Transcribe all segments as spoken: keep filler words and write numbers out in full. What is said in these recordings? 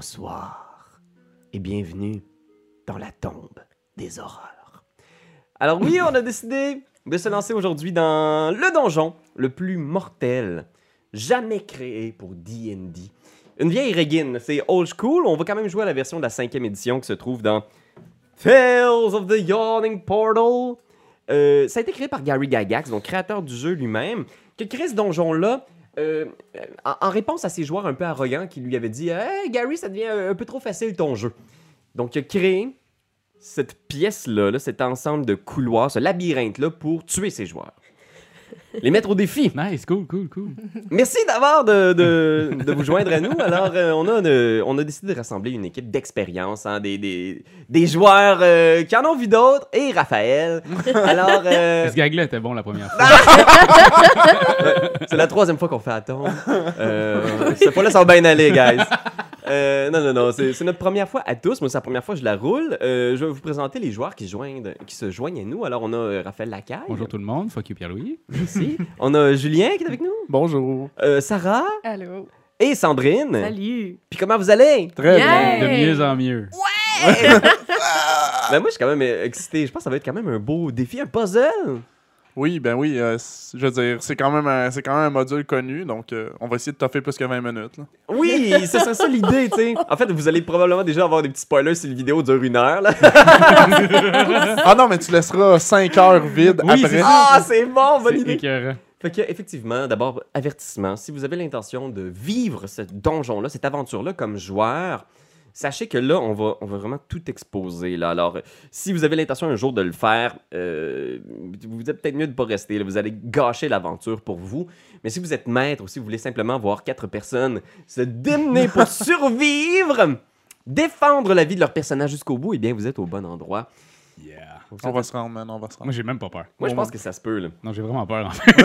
Bonsoir et bienvenue dans la tombe des horreurs. Alors oui, on a décidé de se lancer aujourd'hui dans le donjon le plus mortel jamais créé pour D and D. Une vieille régine, c'est old school. On va quand même jouer à la version de la cinquième édition qui se trouve dans Tales of the Yawning Portal. Euh, ça a été créé par Gary Gygax, donc créateur du jeu lui-même, qui a créé ce donjon-là euh, en, en réponse à ses joueurs un peu arrogants qui lui avaient dit « Hey Gary, ça devient un, un peu trop facile ton jeu. » Donc il a créé cette pièce-là, là, cet ensemble de couloirs, ce labyrinthe-là pour tuer ses joueurs. Les mettre au défi. Nice, cool, cool, cool. Merci d'avoir de, de, de vous joindre à nous. Alors, euh, on, a de, on a décidé de rassembler une équipe d'expérience, hein, des, des, des joueurs euh, qui en ont vu d'autres, et Raphaël. Alors, euh... ce gag-là était bon la première fois. C'est la troisième fois qu'on fait à tombe. Euh, cette fois-là, ça va bien aller, guys. Euh, non, non, non, c'est, c'est notre première fois à tous. Moi, c'est la première fois que je la roule. Euh, je vais vous présenter les joueurs qui, joignent, qui se joignent à nous. Alors, on a euh, Raphaël Lacaille. Bonjour tout le monde, fuck you Pierre-Louis. Merci. On a Julien qui est avec nous. Bonjour. Euh, Sarah. Allô. Et Sandrine. Salut. Puis comment vous allez? Très Yeah! bien. De mieux en mieux. Ouais! Ben moi, je suis quand même excité. Je pense que ça va être quand même un beau défi, un puzzle. Oui, ben oui, euh, c- je veux dire, c'est quand même un, c'est quand même un module connu, donc euh, on va essayer de toffer plus que vingt minutes. Là. Oui, c'est ça, ça l'idée, tu sais. En fait, vous allez probablement déjà avoir des petits spoilers si la vidéo dure une heure, là. Ah non, mais tu laisseras cinq heures vides Oui, c'est après. ça. Ah, c'est bon, bonne C'est idée. écœurant. Fait que, effectivement, d'abord, avertissement, si vous avez l'intention de vivre ce donjon-là, cette aventure-là comme joueur, sachez que là, on va, on va vraiment tout exposer. Là. Alors, euh, si vous avez l'intention un jour de le faire, euh, vous êtes peut-être mieux de ne pas rester. Là. Vous allez gâcher l'aventure pour vous. Mais si vous êtes maître ou si vous voulez simplement voir quatre personnes se démener pour survivre, défendre la vie de leur personnage jusqu'au bout, eh bien, vous êtes au bon endroit. Yeah. On va se rendre, man, on va se rendre. Moi, j'ai même pas peur. Moi, je Bon, pense que ça se peut. Là. Non, j'ai vraiment peur, en fait.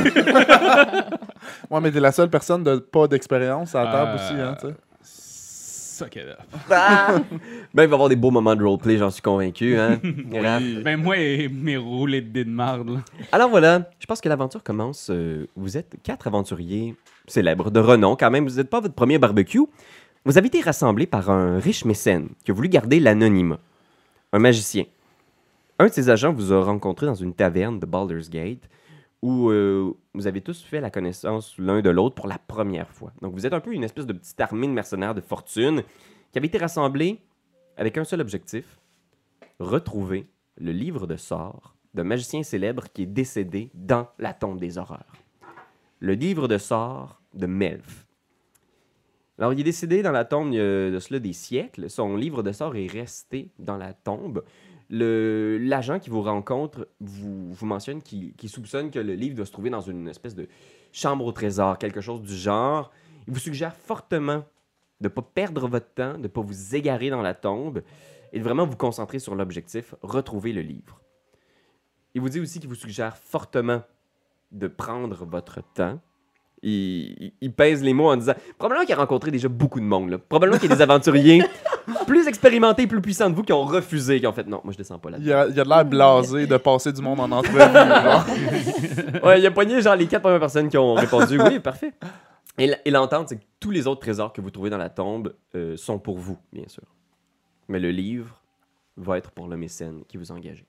Ouais, mais t'es la seule personne de pas d'expérience à la table Euh, aussi, hein, tu sais. Suck it up. Ah! Ben, il va y avoir des beaux moments de roleplay, j'en suis convaincu. Hein? Raph? Ben, moi et mes roulés de dés de marde, là. Alors voilà, je pense que l'aventure commence. euh, vous êtes quatre aventuriers célèbres, de renom quand même. Vous n'êtes pas votre premier barbecue. Vous avez été rassemblés par un riche mécène qui a voulu garder l'anonymat. Un magicien. Un de ses agents vous a rencontré dans une taverne de Baldur's Gate où euh, vous avez tous fait la connaissance l'un de l'autre pour la première fois. Donc vous êtes un peu une espèce de petite armée de mercenaires de fortune qui avait été rassemblée avec un seul objectif, retrouver le livre de sorts d'un magicien célèbre qui est décédé dans la tombe des horreurs. Le livre de sorts de Melf. Alors, il est décédé dans la tombe euh, de cela des siècles. Son livre de sorts est resté dans la tombe. Le, l'agent qui vous rencontre vous, vous mentionne qu'il, qu'il soupçonne que le livre doit se trouver dans une espèce de chambre au trésor, quelque chose du genre. Il vous suggère fortement de ne pas perdre votre temps, de ne pas vous égarer dans la tombe et de vraiment vous concentrer sur l'objectif, retrouver le livre. Il vous dit aussi qu'il vous suggère fortement de prendre votre temps. Il, il, il pèse les mots en disant probablement qu'il a rencontré déjà beaucoup de monde. Là. Probablement qu'il y a des aventuriers plus expérimentés et plus puissants de vous qui ont refusé, qui ont fait non, moi je descends pas là. Il y a, il y a de l'air blasé de passer du monde en entrevue. genre. Ouais, il a pogné genre les quatre premières personnes qui ont répondu oui, parfait. Et, l- et l'entente, c'est que tous les autres trésors que vous trouvez dans la tombe euh, sont pour vous, bien sûr. Mais le livre va être pour le mécène qui vous a engagé.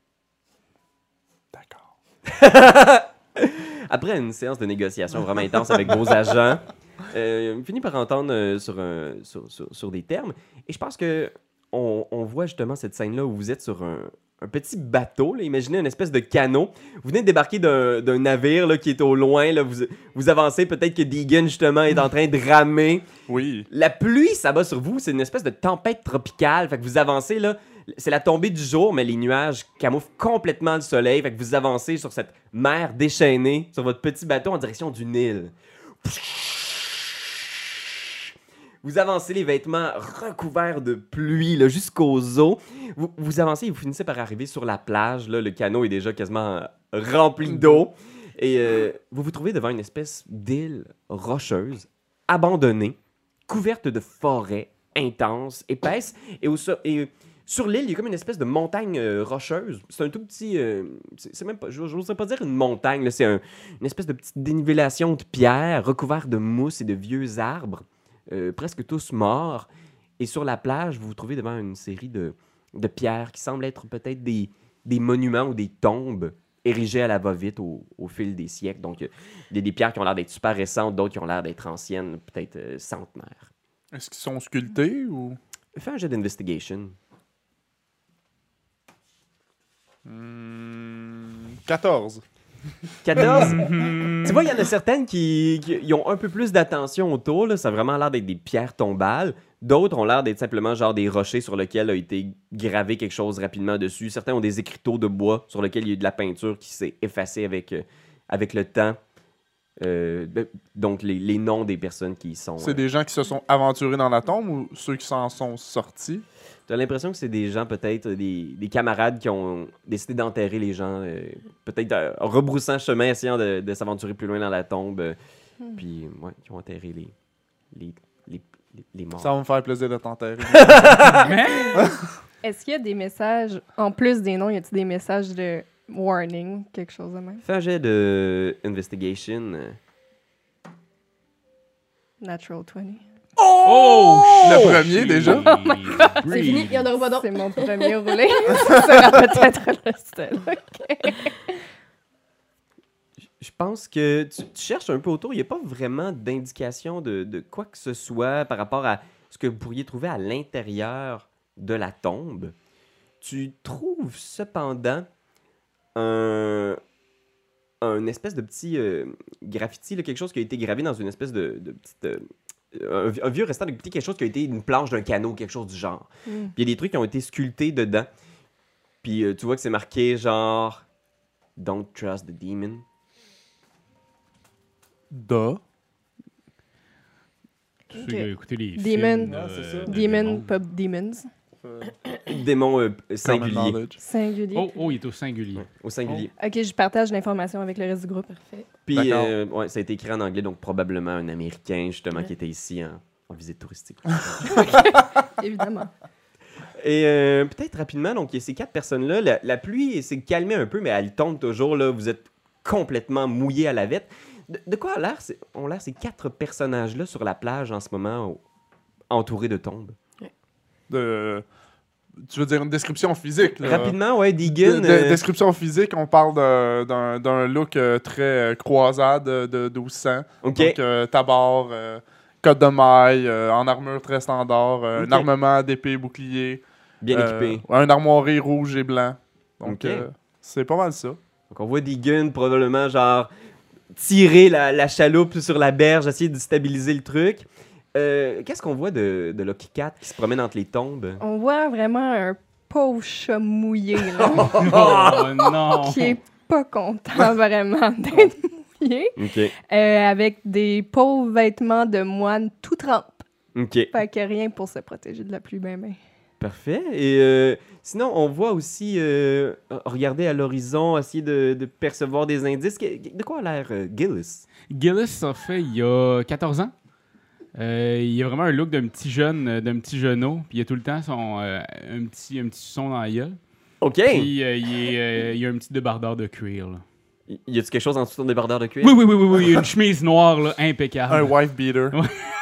D'accord. Après une séance de négociation vraiment intense avec vos agents, euh, on finit par entendre euh, sur, un- sur, sur- sur des termes. Et je pense que on, on voit justement cette scène-là où vous êtes sur un, un petit bateau. Là. Imaginez une espèce de canot. Vous venez de débarquer d'un, d'un navire là, qui est au loin. Là. Vous, vous avancez. Peut-être que Deegan, justement, est en train de ramer. Oui. La pluie s'abat sur vous. C'est une espèce de tempête tropicale. Fait que vous avancez, là. C'est la tombée du jour, mais les nuages camouflent complètement le soleil. Fait que vous avancez sur cette mer déchaînée, sur votre petit bateau en direction du Nil. Vous avancez les vêtements recouverts de pluie là, jusqu'aux os. Vous, vous avancez et vous finissez par arriver sur la plage. Là, le canot est déjà quasiment euh, rempli d'eau. Et euh, vous vous trouvez devant une espèce d'île rocheuse, abandonnée, couverte de forêts intenses, épaisses. Et, au, so- et sur l'île, il y a comme une espèce de montagne euh, rocheuse. C'est un tout petit... euh, c'est, c'est même pas... Je n'oserais pas dire une montagne. Là, c'est un- une espèce de petite dénivellation de pierre recouverte de mousse et de vieux arbres. Euh, presque tous morts. Et sur la plage, vous vous trouvez devant une série de, de pierres qui semblent être peut-être des, des monuments ou des tombes érigées à la va-vite au, au fil des siècles. Donc, il y a des pierres qui ont l'air d'être super récentes, d'autres qui ont l'air d'être anciennes, peut-être euh, centenaires. Est-ce qu'ils sont sculptés ou... Fais un jet d'investigation. Hmm, quatorze. quatorze. Tu vois, il y en a certaines qui, qui ils ont un peu plus d'attention autour. Là. Ça a vraiment l'air d'être des pierres tombales. D'autres ont l'air d'être simplement genre des rochers sur lesquels a été gravé quelque chose rapidement dessus. Certains ont des écriteaux de bois sur lesquels il y a eu de la peinture qui s'est effacée avec, euh, avec le temps. Euh, donc, les, les noms des personnes qui y sont... C'est euh, des gens qui se sont aventurés dans la tombe ou ceux qui s'en sont sortis? T'as l'impression que c'est des gens, peut-être, des, des camarades qui ont décidé d'enterrer les gens, euh, peut-être euh, en rebroussant chemin, essayant de, de s'aventurer plus loin dans la tombe, euh, Hmm. puis ouais, qui ont enterré les, les, les, les, les morts. Ça va me faire plaisir de t'enterrer. Est-ce qu'il y a des messages, en plus des noms, y a-t-il des messages de warning, quelque chose de même? Fais un jet de investigation. euh. Natural vingt. Oh! Le premier, déjà? C'est fini, il y en aura pas d'autres. C'est mon premier roulé. Ça sera peut-être le seul. OK. Je pense que tu, tu cherches un peu autour. Il n'y a pas vraiment d'indication de, de quoi que ce soit par rapport à ce que vous pourriez trouver à l'intérieur de la tombe. Tu trouves cependant un, un espèce de petit euh, graffiti, là, quelque chose qui a été gravé dans une espèce de, de petite... euh, un, un vieux restant de petit quelque chose qui a été une planche d'un canot, quelque chose du genre. Mm. Puis il y a des trucs qui ont été sculptés dedans. Puis euh, tu vois que c'est marqué genre « Don't trust the demon ». Da. Tu sais, que écouter les Demon. films, Ouais, euh, c'est ça. de Demon, démons. pas demons. Démon euh, Common singulier. knowledge. Singulier. Oh, oh, il est au singulier. Ouais, au singulier. OK, je partage l'information avec le reste du groupe. Parfait. Puis, D'accord. euh, ouais, ça a été écrit en anglais, donc probablement un Américain, justement, Ouais. qui était ici en, en visite touristique. Évidemment. Et euh, peut-être rapidement, donc, il y a ces quatre personnes-là. La, la pluie s'est calmée un peu, mais elle tombe toujours, là. Vous êtes complètement mouillés à la vette. De, de quoi a l'air, c'est- ont l'air ces quatre personnages-là sur la plage en ce moment, au- entourés de tombes? De... Tu veux dire une description physique? Là. Rapidement, ouais, De- Deegan. de- euh, Description physique, on parle d'un- d'un d'un look euh, très euh, croisade de, de douze ans. OK. Donc, euh, tabard, euh, cotte de maille, euh, en armure très standard, euh, Ok. un armement d'épée, bouclier. Bien euh, équipés. ouais, un armoirie rouge et blanc. Donc, Ok. euh, c'est pas mal ça. Donc, on voit Deegan probablement, genre, tirer la, la chaloupe sur la berge, essayer de stabiliser le truc. Euh, Qu'est-ce qu'on voit de, de Lucky Cat qui se promène entre les tombes? On voit vraiment un pauvre chat mouillé, là, Oh non! qui est pas content vraiment d'être mouillé, OK. euh, avec des pauvres vêtements de moine tout trempes. OK. Fait que rien pour se protéger de la pluie, ben ben. Parfait. Et euh, sinon, on voit aussi, euh, regarder à l'horizon, essayer de, de percevoir des indices. Que- De quoi a l'air euh, Gillis? Gillis ça fait il y a quatorze ans. Euh, il a vraiment un look d'un petit jeune, euh, d'un petit jeuneau. Puis il a tout le temps son, euh, un, petit, un petit son dans la gueule. OK. Puis euh, il, est, euh, il a un petit débardeur de cuir. Là. Y y a-tu quelque chose en dessous de ton débardeur de cuir? Oui, oui, oui, oui, oui. Il a une chemise noire là, impeccable. Un wife beater.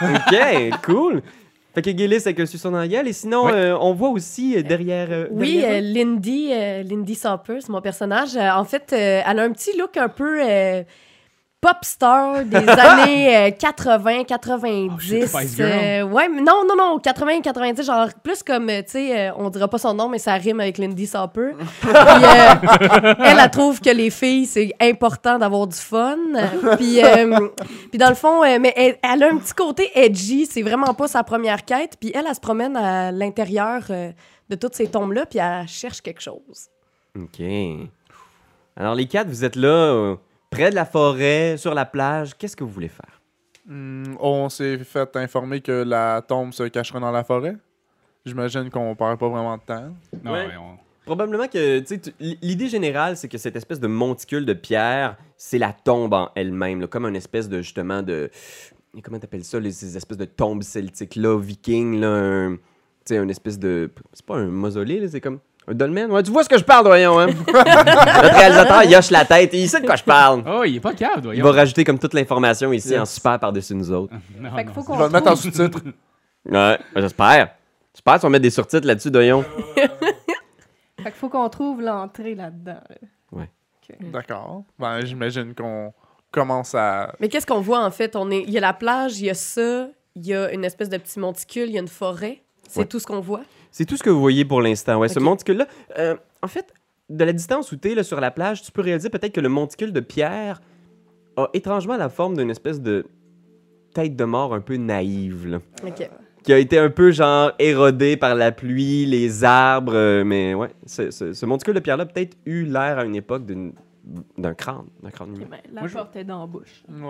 OK, cool. Fait que Gillis avec un suçon dans la gueule. Et sinon, Ouais. euh, on voit aussi euh, derrière... euh, Oui, derrière euh, Lindy, euh, Lindy Sauper, c'est mon personnage. Euh, en fait, euh, elle a un petit look un peu euh, pop star des années euh, quatre-vingts, quatre-vingt-dix. Oh, shit, Spice Girl. Euh, ouais, mais non, non, non, quatre-vingts, quatre-vingt-dix, genre plus comme, euh, tu sais, euh, on dira pas son nom, mais ça rime avec Lindy Sauper. Puis, euh, elle, elle trouve que les filles, c'est important d'avoir du fun. Euh, Puis, euh, puis dans le fond, euh, mais elle, elle a un petit côté edgy, c'est vraiment pas sa première quête. Puis elle, elle se promène à l'intérieur euh, de toutes ces tombes-là, puis elle cherche quelque chose. OK. Alors, les quatre, vous êtes là, euh, près de la forêt, sur la plage. Qu'est-ce que vous voulez faire? Hmm, on s'est fait informer que la tombe se cacherait dans la forêt. J'imagine qu'on perd pas vraiment de temps. Non, Ouais. ouais, on- Probablement que, tu sais, tu- l'idée générale, c'est que cette espèce de monticule de pierre, c'est la tombe en elle-même, là, comme une espèce de, justement, de... Comment t'appelles ça, les, ces espèces de tombes celtiques-là, vikings, là, un... Tu sais, une espèce de... C'est pas un mausolée, là, c'est comme... Un dolmen? Ouais, tu vois ce que je parle, voyons, hein? Notre réalisateur, il hoche la tête, et il sait de quoi je parle. Oh, il est pas cave, Il voyons. va rajouter comme toute l'information ici Yes. en super par-dessus nous autres. Non, Fait qu'il non, faut c'est- qu'on Je vais le mettre en trouve- sous-titre. Ouais, j'espère. Super, tu vas mettre des surtitres là-dessus, Doyon. Fait qu'il faut qu'on trouve l'entrée là-dedans. là. D'accord. Ben, j'imagine qu'on commence à... Mais qu'est-ce qu'on voit, en fait? On est... Il y a la plage, il y a ça, il y a une espèce de petit monticule, il y a une forêt. C'est Ouais. tout ce qu'on voit. C'est tout ce que vous voyez pour l'instant. Ouais, ce Ok. monticule-là, euh, en fait, de la distance où tu es sur la plage, tu peux réaliser peut-être que le monticule de pierre a étrangement la forme d'une espèce de tête de mort un peu naïve, là, OK. qui a été un peu genre érodée par la pluie, les arbres, euh, mais ouais, ce, ce- ce monticule de pierre-là a peut-être eu l'air à une époque d'une- d'un crâne, d'un crâne humain. Ben, la Moi, je- porte est dans la bouche. Ouais.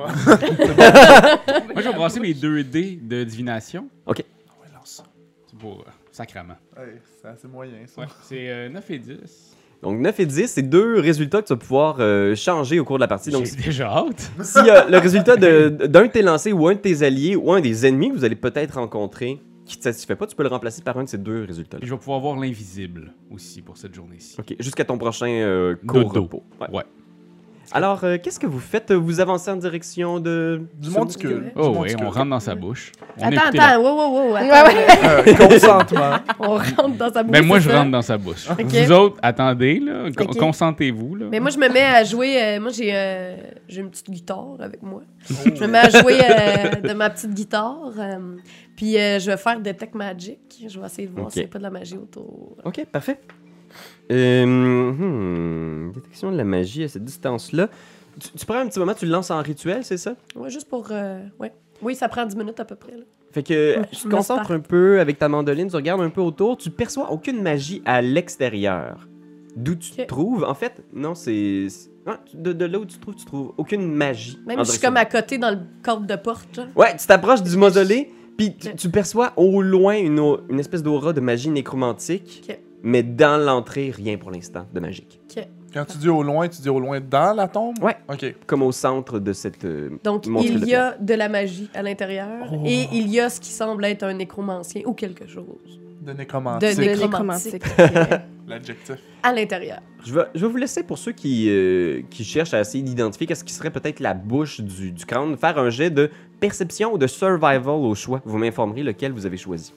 Moi, je vais brasser mes deux dés de divination. Ouais, lance ça. C'est pour euh, sacrament. Hey, c'est assez moyen, ça. Ouais, c'est euh, neuf et dix. Donc neuf et dix, c'est deux résultats que tu vas pouvoir euh, changer au cours de la partie. Donc, J'ai déjà hâte. s'il y a le résultat de- d'un de tes lancers ou un de tes alliés ou un des ennemis que vous allez peut-être rencontrer qui ne te satisfait pas, tu peux le remplacer par un de ces deux résultats. Et je vais pouvoir voir l'invisible aussi pour cette journée-ci. OK, jusqu'à ton prochain euh, court Dodo. repos. Ouais. Ouais. Alors, euh, qu'est-ce que vous faites? Vous avancez en direction de... Du ce monticule. Oh Du oui, monticule. on rentre dans sa bouche. On Attends, écoute la- attends, wow, wow, wow, Ouais, attends. ouais. Euh, consentement. On rentre dans sa bouche. Ben moi, c'est je ça? rentre dans sa bouche. Ok. Vous autres, attendez, là. Con- Ok. Concentrez-vous, là. Mais moi, je me mets à jouer. euh, moi, j'ai euh, j'ai une petite guitare avec moi. Je me mets à jouer euh, de ma petite guitare. euh, puis euh, je vais faire Detect Magic. Je vais essayer de voir Ok. s'il n'y a pas de la magie autour. OK, parfait. Euh, hmm, détection de la magie à cette distance-là. Tu, tu prends un petit moment, tu le lances en rituel, c'est ça? Ouais, juste pour. euh, ouais. Oui, ça prend dix minutes à peu près. Là. Fait que Ouais, tu je te me concentres starte. un peu avec ta mandoline, tu regardes un peu autour, tu perçois aucune magie à l'extérieur. D'où tu te Ok. trouves, en fait, non, c'est... c'est- non, tu- de, de là où tu te trouves, tu trouves aucune magie. Même en je suis direction comme à côté dans le cadre de porte. Genre. Ouais, tu t'approches du mausolée, puis tu, Ok. tu perçois au loin une, au- une espèce d'aura de magie nécromantique, Ok. mais dans l'entrée, rien pour l'instant de magique. Quand tu dis au loin, tu dis au loin dans la tombe? Ouais. OK. Comme au centre de cette... euh, Donc, monticule il de y a de la magie à l'intérieur Oh. et il y a ce qui semble être un nécromancien ou quelque chose De de nécromantique. De nécromantique nécromantique. L'adjectif. à l'intérieur. Je vais, je vais vous laisser pour ceux qui, euh, qui cherchent à essayer d'identifier qu'est-ce qui serait peut-être la bouche du, du crâne, faire un jet de perception ou de survival au choix. Vous m'informerez lequel vous avez choisi.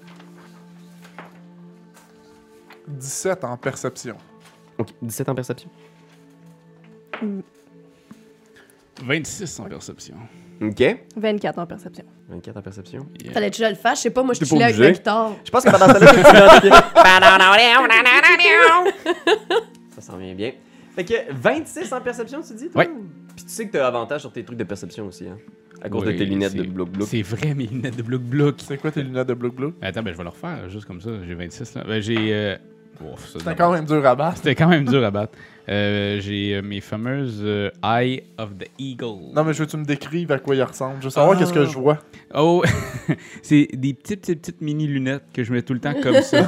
dix-sept en perception. Ok, dix-sept en perception. vingt-six en perception. Ok, vingt-quatre en perception. vingt-quatre en perception. Yeah. Fallait-tu que je le fasse? Je sais pas, moi, je T'es suis pas là avec obligé. ma guitare. Je pense que pendant ce temps-là, tu t'identifies. Ça s'en vient bien. Fait que vingt-six en perception, tu dis, toi? Ouais. Puis tu sais que t'as avantage sur tes trucs de perception aussi, hein? À cause Oui, de tes lunettes de c'est- bloc-bloc. C'est vrai, mes lunettes de bloc-bloc. C'est quoi tes lunettes de Bloc Blue? Attends, ben je vais le refaire, juste comme ça. J'ai vingt-six, là. Ben, j'ai... euh, ouf, ça, C'était quand même dur à battre. C'était quand même dur à battre. Euh, j'ai euh, mes fameuses euh, Eye of the Eagle. Non, mais je veux que tu me décrives à quoi il ressemble. Je veux savoir Ah. qu'est-ce que je vois. Oh, c'est des petites, petites, petites mini lunettes que je mets tout le temps comme ça.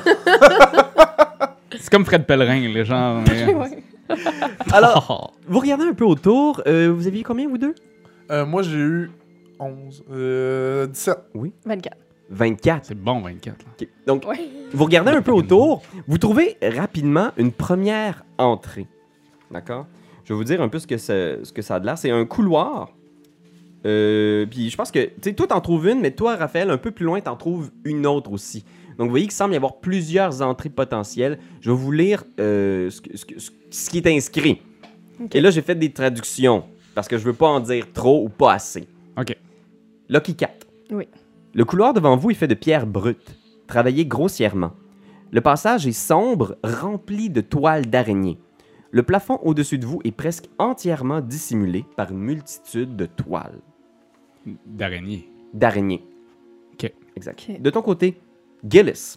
C'est comme Fred Pellerin, le genre. euh, Ouais. Alors, vous regardez un peu autour. euh, vous aviez combien, vous deux? Euh, moi, j'ai eu onze. Euh, dix-sept. vingt-quatre. vingt-quatre. C'est bon, vingt-quatre. Là. Ok. Donc, Ouais. vous regardez un peu autour, vous trouvez rapidement une première entrée. D'accord? Je vais vous dire un peu ce que ça, ce que ça a de l'air. C'est un couloir. Euh, puis je pense que, tu sais, toi, t'en trouves une, mais toi, Raphaël, un peu plus loin, t'en trouves une autre aussi. Donc, vous voyez qu'il semble y avoir plusieurs entrées potentielles. Je vais vous lire euh, ce, que- ce que- ce qui est inscrit. Ok. Et là, j'ai fait des traductions, parce que je veux pas en dire trop ou pas assez. OK. Lucky Cat. Oui. Le couloir devant vous est fait de pierres brutes, travaillées grossièrement. Le passage est sombre, rempli de toiles d'araignées. Le plafond au-dessus de vous est presque entièrement dissimulé par une multitude de toiles. D'araignée. D'araignées. OK. Exact. OK. De ton côté, Gillis.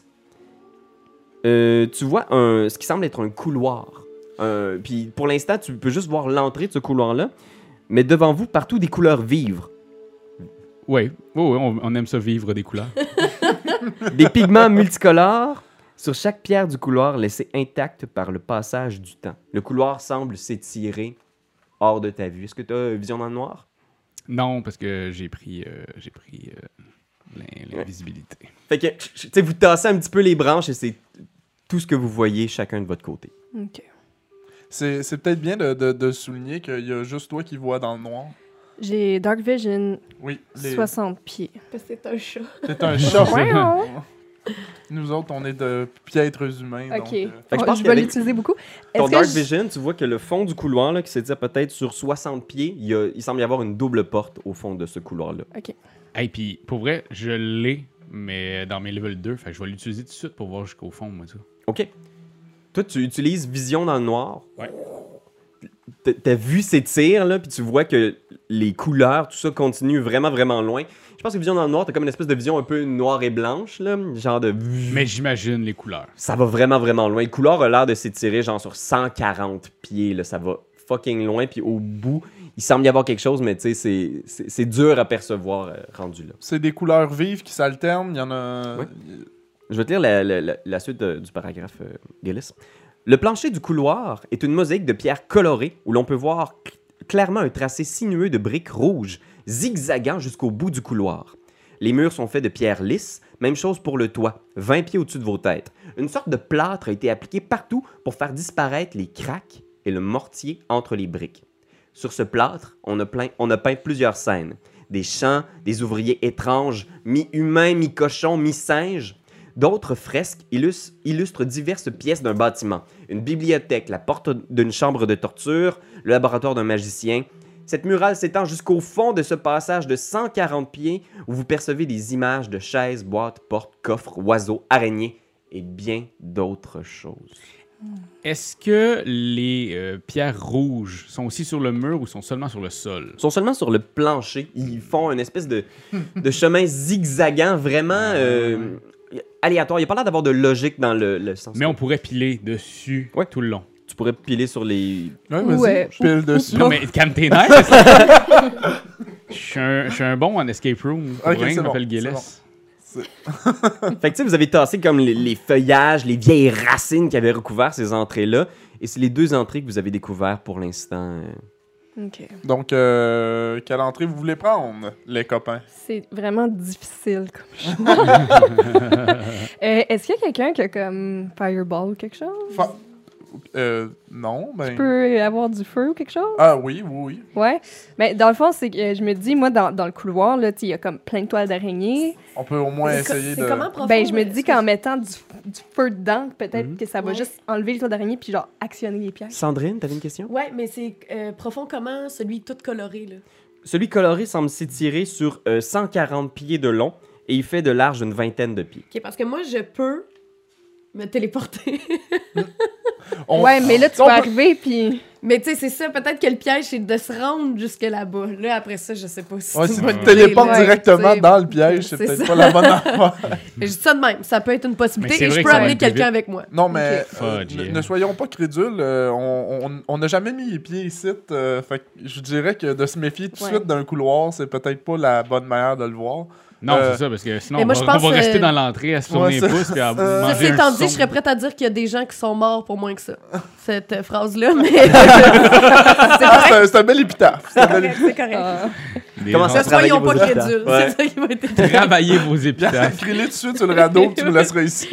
Euh, tu vois un, ce qui semble être un couloir. Euh, Puis pour l'instant, tu peux juste voir l'entrée de ce couloir-là. Mais devant vous, partout des couleurs vives. Oui, oui, oui, on, on aime ça vivre des couleurs. Des pigments multicolores sur chaque pierre du couloir laissée intacte par le passage du temps. Le couloir semble s'étirer hors de ta vue. Est-ce que tu as vision dans le noir? Non, parce que j'ai pris, euh, j'ai pris euh, l'in- l'invisibilité. Fait que, tu sais, vous tassez un petit peu les branches et c'est tout ce que vous voyez chacun de votre côté. OK. C'est c'est peut-être bien de, de, de souligner qu'il y a juste toi qui vois dans le noir. J'ai Dark Vision, Oui. Les... soixante pieds. Parce que c'est un chat. T'es un chat. Ouais, Nous autres, on est de piètres humains. Ok. Donc, euh, Fait que je Oh, pense je vais qu'avec l'utiliser beaucoup. Ton Est-ce Dark que je- Vision, tu vois que le fond du couloir, là, qui s'étire peut-être sur soixante pieds, il, y a- il semble y avoir une double porte au fond de ce couloir-là. Hey, puis pour vrai, je l'ai, mais dans mes level deux, fait que je vais l'utiliser tout de suite pour voir jusqu'au fond, moi, ça. OK. Toi, tu utilises vision dans le noir. Ouais. T- T'as vu ces tirs, là, puis tu vois que les couleurs, tout ça continue vraiment, vraiment loin. Je pense que vision dans le noir, t'as comme une espèce de vision un peu noire et blanche, là, genre de... Mais j'imagine les couleurs. Ça va vraiment, vraiment loin. Le couloir a l'air de s'étirer genre sur cent quarante pieds, là. Ça va fucking loin, puis au bout, il semble y avoir quelque chose, mais tu sais, c'est- c'est c'est dur à percevoir euh, rendu là. c'est des couleurs vives qui s'alternent. Il y en a. Ouais. Je vais te lire la, la- la- la suite de- du paragraphe, euh, Gillis. Le plancher du couloir est une mosaïque de pierres colorées où l'on peut voir cl- clairement un tracé sinueux de briques rouges, zigzagant jusqu'au bout du couloir. Les murs sont faits de pierres lisses, même chose pour le toit, vingt pieds au-dessus de vos têtes. Une sorte de plâtre a été appliqué partout pour faire disparaître les craques et le mortier entre les briques. Sur ce plâtre, on a, plein- on a peint plusieurs scènes. Des champs, des ouvriers étranges, mi-humains, mi-cochons, mi-singes. D'autres fresques illus- illustrent diverses pièces d'un bâtiment. Une bibliothèque, la porte d'une chambre de torture, le laboratoire d'un magicien. Cette murale s'étend jusqu'au fond de ce passage de cent quarante pieds où vous percevez des images de chaises, boîtes, portes, coffres, oiseaux, araignées et bien d'autres choses. Est-ce que les euh, pierres rouges sont aussi sur le mur ou sont seulement sur le sol? Ils sont seulement sur le plancher. Ils font une espèce de, de chemin zigzagant vraiment euh, aléatoire. Il n'y a pas l'air d'avoir de logique dans le, le sens. Mais on pourrait piler dessus Ouais. tout le long. Tu pourrais piler sur les... Ouais, Ou, vas-y, euh, je pile dessus. Non, mais calme tes nerfs. c'est ça. Je suis un, je suis un bon en escape room. Pour Ok, rien, c'est je bon, m'appelle c'est Gilles. bon. Fait que tu sais, vous avez tassé comme les, les feuillages, les vieilles racines qui avaient recouvert ces entrées-là. Et c'est les deux entrées que vous avez découvertes pour l'instant. euh. Ok. Donc, euh, quelle entrée vous voulez prendre, les copains? C'est vraiment difficile comme choix. Euh, Est-ce qu'il y a quelqu'un qui a comme Fireball ou quelque chose? Fa- Euh, non, ben... Tu peux avoir du feu ou quelque chose? Ah oui, oui, oui. Ouais. Mais dans le fond, c'est que euh, je me dis, moi, dans, dans le couloir, là, tu sais, il y a comme plein de toiles d'araignée. On peut au moins C'est co- essayer c'est de... comment profond? Ben, je me euh, dis qu'en mettant du, du feu dedans, peut-être Mhm. que ça va Ouais. juste enlever les toiles d'araignée puis genre actionner les pièges. Sandrine, t'avais une question? Ouais, mais c'est euh, profond comment, celui tout coloré, là? Celui coloré semble s'étirer sur euh, cent quarante pieds de long et il fait de large une vingtaine de pieds. OK, parce que moi, je peux me téléporter. On- Ouais, mais là, tu on peux peut- arriver puis... Mais tu sais, c'est ça, peut-être que le piège, c'est de se rendre jusque là-bas. Là, après ça, je sais pas si Ouais, c'est si une tu bonne te idée, téléportes là. directement Tu sais, dans le piège, c'est c'est peut-être ça. pas la bonne affaire. Je dis ça de même, ça peut être une Mais possibilité c'est et vrai je que peux ça va amener être plus quelqu'un vite. avec moi. Non, mais Ok. euh, Fudge, ne, yeah. ne soyons pas crédules. euh, on on- on n'a jamais mis les pieds ici. euh, fait que je dirais que de se méfier tout de Ouais. suite d'un couloir, c'est peut-être pas la bonne manière de le voir. Non, Euh, c'est ça, parce que sinon, mais on moi, va, je pense, on va rester euh, dans l'entrée à se tourner ouais, les ça- pouces et à euh, manger Ceci un étant dit, son. je serais prête à dire qu'il y a des gens qui sont morts pour moins que ça. Cette euh, phrase-là, mais c'est Ah, correct. c'est un- c'est un bel épitaphe. C'est un bel C'est correct, c'est correct. Ah. Des Comment gens- ça Ne soyons pas Travailler vos crédules. états. C'est ça qui va être... Travaillez vos Bien, épitaphes. écris-les tout de suite sur le radeau, tu me laisseras ici.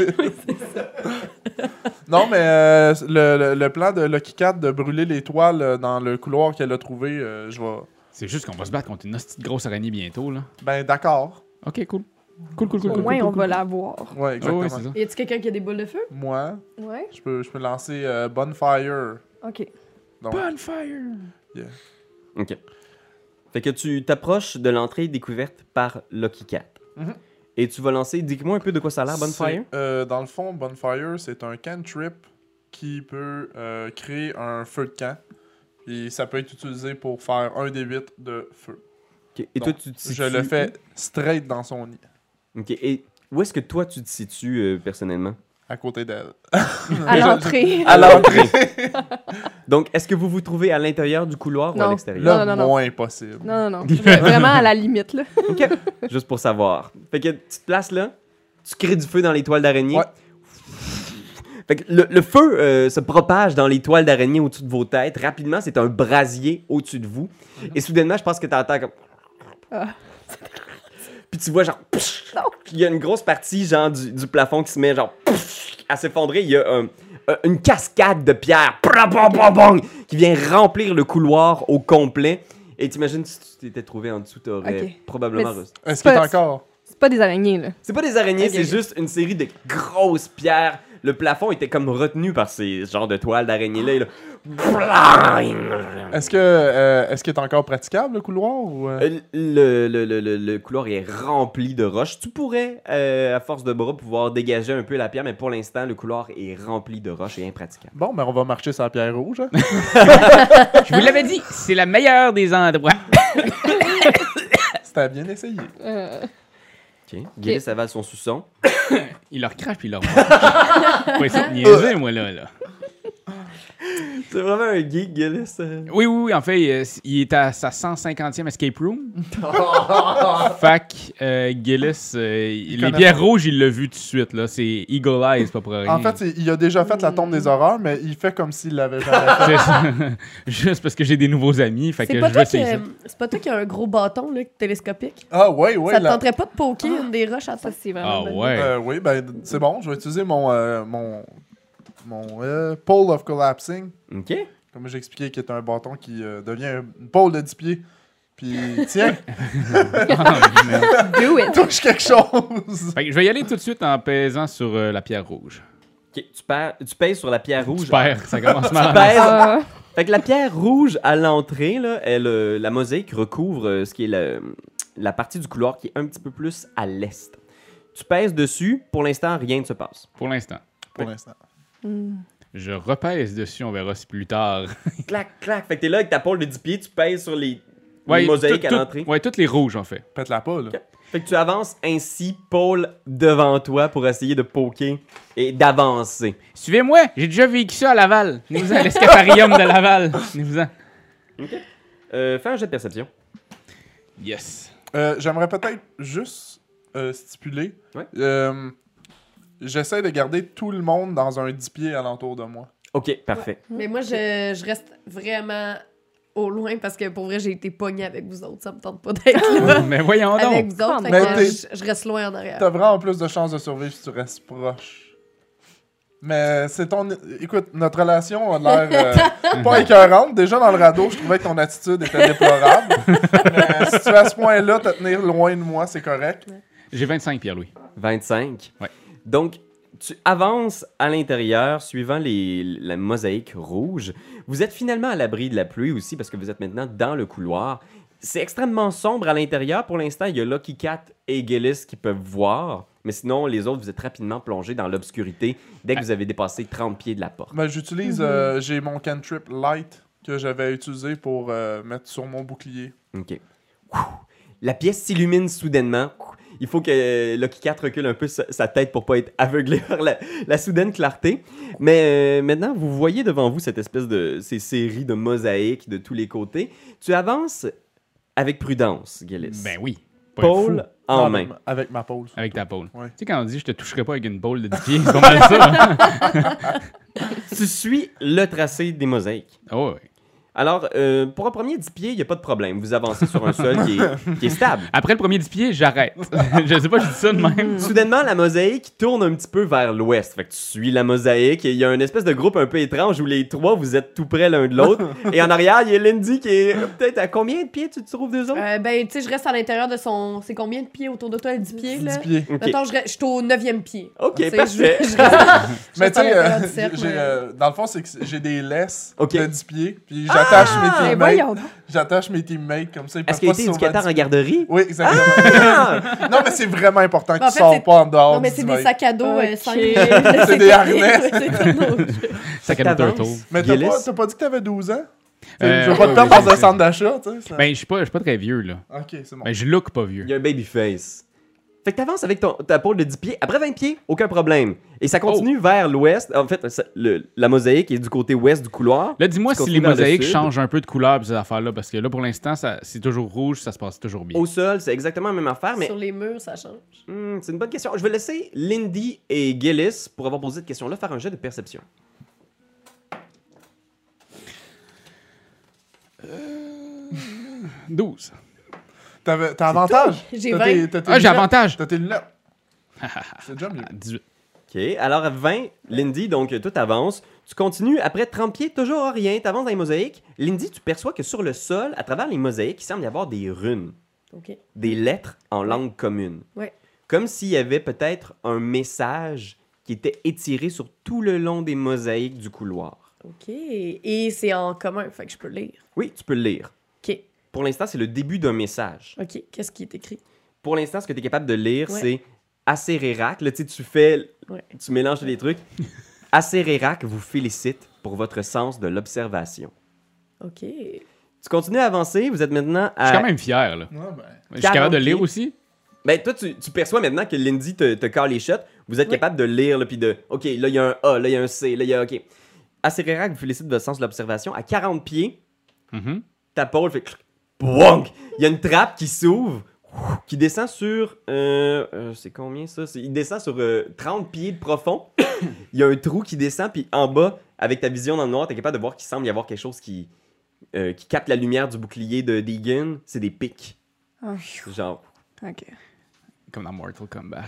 Non, mais euh, le, le- le plan de Lucky Cat de brûler les toiles euh, dans le couloir qu'elle a trouvé, euh, je vais. C'est juste qu'on va se battre contre une hostie de grosse araignée bientôt, là. Ben, d'accord. Ok, cool. Cool, cool, cool, Au cool. moins, cool, on cool, va cool. la voir. Ouais, Ah ouais, exactement. c'est ça. Y a-tu quelqu'un qui a des boules de feu? Moi, Ouais. je peux, je peux lancer euh, Bonfire. OK. Donc, Bonfire! OK. Fait que tu t'approches de l'entrée découverte par Lucky Cat. Mhm. Et tu vas lancer... Dis-moi un peu de quoi ça a l'air, Bonfire. c'est, euh, dans le fond, Bonfire, c'est un cantrip qui peut euh, créer un feu de camp. Et ça peut être utilisé pour faire un des huit de feu. OK. Et Donc, toi, tu te situes... Je le fais straight dans son nid, OK. Et où est-ce que toi, tu te situes euh, personnellement? à côté d'elle. À l'entrée. À l'entrée. Donc, est-ce que vous vous trouvez à l'intérieur du couloir ou à Non. l'extérieur? Le non, non, non. moins possible. Non, non, non. Vraiment à la limite, là. OK. Juste pour savoir. Fait que tu te places là, tu crées du feu dans les toiles d'araignée. Ouais. Fait que le, le feu euh, se propage dans les toiles d'araignée au-dessus de vos têtes. Rapidement, c'est un brasier au-dessus de vous. Et soudainement, je pense que tu entends comme... Ah. Puis tu vois genre... Il y a une grosse partie genre du, du plafond qui se met genre à s'effondrer. Il y a un- un- une cascade de pierres qui vient remplir le couloir au complet. Et t'imagines si tu t'étais trouvé en dessous, t'aurais Ok. probablement Mais reçu. Est-ce C'est qu'il est pas- encore? C'est pas des araignées, là. C'est pas des araignées, Ok, c'est ok. juste une série de grosses pierres. Le plafond était comme retenu par ces genres de toiles d'araignées-là. et là, Est-ce que euh, est-ce qu'il est encore praticable, le couloir? Ou, euh? Euh, Le, le, le, le, le couloir est rempli de roches. Tu pourrais, euh, à force de bras, pouvoir dégager un peu la pierre, mais pour l'instant, le couloir est rempli de roches et impraticable. Bon, ben on va marcher sur la pierre rouge. Hein? Je vous l'avais dit, c'est la meilleure des endroits. C'était bien essayé. Euh, Ok. Gillis avale son suçon. Il leur crache puis il leur mange. Faut essayer de niaiser, moi, là. là. C'est vraiment un geek, Gillis. euh. Oui, oui, oui. En fait, euh, il est à sa cent cinquantième escape room. Fait que euh, Gillis, euh, les connaît pierres pas. rouges, il l'a vu tout de suite. Là. C'est Eagle Eyes, pas pour rien. En fait, c'est- il a déjà fait la tombe des horreurs, mais il fait comme s'il l'avait jamais fait. C'est ça. Juste parce que j'ai des nouveaux amis. Fait que C'est je pas, vais toi essayer qui, ça. euh, c'est pas toi qui a un gros bâton là, télescopique? Ah, ouais, ouais. ça te la- tenterait pas de poker une des roches à ça, toi? c'est vraiment. Ah une bonne idée. ouais. Euh, oui, ben c'est bon. Je vais utiliser mon mon mon, mon euh, pole of collapsing, Ok. comme j'ai expliqué, qui est un bâton qui euh, devient une pôle de dix pieds. Puis tiens, Ah, merde. Do it! touche quelque chose. Fait que je vais y aller tout de suite en pesant sur euh, la pierre rouge. Ok, tu, perds- tu pèses sur la pierre rouge. Super, ça commence Tu mal. pèses. Ah, Fait que la pierre rouge à l'entrée, là, elle, euh, la mosaïque recouvre euh, ce qui est le- la partie du couloir qui est un petit peu plus à l'est. Tu pèses dessus, pour l'instant, rien ne se passe. Pour l'instant. Pour l'instant. hmm. Je repèse dessus, on verra si plus tard. Clac, clac. Fait que t'es là avec ta pôle de dix pieds, tu pèses sur les, les Ouais, mosaïques tout- à tout- l'entrée. Ouais, toutes les rouges, en fait. Pète la pas, là. Fait que tu avances ainsi, pôle devant toi pour essayer de poker et d'avancer. Suivez-moi, j'ai déjà vécu ça à Laval. Venez-vous-en, l'escaparium de Laval. Venez-vous-en. Euh, fais un jet de perception. Yes. Euh, J'aimerais peut-être juste euh, stipuler. Ouais. Euh, J'essaie de garder tout le monde dans un dix pieds alentour de moi. Ok, parfait. Mais moi, je, je reste vraiment au loin parce que pour vrai, j'ai été pognée avec vous autres. Ça me tente pas d'être là Mais voyons avec donc. vous autres. Fait Mais que t'es- je, je reste loin en arrière. T'as vraiment plus de chances de survivre si tu restes proche. Mais c'est ton. Écoute, notre relation a l'air euh, pas écœurante. Déjà dans le radeau, je trouvais que ton attitude était déplorable. Mais si tu es à ce point-là, te tenir loin de moi, c'est correct. J'ai vingt-cinq, Pierre-Louis. vingt-cinq. Ouais. Donc, tu avances à l'intérieur suivant les, la mosaïque rouge. Vous êtes finalement à l'abri de la pluie aussi parce que vous êtes maintenant dans le couloir. C'est extrêmement sombre à l'intérieur. Pour l'instant, il y a Lucky Cat et Gillis qui peuvent voir. Mais sinon, les autres, vous êtes rapidement plongés dans l'obscurité dès que vous avez dépassé trente pieds de la porte. Ben, j'utilise. euh, J'ai mon cantrip light que j'avais utilisé pour euh, mettre sur mon bouclier. OK. Ouh. La pièce s'illumine soudainement. Ouh. Il faut que Lucky Cat recule un peu sa, sa tête pour pas être aveuglé par la, la soudaine clarté. Mais euh, maintenant, vous voyez devant vous cette espèce de... ces séries de mosaïques de tous les côtés. Tu avances avec prudence, Gillis. Ben oui. Pas Pôle fou. en Non, main. avec, ma- avec ma pole. Avec ta pôle. Ouais. Tu sais, quand on dit je te toucherai pas avec une boule de dix pieds, c'est pas mal ça. hein? Tu suis le tracé des mosaïques. Oh, ouais. Alors, euh, pour un premier dix pieds, il n'y a pas de problème. Vous avancez sur un sol qui est, qui est stable. Après le premier dix pieds, j'arrête. Je sais pas, je dis ça de même. Soudainement, la mosaïque tourne un petit peu vers l'ouest. Fait que tu suis la mosaïque et il y a une espèce de groupe un peu étrange où les trois, vous êtes tout près l'un de l'autre. Et en arrière, il y a Lindy qui est peut-être à combien de pieds tu te trouves d'eux autres? Euh, ben, tu sais, je reste à l'intérieur de son. C'est combien de pieds autour de toi? dix pieds, là? dix pieds. Ok. Mettons, je, reste- je suis au neuvième pied. Ok, Tu sais, parfait. Je, je reste, je Mais reste tu à sais, l'intérieur euh, du cercle, j'ai, mais- euh, dans le fond, c'est que j'ai des laisses Ok. de dix pieds. Puis j'attache Ah! mes Eh, teammates. voyons donc. J'attache mes teammates comme ça. Ils Est-ce peuvent qu'il a pas été se sauver à éducateur en dix garderie? Oui, exactement. Ah! Non, mais c'est vraiment important que En tu fait, sors c'est- pas en dehors Non, mais du c'est dix des mètres. sacs à dos, euh, Ok. sans de C'est des harnais. Sac à dos T'avances. turtle. Mais t'as Gillis? pas, t'as pas dit que t'avais douze ans? Euh, je veux pas te ouais, perdre ouais, dans un c'est- centre d'achat, tu sais. ça- Ben, je suis pas, je suis pas très vieux, là. Ok, c'est bon. Ben, je look pas vieux. Il y a un baby face. Fait que t'avances avec ton, ta pôle de dix pieds. Après vingt pieds, aucun problème. Et ça continue vers l'ouest. En fait, ça- le- la mosaïque est du côté ouest du couloir. Là, dis-moi Tu si continues les vers le mosaïques sud. changent un peu de couleur pis ces affaires-là, parce que là, pour l'instant, ça- c'est toujours rouge, ça se passe toujours bien. Au sol, c'est exactement la même affaire, mais Sur les murs, ça change. hmm, c'est une bonne question. Je vais laisser Lindy et Gillis, pour avoir posé cette question-là, faire un jet de perception. douze. T'avais- T'as avantage? J'ai T'as vingt. tes- t'as tes Ah, j'ai lunettes. avantage! T'as tes lunettes. C'est déjà mieux. dix-huit. OK. Alors, à vingt, Lindy, donc tout avance. Tu continues. Après trente pieds, toujours rien. Tu avances dans les mosaïques. Lindy, tu perçois que sur le sol, à travers les mosaïques, il semble y avoir des runes, OK. des lettres en langue commune. Ouais. comme s'il y avait peut-être un message qui était étiré sur tout le long des mosaïques du couloir. OK. Et c'est en commun, fait que je peux lire. Oui, tu peux le lire. OK. Pour l'instant, c'est le début d'un message. OK. Qu'est-ce qui est écrit? Pour l'instant, ce que tu es capable de lire, Ouais. c'est Acérérac. Là, tu sais, tu fais, Ouais. tu mélanges les trucs. Acérérac vous félicite pour votre sens de l'observation. OK. Tu continues à avancer, vous êtes maintenant Je suis à... quand même fier, là. Ouais, ben. Je suis capable de quarante lire pieds. aussi. Ben, toi, tu, tu perçois maintenant que Lindy te, te colle les shots. Vous êtes Oui. capable de lire, là, puis de... OK, là, il y a un A, là, il y a un C, là, il y a... OK. Acérérac vous félicite de votre sens de l'observation. À quarante pieds, Mhm. ta pôle fait... clic, boing! Il y a une trappe qui s'ouvre, qui descend sur... Euh, euh, c'est combien, ça? C'est- il descend sur euh, trente pieds de profond. Il y a un trou qui descend, puis en bas, avec ta vision dans le noir, t'es capable de voir qu'il semble y avoir quelque chose qui, euh, qui capte la lumière du bouclier de Deegan. C'est des pics. Ah, Genre... OK. Comme dans Mortal Kombat.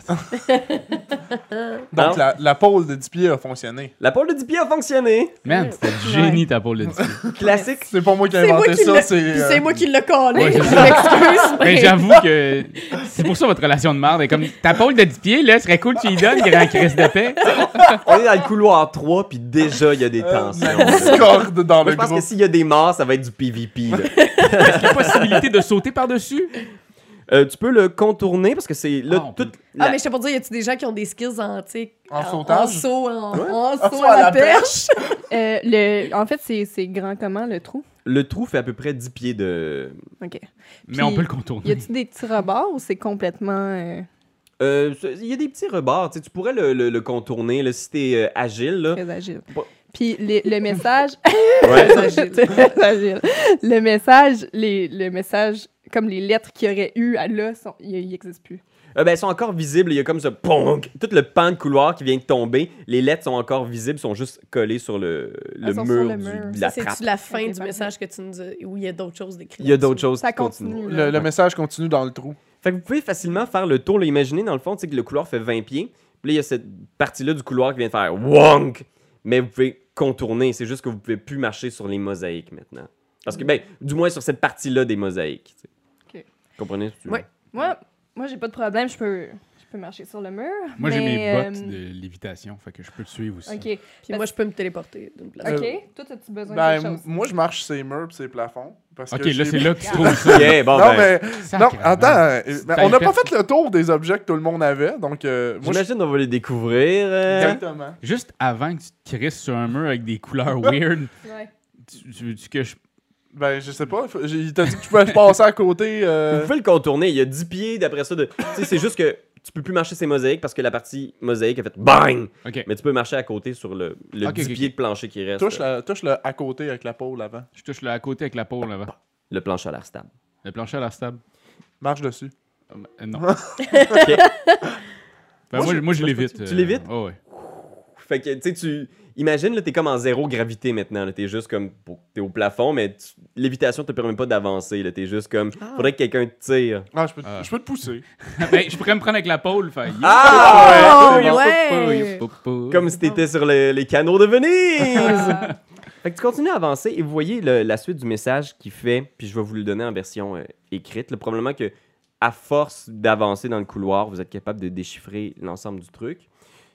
Donc, Alors, la, la pôle de dix pieds a fonctionné. la pôle de dix pieds a fonctionné. Man, c'était du génie ta pôle de dispute. Classique. C'est pas moi qui ai C'est moi inventé qui ça, l'ai- c'est... Puis euh, c'est moi qui l'ai collé. Ouais, je c'est ça. m'excuse. Mais j'avoue que c'est pour ça votre relation de merde est comme ta pôle de dix pieds, là, serait cool que tu y donnes, grand Christ de paix. On est dans le couloir trois, puis déjà, il y a des euh, tensions. la discorde dans Moi, le je pense groupe. que s'il y a des morts, ça va être du P V P. là. Est-ce qu'il y a possibilité de sauter par-dessus? Euh, tu peux le contourner parce que c'est là Ah, on toute peut- la- Ah, mais je sais pas dire, y a-tu des gens qui ont des skills en, tu sais, En en sautage? En saut, en, en En saut à la perche. Euh, le, en fait, c'est c'est grand comment, le trou? le trou fait à peu près dix pieds de. OK. Mais on peut le Y contourner. a-tu des petits rebords ou c'est complètement... euh, Euh, c'est- Il y a des petits rebords. Tu sais, tu pourrais le, le- le contourner là, si t'es euh, agile. Là. très agile? Pas- Puis les- le message... Ouais. Très agile. Le message, les, le message, comme les lettres qu'il y aurait eu à là, sont- il n'existe plus. Euh, ben, elles sont encore visibles. Il y a comme ce ponk. Tout le pan de couloir qui vient de tomber. Les lettres sont encore visibles, sont juste collées sur le, le Elles sont mur, sur le du- mur. de la Ça, trappe. c'est-tu la fin Ok, du parfait. message que tu nous as... Où il y a d'autres choses décrites. Il y a d'autres choses Ça qui continuent. continue. Le, le message continue dans le trou. Fait que vous pouvez facilement faire le tour. Là. Imaginez, dans le fond, tu sais que le couloir fait vingt pieds. Puis là, il y a cette partie-là du couloir qui vient de faire wonk. Mais vous pouvez contourner. C'est juste que vous pouvez plus marcher sur les mosaïques maintenant. Parce que, ben, du moins sur cette partie-là des mosaïques. tu sais. Ok. Comprenez? ce que tu veux? Ouais. Moi, moi j'ai pas de problème, je peux, je peux marcher sur le mur. Moi, j'ai mes mais, bottes euh, de lévitation, fait que je peux te suivre aussi. OK. Puis moi, je peux me téléporter d'une place. OK. Euh, Toi, as-tu besoin de Ben, quelque chose? moi, je marche sur ces murs pis ces plafonds. Parce Ok, que là, j'ai- c'est là que tu trouves ça. Ok, bon, Non, ben, mais... Non, Sacrément. attends, euh, ben, on n'a pas hyper- fait le tour des objets que tout le monde avait, donc... euh, moi, je- j'imagine qu'on va les découvrir. euh. Exactement. Juste avant que tu te crisses sur un mur avec des couleurs weird, Ouais. tu, tu veux-tu que je... Ben, je sais pas, faut- j'ai- il t'a dit que tu pouvais passer à côté... euh, Vous pouvez le contourner. Il y a dix pieds d'après ça. De... tu sais, c'est juste que tu peux plus marcher ces mosaïques parce que la partie mosaïque a fait bang! Ok, Mais tu peux marcher à côté sur le, le Ok, dix ok, pieds ok. de plancher qui reste. touche, la, touche le à côté avec la pôle avant. je touche là à côté avec la pôle là-bas. Le plancher à l'air stable. Le plancher à la stable. Marche dessus. Euh, non. Ok. Ben, moi, je- moi, je moi, je l'évite. peux- tu euh, l'évites? oh, ouais. Fait que, tu sais, tu. Imagine, là, t'es comme en zéro gravité maintenant. là. T'es juste comme. T'es au plafond, mais tu- l'évitation te permet pas d'avancer. là. T'es juste comme. Ah. Faudrait que quelqu'un te tire. Ah, je peux, Ah. je peux te pousser. Ben, je pourrais me prendre avec la pôle. Faire... Ah! Oh, ouais! ouais! Comme si t'étais sur le- les canaux de Venise! Fait que tu continues à avancer et vous voyez le- la suite du message qui fait, puis je vais vous le donner en version euh, écrite. là. Probablement que à force d'avancer dans le couloir, vous êtes capable de déchiffrer l'ensemble du truc.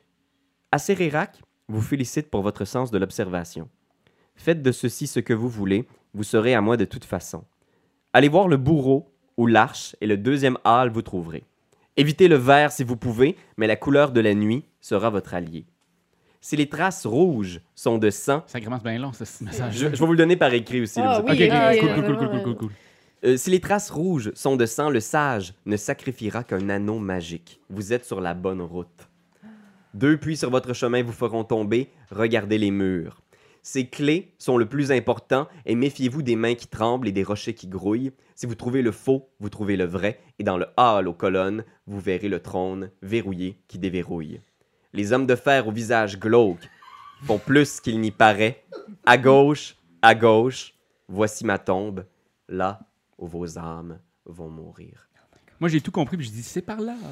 Acérérac vous félicite pour votre sens de l'observation. Faites de ceci ce que vous voulez, vous serez à moi de toute façon. Allez voir le bourreau ou l'arche et le deuxième hall vous trouverez. Évitez le vert si vous pouvez, mais la couleur de la nuit sera votre allié. Si les traces rouges sont de sang, Sacrément, c'est bien long, ce ce message. je, je vais vous le donner par écrit aussi. là, Ah vous oui, Ok, ok, ah, cool, oui, cool, cool, vraiment, cool, cool, cool, cool. Euh, si les traces rouges sont de sang, le sage ne sacrifiera qu'un anneau magique. Vous êtes sur la bonne route. Deux puits sur votre chemin vous feront tomber. Regardez les murs. Ces clés sont le plus important et méfiez-vous des mains qui tremblent et des rochers qui grouillent. Si vous trouvez le faux, vous trouvez le vrai. Et dans le hall aux colonnes, vous verrez le trône verrouillé qui déverrouille. Les hommes de fer au visage glauque font plus qu'il n'y paraît. À gauche, à gauche, voici ma tombe. Là où vos âmes vont mourir. Moi, j'ai tout compris, puis je dis, c'est par là.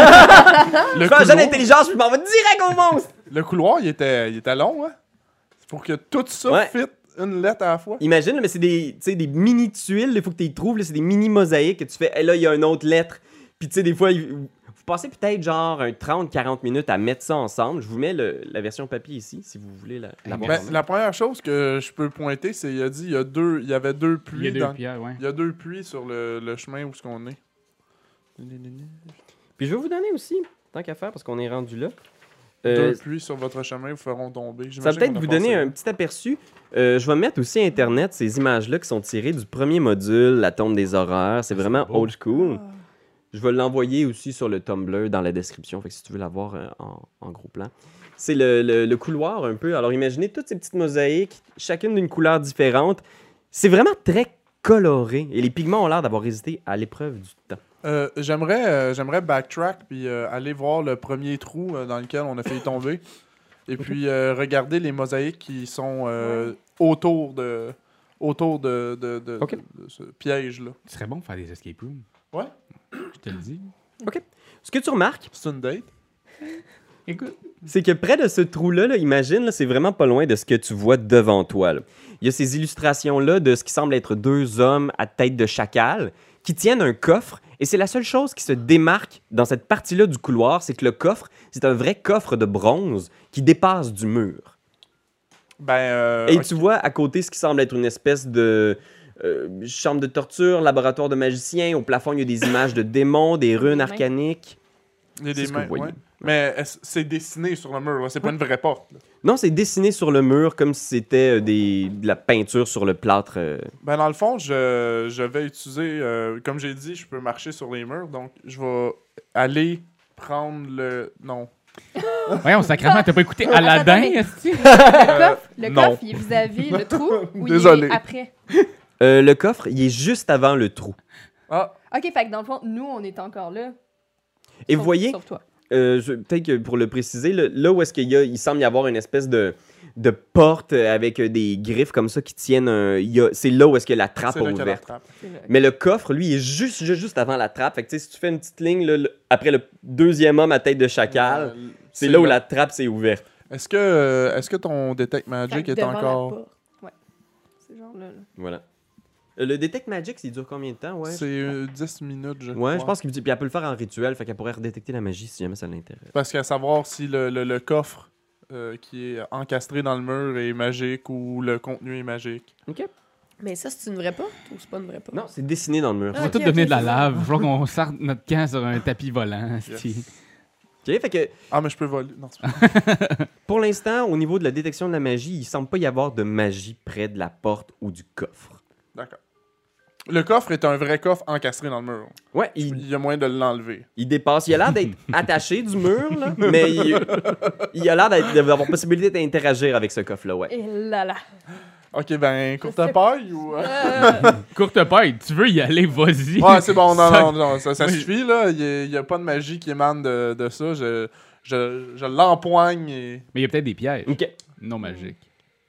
Le Je fais un jeu couloir, d'intelligence, puis je m'en vais direct au monstre! le couloir, il était, il était long, hein? C'est pour que tout ça Ouais. fit une lettre à la fois. Imagine, là, mais c'est des, tu sais, des mini-tuiles, il faut que tu les trouves, là, c'est des mini-mosaïques que tu fais, hey, là, il y a une autre lettre. Puis, tu sais, des fois, il- vous passez peut-être genre un trente à quarante minutes à mettre ça ensemble. Je vous mets le- la version papier ici, si vous voulez la, la voir. Ben, la première chose que je peux pointer, c'est qu'il a dit il y a deux, il y avait deux Il y a puits deux dans, pierres, ouais. il y a deux puits sur le, le chemin où ce qu'on est. Puis je vais vous donner aussi, tant qu'à faire, parce qu'on est rendu là. Euh, Deux puits sur votre chemin vous feront tomber. ça va J'imagine peut-être qu'on a vous passé donner là. un petit aperçu. Euh, je vais mettre aussi à Internet ces images-là qui sont tirées du premier module, La tombe des horreurs. C'est Ah, vraiment c'est beau. old school. Je vais l'envoyer aussi sur le Tumblr dans la description, fait que si tu veux la voir euh, en, en gros plan. C'est le, le- le couloir un peu. Alors imaginez toutes ces petites mosaïques, chacune d'une couleur différente. C'est vraiment très coloré et les pigments ont l'air d'avoir résisté à l'épreuve du temps. Euh, j'aimerais, euh, j'aimerais backtrack puis euh, aller voir le premier trou euh, dans lequel on a failli tomber. Et puis euh, regarder les mosaïques qui sont euh, autour de autour de, de, de- Ok. de- de ce piège-là. Ce serait bon de faire des escape rooms. Ouais. Je te le dis. Ce que tu remarques, C'est une date. Écoute. c'est que près de ce trou-là, là, imagine, là, c'est vraiment pas loin de ce que tu vois devant toi. Là. Il y a ces illustrations-là de ce qui semble être deux hommes à tête de chacal qui tiennent un coffre. Et c'est la seule chose qui se démarque dans cette partie-là du couloir, c'est que le coffre, c'est un vrai coffre de bronze qui dépasse du mur. Ben, euh, Et ok. tu vois à côté ce qui semble être une espèce de euh, chambre de torture, laboratoire de magicien. Au plafond, il y a des images de démons, des runes Des mains. arcaniques. Il y a c'est des ce que vous mains, voyez. ouais. Mais est-ce- c'est dessiné sur le mur, là. C'est pas une vraie porte. là. Non, c'est dessiné sur le mur comme si c'était euh, des, de la peinture sur le plâtre. euh. Ben, dans le fond, je, je vais utiliser, euh, comme j'ai dit, je peux marcher sur les murs, donc je vais aller prendre le... Non. Voyons, sacrément, t'as pas écouté Aladdin, mais- esti? Le coffre, le non. coffre, il est vis-à-vis le trou ou Désolé. il est après? Euh, le coffre, il est juste avant le trou. Ah, OK, fait que dans le fond, nous, on est encore là. Et Sauf- vous voyez, Sauf toi. euh, je- peut-être que pour le préciser, le- là où est-ce qu'il y a, il semble y avoir une espèce de, de porte avec euh, des griffes comme ça qui tiennent un... il y a- C'est là où est-ce que la trappe c'est a là qu'elle ouvert. attrape. C'est là. Mais le coffre, lui, est juste, juste, juste avant la trappe. Fait que, tu sais, si tu fais une petite ligne, là, le- après le deuxième homme à tête de chacal, Euh, c'est là où la trappe s'est ouverte. Est-ce que, euh, est-ce que ton Detect Magic Fait que est devant la encore... porte. Ouais. C'est genre là. là. Voilà. Euh, Le Detect Magic, il dure combien de temps? Ouais, C'est euh, dix minutes, je ouais crois. je pense qu'il puis elle peut le faire en rituel, fait qu'elle pourrait redétecter la magie si jamais ça l'intéresse. Parce qu'à savoir si le, le, le coffre euh, qui est encastré dans le mur est magique ou le contenu est magique. OK. Mais ça, c'est une vraie porte ou c'est pas une vraie porte? Non, c'est dessiné dans le mur. On va Ok, tout ok, devenir de la c'est ça. lave. Il va falloir qu'on sorte notre camp sur un tapis volant, esti. OK, fait que Ah, mais je peux voler. Non, c'est pas... pour l'instant, au niveau de la détection de la magie, il semble pas y avoir de magie près de la porte ou du coffre. D'accord. Le coffre est un vrai coffre encastré dans le mur. Ouais, il, Il y a moyen de l'enlever. il dépasse. Il a l'air d'être attaché du mur, là, mais il, il a l'air d'être- d'avoir possibilité d'interagir avec ce coffre-là, ouais. Et là là. Ok, ben, courte sais paille ou... euh? Euh, Courte paille, tu veux y aller, vas-y. Ouais, c'est bon, non, Ça- non, non, ça, ça Oui. suffit, là. Il n'y a, pas de magie qui émane de, de ça. Je, je, je l'empoigne et... Mais il y a peut-être des pièges OK. non magiques.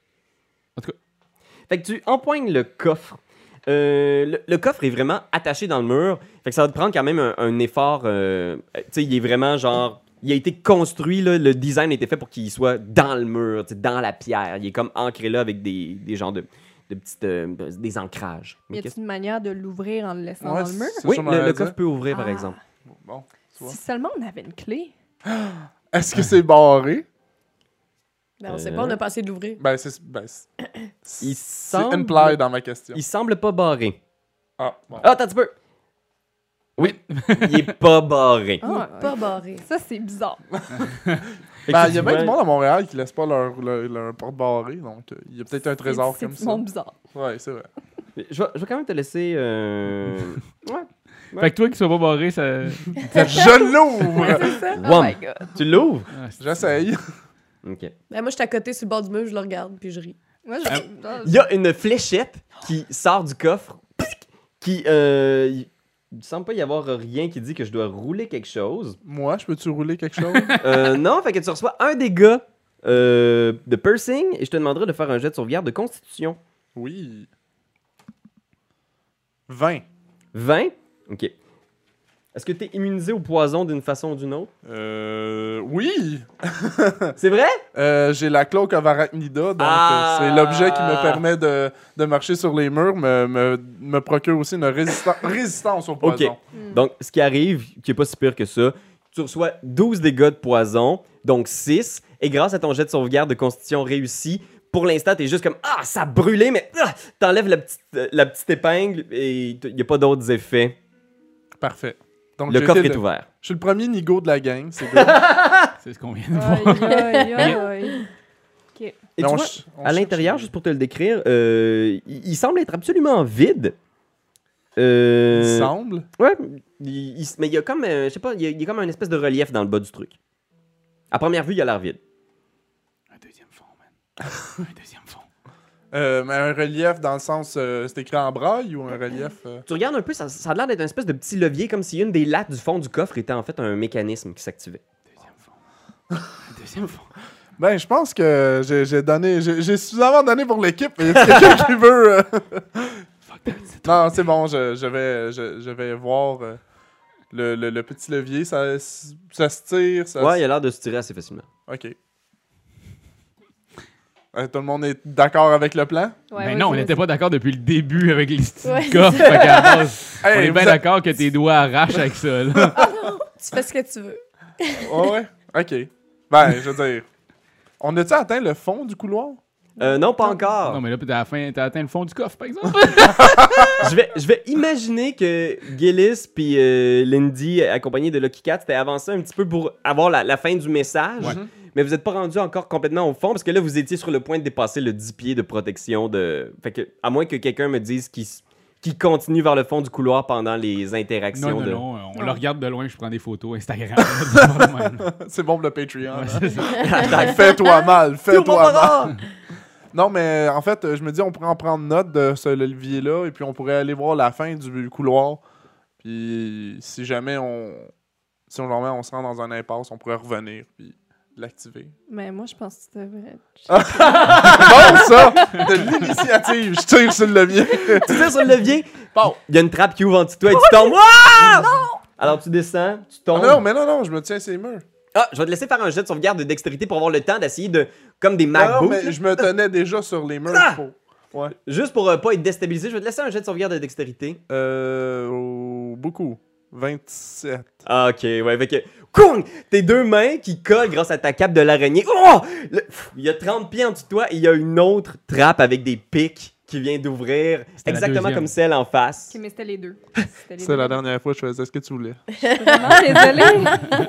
Fait que tu empoignes le coffre. Euh, le, le coffre est vraiment attaché dans le mur. Fait que ça va te prendre quand même un, un effort. euh, tu sais, il est vraiment genre. Il a été construit, là, le design a été fait pour qu'il soit dans le mur, tu sais, dans la pierre. Il est comme ancré là avec des, des genres de, de petites. euh, des ancrages. y Ok? a-t-il une manière de l'ouvrir en le laissant Ouais, dans le mur? c'est Oui, ça, le, m'en le allait coffre dire. peut ouvrir, par Ah. exemple. Bon, tu vois. Si seulement on avait une clé. Est-ce que c'est barré? Ben, on sait Euh. pas, on a pas essayé de l'ouvrir. Ben, c'est... Ben, c'est Il c'est semble. implied dans ma question. Il semble pas barré. Ah, bon. Ah, attends un petit peu. Oui, il est pas barré. Il est Ah, pas ok. barré. Ça, c'est bizarre. Fait que Ben, si il y a tu bien vois- du monde à Montréal qui laisse pas leur, leur, leur porte barrée, donc euh, il y a peut-être un trésor C'est- comme C'est ça. mon bizarre. Ouais, c'est vrai. Je vais, je vais quand même te laisser. euh, Ouais. Fait que toi qui sois pas barré, ça. Je l'ouvre! C'est ça? Oh Wham. my god. Tu l'ouvres? Ah, c'est- J'essaye. OK. Ben, moi, je suis à côté sur le bord du mur, je le regarde, puis je ris. Moi, je... Euh, Il y a une fléchette qui sort du coffre, qui. Euh, il il semble pas y avoir rien qui dit que je dois rouler quelque chose. Moi, je peux-tu rouler quelque chose? Euh, non, fait que tu reçois un dégât euh, de piercing et je te demanderai de faire un jet de sauvegarde de constitution. Oui. vingt. vingt? OK. Est-ce que tu es immunisé au poison d'une façon ou d'une autre? Euh... Oui! C'est vrai? Euh, j'ai la cloak of Arachnida, donc Ah! euh, c'est l'objet qui me permet de, de marcher sur les murs, me, me, me procure aussi une résista- résistance au poison. OK. Donc, ce qui arrive, qui est pas si pire que ça, tu reçois douze dégâts de poison, donc six. Et grâce à ton jet de sauvegarde de constitution réussi, pour l'instant, t'es juste comme « Ah, ça a brûlé, mais ah! » T'enlèves la petite, euh, la petite épingle et il n'y a pas d'autres effets. Parfait. Donc, Le j'ai coffre été est le- ouvert. Je suis le premier nigo de la gang, c'est good. C'est ce qu'on vient de voir. Aïe, aïe, aïe. OK. Et Mais tu on vois, ch- on à cherche- l'intérieur, juste pour te le décrire, euh, il, il semble être absolument vide. Euh, Il semble. Ouais, il- il- mais il y a comme, euh, je sais pas, il y, a, il y a comme une espèce de relief dans le bas du truc. À première vue, il a l'air vide. Un deuxième fond, man. Un deuxième fond. Euh, mais un relief dans le sens, euh, c'est écrit en braille ou un relief... euh, Tu regardes un peu, ça, ça a l'air d'être une espèce de petit levier, comme si une des lattes du fond du coffre était en fait un mécanisme qui s'activait. Deuxième fond. Un deuxième fond. Ben, je pense que j'ai j'ai donné... J'ai j'ai suffisamment donné pour l'équipe, mais y a quelqu'un qui veut... euh, Fuck that, c'est Non, c'est bon, je, je vais, je, je vais voir euh, le, le, le petit levier. Ça, ça se tire, ça Ouais, se- il a l'air de se tirer assez facilement. OK. Euh, tout le monde est d'accord avec le plan? Ouais, Ben ouais, non, on c'est- n'était pas d'accord depuis le début avec les petits Ouais, coffres. Fait qu'à la base, on Hey, est vous bien êtes- d'accord que tes doigts arrachent avec ça. Là. Tu fais ce que tu veux. Ouais, ouais. OK. Ben, je veux dire... On a-tu atteint le fond du couloir? Euh, non, pas encore. Non, mais là, puis à la fin, t'as atteint le fond du coffre, par exemple. je, vais, je vais imaginer que Gillis puis euh, Lindy, accompagnés de Lucky Cat, s'étaient avancés un petit peu pour avoir la, la fin du message. Ouais. Mais vous n'êtes pas rendu encore complètement au fond parce que là, vous étiez sur le point de dépasser le dix pieds de protection de. Fait que, à moins que quelqu'un me dise qu'il s- qu'il continue vers le fond du couloir pendant les interactions Non, non, de. non, on Non. le regarde de loin, je prends des photos Instagram. Ouais, C'est bon pour le Patreon. hein? c'est ça. Fais-toi mal, fais-toi Tout mal. mal. Non, mais en fait, euh, je me dis, on pourrait en prendre note de ce levier-là, et puis on pourrait aller voir la fin du couloir. Puis si jamais on. Si on, jamais on se rend dans un impasse, on pourrait revenir, puis l'activer. Mais moi, je pense que tu devrais. Bon, ça! De l'initiative, je tire sur le levier. Tu tires sur le levier. Bon. Il y a une trappe qui ouvre en dessous de toi et tu tombes. Wouah! Alors tu descends, tu Ah tombes. non, mais non, non, je me tiens à ces murs. Ah, je vais te laisser faire un jet de sauvegarde de dextérité pour avoir le temps d'essayer de. Comme des Non, MacBooks. non, mais je me tenais déjà sur les murs. Ah! faut- Ouais. Juste pour euh, pas être déstabilisé, je vais te laisser un jet de sauvegarde de dextérité. Euh. oh, beaucoup. vingt-sept. Ah, ok, ouais, fait que. Koung! Tes deux mains qui collent grâce à ta cape de l'araignée. Oh! Le- pff, Il y a trente pieds en dessous de toi et il y a une autre trappe avec des pics qui vient d'ouvrir. C'était la Exactement deuxième. comme celle en face. OK, mais c'était les deux. C'était les C'est deux. la dernière fois que je faisais ce que tu voulais. Je suis vraiment désolée.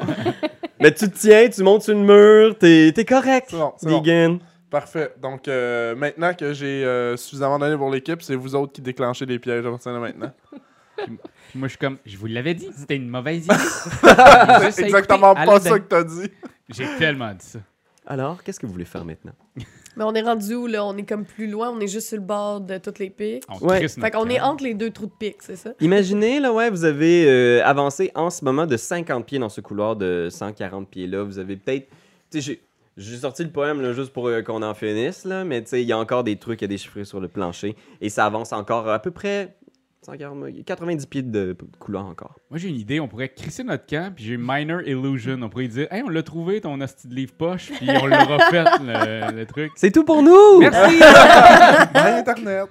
Mais tu te tiens, tu montes sur le mur, t'es t'es correct. C'est bon, c'est bon. Deegan. Parfait. Donc, euh, maintenant que j'ai euh, suffisamment donné pour l'équipe, c'est vous autres qui déclenchez les pièges à partir de maintenant. Puis moi, je suis comme, je vous l'avais dit, c'était une mauvaise idée. C'est exactement écouter pas Aladdin. ça que t'as dit. J'ai tellement dit ça. Alors, qu'est-ce que vous voulez faire maintenant? Mais on est rendu où, là? On est comme plus loin, on est juste sur le bord de toutes les pics. On Ouais. crisse Fait notre qu'on est camp. entre les deux trous de pics, c'est ça? Imaginez, là, ouais, vous avez euh, avancé en ce moment de cinquante pieds dans ce couloir de cent quarante pieds-là. Vous avez peut-être. Tu sais, j'ai. J'ai sorti le poème là, juste pour euh, qu'on en finisse, là, mais tu sais, il y a encore des trucs à déchiffrer sur le plancher et ça avance encore à peu près cent quarante, quatre-vingt-dix pieds de, de couloir encore. Moi, j'ai une idée. On pourrait crisser notre camp, puis j'ai Minor Illusion. On pourrait dire, hey, on l'a trouvé, ton hostie de livre poche, puis on l'aura fait, le, le truc. C'est tout pour nous! Merci! Ben, Internet.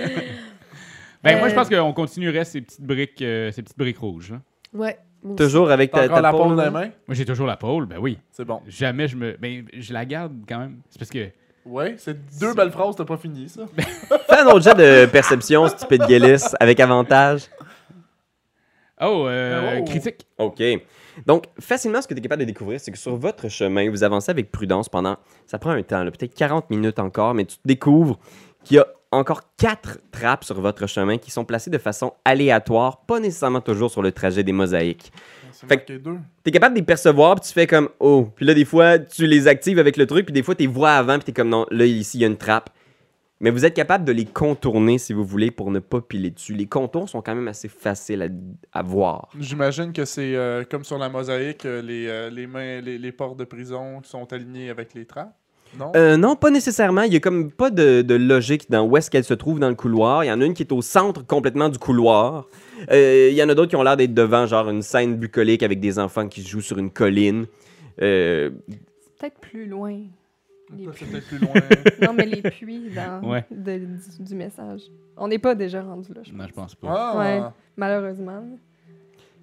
Ben, moi, Euh. je pense qu'on continuerait ces petites briques, euh, ces petites briques rouges. hein. Ouais. moi aussi. Toujours avec T'as ta, encore ta la pôle, paume dans là? les mains? Moi, j'ai toujours la pôle, ben oui. C'est bon. Jamais je me. Ben, je la garde quand même. C'est parce que. Ouais, c'est deux belles phrases, t'as pas fini, ça. Fais un autre jet de perception, stupide Gillis, avec avantage. Oh, euh, Oh. critique. OK. Donc, facilement, ce que tu es capable de découvrir, c'est que sur votre chemin, vous avancez avec prudence pendant. Ça prend un temps, là, peut-être quarante minutes encore, mais tu découvres qu'il y a encore quatre trappes sur votre chemin qui sont placées de façon aléatoire, pas nécessairement toujours sur le trajet des mosaïques. C'est Fait marqué deux. Tu es capable de les percevoir, puis tu fais comme oh. Puis là, des fois, tu les actives avec le truc, puis des fois, tu les vois avant, puis tu es comme non, là, ici, il y a une trappe. Mais vous êtes capable de les contourner si vous voulez pour ne pas piler dessus. Les contours sont quand même assez faciles à, à voir. J'imagine que c'est euh, comme sur la mosaïque, euh, les, euh, les, mains, les, les portes de prison qui sont alignées avec les trappes. Non? Euh, non, pas nécessairement. Il y a comme pas de, de logique dans où est-ce qu'elle se trouve dans le couloir. Il y en a une qui est au centre complètement du couloir. Euh, il y en a d'autres qui ont l'air d'être devant, genre une scène bucolique avec des enfants qui se jouent sur une colline. Euh, Peut-être plus loin. Les Ça, c'est puits. peut-être plus loin. Non, mais les puits dans, Ouais. de- du, du message. On n'est pas déjà rendu là, je pense. Non, je pense pas. Ah! Ouais. Malheureusement.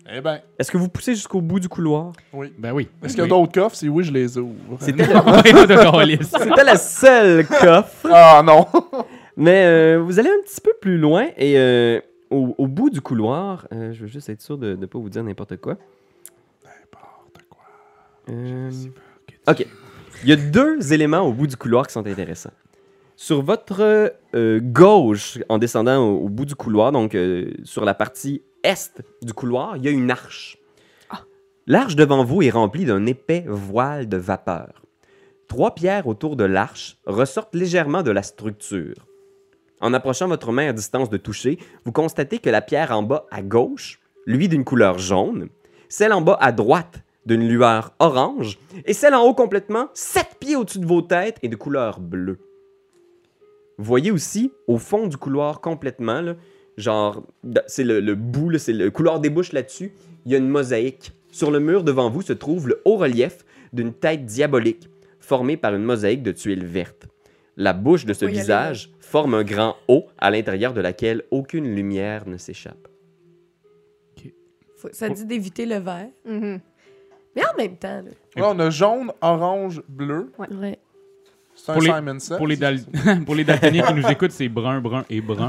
Eh ben, Est-ce que vous poussez jusqu'au bout du couloir? oui. Ben oui. Est-ce qu'il y a d'autres coffres? Si oui, je les ouvre. C'était Non, pas de câlisse. C'était la seule coffre. Ah non! Mais euh, vous allez un petit peu plus loin et euh, au, au bout du couloir, euh, je veux juste être sûr de ne pas vous dire n'importe quoi. N'importe quoi. Euh, OK. Il y a deux éléments au bout du couloir qui sont intéressants. Sur votre euh, gauche, en descendant au, au bout du couloir, donc euh, sur la partie est du couloir, il y a une arche. L'arche devant vous est remplie d'un épais voile de vapeur. Trois pierres autour de l'arche ressortent légèrement de la structure. En approchant votre main à distance de toucher, vous constatez que la pierre en bas à gauche, lui d'une couleur jaune, celle en bas à droite d'une lueur orange, et celle en haut complètement, sept pieds au-dessus de vos têtes et de couleur bleue. Vous voyez aussi, au fond du couloir complètement, là, genre, c'est le, le bout, là, c'est le couloir débouche là-dessus, il y a une mosaïque. Sur le mur devant vous se trouve le haut relief d'une tête diabolique, formée par une mosaïque de tuiles vertes. La bouche de ce Faut y aller, visage forme un grand O à l'intérieur de laquelle aucune lumière ne s'échappe. Faut- ça dit d'éviter le vert. Mhm. Mais en même temps, là. Là, on a jaune, orange, bleu. Ouais. C'est un Pour les- Simon Says. Pour les, dal- pour les daltoniens qui nous écoutent, c'est brun, brun et brun.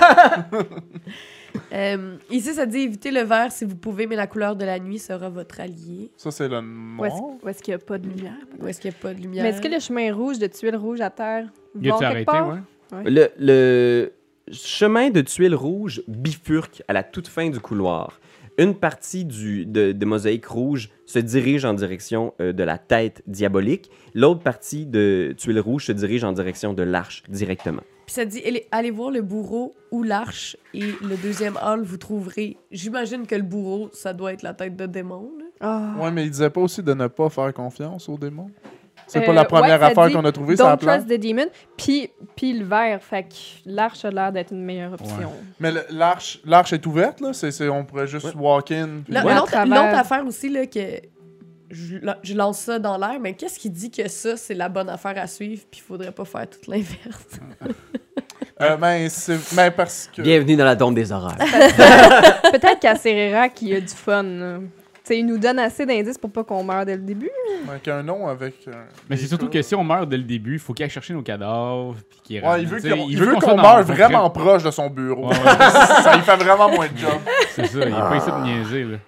Euh, ici, ça dit éviter le vert si vous pouvez, mais la couleur de la nuit sera votre allié. Ça, c'est le Où est-ce noir. où est-ce qu'il n'y a pas de lumière? Ou est-ce qu'il n'y a pas de lumière? Mais est-ce que le chemin rouge de tuiles rouges à terre Y va a-tu quelque arrêté, part? ouais? Le, le chemin de tuiles rouges bifurque à la toute fin du couloir. Une partie du, de, de mosaïque rouge se dirige en direction euh, de la tête diabolique. L'autre partie de tuiles rouges se dirige en direction de l'arche directement. Puis ça dit allez, allez voir le bourreau ou l'arche et le deuxième hall, vous trouverez. J'imagine que le bourreau, ça doit être la tête de démon. Là. Ah. Ouais, mais il disait pas aussi de ne pas faire confiance aux démons. C'est Euh, pas la première ouais, ça affaire dit qu'on a trouvée, c'est la Don't plante. trust the demon. Puis, puis le vert, fait que l'arche a l'air d'être une meilleure option. Mais le- l'arche, l'arche est ouverte, là. C'est, c'est- on pourrait juste walk in. puis- Là, Ouais, à l'autre, travers- l'autre affaire aussi, là, que je, la- je lance ça dans l'air, mais qu'est-ce qui dit que ça, c'est la bonne affaire à suivre, puis il faudrait pas faire tout l'inverse? Euh, ben, c'est ben parce que. Bienvenue dans la tombe des horreurs. Peut-être qu'à Serera, qu'il y a du fun. là. Tu sais, il nous donne assez d'indices pour pas qu'on meure dès le début. Avec un nom, avec. euh, Mais des c'est surtout cas. que si on meurt dès le début, il faut qu'il aille chercher nos cadavres. Puis qu'il Ouais, ramène. il veut, Tu sais, qu'on, il veut qu'on qu'on soit dans- meure dans- vraiment proche de son bureau. Ouais, ouais. Ça lui fait vraiment moins de job. C'est ça, il est pas ici de niaiser, là.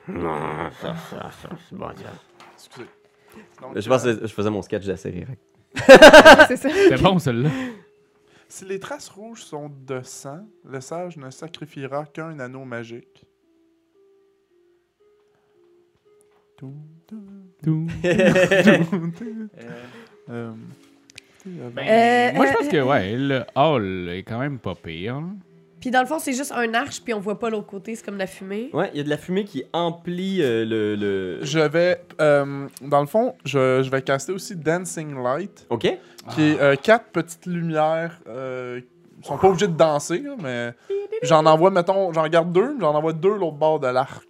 Excusez. Donc, Je pense euh, que je faisais mon sketch de la série. C'est ça. C'est bon, celle-là. si les traces rouges sont de sang, le sage ne sacrifiera qu'un anneau magique. Tout, tout, Tout. euh, Ben, Euh, moi, je euh, pense que, ouais, le hall est quand même pas pire. là. Puis dans le fond, c'est juste un arche, puis on voit pas l'autre côté, c'est comme de la fumée. Ouais, il y a de la fumée qui emplit euh, le, le... Je vais, euh, dans le fond, je, je vais caster aussi Dancing Light, OK? qui est euh, quatre petites lumières. Euh, ils sont pas obligés de danser, là, mais j'en envoie, mettons, j'en garde deux, j'en envoie deux l'autre bord de l'arc.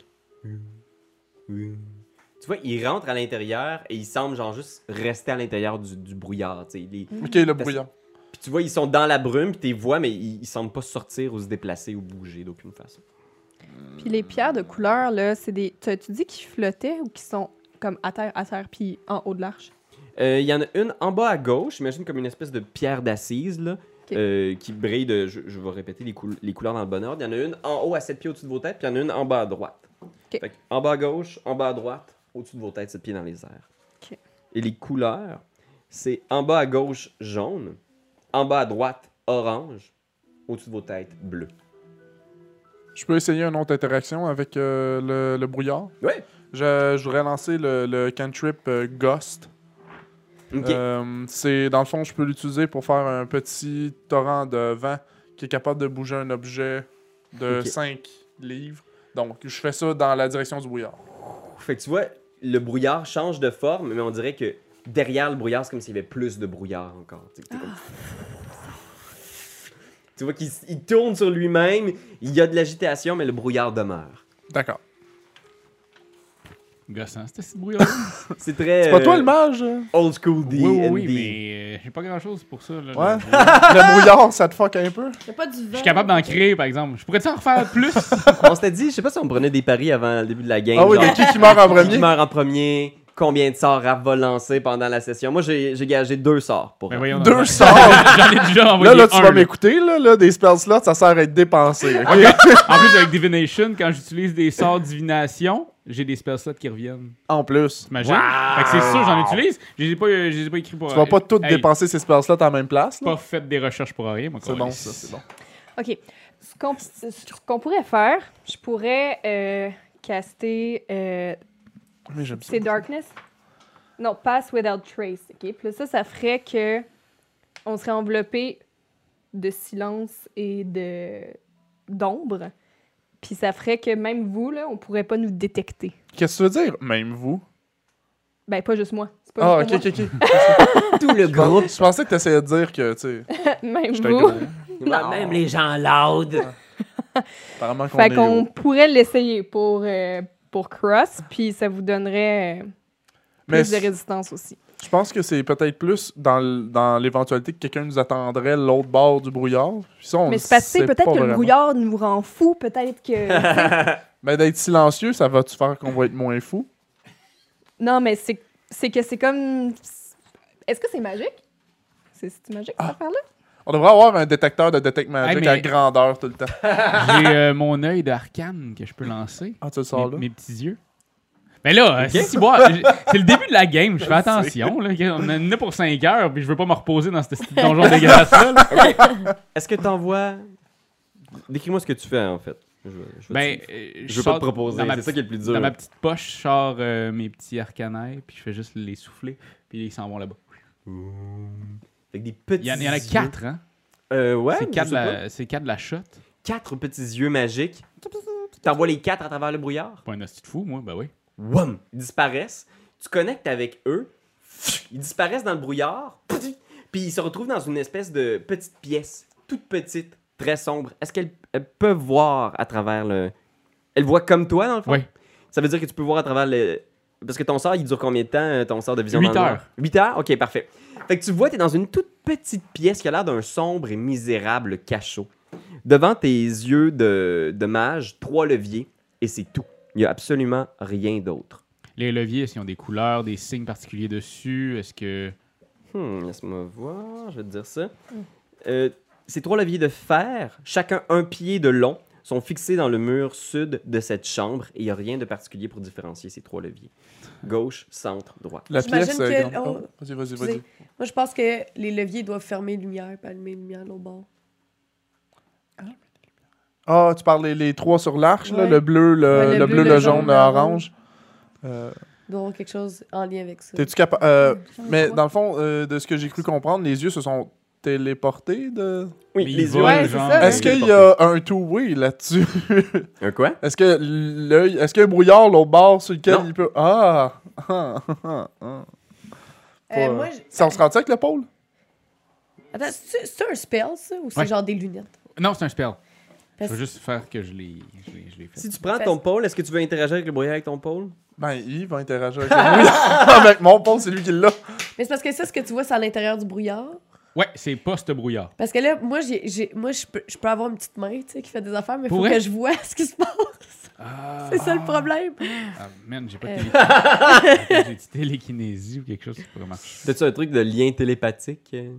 Tu vois, il rentre à l'intérieur et il semble genre juste rester à l'intérieur du, du brouillard. Tu sais. Les- Ok, le brouillard. Puis tu vois, ils sont dans la brume, puis tu les vois, mais ils, ils semblent pas sortir ou se déplacer ou bouger d'aucune façon. Puis les pierres de couleur, là, c'est des. Tu tu dis qu'ils flottaient ou qu'ils sont comme à terre, à terre, puis en haut de l'arche? Euh, Il y en a une en bas à gauche, j'imagine comme une espèce de pierre d'assise, là, Ok. euh, qui brille de. Je, je vais répéter les, coul- les couleurs dans le bon ordre. Il y en a une en haut à sept pieds au-dessus de vos têtes, puis il y en a une en bas à droite. Ok. Fait que en bas à gauche, en bas à droite, au-dessus de vos têtes, sept pieds dans les airs. Ok. Et les couleurs, c'est en bas à gauche, jaune, en bas à droite, orange, au-dessus de vos têtes, bleu. Je peux essayer une autre interaction avec euh, le, le brouillard. Oui. Je, je voudrais lancer le, le cantrip euh, Ghost. OK. Euh, c'est, dans le fond, je peux l'utiliser pour faire un petit torrent de vent qui est capable de bouger un objet de Ok. cinq livres. Donc, je fais ça dans la direction du brouillard. Fait que tu vois, le brouillard change de forme, mais on dirait que derrière le brouillard, c'est comme s'il y avait plus de brouillard encore. Tu sais, t'es comme- Tu vois qu'il s- il tourne sur lui-même, il y a de l'agitation, mais le brouillard demeure. D'accord. Gossant, c'était si brouillard. C'est très C'est pas toi euh, le mage? hein? old school D Oui, oui, and oui, D. mais euh, j'ai pas grand-chose pour ça. Là, Ouais. Je- Le brouillard, ça te fuck un peu? Y'a pas du vent. Je suis capable d'en créer, par exemple. Je pourrais-tu en refaire plus? On s'était dit, je sais pas si on prenait des paris avant le début de la game. Ah oui, genre, de qui qui meurt en qui premier? meurt en premier, combien de sorts Raph va lancer pendant la session. Moi, j'ai j'ai gagé deux sorts pour Ben Raph. voyons, Deux non. sorts! J'en ai déjà Là, envoyé là, tu un, vas m'écouter, là, là, des spell slots, ça sert à être dépensé, ok? En plus, avec Divination, quand j'utilise des sorts divination, j'ai des spell slots qui reviennent. En plus. T'imagines? Fait que c'est sûr, j'en utilise. Je les ai pas, je les ai pas écrits pour... Tu vas pas toutes Hey, dépenser ces spell slots en même place, là? pas fait des recherches pour rien, moi. C'est bon, câlisse. ça, c'est bon. OK. Ce qu'on ce qu'on pourrait faire, je pourrais euh, caster... Euh, Mais j'aime ça. c'est Darkness? Non, Pass Without Trace, OK? Puis là, ça, ça ferait que on serait enveloppé de silence et de d'ombre. Puis ça ferait que même vous, là, on pourrait pas nous détecter. Qu'est-ce que tu veux dire? Même vous? Ben, pas juste moi. C'est pas Ah, ok, juste ok, ok. Tout le Je pensais- je pensais que tu essayais de dire que, tu sais, moi. Même j'étais vous. gros. Ouais, même les gens loud. Apparemment qu'on Fait est qu'on haut. pourrait l'essayer pour, euh, pour Cross, puis ça vous donnerait euh, Mais plus de résistance aussi. je pense que c'est peut-être plus dans, l- dans l'éventualité que quelqu'un nous attendrait l'autre bord du brouillard. Puis ça, on Mais le c'est parce que sait peut-être pas que le vraiment. brouillard nous rend fous, peut-être que... Ben, d'être silencieux, ça va-tu faire qu'on va être moins fou? Non, mais c'est c'est que c'est comme... Est-ce que c'est magique? C'est c'est magique, Ah. cette affaire-là? On devrait avoir un détecteur de Detect Magic Hey, mais- à grandeur tout le temps. J'ai euh, mon œil d'arcane que je peux lancer. Ah, tu le sors Mes, là? mes petits yeux. Mais là, euh, si, moi, j'ai- c'est le début de la game, je fais attention. Là, on en a pour cinq heures, puis je veux pas me reposer dans ce petit donjon dégueulasse-là. là. Est-ce que t'envoies... Décris-moi ce que tu fais, en fait. Je, veux- je veux Ben, te- euh, je veux sors pas te proposer, dans ma c'est ça qui est le plus petite- dur. Dans ma petite poche, je sors euh, mes petits arcanailles, puis je fais juste les souffler, puis ils s'en vont là-bas. Avec des petits Il y, en, il y en a yeux. quatre, hein? Euh, ouais, c'est je quatre, sais pas. la, c'est quatre la shot. Quatre petits yeux magiques. T'envoies les quatre à travers le brouillard. Pas un hostie de fou, moi, ben oui. Wham! Ils disparaissent. Tu connectes avec eux. Ils disparaissent dans le brouillard. Puis ils se retrouvent dans une espèce de petite pièce. Toute petite, très sombre. Est-ce qu'elles elles peuvent voir à travers le... Elles voient comme toi, dans le fond? Oui. Ça veut dire que tu peux voir à travers le... Parce que ton sort, il dure combien de temps, euh, ton sort de vision Huit dans le noir? heures. Huit heures? OK, parfait. Fait que tu vois, t'es dans une toute petite pièce qui a l'air d'un sombre et misérable cachot. Devant tes yeux de, de mage, trois leviers, et c'est tout. Il n'y a absolument rien d'autre. Les leviers, est-ce qu'ils ont des couleurs, des signes particuliers dessus? Est-ce que... Hmm, laisse-moi voir, je vais te dire ça. Euh, ces trois leviers de fer, chacun un pied de long, sont fixés dans le mur sud de cette chambre et il n'y a rien de particulier pour différencier ces trois leviers. Gauche, centre, droite. La J'imagine pièce... euh, que- grande- oh, oh, vas-y, vas-y, excusez. vas-y. Moi, je pense que les leviers doivent fermer les lumières et allumer les lumières de l'autre bord. Ah, tu parles les, les trois sur l'arche, là, Ouais. le bleu, le, Ouais, le bleu, le jaune, le orange. Euh, Il doit y avoir quelque chose en lien avec ça. T'es-tu capable... euh, J'en ai mais trois. dans le fond, euh, de ce que j'ai cru comprendre, les yeux se sont téléportés de... Oui, Mais les ils yeux. volent, Ouais, c'est genre. ça. Est-ce qu'il y a un two-way là-dessus? Un quoi? Est-ce que l'œil... Est-ce qu'il y a un brouillard l'autre bord sur lequel Non. il peut... Ah! Ah! Ah! ah. Euh, Pas- moi, je- Ça, on se rend-tu avec le pôle? Attends, c'est c'est un spell, ça? Ou c'est Ouais. genre des lunettes? Non, c'est un spell. Je Parce- veux juste faire que je l'ai, je l'ai, je l'ai fait. Si tu prends ton pôle, est-ce que tu veux interagir avec le brouillard avec ton pôle? Ben, il va interagir avec le brouillard. Avec mon pôle, c'est lui qui l'a. Mais c'est parce que ça, ce que tu vois, c'est à l'intérieur du brouillard. Ouais, c'est post-brouillard. Parce que là, moi, j'ai, j'ai- moi je, peux, je peux avoir une petite main, tu sais, qui fait des affaires, mais il Pour faut vrai? que je vois ce qui se passe. Ah, C'est ça le problème. ah, man, j'ai pas de Euh. télékinésie. J'ai dit télékinésie ou quelque chose qui pourrait marcher. T'as-tu un truc de lien télépathique? euh?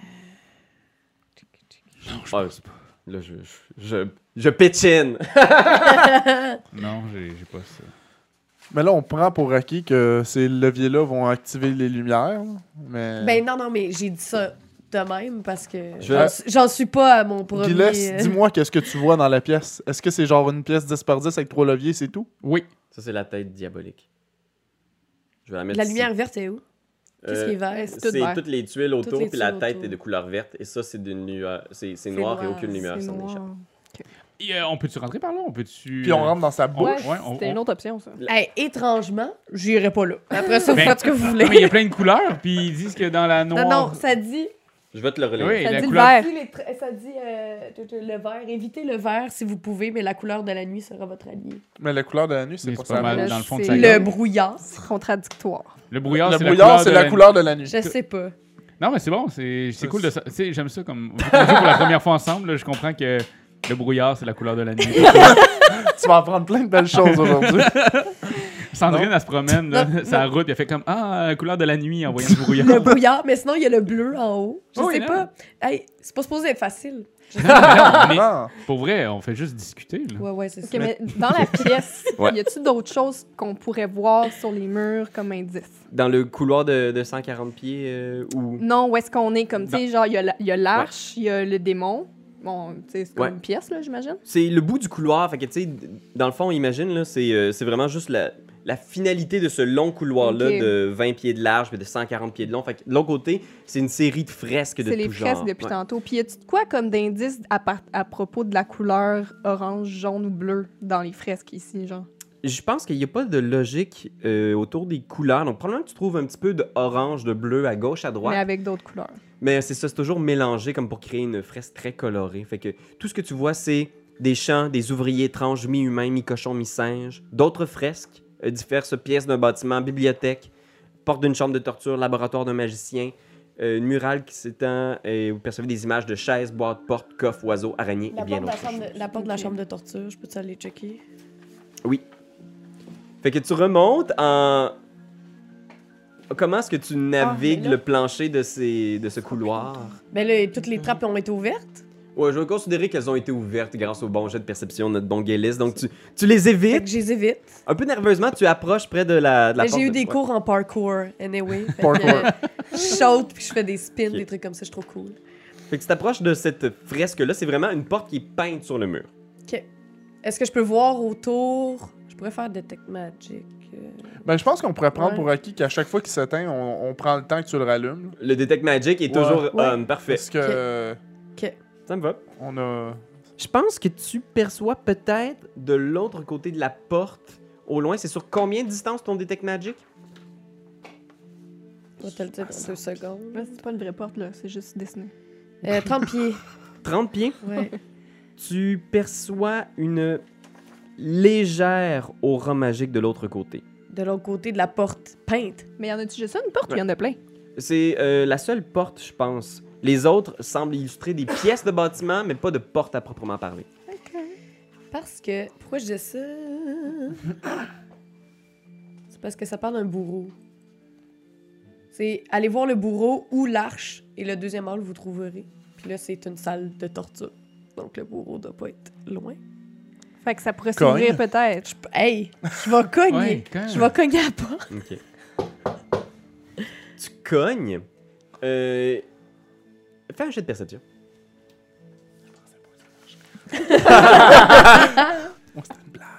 Non, je Ah, pense pas. Là, je, je, je, je pitchine. Non, j'ai, j'ai pas ça. Mais là, on prend pour acquis que ces leviers-là vont activer les lumières. là. Mais... Ben non, non, mais j'ai dit ça de même parce que Je- j'en, suis- j'en suis pas à mon premier... Gilles, euh, dis-moi qu'est-ce que tu vois dans la pièce. Est-ce que c'est genre une pièce dix par dix avec trois leviers, c'est tout? Oui. Ça, c'est la tête diabolique. Je vais la mettre La ici. lumière verte est où? Qu'est-ce Euh, qui est vert? c'est tout C'est vert. toutes les tuiles autour, les puis la tuiles tête autour. est de couleur verte. Et ça, c'est d'une lueur. C'est, c'est C'est noir, et noir, aucune lumière C'est s'en noir. échappe. Et, euh, on peut-tu rentrer par là? On peut-tu... Puis on rentre dans sa bouche. Ouais, Ouais, on- c'était on- une autre option, ça. Hey, étrangement, j'irai pas là. Après ça, vous Ben, faites ce que vous Non, voulez. mais il y a plein de couleurs, puis ils disent que dans la noire... Non, non, ça dit... Je vais te le relayer. Oui, Ça la dit le couleur... vert. Ça dit, les tra- ça dit euh, t- t- le vert. Évitez le vert si vous pouvez, mais la couleur de la nuit sera votre allié. Mais la couleur de la nuit, c'est Mais pas c'est ça. pas mal Là, dans le fond de c'est sa Le gorge. brouillard. C'est contradictoire. Le brouillard, Le c'est brouillard, la c'est couleur la de couleur de la nuit. Je sais pas. Non, mais c'est bon, c'est c'est C'est- cool de ça. Tu sais, j'aime ça comme. Vu qu'on joue pour la première fois ensemble, là, je comprends que le brouillard, c'est la couleur de la nuit. Tu vas apprendre plein de belles choses aujourd'hui. Sandrine, Non. elle se promène, là, Non, sa route, elle fait comme Ah, la couleur de la nuit en voyant le brouillard. Le brouillard, mais sinon, il y a le bleu en haut. Je Oui, sais là. pas. Hey, c'est pas supposé être facile. Non, mais non, mais Non. pour vrai, on fait juste discuter. Là. Ouais, ouais, c'est Ok, ça. mais dans la pièce, Ouais. y a-tu d'autres choses qu'on pourrait voir sur les murs comme indice? Dans le couloir de, de cent quarante pieds euh, ou... Non, où est-ce qu'on est? Comme, tu sais, genre, il y a la- il y a l'arche, il y a le démon. Bon, tu sais, c'est comme Ouais. une pièce, là, j'imagine. C'est le bout du couloir. Fait que, tu sais, d- dans le fond, imagine, là, c'est euh, c'est vraiment juste la, la finalité de ce long couloir-là Ok. de vingt pieds de large et de cent quarante pieds de long. Fait que de l'autre côté, c'est une série de fresques de C'est les tout fresques genre. depuis Ouais. tantôt. Puis y a-tu de quoi comme d'indice à, part- à propos de la couleur orange, jaune ou bleu dans les fresques ici, genre? Je pense qu'il n'y a pas de logique euh, autour des couleurs. Donc, probablement que tu trouves un petit peu d'orange, de bleu à gauche, à droite. Mais avec d'autres couleurs. Mais c'est ça, c'est toujours mélangé comme pour créer une fresque très colorée. Fait que tout ce que tu vois, c'est des champs, des ouvriers étranges, mi-humains, mi-cochons, mi-singes, d'autres fresques, euh, diverses pièces d'un bâtiment, bibliothèque, porte d'une chambre de torture, laboratoire d'un magicien, euh, une murale qui s'étend et vous percevez des images de chaises, boîtes, portes, coffres, oiseaux, araignées La et bien porte, de la, d'autres chambre choses. de, la porte de la Ok. chambre de torture, je peux-tu aller checker? Oui. Fait que tu remontes en... Comment est-ce que tu navigues mais là- le plancher de, ces, de ce couloir? Ben là, toutes les trappes ont été ouvertes. Ouais, je vais considérer qu'elles ont été ouvertes grâce au bon jet de perception de notre bon Gaylis. Donc, tu, tu les Fait évites. que je les évite. Un peu nerveusement, tu approches près de la, de la Mais porte. j'ai eu de- des ouais. cours en parkour, anyway. Fait que, Parkour. euh, je saute puis je fais des spins, Ok. des trucs comme ça, je suis trop cool. Fait que tu t'approches de cette fresque-là. C'est vraiment une porte qui est peinte sur le mur. OK. Est-ce que je peux voir autour... Je pourrais faire Detect Magic. euh, Ben, je pense qu'on pourrait prendre Ouais. pour acquis qu'à chaque fois qu'il s'éteint, on, on prend le temps que tu le rallumes. Le Detect Magic est Ouais. toujours Ouais. on. Parfait. Parce que euh, OK. Ça me va. on a. Je pense que tu perçois peut-être de l'autre côté de la porte. Au loin, c'est sur combien de distance ton Detect Magic? On va te le dire dans deux secondes. Là, c'est pas une vraie porte, là. C'est juste dessiné. Euh, trente pieds. trente pieds. Ouais. Tu perçois une légère aura magique de l'autre côté. De l'autre côté de la porte peinte. Mais y en a-tu juste ça, une porte, ou y en a plein? C'est euh, la seule porte, je pense. Les autres semblent illustrer des pièces de bâtiment, mais pas de porte à proprement parler. Parce que... Pourquoi je dis ça? C'est parce que ça parle d'un bourreau. C'est aller voir le bourreau ou l'arche, et le deuxième hall, vous trouverez. Puis là, c'est une salle de torture. Donc le bourreau doit pas être loin. Fait que ça pourrait Cogne. s'ouvrir peut-être. Hey! Je vais cogner! Ouais, quand- Je vais cogner à la porte. Ok. Tu cognes. Euh... Fais un jet de perception. Oh, c'était une blague.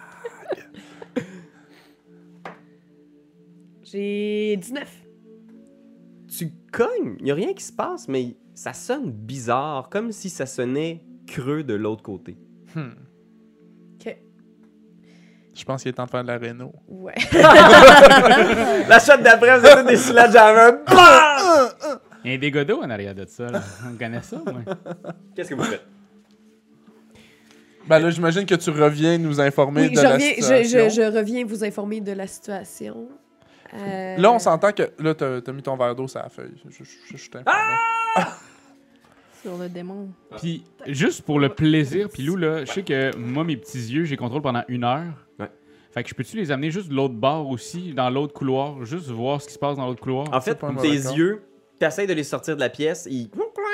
J'ai dix-neuf. Tu cognes, il n'y a rien qui se passe, mais ça sonne bizarre, comme si ça sonnait creux de l'autre côté. Hmm. OK. Je pense qu'il est temps de faire de la réno. Ouais. La shot d'après, c'était des sledgehammers. BAM! Il y a un dégât d'eau en arrière de ça. Là. On connaît ça, moi. Qu'est-ce que vous faites? Ben là, j'imagine que tu reviens nous informer Oui, de je la reviens, je, situation. je, je reviens vous informer de la situation. Euh, Là, on s'entend que... Là, t'as t'as mis ton verre d'eau sur la feuille. Je, je, je, je t'informe. Sur le démon. Puis, juste pour le plaisir, puis Lou, là, je sais que moi, mes petits yeux, j'ai contrôle pendant une heure. Ouais. Fait que je peux-tu les amener juste de l'autre bord aussi, dans l'autre couloir, juste voir ce qui se passe dans l'autre couloir? En fait, pas un tes mauvais corps. yeux, t'essayes de les sortir de la pièce, ils...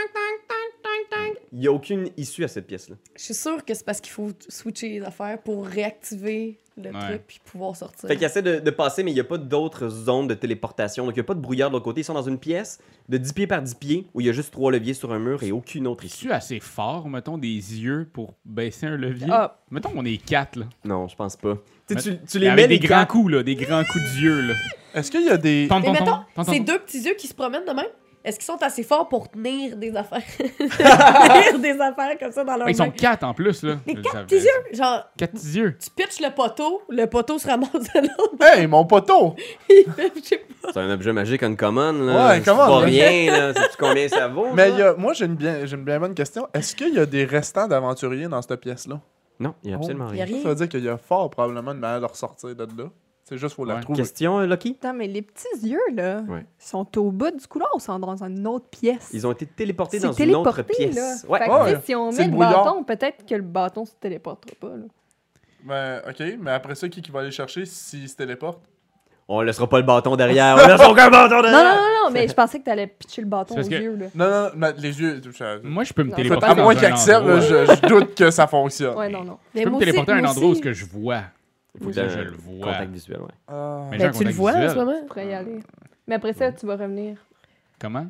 Il n'y a aucune issue à cette pièce-là. Je suis sûre que c'est parce qu'il faut switcher les affaires pour réactiver le Ouais. truc puis pouvoir sortir. Fait qu'ils essaient de, de passer, mais il n'y a pas d'autres zones de téléportation. Donc, il n'y a pas de brouillard de l'autre côté. Ils sont dans une pièce de dix pieds par dix pieds où il y a juste trois leviers sur un mur et aucune autre issue. Es-tu assez fort, mettons, des yeux pour baisser un levier? Ah, Mettons, on est quatre, là. Non, je pense pas. Tu, sais, Mais- tu, tu les Avec mets des les grands quatre- coups, là, des grands coups d'yeux, là. Est-ce qu'il y a des... Ton, Mais ton, mettons, ton, ton, ces ton. deux petits yeux qui se promènent de même, est-ce qu'ils sont assez forts pour tenir des affaires? tenir des affaires comme ça dans leur Ah, ils sont main? quatre en plus, là. Des Je quatre savais. petits yeux! Genre, Quatre petits yeux. tu pitches le poteau, le poteau se ramasse de l'autre. Hey, mon poteau! Il fait, je sais pas. C'est un objet magique uncommon, là. Ouais, C'est comment, pas là? rien, là. Sais-tu combien ça vaut? Mais ça? il y a... moi, j'ai une, bien... j'ai une bien bonne question. Est-ce qu'il y a des restants d'aventuriers dans cette pièce-là? Non, il n'y a absolument Il y a rien. rien. Ça veut dire qu'il y a fort probablement une manière de ressortir de là. C'est juste faut la Ouais. trouver. Question, euh, Lucky? Attends, mais les petits yeux, là, Ouais. sont au bout du couloir ou sont dans une autre pièce? Ils ont été téléportés C'est dans une autre téléporté, pièce. là. Ouais. Fait que, Ouais. tu sais, si on C'est met le le brouillard. bâton, peut-être que le bâton se téléportera pas, là. Ben, ok, mais après ça, qui, qui va aller chercher s'il se téléporte? On laissera pas le bâton derrière. On laisse aucun bâton Non, derrière. non, non, non, mais je pensais que t'allais pitcher le bâton C'est aux parce que- yeux, là. Non, non, mais les yeux. je- Moi, je peux me Non, téléporter À pas dans moins un qu'il accepte, là, endroit. je, je doute que ça fonctionne. Ouais, non, non. Je Mais peux me moi téléporter à un aussi- endroit où moi ce que je vois. Il faut Ça, que je je le vois. Contact visuel, ouais. Ah. Mais j'ai un Ben, tu le contact vois en visuel. ce moment? Tu pourrais y aller. Mais après ça, tu vas revenir. Comment?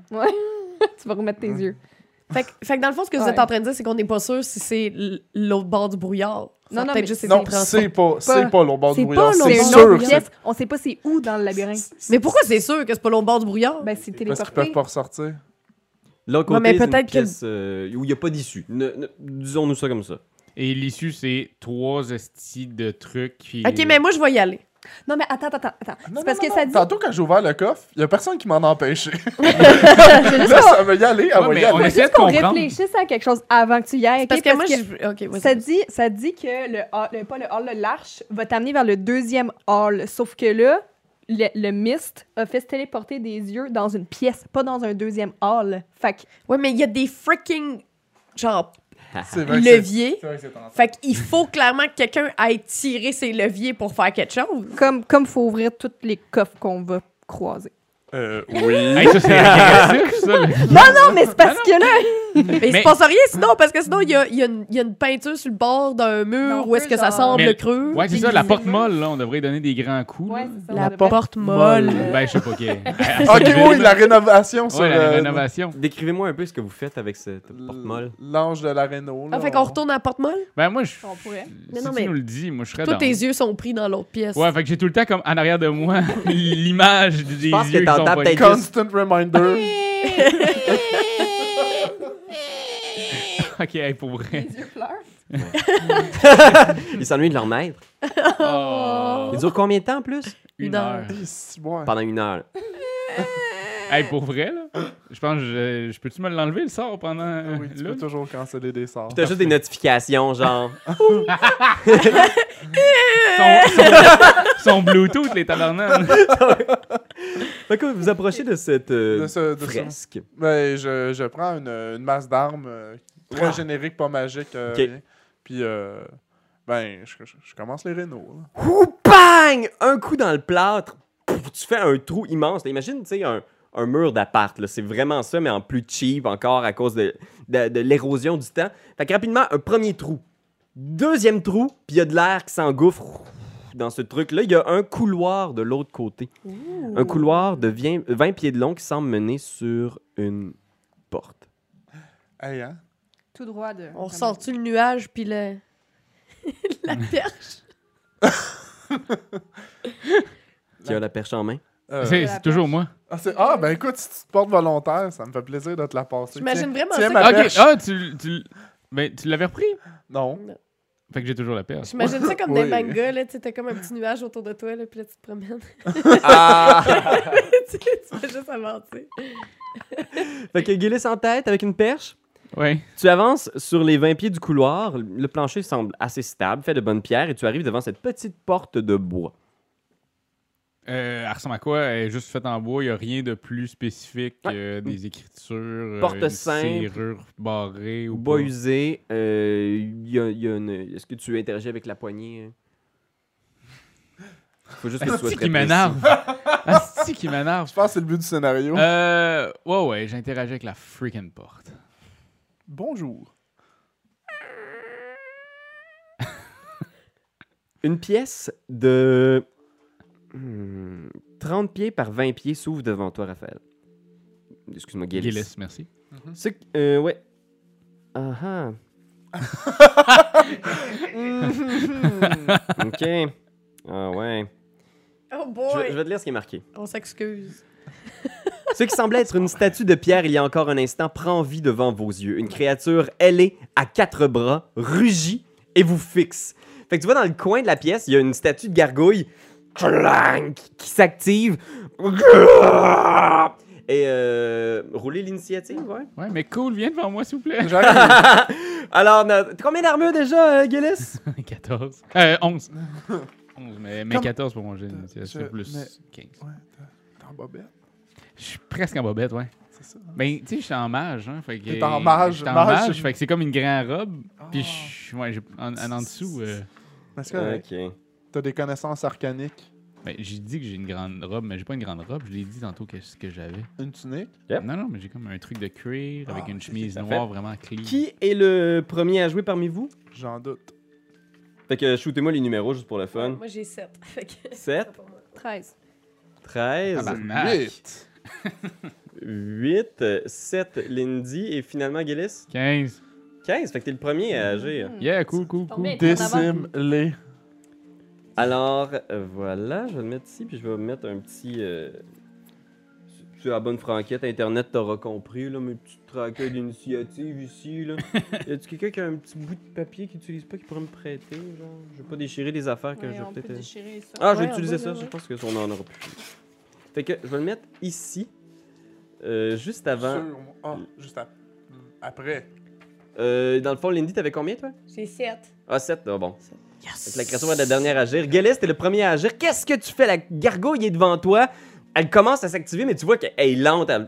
Tu vas remettre tes yeux. Fait, que- fait que dans le fond, ce que vous Ouais. êtes en train de dire, c'est qu'on n'est pas sûr si c'est l- l'autre bord du brouillard. Ça Non, non, peut-être mais- juste été Non, transport- c'est pas, c'est pas l'autre bord C'est du brouillard. pas C'est l'autre C'est bord une sûr. autre que pièce. c'est- On sait pas c'est où dans le labyrinthe. Mais pourquoi c'est sûr que c'est pas l'autre bord du brouillard? Ben, c'est Parce qu'ils peuvent téléporté. pas ressortir. L'autre Ouais, côté, mais c'est une peut-être que- pièce euh, où il n'y a pas d'issue. Ne- ne- Disons-nous ça comme ça. Et l'issue, c'est trois estis de trucs qui... Ok, mais moi, je vais y aller. Non, mais attends, attends, attends. Non, C'est parce non, que non, ça non. dit... Tantôt, quand j'ai ouvert le coffre, il y a personne qui m'en a empêché. J'ai juste Là, ça va y aller, elle Ouais, va mais y on aller. essaie juste de qu'on comprendre. réfléchisse à quelque chose avant que tu y ailles. Parce ok? que moi, que je... Ok, vas-y. ça dit, ça dit que le, hall- le pas le hall, le l'arche va t'amener vers le deuxième hall. Sauf que là, le, le mist a fait se téléporter des yeux dans une pièce, pas dans un deuxième hall. Fait que, Ouais, mais il y a des freaking, genre, C'est vrai que c'est- leviers. c'est vrai que c'est tentant. Fait qu'il faut clairement que quelqu'un aille tirer ses leviers pour faire quelque chose. comme comme faut ouvrir tous les coffres qu'on va croiser. Euh, oui. Hey, ça, c'est agressif, ça. le- Non, mais c'est parce que là... Mais il Mais- se passe rien sinon, parce que sinon, il y a, il y a une- il y a une peinture sur le bord d'un mur Non, où est-ce que ça genre- semble Mais- creux. Ouais, c'est puis- ça, la porte molle, là, on devrait y donner des grands coups. Ouais, là. c'est ça, on La devrait- porte molle. Ben, je sais pas, OK. Ok, oui, la rénovation sur Ouais, la euh, rénovation. Décrivez-moi un peu ce que vous faites avec cette porte-molle. l'ange de la réno. Ah, fait qu'on retourne à la porte molle? Ben, moi, je... On pourrait. Mais Si non, tu mais- nous le dis, moi, je serais Tous dans. tes yeux sont pris dans l'autre pièce. Ouais, fait que j'ai tout le temps, comme, en arrière de moi, l'image des pense que yeux qui sont t'entends pas... peut-être- Constant reminder. OK, hey, pour vrai. Les yeux pleurent. Ils s'ennuient de leur maître. Oh. Il dure combien de temps en plus? Une Une heure. Eh, si, ouais. Pendant une heure. Hey, pour vrai, là, je pense, que je, je peux-tu me l'enlever, le sort, pendant... Ah Oui, tu là? peux toujours canceller des sorts. Puis t'as juste des notifications, genre. Son, son, son Bluetooth, les tabarnanes. Fait que vous approchez de cette euh, De ce- de ce- fresque. Ben, je, je prends une, une masse d'armes euh, très Ah. générique, pas magique. euh, Ok. rien. Puis, euh, ben, je, je- je commence les rénaux. là. Ouh, bang! Un coup dans le plâtre. Pouf, tu fais un trou immense. Là, imagine, tu sais, un, un mur d'appart. là. C'est vraiment ça, mais en plus cheap encore à cause de, de, de l'érosion du temps. Fait que rapidement, un premier trou. Deuxième trou, puis il y a de l'air qui s'engouffre dans ce truc-là. Il y a un couloir de l'autre côté. Un couloir de vingt vingt pieds de long qui semble mener sur une porte. Hey, hein? Tout droit de... On ressort-tu le nuage puis le... la perche? Qui a la perche en main. Euh, C'est la c'est toujours perche. moi. ah, c'est- ah, ben écoute, si tu te portes volontaire, ça me fait plaisir de te la passer. J'imagine Tiens- vraiment tiens ça ma Ah, OK. perche. Ah, tu, tu, ben, tu l'avais repris? Non. Fait que j'ai toujours la perche. J'imagine ça comme Oui. des mangas, là, tu sais, t'as comme un petit nuage autour de toi, là, puis là, tu te promènes. Ah! tu tu fais juste avancer. Fait que Gillis en tête avec une perche. Ouais. Tu avances sur les vingt pieds du couloir. Le plancher semble assez stable, fait de bonnes pierres, et tu arrives devant cette petite porte de bois. Euh, elle ressemble à quoi? Elle est juste faite en bois, il n'y a rien de plus spécifique, Ouais. euh, des écritures, euh, Porte une simple. serrure barrée ou Bois pas. usé. euh, il y a- il y a une- Est-ce que tu interagis avec la poignée? Faut juste que tu sois Asti très qui m'énerve! Asti qui m'énerve! Je pense que c'est le but du scénario. Euh, ouais, ouais, j'interagis avec la freaking porte. Bonjour. Une pièce de hmm, trente pieds par vingt pieds s'ouvre devant toi, Raphaël. Excuse-moi, Gillis. Gillis, merci. Ce qui- euh, ouais. Ah ah. OK. Ah ouais. Oh Je boy! vais, je vais te lire ce qui est marqué. On s'excuse. Ce qui semblait être une statue de pierre il y a encore un instant prend vie devant vos yeux. Une créature ailée à quatre bras, rugit et vous fixe. Fait que tu vois dans le coin de la pièce, il y a une statue de gargouille clang, qui s'active. Et euh, roulez l'initiative, ouais. Ouais, mais cool, viens devant moi, s'il vous plaît. J'arrive. Alors, na- t'as combien d'armure déjà, euh, Gillis? quatorze. Euh, onze. onze, Mais, mais Comme- quatorze pour mon jet d'initiative, Je- c'est plus mais- quinze. Ouais, t'es- t'es en bobette. Je suis presque en bobette, ouais. C'est ça. hein? Ben, tu sais, je suis en mage, hein. Fait que, T'es en mage, Je suis en mage, mage, c'est- fait que c'est comme une grande robe. Ah. Puis, je- ouais, j'ai- en, en, en dessous, euh, Mais c'est correct. Ok. T'as des connaissances arcaniques. ben, j'ai dit que j'ai une grande robe, mais j'ai pas une grande robe. Je l'ai dit tantôt que ce que j'avais. Une tunique. Yep. Non, non, mais j'ai comme un truc de cuir avec Ah, une ok, chemise ok, noire vraiment clean. Qui est le premier à jouer parmi vous? J'en doute. Fait que shootez-moi les numéros juste pour le fun. Moi, j'ai sept. Fait que- sept, treize. treize, Tabarnak. Huit. huit, sept, Lindy et finalement Gillis. quinze. quinze, fait que t'es le premier à agir. Yeah, cool, cool, Tombe cool. bien. Décime-les. Alors, euh, voilà, je vais le mettre ici, puis je vais mettre un petit... Euh... C'est la bonne franquette, Internet t'aura compris, là, mes petites traquets d'initiative ici, là. Y a-tu quelqu'un qui a un petit bout de papier qu'il utilise pas, qui pourrait me prêter, genre? Je vais pas déchirer des affaires que Ouais, je vais on peut peut-être... déchirer ça. Ah, je vais Ouais, utiliser on ça, va, je ouais. pense qu'on en aura plus. Fait que je vais le mettre ici, euh, juste avant... Sur- Ah, juste ap- après. Euh, dans le fond, Lindy, t'avais combien, toi? J'ai sept. Ah, sept, ah, bon. Yes! Fait que la créature est la dernière à agir. Gillis, t'es le premier à agir. Qu'est-ce que tu fais? La gargouille est devant toi. Elle commence à s'activer, mais tu vois qu'elle est lente. Elle...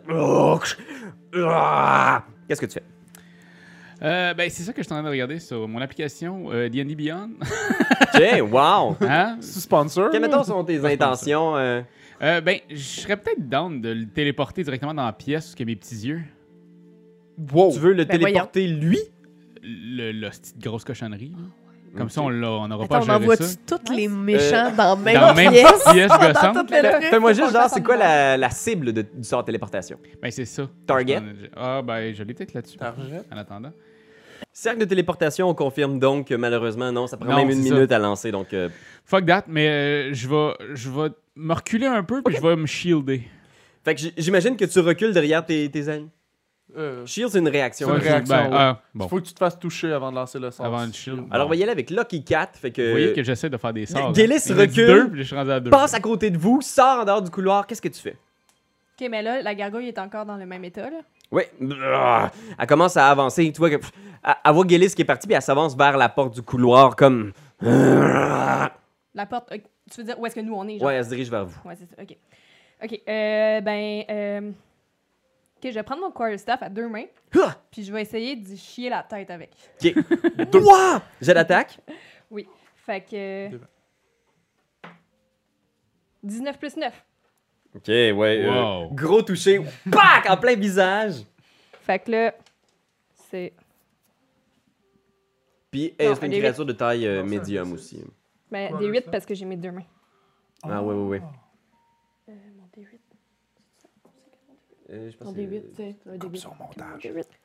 Qu'est-ce que tu fais? Euh, ben, c'est ça que je suis en train de regarder sur mon application euh, D and D Beyond. Ok, wow! Hein? C'est sponsor. Quelles, mettons, sont tes intentions? euh? Euh, ben, je serais peut-être down de le téléporter directement dans la pièce où il y a mes petits yeux. Wow. Tu veux le Ben, téléporter, lui? Le, le petite grosse cochonnerie. Là. Comme ça, on l'a- on n'aura Attends, pas on à gérer envoie-tu ça. tous les méchants dans la même Dans la même pièce? pièce Dans gossante. toutes les trucs, Fais-moi faut juste, le genre, faire c'est quoi ensemble. la, la cible de- du sort de téléportation? Ben, c'est ça. Target? Ah, ben, je l'ai peut-être là-dessus. Target? En attendant. Cercle de téléportation, on confirme donc que malheureusement, non, ça prend Non, même une c'est ça. minute à lancer, donc... euh, Fuck that, mais euh, je vais je vais me reculer un peu, puis je vais me shielder. Fait que j- j'imagine que tu recules derrière tes, tes amis. Euh, Shield, c'est une réaction. C'est une Ouais, réaction, ben, ouais. ah, bon. Faut que tu te fasses toucher avant de lancer le sort. Avant le shield. Alors, on bon. va y aller avec Lucky Cat, fait que... Vous voyez que j'essaie de faire des sorts. Gillis hein. Il m'a dit recule, deux, puis je suis rendu à deux. passe à côté de vous, sort en dehors du couloir, qu'est-ce que tu fais? Ok, mais là, la gargouille est encore dans le même état, là. Oui. Elle commence à avancer. Tu vois que. Elle, elle voit Gillis qui est parti, puis elle s'avance vers la porte du couloir comme. Ouais, La porte. euh, Tu veux dire où est-ce que nous on est, genre? elle se dirige vers vous. Ouais, c'est ça. Ok. Ok. Euh, ben. Euh... Ok, je vais prendre mon quarterstaff à deux mains, Ah! puis je vais essayer d'y chier la tête avec. Ok. Ouah! J'ai l'attaque. Oui. Fait que. dix-neuf plus neuf. Ok, ouais. euh, Wow. gros toucher. Pac! En plein visage. Fait que là, c'est. Puis, eh, Non, c'est une des créature de taille euh, Non, c'est un médium D six. aussi. Ben, Ouais, des huit ça. parce que j'ai mes deux mains. Ah, ouais, ouais, ouais. Euh, mon D huit. Euh, je pense Ton que- D huit, tu sais, un D Comme huit. sur montage. D huit.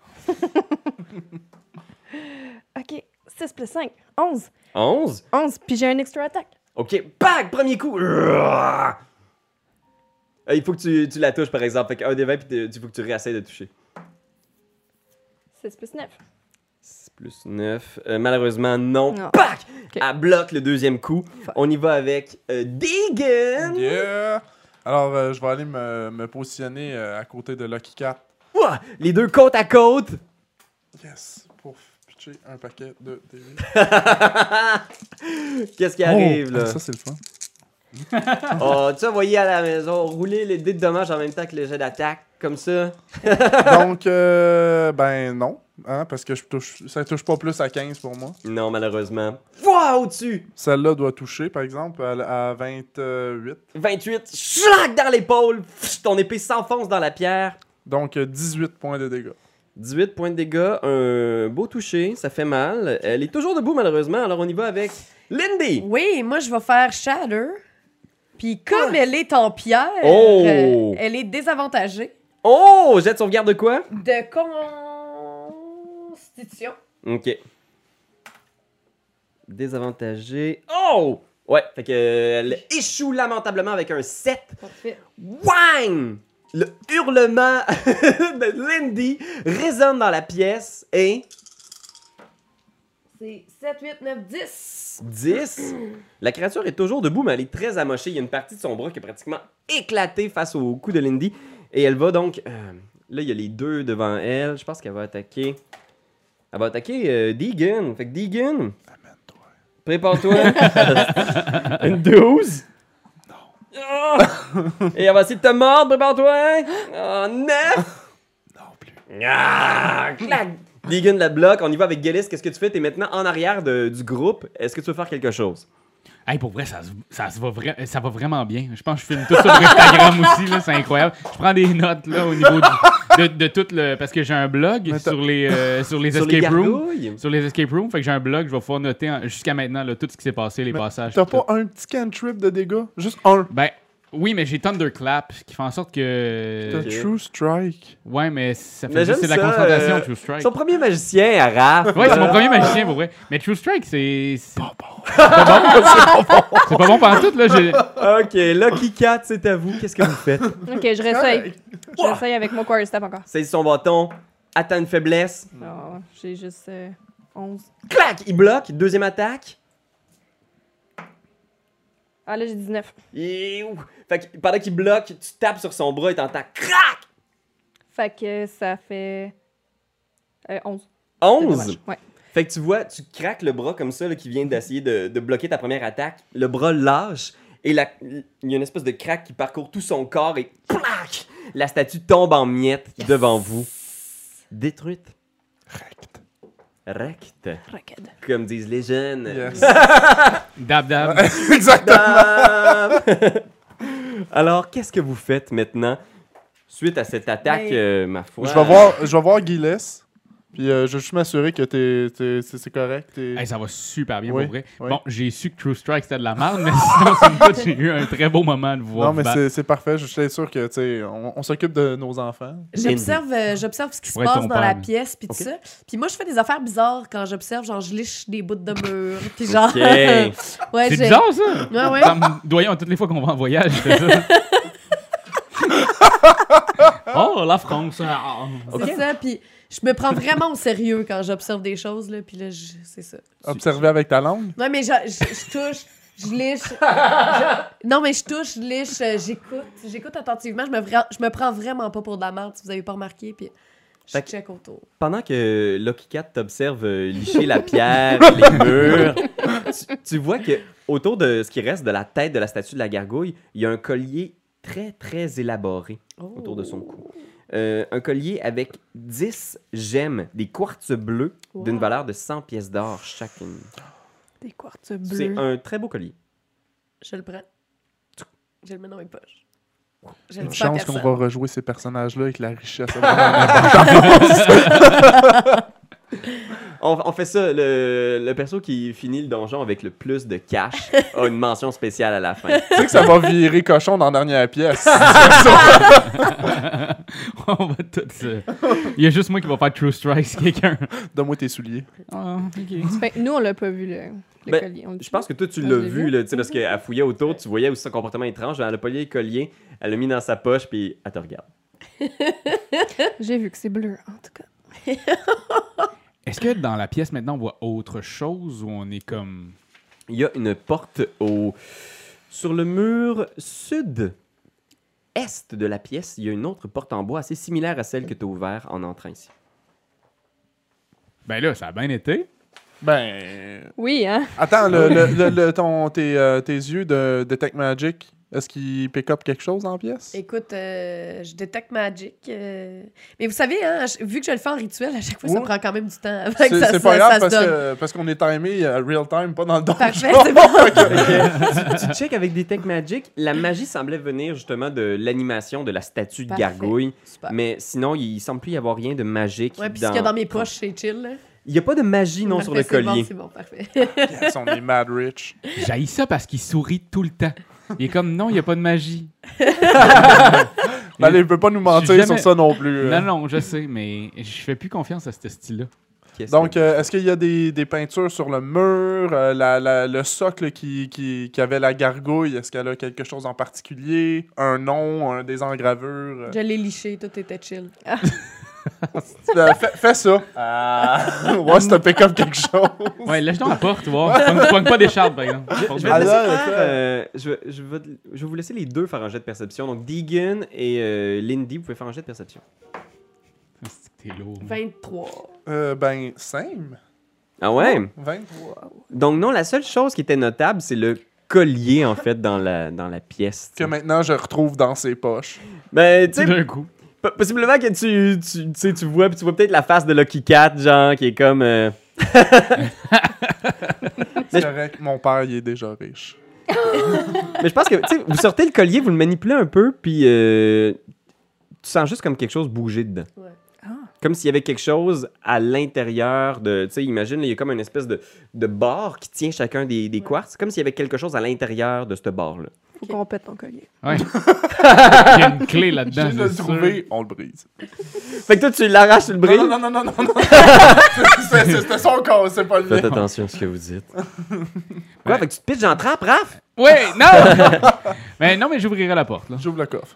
Ok, six plus cinq. onze. onze. onze, puis j'ai un extra attack. Ok, pac! Premier coup. Euh, il faut que tu, tu la touches, par exemple. Fait qu'un des vingt, puis il faut que tu réessayes de toucher. six plus neuf. six plus neuf. Euh, malheureusement, non. Non. Pac! Ok. Elle bloque le deuxième coup. Fuck. On y va avec euh, Deegan. Yeah! Alors, euh, je vais aller me, me positionner euh, à côté de Lucky Cat. Ouah! Les deux côte à côte. Yes! Pour pitcher un paquet de D huit. Qu'est-ce qui arrive, Oh, là? Ça, c'est le fun. Oh, tu as voyé à la maison, rouler les dés de dommages en même temps que le jet d'attaque, comme ça. Donc, euh, ben non. Hein, parce que je touche, ça touche pas plus à quinze pour moi. Non, malheureusement. Ouah, au-dessus. Celle-là doit toucher, par exemple, à, à vingt-huit. vingt-huit. Schlac dans l'épaule. Pfff, ton épée s'enfonce dans la pierre. Donc, euh, dix-huit points de dégâts. dix-huit points de dégâts, un beau toucher, ça fait mal. Elle est toujours debout, malheureusement, alors on y va avec Lindy. Oui, moi, je vais faire Shatter. Puis comme elle est en pierre, Oh! euh, elle est désavantagée Oh, jet de sauvegarde de quoi? de constitution. Ok. Désavantagé. Oh! Ouais, fait que euh, elle échoue lamentablement avec un sept. Parfait. Wang! Le hurlement de Lindy résonne dans la pièce et C'est sept, huit, neuf, dix. dix. La créature est toujours debout, mais elle est très amochée. Il y a une partie de son bras qui est pratiquement éclatée face au coup de Lindy. Et elle va donc... euh, là, il y a les deux devant elle. Je pense qu'elle va attaquer... Elle va attaquer euh, Deegan. Fait que Deegan, Amène-toi. Prépare-toi. Une douze. Non. Et on va essayer de te mordre, prépare-toi. Oh, neuf. Non plus. Ah, clac. Deegan la bloque. On y va avec Gillis. Qu'est-ce que tu fais? T'es maintenant en arrière de- du groupe. Est-ce que tu veux faire quelque chose? Hey, pour vrai, ça, se- ça, se va vra- ça va vraiment bien. Je pense que je filme tout sur Instagram aussi, là, c'est incroyable. Je prends des notes là, au niveau du- de, de tout le... Parce que j'ai un blog Mais t'as- sur les, euh, sur les Sur les escape rooms. gargouilles? Sur les escape rooms, fait que j'ai un blog, je vais pouvoir noter en- jusqu'à maintenant là, tout ce qui s'est passé, les Mais passages. T'as tout pas un petit cantrip de dégâts? Juste un. Ben, oui, mais j'ai Thunderclap qui fait en sorte que. T'as Ok. True Strike. Ouais, mais ça fait Mais juste j'aime c'est de la ça, concentration, euh, True Strike. Son premier magicien, Araf. Ouais, c'est mon premier magicien pour vrai. Mais True Strike, c'est. C'est Pas bon. c'est pas bon. C'est pas bon pendant tout, là. j'ai- Ok, Lucky Cat, c'est à vous. Qu'est-ce que vous faites? Ok, je réessaye. Je réessaye avec mon Quarter Staff encore. Saisis son bâton. Attends une faiblesse. Non, j'ai juste euh, onze. Clac! Il bloque. Deuxième attaque. Ah là, j'ai dix-neuf. Et ouh. Fait que pendant qu'il bloque, tu tapes sur son bras et t'entends crac! Fait que ça fait euh, onze. C'est onze! dommage. Ouais. Fait que tu vois, tu craques le bras comme ça là, qui vient d'essayer de, de bloquer ta première attaque. Le bras lâche et la- il y a une espèce de craque qui parcourt tout son corps et plac! La statue tombe en miettes devant vous. Détruite. Rect. Recte. Racade. Comme disent les jeunes. Yes. Dab dab. Exactement. Dame! Alors, qu'est-ce que vous faites maintenant suite à cette attaque, Ben, euh, ma foi? Je vais voir, je vais voir Gilles. Puis euh, je vais juste m'assurer que t'es, t'es- c'est, c'est correct. t'es- Hey, ça va super bien Oui, pour vrai. oui. Bon, j'ai su que True Strike c'était de la merde, mais sinon, somme toute, j'ai eu un très beau moment de voir. Non, mais vous battre. c'est, c'est parfait. Je suis sûr que, tu sais, on, on s'occupe de nos enfants. J'observe, euh, j'observe ce qui se Pour être passe ton dans père, la là. pièce, puis tout Ok. ça. Puis moi, je fais des affaires bizarres quand j'observe. Genre, je liche des bouts de mur. Puis genre. Ok. ouais, C'est j'ai- bizarre, ça! Ouais, ouais. Comme, doyons, toutes les fois qu'on va en voyage, je fais ça. Oh, la France! Ah. C'est ça. Puis je me prends vraiment au sérieux quand j'observe des choses, là. Puis là, je- c'est ça. Observer avec ta langue. Ouais, mais je, je, je touche, je liche. je- Non, mais je touche, je liche, euh, j'écoute. J'écoute attentivement. Je me, vra- je me prends vraiment pas pour de la merde, si vous avez pas remarqué. Puis je Fait que- check autour. Pendant que Lucky Cat t'observe euh, licher la pierre, les murs, tu, tu vois que autour de ce qui reste de la tête de la statue de la gargouille, il y a un collier très, très élaboré autour de son cou. Euh, un collier avec dix gemmes, des quartz bleus Wow. d'une valeur de cent pièces d'or chacune. Des quartz C'est bleus. un très beau collier. Je le prends. Je le mets dans mes poches. Je le Une dis pas à chance qu'on personne. va rejouer ces personnages-là avec la richesse. Vraiment. On, on fait ça, le, le perso qui finit le donjon avec le plus de cash a une mention spéciale à la fin. Tu sais que ça va virer cochon dans la dernière pièce. On va tout se... Il y a juste moi qui va faire True Strike, si quelqu'un. Donne-moi tes souliers. Ah, ok. Fait que nous, on l'a pas vu, le, le Ben, collier. On le Je dit? pense que toi, tu Ah, l'as je l'ai vu, vu. là, tu sais, parce qu'elle fouillait autour, tu voyais aussi son comportement étrange. Elle a polié le collier, elle l'a mis dans sa poche, puis elle te regarde. J'ai vu que c'est bleu, en tout cas. Est-ce que dans la pièce maintenant on voit autre chose ou on est comme. Il y a une porte au... sur le mur sud-est de la pièce. Il y a une autre porte en bois assez similaire à celle que tu as ouverte en entrant ici. Ben là, ça a bien été. Ben. Oui, hein? Attends, le, le, le- le- ton, tes, euh, tes yeux de Detect Magic, est-ce qu'ils pick up quelque chose en pièce? Écoute, euh, je détecte Magic. euh, Mais vous savez, hein, je- vu que je le fais en rituel, à chaque fois, ça Oui. prend quand même du temps avant C'est, que ça, c'est ça- pas grave ça se parce, donne. que, parce qu'on est timé euh, real time, pas dans le donjon. Parfait, c'est bon. tu, tu check avec des Tech Magic. La magie semblait venir justement de l'animation de la statue de Parfait. gargouille. Super. Mais sinon, il semble plus y avoir rien de magique. Ouais, puis ce qu'il y a dans mes poches, c'est chill. là. Il n'y a pas de magie non sur le Parfait, c'est collier. Bon, c'est bon, parfait. Yes, on est mad rich. J'haïs ça parce qu'il sourit tout le temps. Il est comme non, il n'y a pas de magie. Mais allez, il peut pas nous mentir jamais- sur ça non plus. Non, non, je sais, mais je fais plus confiance à ce style-là. Qu'est-ce Donc, que- euh, est-ce qu'il y a des, des peintures sur le mur, euh, la- la- le socle qui, qui, qui avait la gargouille, est-ce qu'elle a quelque chose en particulier? Un nom, un, des engravures? euh? Je l'ai liché, tout était chill. Euh, fais, fais ça. Ah. Ouais, si t'as pick up quelque chose. Ouais, lâche donc la porte, voir. Pogne pogne pas d'écharpe, par exemple. Je vais te Ah, laisser là, faire, là, euh, je, vais, je, vais, je vais vous laisser les deux faire un jet de perception. Donc, Deegan et euh, Lindy, vous pouvez faire un jet de perception. T'es lourd. vingt-trois. Euh, ben, same. Ah ouais? vingt-trois. Donc non, la seule chose qui était notable, c'est le collier, en fait, dans la, dans la pièce. Que maintenant je retrouve dans ses poches. Ben, tu sais, D'un coup. po- possiblement que tu, tu, tu sais, tu vois, puis tu vois peut-être la face de Lucky Cat, genre, qui est comme... euh, C'est correct, mon père, il est déjà riche. Mais je pense que, tu sais, vous sortez le collier, vous le manipulez un peu, puis euh, tu sens juste comme quelque chose bouger dedans. Ouais. Comme s'il y avait quelque chose à l'intérieur de... Tu sais, imagine, là, il y a comme une espèce de, de barre qui tient chacun des, des Ouais. quartz. Comme s'il y avait quelque chose à l'intérieur de cette barre-là. Faut Ok. qu'on pète ton collier. Ouais. Il y a une clé Je là-dedans. viens de le c'est sûr. trouver, on le brise. Fait que toi, tu l'arraches, tu le brises. Non, non, non, non, non, non. C'est- c'est- C'était son corps, c'est pas le Faites mien. attention à ce que vous dites. Quoi? Fait que tu te pitches en trappe, Raph? Ouais, non! mais non, mais j'ouvrirai la porte, là. J'ouvre le coffre.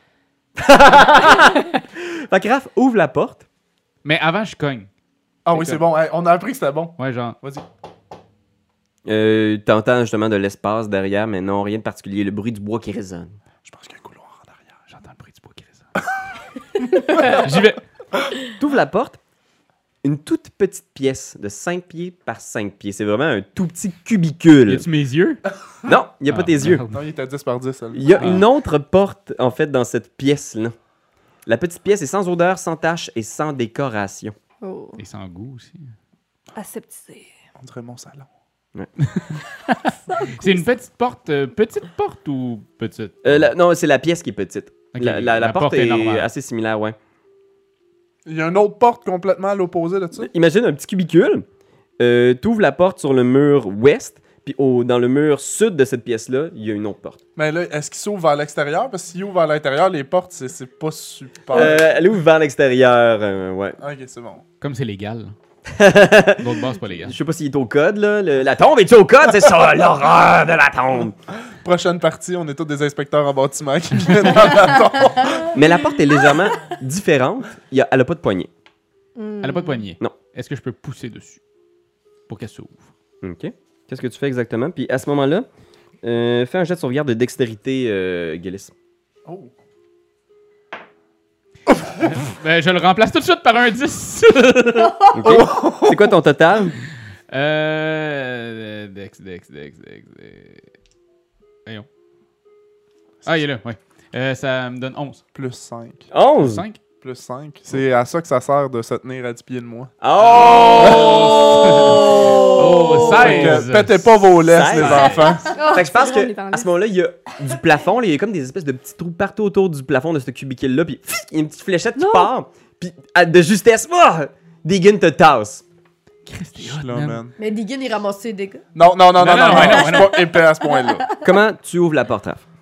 Fait que Raph ouvre la porte. Mais avant, je cogne. Ah oui, c'est bon. Hey, on a appris que c'était bon. Ouais, genre. Vas-y. Euh, T'entends justement de l'espace derrière, mais non, rien de particulier. Le bruit du bois qui résonne. Je pense qu'il y a un couloir en arrière. J'entends le bruit du bois qui résonne. J'y vais. T'ouvres la porte. Une toute petite pièce de cinq pieds par cinq pieds. C'est vraiment un tout petit Y cubicule. a-tu mes yeux? Non, il n'y a pas Ah, tes yeux. merde. Non, il était dix par dix, celle-là. Il y a Ah. une autre porte, en fait, dans cette pièce-là. La petite pièce est sans odeur, sans tache et sans décoration. Oh. Et sans goût aussi. Aseptisé. On dirait mon salon. C'est une petite porte, euh, petite porte ou petite? Euh, la- non, c'est la pièce qui est petite. Ok, la, la- la porte, est, normale. assez similaire, ouais. Il y a une autre porte complètement à l'opposé de ça. Imagine un petit cubicule. Euh, T'ouvres la porte sur le mur ouest, puis au- dans le mur sud de cette pièce-là, il y a une autre porte. Mais là, est-ce qu'il s'ouvre vers l'extérieur? Parce que s'il ouvre vers l'intérieur, les portes, c'est c'est pas super. Euh, elle ouvre vers l'extérieur, euh, ouais. Ok, c'est bon. Comme c'est légal. L'autre base, c'est pas légal. Je sais pas s'il est au code, là. Le- la tombe est-tu au code? C'est ça, l'horreur de la tombe! Prochaine partie, on est tous des inspecteurs en bâtiment qui viennent dans la tombe. Mais la porte est légèrement différente. Il y a, elle a pas de poignée. Hmm. Elle a pas de poignée. Non. Est-ce que je peux pousser dessus pour qu'elle s'ouvre? OK. Qu'est-ce que tu fais exactement? Puis à ce moment-là, euh, fais un jet de sauvegarde de dextérité, euh, Gillis. Oh. Ben, je le remplace tout de suite par un dix. OK. C'est quoi ton total? euh. Dex, Dex, Dex, Dex. Dex. Voyons. Ah, il est là, ouais. Euh, ça me donne onze. Plus cinq. onze! cinq? Plus cinq. C'est à ça que ça sert de se tenir à dix pieds de moi. Oh! Oh, Fait que seize! pétez pas vos laisses, seize. les enfants. Oh, Fait que je pense c'est bon, on est que en à ce moment-là, il y a du plafond, là, il y a comme des espèces de petits trous partout autour du plafond de ce cubicule-là, puis pfiou, il y a une petite fléchette qui Non. part, puis à- de justesse, oh, Deegan te tasse. Christ, t'es Je hot, suis là, man. man. Mais Deegan, il ramasse ses dégâts. Non, non, non, non, Non, non, non, non, ouais, non, je ouais, suis non. pas épais à ce point-là. Comment tu ouvres la porte, Raph?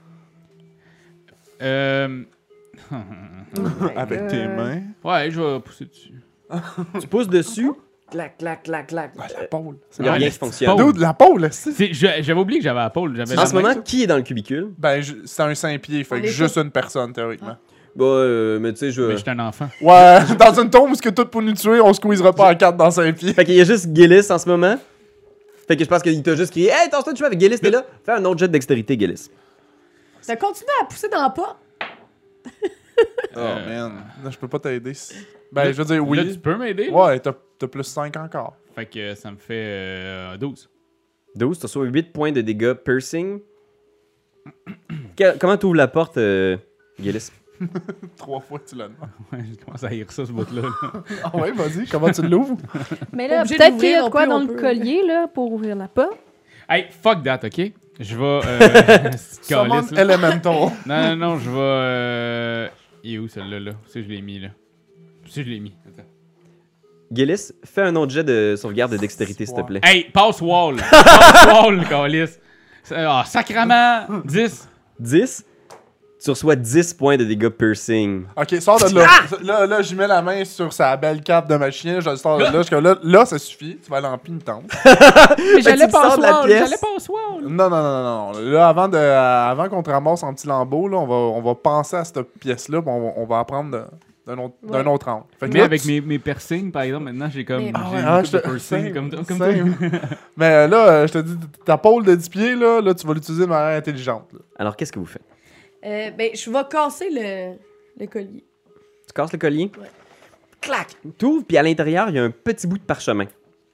Euh. Avec tes mains. Ouais, je vais pousser dessus. Tu pousses dessus, clac, clac, clac, clac. Ah, la pôle. Il n'y a Ouais, rien la qui petite fonctionne. pôle. Dude, la pôle, c'est. C'est- je- J'avais oublié que j'avais la pôle. J'avais En la ce main. moment, qui est dans le cubicule? Ben, je- c'est un cinq pieds, fait On que est juste tous- une personne, théoriquement. Bah, euh, mais tu sais, je... Mais j'étais un enfant. Ouais, dans une tombe où ce que tout pour nous tuer, on squeezera pas à quatre dans cinq pieds. Fait qu'il y a juste Gillis en ce moment. Fait que je pense qu'il t'a juste crié « Hey, t'en tu avec Gillis, t'es là? » Fais un autre jet de dextérité, Gillis. T'as continué à pousser dans la porte. Oh, Euh, man. Là, je peux pas t'aider. Ben, je veux dire, Là, tu oui. peux m'aider? Ouais, t'as t'as plus cinq encore. Fait que ça me fait euh, douze. douze, t'as sauvé huit points de dégâts piercing. Que- comment tu ouvres la porte, euh, Gillis? Trois fois que tu l'as demandé. Ouais, je commence à haïr ça, ce bout-là. là. Ah ouais, vas-y, comment tu l'ouvres? Mais Pas là, obligé peut-être qu'il y d'ouvrir a de non quoi plus, dans on le peut. collier, là, pour ouvrir la porte. Hey, fuck that, ok? Je vais. Euh, c'est Summon calice, là. Elemental. Non, non, non, je vais. Euh... Il est où celle-là, là? Si je l'ai mis, là. Si je l'ai mis. Attends. Gillis, fais un autre jet de sauvegarde de dextérité, s'il te plaît. Hey, passe wall! Passe wall, calice! Ah, sacrement! dix! dix. Tu reçois dix points de dégâts piercing. Ok, sors de là. Là, là j'y mets la main sur sa belle cape de ma chien, je le sors de là. jusqu'à là, là, ça suffit. Tu vas aller en pénitence. Mais Fait j'allais que tu sors passe de la wall! pièce. J'allais passe wall! Non, non, non, non, non. Là, avant, de, euh, avant qu'on te ramasse en petits lambeaux, là, on, va, on va penser à cette pièce-là, puis on, va- on va apprendre de- d'un autre, d'un Ouais. autre angle. Fait que Mais là, avec tu- mes, mes piercings, par exemple, maintenant, j'ai comme. Mais- J'ai Ah ouais, une ah, coupe je de te- piercing same, comme, comme same. toi. Mais euh, là, euh, je te dis, ta pôle de dix pieds, là, là tu vas l'utiliser de manière intelligente. là. Alors, qu'est-ce que vous faites? Euh, ben, je vais casser le, le collier. Tu casses le collier? Ouais. Clac! Tu ouvres, puis à l'intérieur, il y a un petit bout de parchemin.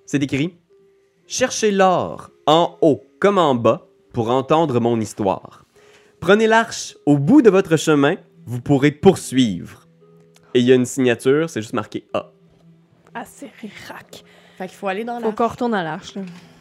c'est écrit « Cherchez l'or en haut comme en bas pour entendre mon histoire. Prenez l'arche au bout de votre chemin, vous pourrez poursuivre. » Et il y a une signature, c'est juste marqué A. Ah, c'est rirac. Fait qu'il faut aller dans Faut la... qu'on retourne à l'arche, là.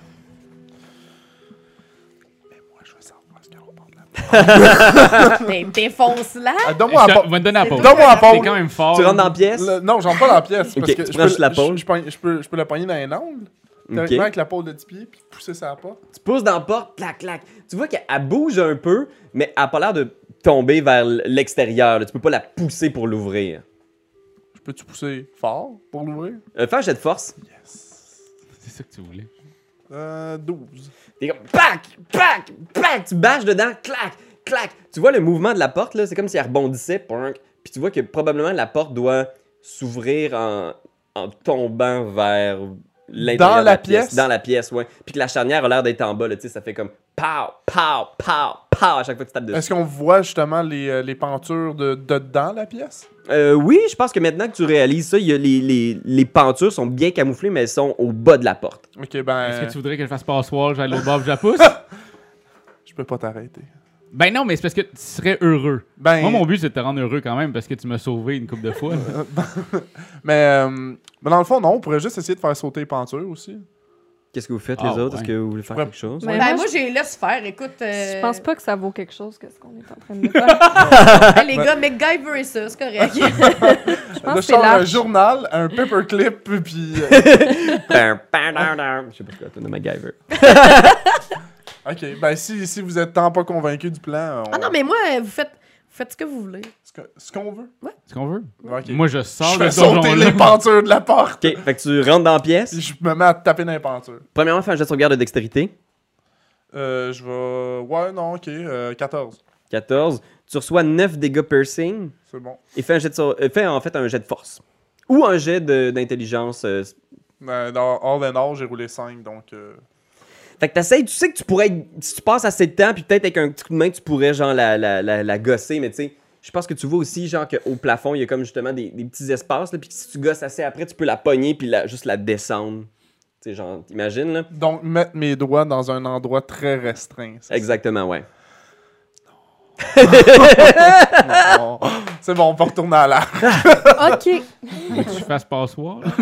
Moi, je veux savoir ce qu'on parle là. T'es- Défonce-la! Ah, donne-moi Je la te- pause. va te donner la C'est pause. tout. Donne-moi la C'est pause. quand même fort. Tu rentres dans la pièce? Le- Non, j'entre pas dans la pièce. Ok, Parce que tu je prends peux, juste la je- pause. Je, pogne- je peux, je peux la pogner dans un angle. Théoriquement, Ok. avec la pôle de dix pieds, puis pousser ça à pas. Tu pousses dans la porte, clac, clac. Tu vois qu'elle elle bouge un peu, mais elle n'a pas l'air de tomber vers l'extérieur. là. Tu peux pas la pousser pour l'ouvrir. Je peux-tu pousser fort pour l'ouvrir? Euh, fais un jet de force. C'est ça que tu voulais. Euh, douze. T'es comme pac, pac, pac. Tu bâches dedans, clac, clac. Tu vois le mouvement de la porte, là, c'est comme si elle rebondissait. Ponk. Puis tu vois que probablement la porte doit s'ouvrir en, en tombant vers l'intérieur Dans de la pièce? Dans la pièce, ouais. Puis que la charnière a l'air d'être en bas, là, tu sais, ça fait comme pow, pow, pow, pow à chaque fois que tu tapes dessus. Est-ce qu'on voit justement les, euh, les pentures de, de dedans la pièce? Euh, oui, je pense que maintenant que tu réalises ça, il y a les, les, les pentures sont bien camouflées, mais elles sont au bas de la porte. Ok, ben. Est-ce que tu voudrais que je fasse passoire, j'aille l'autre bord, puis je la pousse? Je peux pas t'arrêter. Ben non, mais c'est parce que tu serais heureux. Ben. Moi, mon but, c'est de te rendre heureux quand même, parce que tu m'as sauvé une couple de fois. Mais, euh, mais dans le fond, non, on pourrait juste essayer de faire sauter les pentures aussi. Qu'est-ce que vous faites, Ah, les autres? ouais. Est-ce que vous voulez faire Ouais. quelque chose? Mais Ben, moi, moi, je- j'ai laisse faire. Écoute. euh, Je pense pas que ça vaut quelque chose, que ce qu'on est en train de faire. Hey, les gars, MacGyver ça, c'est correct. Je pense Là, que je c'est sors un l'arche. journal, un paperclip, puis. euh, Pam, pam, pam, pam. Je sais pas ce que c'est, de MacGyver. ok, ben si, si vous êtes tant pas convaincu du plan, on... Ah non, mais moi, vous faites, vous faites ce que vous voulez. Ce que- ce qu'on veut. Ce qu'on veut. Ok. Moi, je sors je de fais ce sauter donjon-là. les pentures de la porte. Ok, fait que tu rentres dans la pièce. Puis je me mets à taper dans les pentures. Premièrement, fais un jet de sauvegarde de dextérité. Euh, je vais. Ouais, non, ok. Euh, quatorze. quatorze. Tu reçois neuf dégâts piercing. C'est bon. Et fais, un jet de sau- euh, fais en fait un jet de force. Ou un jet de- d'intelligence. euh, Euh, dans All in All, j'ai roulé cinq, donc. Euh... Fait que t'essayes, tu sais que tu pourrais, être- si tu passes assez de temps, puis peut-être avec un petit coup de main, tu pourrais genre la, la, la, la gosser, mais tu sais, je pense que tu vois aussi genre qu'au plafond, il y a comme justement des, des petits espaces, là, puis que si tu gosses assez après, tu peux la pogner puis la, juste la descendre. Tu sais, genre, t'imagines, là? Donc, mettre mes doigts dans un endroit très restreint. c'est Exactement, ouais. ça? Non. C'est bon, on peut retourner à l'arche. OK. Veux-tu que je fasse passoire? là?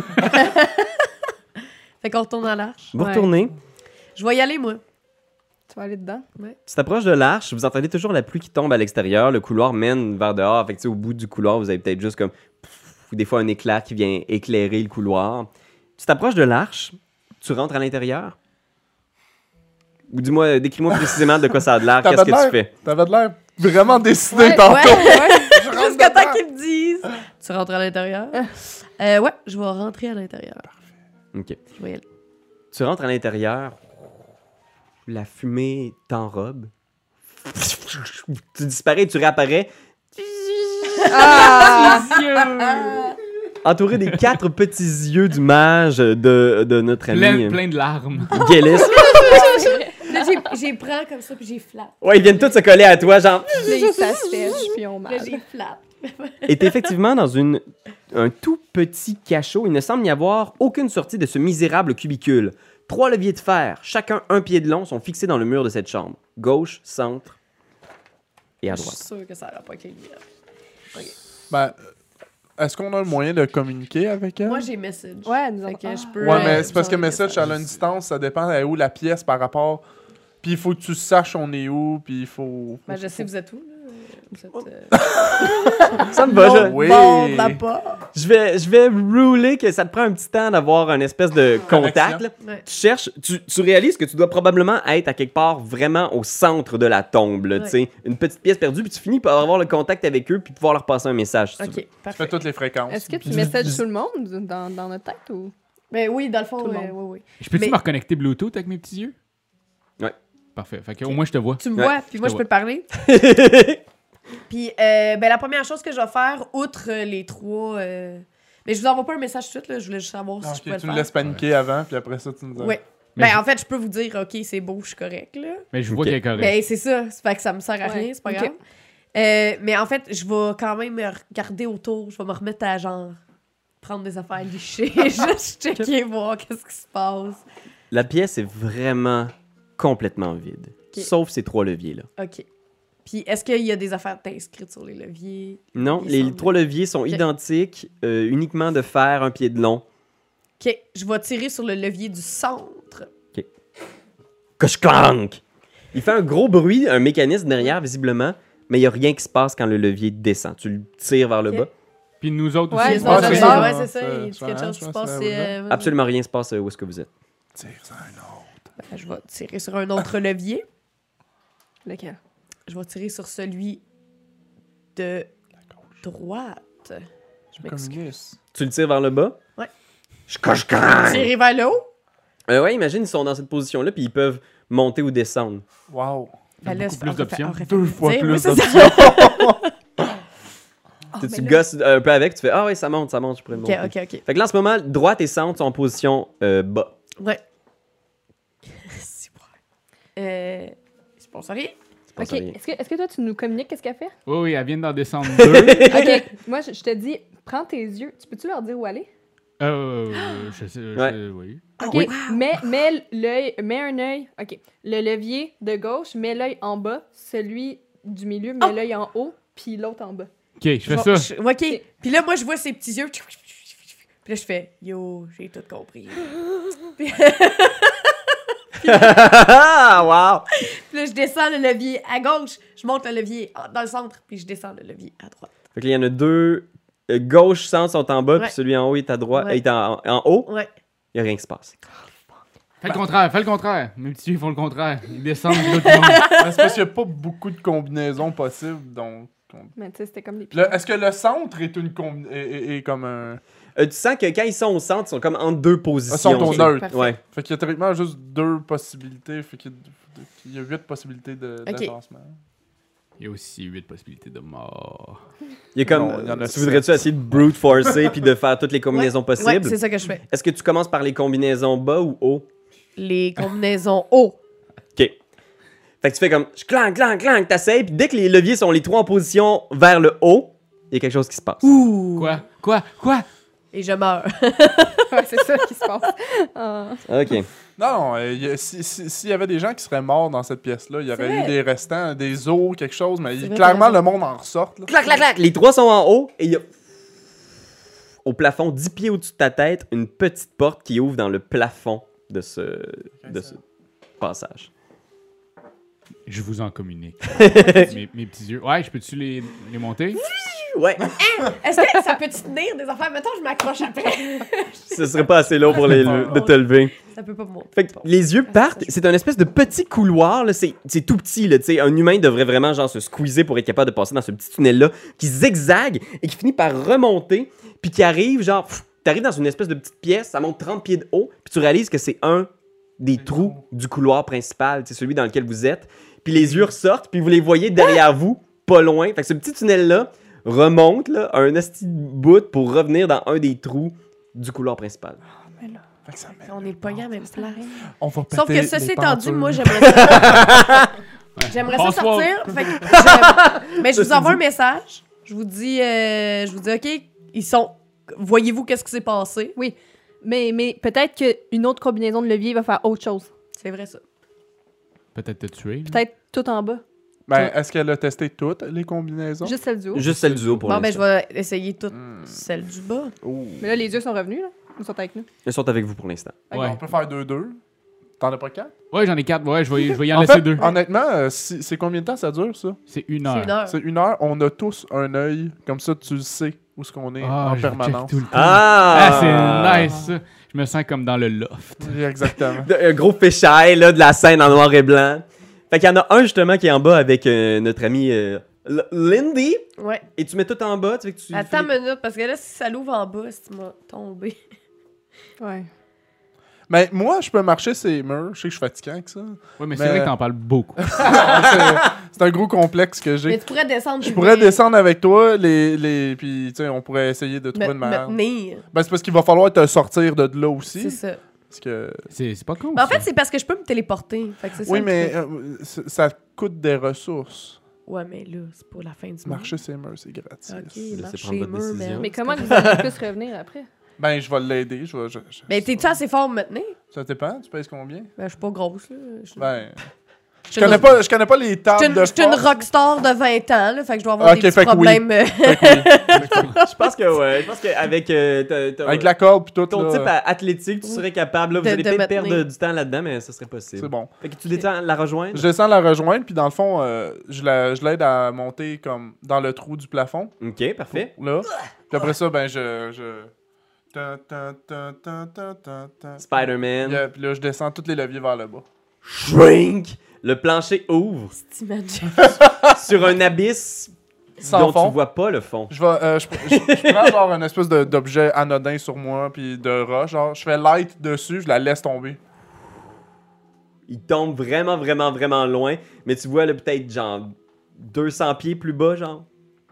Fait qu'on retourne à l'arche. Vous Ouais. retournez, Je vais y aller, moi. Tu vas aller dedans? tu t'approches de l'arche, vous entendez toujours la pluie qui tombe à l'extérieur, le couloir mène vers dehors, fait que tu sais, au bout du couloir, vous avez peut-être juste comme, pff, ou des fois un éclair qui vient éclairer le couloir. Tu t'approches de l'arche, tu rentres à l'intérieur. Ou dis-moi, décris-moi précisément de quoi ça a de l'air, T'avais qu'est-ce que de tu l'air- fais? T'avais de l'air vraiment décidé Ouais, tantôt. Ouais, Je rentre jusqu'à temps dedans. qu'ils me disent. Tu rentres à l'intérieur? Euh, ouais, je vais rentrer à l'intérieur. Ok. Je vais y aller. Tu rentres à l'intérieur, la fumée t'enrobe. Tu disparais, tu réapparais, Ah! entouré des quatre petits yeux du mage de, de notre ami Plein, euh, plein de larmes. Gillis. Là, j'ai- j'ai prends comme ça, puis j'ai flappe. Ouais, ils viennent tous se coller à toi, genre. Là, ils s'assèchent, puis on Là, marche. j'ai flappe. Et t'es effectivement dans une, un tout petit cachot. Il ne semble n'y avoir aucune sortie de ce misérable cubicule. Trois leviers de fer, chacun un pied de long, sont fixés dans le mur de cette chambre. Gauche, centre et à Je suis droite. sûre que ça n'aura pas été lumière. Ben, est-ce qu'on a le moyen de communiquer avec elle? Moi, j'ai message. Ouais, nous Fait avons... que je Ah. peux. Ouais, euh, mais c'est parce que vous envoyer message, à une distance, ça dépend à où la pièce par rapport. Puis il faut que tu saches on est où, puis il faut. Ben, je faut- sais, vous êtes où, là? Vous êtes. Euh... Ça me va, je, Oui. Bon, de la part. je vais, je vais rouler que ça te prend un petit temps d'avoir un espèce de contact. là. Ouais. Tu cherches, tu, tu réalises que tu dois probablement être à quelque part vraiment au centre de la tombe, là, Ouais. tu sais, une petite pièce perdue, puis tu finis par avoir le contact avec eux, puis pouvoir leur passer un message. si tu veux. Ok, Tu fais parfait. toutes les fréquences. Est-ce que tu Du- messages du- tout le monde dans, dans notre tête ou... Ben oui, dans le fond, Tout le euh, monde. oui, oui. Je peux-tu Mais- me reconnecter Bluetooth avec mes petits yeux? Ouais. Parfait. Fait que au moins, je te vois. Tu me Ouais, vois, puis moi, je je te peux te parler. Puis, euh, ben, la première chose que je vais faire, outre euh, les trois. euh, Mais je vous envoie pas un message tout de suite, là. Je voulais juste savoir Ah, si je ok, pouvais tu le me faire. laisses paniquer avant, puis après ça, tu nous dis. Ouais. Mais Ben, je- en fait, je peux vous dire, OK, c'est beau, je suis correct, là. Mais je vois Ok. qu'elle est correcte. Ben, c'est ça. C'est fait que ça me sert à Ouais, rien, c'est pas ok. grave. Euh, mais en fait, je vais quand même me regarder autour. Je vais me remettre à genre prendre des affaires lichées, juste checker, voir qu'est-ce qui se passe. La pièce est vraiment complètement vide. Ok. Sauf ces trois leviers-là. OK. Puis, est-ce qu'il y a des affaires inscrites sur les leviers? Non, Il les semble- trois leviers sont Ok. identiques, euh, uniquement de fer, un pied de long. OK, je vais tirer sur le levier du centre. Coche-clank! Il fait un gros bruit, un mécanisme derrière, visiblement, mais il n'y a rien qui se passe quand le levier descend. Tu le tires vers le Ok. bas. Puis nous autres Ouais, aussi. ça, on ça, passe- ça, ouais, c'est ça. ça, Il y a ça, quelque chose ça, qui se passe. ça, c'est, ça. euh, Absolument rien se passe euh, où est-ce que vous êtes. Tire sur un autre. Ben, je vais tirer sur un autre levier. Lequel? Je vais tirer sur celui de droite. Je m'excuse. Communiste. Tu le tires vers le bas? Ouais. Je coche-clank! Tirer vers le haut? Euh, ouais, imagine, ils sont dans cette position-là, puis ils peuvent monter ou descendre. Wow. Ben là, beaucoup c'est- plus on refait- d'options. on refait Deux le fois dire. plus Oui, c'est ça. d'options. tu mais tu là- gosses un peu avec, tu fais « Ah oui, ça monte, ça monte, je pourrais le OK, monter. OK, OK. Fait que là, en ce moment, droite et centre sont en position euh, bas. Ouais. C'est vrai. Euh... Il se passe rien. C'est pas Ok, ça, rien. est-ce que, est-ce que toi, tu nous communiques qu'est-ce qu'elle fait? Oui, oui, elle vient d'en descendre deux. Ok, moi, je, je te dis, prends tes yeux. Tu peux-tu leur dire où aller? Euh, je sais, je Ouais. sais, oui. Ok, oui. mets, mets l'œil, mets un œil. Ok, le levier de gauche, mets l'œil en bas. Celui du milieu, mets Oh! l'œil en haut, puis l'autre en bas. Ok, je fais Je- ça. je- OK. Puis là, moi, je vois ses petits yeux. Puis là, je fais « Yo, j'ai tout compris. » Ah, wow! Puis là, je descends le levier à gauche. Je monte le levier en- dans le centre. Puis je descends le levier à droite. Fait que là, il y en a deux. euh, gauche, centre sont en bas, Ouais. puis celui en haut est à droite, Ouais. est en, en haut. Ouais. Il n'y a rien qui se passe. Fais le contraire, fais le contraire. Mes petits yeux font le contraire. Ils descendent, puis l'autre, ils montent. Mais c'est parce qu'il n'y a pas beaucoup de combinaisons possibles, donc... on- Mais tu sais, c'était comme des Là, est-ce que le centre est une combi- est, est- est comme un... Euh, tu sens que quand ils sont au centre, ils sont comme en deux positions. Ils sont au Ok. neutre. Parfait. Ouais. Fait qu'il y a théoriquement juste deux possibilités. Fait qu'il y a, il y a huit possibilités de, Ok. d'agencement. Il y a aussi huit possibilités de mort. Il y a comme. Non, il y en a tu voudrais-tu essayer de brute forcer puis de faire toutes les combinaisons Ouais, possibles? c'est ça que je fais. Est-ce que tu commences par les combinaisons bas ou haut? Les combinaisons haut. OK. Fait que tu fais comme je clank, clank, clank, t'essayes, puis dès que les leviers sont les trois en position vers le haut, il y a quelque chose qui se passe. Ouh. Quoi? Quoi? Quoi? Et je meurs. Ouais, c'est ça qui se passe. Ah. OK. Non, euh, il y a- si- si- s'il y avait des gens qui seraient morts dans cette pièce-là, il y C'est aurait eu vrai. des restants, des os, quelque chose, mais C'est il- vrai, clairement, t'as le monde en ressort. Là. Clac, clac, clac. Les trois sont en haut et il y a au plafond, dix pieds au-dessus de ta tête, une petite porte qui ouvre dans le plafond de ce, de ce passage. Je vous en communique. mes, mes petits yeux. Ouais, je peux-tu les, les monter? Ouais, Est-ce que ça peut tenir des affaires? Mettons, je m'accroche après. ce serait pas assez long pour les, le- de te lever. Ça peut pas me monter. Fait que les yeux partent, c'est un espèce de petit couloir, là, c'est, c'est tout petit, là, tu sais, un humain devrait vraiment genre se squeezer pour être capable de passer dans ce petit tunnel-là, qui zigzague et qui finit par remonter, puis qui arrive, genre, pff, t'arrives dans une espèce de petite pièce, ça monte trente pieds de haut, puis tu réalises que c'est un des trous du couloir principal, c'est celui dans lequel vous êtes, puis les yeux ressortent, puis vous les voyez derrière vous, pas loin, fait que ce petit tunnel-là remonte, là, un esti de bout pour revenir dans un des trous du couloir principal. Fait que ça met- On est pogné à la même place. On va Sauf péter que ceci les étant dit, pentures. moi, j'aimerais ça. J'aimerais ça Passe-moi. sortir. Fait que j'aime- Mais je vous envoie un message. Je vous dis, euh, je vous dis, OK, ils sont. Voyez-vous qu'est-ce qui s'est passé? Oui, mais, mais peut-être qu'une autre combinaison de levier va faire autre chose. C'est vrai, ça. Peut-être te tuer. Peut-être tout en bas. Ben, est-ce qu'elle a testé toutes les combinaisons? Juste celle du haut. Juste celle du haut pour Bon, ben, l'instant. je vais essayer toutes Hmm. celles du bas. Oh. Mais là, les yeux sont revenus, là. Ils sont avec nous. Ils sont avec vous pour l'instant. Ok, Ouais. On peut faire deux deux. T'en as pas quatre? Ouais, j'en ai quatre. Ouais, je vais, je vais y en, En laisser fait, deux. honnêtement, euh, si- c'est combien de temps ça dure, ça? C'est une C'est heure. une heure. C'est une heure. On a tous un œil. Comme ça, tu le sais où est-ce qu'on est Ah, en je check permanence. tout le temps. Ah! Ah, c'est nice, ça. Je me sens comme dans le loft. Oui, exactement. De- un gros fisheye là, de la scène en noir et blanc. Fait qu'il y en a un justement qui est en bas avec euh, notre ami euh, L- Lindy. Ouais. Et tu mets tout en bas. Tu fais que tu Attends fais- une minute, parce que là, si ça l'ouvre en bas, si tu m'as tombé. Ouais. Mais moi, je peux marcher ces murs. Je sais que je suis fatiguant avec ça. Ouais, mais c'est Mais- vrai que t'en parles beaucoup. c'est, c'est un gros complexe que Mais j'ai. tu pourrais descendre. Je puis pourrais venir descendre avec toi, les, les, puis tu sais, on pourrait essayer de trouver me, une me manière. tenir. Ben, c'est parce qu'il va falloir te sortir de là C'est aussi. ça. Parce que... C'est c'est pas con. Mais en ça. fait, c'est parce que je peux me téléporter. Fait que c'est ça Oui, le mais truc. euh, c- ça coûte des ressources. Ouais, mais là, c'est pas la fin du monde. Marcher ses murs, c'est gratis. Ok, Laissez marcher prendre votre mur, décision. man. Mais comment que vous allez plus revenir après? Ben, je vais l'aider. Je vais, je, je- Ben, t'es-tu assez fort pour me tenir? Ça dépend, tu pèses combien? Ben, je suis pas grosse, là. Je Ben, je je connais pas, je connais pas les Je tables suis de une, je suis une force. rockstar de vingt ans, là, fait que je dois avoir Ok, des fait petits que oui. problèmes. euh, Fait que oui. Je pense que ouais. Je pense qu'avec euh, ta- ta- Avec la corde pis tout, ton là, type à- athlétique, tu serais capable. Là, vous De- allez de peut-être me perdre tenir. du temps là-dedans, mais ça serait possible. c'est bon. Fait que tu descends la rejoindre. Je descends la rejoindre, puis dans le fond, euh, je la- je l'aide à monter comme dans le trou du plafond. Ok, parfait. Là. Puis après ça, ben, je. je... Tan, tan, tan, tan, tan, tan, tan. Spider-Man. Yeah, puis là, je descends tous les leviers vers le bas. Shrink. Le plancher ouvre T'imagines? sur un abysse Sans dont fond. tu vois pas le fond. Je vais, euh, je, je- je prends genre une espèce de- d'objet anodin sur moi, puis de roche. Genre, je fais light dessus, je la laisse tomber. Il tombe vraiment, vraiment, vraiment loin, mais tu vois là peut-être genre deux cents pieds plus bas, genre.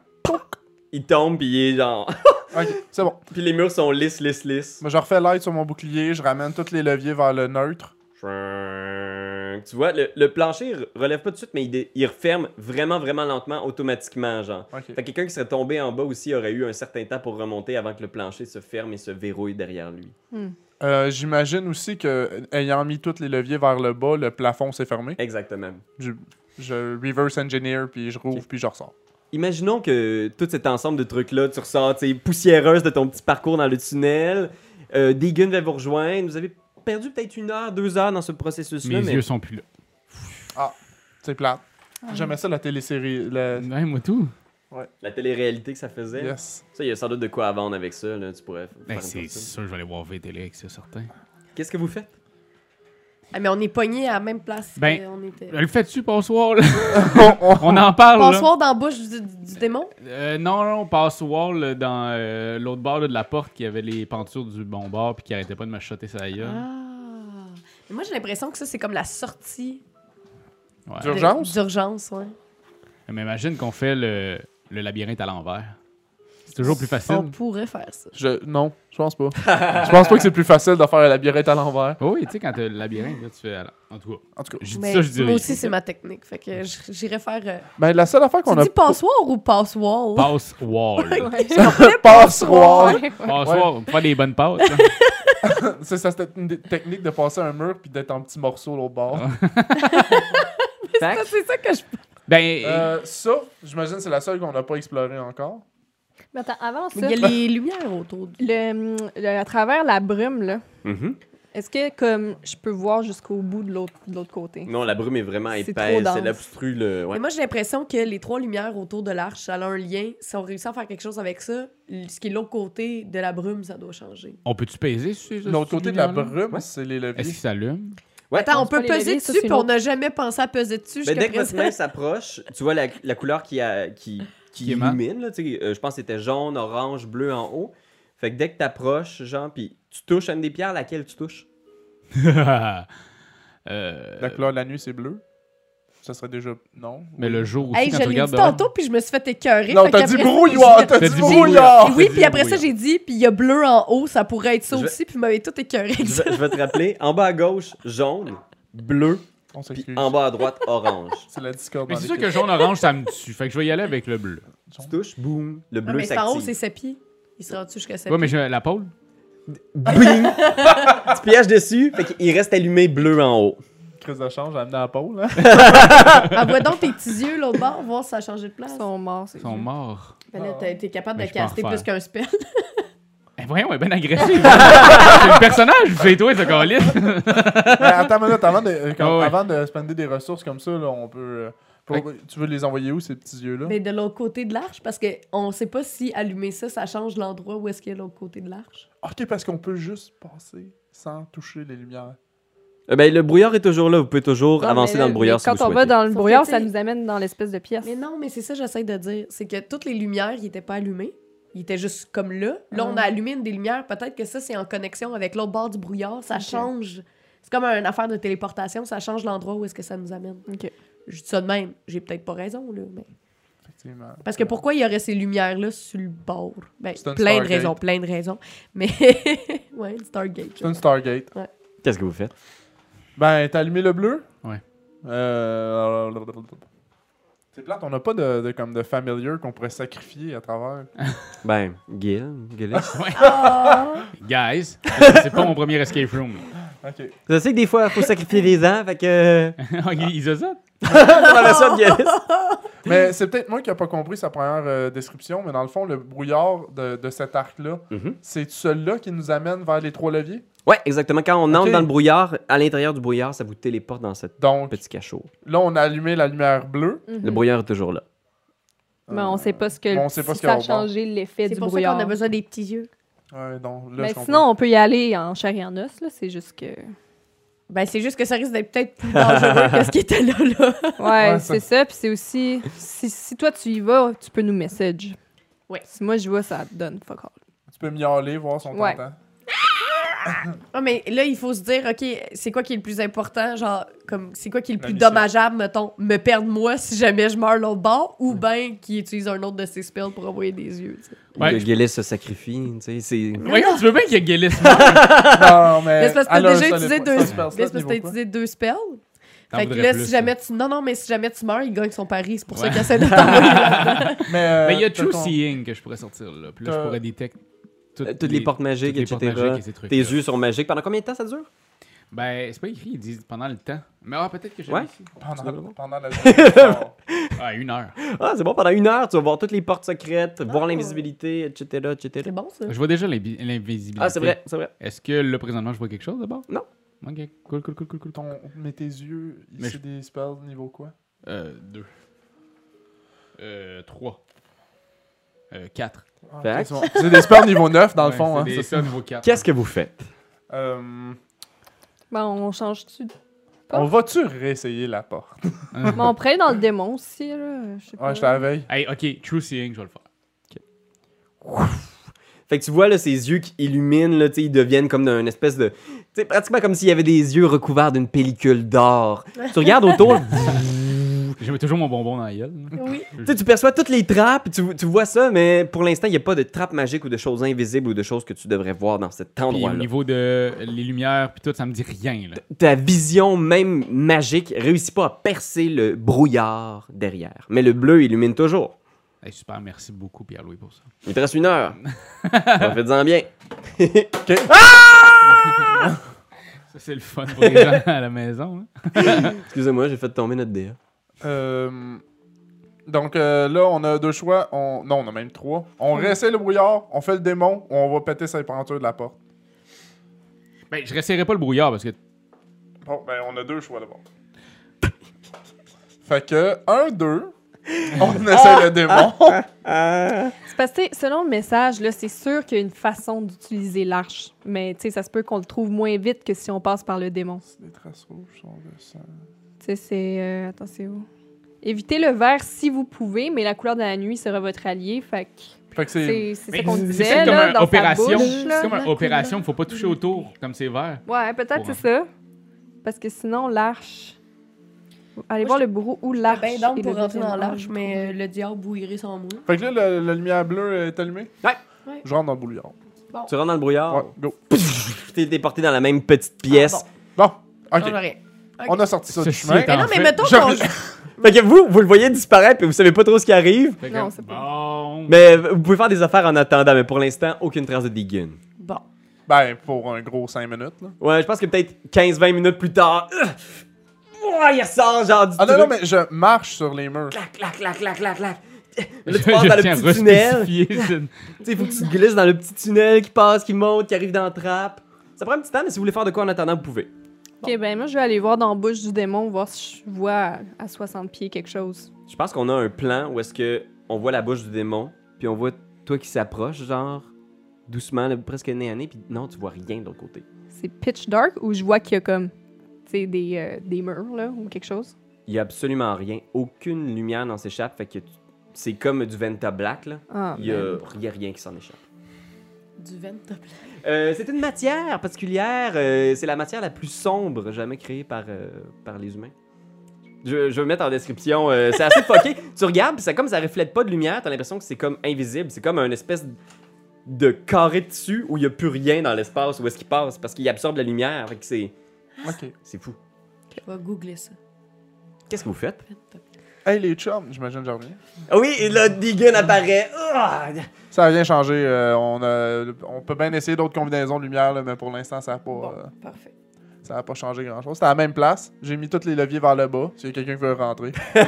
Il tombe, puis il est genre. Ok, c'est bon. Puis les murs sont lisses, lisses, lisses. Moi, je refais light sur mon bouclier, je ramène tous les leviers vers le neutre. Shrink. Tu vois, le, le plancher re- relève pas tout de suite, mais il, dé- il referme vraiment, vraiment lentement, automatiquement, genre. Ok. Fait que quelqu'un qui serait tombé en bas aussi aurait eu un certain temps pour remonter avant que le plancher se ferme et se verrouille derrière lui. Euh, J'imagine aussi que, ayant mis tous les leviers vers le bas, le plafond s'est fermé. Exactement. Je, je reverse engineer, puis je rouvre, Ok. puis je ressors. Imaginons que tout cet ensemble de trucs-là, tu ressors, tu sais, poussiéreuse de ton petit parcours dans le tunnel, euh, Deegan va vous rejoindre, vous avez perdu peut-être une heure, deux heures dans ce processus-là, Mes mais yeux sont plus là. C'est plate. J'aimais ça, la télésérie. La... Ouais, moi tout. la télé-réalité que ça faisait, Yes. ça, il y a sans doute de quoi à vendre avec ça, là, tu pourrais faire Ben, une c'est fortune. sûr, je vais aller voir V T L avec ça, certain. Qu'est-ce que vous faites? Ah, mais on est pognés à la même place. Ben, que on était. Le fais-tu, passoire, là? On en parle, là. Passoire dans la bouche du, du démon? Euh, non, non, passoire, là, dans euh, l'autre bord là, de la porte qui avait les pentures du bon bord puis qui arrêtait pas de me shotter sa gueule. Ah. Mais moi, j'ai l'impression que ça, c'est comme la sortie. Ouais. Dur- D'urgence? De- D'urgence, ouais. Mais imagine qu'on fait le, le labyrinthe à l'envers. C'est toujours plus facile. On pourrait faire ça. Je... Non, je pense pas. Je pense pas que c'est plus facile de faire la labyrinthe à l'envers. Oh oui, tu sais, quand t'as le labyrinthe, là, tu fais. En tout cas, En tout cas. j'ai dit Mais ça, je dis moi rien. aussi, c'est ma technique. Fait que j- j'irais faire. euh, Ben, la seule affaire qu'on Tu a. dis passoire ou passoire? Passe wall. Passoire! Passoire, pour faire des bonnes passes. hein. C'est ça, c'était une des techniques de passer un mur puis d'être en petits morceaux l'autre bord. Ça, c'est ça que je. Ben, Euh, ça, j'imagine que c'est la seule qu'on n'a pas explorée encore. Mais attends, avant ça, Mais il y a les lumières autour du. le, le- à travers la brume, là, Mhm. est-ce que comme je peux voir jusqu'au bout de l'autre de l'autre côté? Non, la brume est vraiment C'est trop épaisse, dense. elle obstrue le... Ouais. Mais moi, j'ai l'impression que les trois lumières autour de l'arche, ça a un lien. Si on réussit à faire quelque chose avec ça, ce qui est l'autre côté de la brume, ça doit changer. on peut-tu peser sur ces L'autre côté de la lumières-là? brume, c'est les Est-ce leviers. qu'il s'allume? Ouais. Attends, on c'est peut pas les peser leviers, ça, dessus, c'est puis on l'autre. n'a jamais pensé à peser dessus Ben, jusqu'à dès que votre présent. main s'approche, tu vois la, la couleur qui, a, qui, qui Qui émane. illumine. Là, tu sais, euh, je pense que c'était jaune, orange, bleu en haut. Fait que dès que tu approches, genre, puis tu touches à une des pierres, laquelle tu touches? Euh, La couleur de la nuit, c'est bleu. Ça serait déjà. Non. mais le jour aussi, Hey, quand je tu l'ai regardes dit dehors. tantôt, puis je me suis fait écœurer. Non, fait t'as dit qu'après ça, brouillard! j'ai- T'as T'as dit dit brouillard! Oui, T'as puis dit après ça, brouillard. j'ai dit, puis il y a bleu en haut, ça pourrait être ça Je vais- aussi, puis vous m'avez tout écœuré avec Je ça. vais, je vais te rappeler, en bas à gauche, jaune, bleu, On puis s'excuse. en bas à droite, orange. C'est la discorde Mais dans c'est sûr l'équipe. que jaune-orange, ça me tue. Fait que je vais y aller avec le bleu. Tu touches, boum, le Ah, bleu mais c'est en haut, c'est s'active. sept pieds. Il sera dessus jusqu'à sept Ouais, mais pieds. je- la pôle? Bing! Tu pièges dessus, fait qu'il reste allumé bleu en haut. Crise de change, j'ai amené à la pôle. Hein? Envoie donc tes petits yeux l'autre bord, voir si ça a changé de place. Ils sont morts, c'est Ils sont morts. Ben là, t'as été capable Mais de je peux en caster refaire. plus qu'un spell. Eh, voyons, elle est bien agressive. C'est le personnage, c'est toi, ce gars-là. Mais attends une minute, avant de, euh, quand- Ah ouais. avant de spender des ressources comme ça, là, on peut. euh, pour- Fait Tu veux les envoyer où, ces petits yeux-là? Mais de l'autre côté de l'arche, parce qu'on sait pas si allumer ça, ça change l'endroit où est-ce qu'il y a l'autre côté de l'arche. Ok, parce qu'on peut juste passer sans toucher les lumières. Euh, ben, le brouillard est toujours là, vous pouvez toujours Non, avancer mais dans là, le brouillard mais si quand vous on souhaitez. va dans le Sauf brouillard, que, tu ça sais- nous amène dans l'espèce de pièce. Mais non, mais c'est ça que j'essaie de dire. C'est que toutes les lumières, ils étaient pas allumées. Ils étaient juste comme là. Là, on a Ah. allumé une des lumières. Peut-être que ça, c'est en connexion avec l'autre bord du brouillard. Ça Ok. change. C'est comme une affaire de téléportation. Ça change l'endroit où est-ce que ça nous amène. Ok. Je dis ça de même. J'ai peut-être pas raison, là. Mais... Effectivement. Parce que pourquoi il y aurait ces lumières-là sur le bord? Ben, C'est une plein de Stargate. raisons, plein de raisons. Mais, ouais, une Stargate. C'est une Stargate. Qu'est-ce que vous faites? Ben, t'as allumé le bleu? Ouais. Euh... C'est plate, on n'a pas de, de, comme de familiar qu'on pourrait sacrifier à travers. Ben, Gil, Gillis. Ouais. Ah! Guys, c'est pas mon premier escape room. Ok. Je sais que des fois, il faut sacrifier des ans, fait que... Ah, il ils osent ça? Dans la version de Gillis. Mais c'est peut-être moi qui n'ai pas compris sa première euh, description, mais dans le fond, le brouillard de, de cet arc-là, Mhm. c'est celui-là qui nous amène vers les trois leviers. Ouais, exactement. Quand on Ok. entre dans le brouillard, à l'intérieur du brouillard, ça vous téléporte dans ce Donc, petit cachot. là, on a allumé la lumière bleue. Mhm. Le brouillard est toujours là. Mais on sait pas ce que, On sait pas si ce qu'il y ça a a au bord. changé l'effet C'est du pour ça brouillard. qu'on a besoin des petits yeux. Ouais, donc, là, Mais je comprends. sinon, on peut y aller en chair et en os, là. C'est juste que. Ben, c'est juste que ça risque d'être peut-être plus dangereux que ce qui était là, là. Ouais, Ouais, c'est ça. Puis c'est aussi. Si, si toi tu y vas, tu peux nous message. Ouais. Si moi je vois, ça te donne fuck all. Tu peux miauler, voir son Ouais. content. Ah, mais là, il faut se dire, OK, c'est quoi qui est le plus important? Genre, comme, c'est quoi qui est le La plus mission. dommageable, mettons, me perdre moi si jamais je meurs l'autre bord, ou ben qui utilise un autre de ses spells pour envoyer des yeux, tu sais. Ouais, que je- Gillis se sacrifie, tu sais, c'est... Voyons, tu veux bien qu'il y ait Gillis meure? Non, mais. Mais c'est parce que elle t'as a un déjà seul utilisé effort. deux, C'est un mais spell c'est slot parce que niveau t'as quoi? utilisé deux spells. T'en Fait que voudrais là, plus, si là. jamais tu... Non, non, mais si jamais tu meurs, il gagne son pari. C'est pour ça Ouais. qu'il essaie de t'envoyer là. Mais euh, Mais il y a t'as True ton- Seeing que je pourrais sortir là. Puis là, je T'as- pourrais détecter Euh, Toutes les portes magiques, toutes les portes et cetera. magiques et ces trucs-là. Tes yeux sont magiques. Pendant combien de temps ça dure? Ben, c'est pas écrit, ils disent pendant le temps. Mais ah, peut-être que j'ai Ouais. ici. Pendant, pendant la journée. Ah, une heure. Ah, c'est bon, pendant une heure, tu vas voir toutes les portes secrètes, voir Oh. l'invisibilité, et cetera, et cetera. C'est bon, ça. Je vois déjà l'invi- l'invisibilité. Ah, c'est vrai, c'est vrai. Est-ce que là, présentement, je vois quelque chose d'abord? Non. Ok, cool, cool, cool, cool, cool. Ton, mais tes yeux, Mais c'est des spells niveau quoi? Euh, deux. Euh, trois. Euh, quatre. Ah, Fait ok, que- c'est bon. C'est des spells niveau neuf dans le Ouais, fond. c'est Hein, des ça, spells niveau quatre. Qu'est-ce que vous faites? Euh, Bon, on change-tu? on va-tu réessayer la porte? Mais on pourrait aller dans le démon aussi, là. Je sais pas. Ouais, je t'avais. Hey, ok, True Seeing, je vais le faire. Fait que tu vois là, ses yeux qui illuminent, là, tu sais, ils deviennent comme d'un espèce de... Tu sais, pratiquement comme s'il y avait des yeux recouverts d'une pellicule d'or. Tu regardes autour, Je mets toujours mon bonbon dans la gueule. là. Oui. tu sais, tu perçois toutes les trappes, tu, tu vois ça, mais pour l'instant, il n'y a pas de trappe magique ou de choses invisibles ou de choses que tu devrais voir dans cet Puis au endroit-là. niveau de les lumières, puis tout, ça me dit rien. Là. Ta vision, même magique, réussit pas à percer le brouillard derrière. Mais le bleu illumine toujours. Hey, super, merci beaucoup, Pierre-Louis, pour ça. Il te reste une heure. Faites-en bien. Ça, c'est le fun pour les gens à la maison. Là. Excusez-moi, j'ai fait tomber notre dé. Euh, donc euh, là, on a deux choix. On... Non, on a même trois. On réessaye le brouillard, on fait le démon, ou on va péter sa peinture de la porte. Ben, je réessayerai pas le brouillard parce que. Bon, ben, on a deux choix d'abord. Fait que, un, deux, on essaie le démon. C'est parce que, tu sais, selon le message, là, c'est sûr qu'il y a une façon d'utiliser l'arche. Mais, tu sais, ça se peut qu'on le trouve moins vite que si on passe par le démon. Les traces rouges sont de sang. Tu sais, c'est... Euh, attends, c'est où? Évitez le vert si vous pouvez, mais la couleur de la nuit sera votre allié. Fait que Fait que c'est... c'est c'est Mais ça qu'on c'est disait, c'est comme là, une dans sa opération. bouche, là. C'est comme une opération, faut pas toucher autour, comme c'est vert. Ouais, peut-être Pour c'est ça. Parce que sinon, l'arche... Allez Moi, voir je- le bourreau ou l'arche. Ben donc et pour le rentrer dans deuxième l'arche, ange. mais euh, le diable bouillerait sans moi. Fait que là, le- la lumière bleue est allumée? Ouais. Ouais. Je rentre dans le brouillard. Tu rentres dans le brouillard, Ouais, go. t'es déporté dans la même petite pièce. Ah, Bon, bon, ok. change rien. Ok. On a sorti ça du Ceci chemin. étant Mais non, mais fait- mettons Je- qu'on... Fait que vous, vous le voyez disparaître et vous savez pas trop ce qui arrive. Fait que, Non, c'est pas- bon. Mais vous pouvez faire des affaires en attendant, mais pour l'instant, aucune trace de Deegan. Bon. Ben, pour un gros cinq minutes, là. Ouais, je pense que peut-être quinze vingt minutes plus tard. euh, Ouais, il ressort genre du Ah non, truc. non, mais je marche sur les murs. Clac, clac, clac, clac, clac, clac. Là, Je, tu passes dans le tiens à petit tunnel. respécifier, c'est- Tu sais, faut que tu te glisses dans le petit tunnel qui passe, qui monte, qui arrive dans la trappe. Ça prend un petit temps, mais si vous voulez faire de quoi en attendant, vous pouvez. Ok, ben moi, je vais aller voir dans la bouche du démon, voir si je vois à, à soixante pieds quelque chose. Je pense qu'on a un plan où est-ce que on voit la bouche du démon, puis on voit toi qui s'approche, genre, doucement, là, presque nez à nez, puis non, tu vois rien de l'autre côté. C'est pitch dark ou je vois qu'il y a comme, tu sais, des, euh, des murs, là, ou quelque chose? Il y a absolument rien. Aucune lumière n'en s'échappe, fait que tu- c'est comme du Venta Black, là. Ah, Il y a ben. rien, rien qui s'en échappe. Du vent. Euh, c'est une matière particulière. euh, c'est la matière la plus sombre jamais créée par, euh, par les humains. Je, je vais mettre en description. euh, c'est assez fucké. Tu regardes, puis c'est comme ça reflète pas de lumière. T'as l'impression que c'est comme invisible. C'est comme un espèce de carré de dessus où il y a plus rien dans l'espace où est-ce qu'il passe parce qu'il absorbe la lumière. Fait que c'est, Ok. c'est fou. Je vais googler ça. Qu'est-ce que vous faites? Hey, les chums, j'imagine que je reviens. Ah oui, et là, Deegan apparaît. Ah! Ça n'a rien changé. euh, on, a, on peut bien essayer d'autres combinaisons de lumière, là, mais pour l'instant, ça n'a pas, Bon, euh, parfait. ça a pas changé grand-chose. C'était à la même place. J'ai mis tous les leviers vers le bas. S'il y a quelqu'un qui veut rentrer. C'est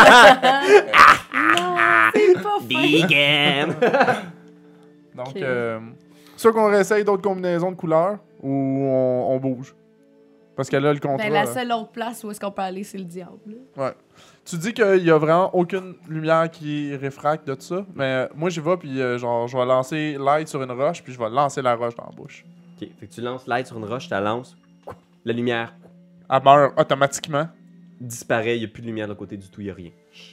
pas fin. Deegan! Donc, Ok. euh, soit qu'on réessaye d'autres combinaisons de couleurs ou on, on bouge. Parce que là, le contrat... Ben, la seule autre place où est-ce qu'on peut aller, c'est le diable. Ouais. Tu dis qu'il y a vraiment aucune lumière qui réfracte de tout ça, mais euh, moi j'y vais puis euh, genre je vais lancer light sur une roche puis je vais lancer la roche dans la bouche. Ok, fait que tu lances light sur une roche, tu la lances. La lumière Elle meurt automatiquement. disparaît, il n'y a plus de lumière de l'autre côté du tout, il n'y a rien.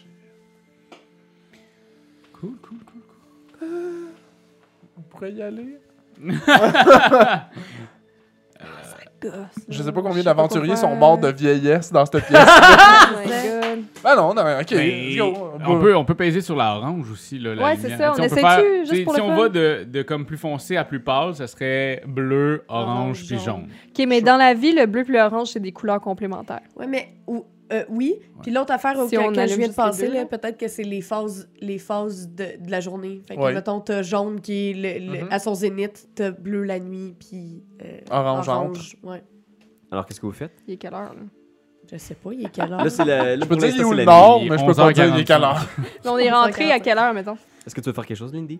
Cool, cool, cool, cool. On pourrait y aller. Gosse, Je là. sais pas combien sais pas d'aventuriers quoi sont faire. morts de vieillesse dans cette pièce. Oh my god. Ben non, non, ok, Mais let's go. on, peut, on peut peser sur la orange aussi, là, la Ouais, c'est lumière. ça, on Tu sais, peut essaie-tu, faire- juste tu sais, pour Si le on fun? va de, de comme plus foncé à plus pâle, ça serait bleu, orange, Orange, puis jaune. jaune. Ok, mais dans la vie, le bleu et l'orange, c'est des couleurs complémentaires. Ouais, mais ou- euh, oui. Puis l'autre affaire Si auquel on que je allume viens de juste les penser, deux, là, là. peut-être que c'est les phases, les phases de, de la journée. Fait que, Ouais. mettons, t'as jaune qui est le- le- Mhm. à son zénith, t'as bleu la nuit, puis euh, Orange entre. Ouais. Alors, qu'est-ce que vous faites? Il est quelle heure, là? Je sais pas, il est quelle heure? Là, c'est la. Là, Je peux pour dire il est l'instant, où c'est le la nord, nuit. mais je peux pas dire il est quelle heure. Mais on est rentré à quelle heure, mettons? Est-ce que tu veux faire quelque chose, Lindy?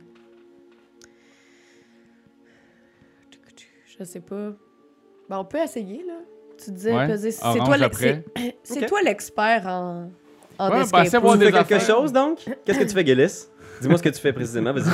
Je sais pas. Ben, on peut essayer, là. Tu disais, Ouais. peser- c'est Orange toi, le- après. c'est- c'est Ok. toi l'expert en, en Ouais, escape ben, c'est room. bon, Tu des fais quelque affaires. chose, donc? Qu'est-ce que tu fais, Gillis? Dis-moi ce que tu fais précisément, vas-y.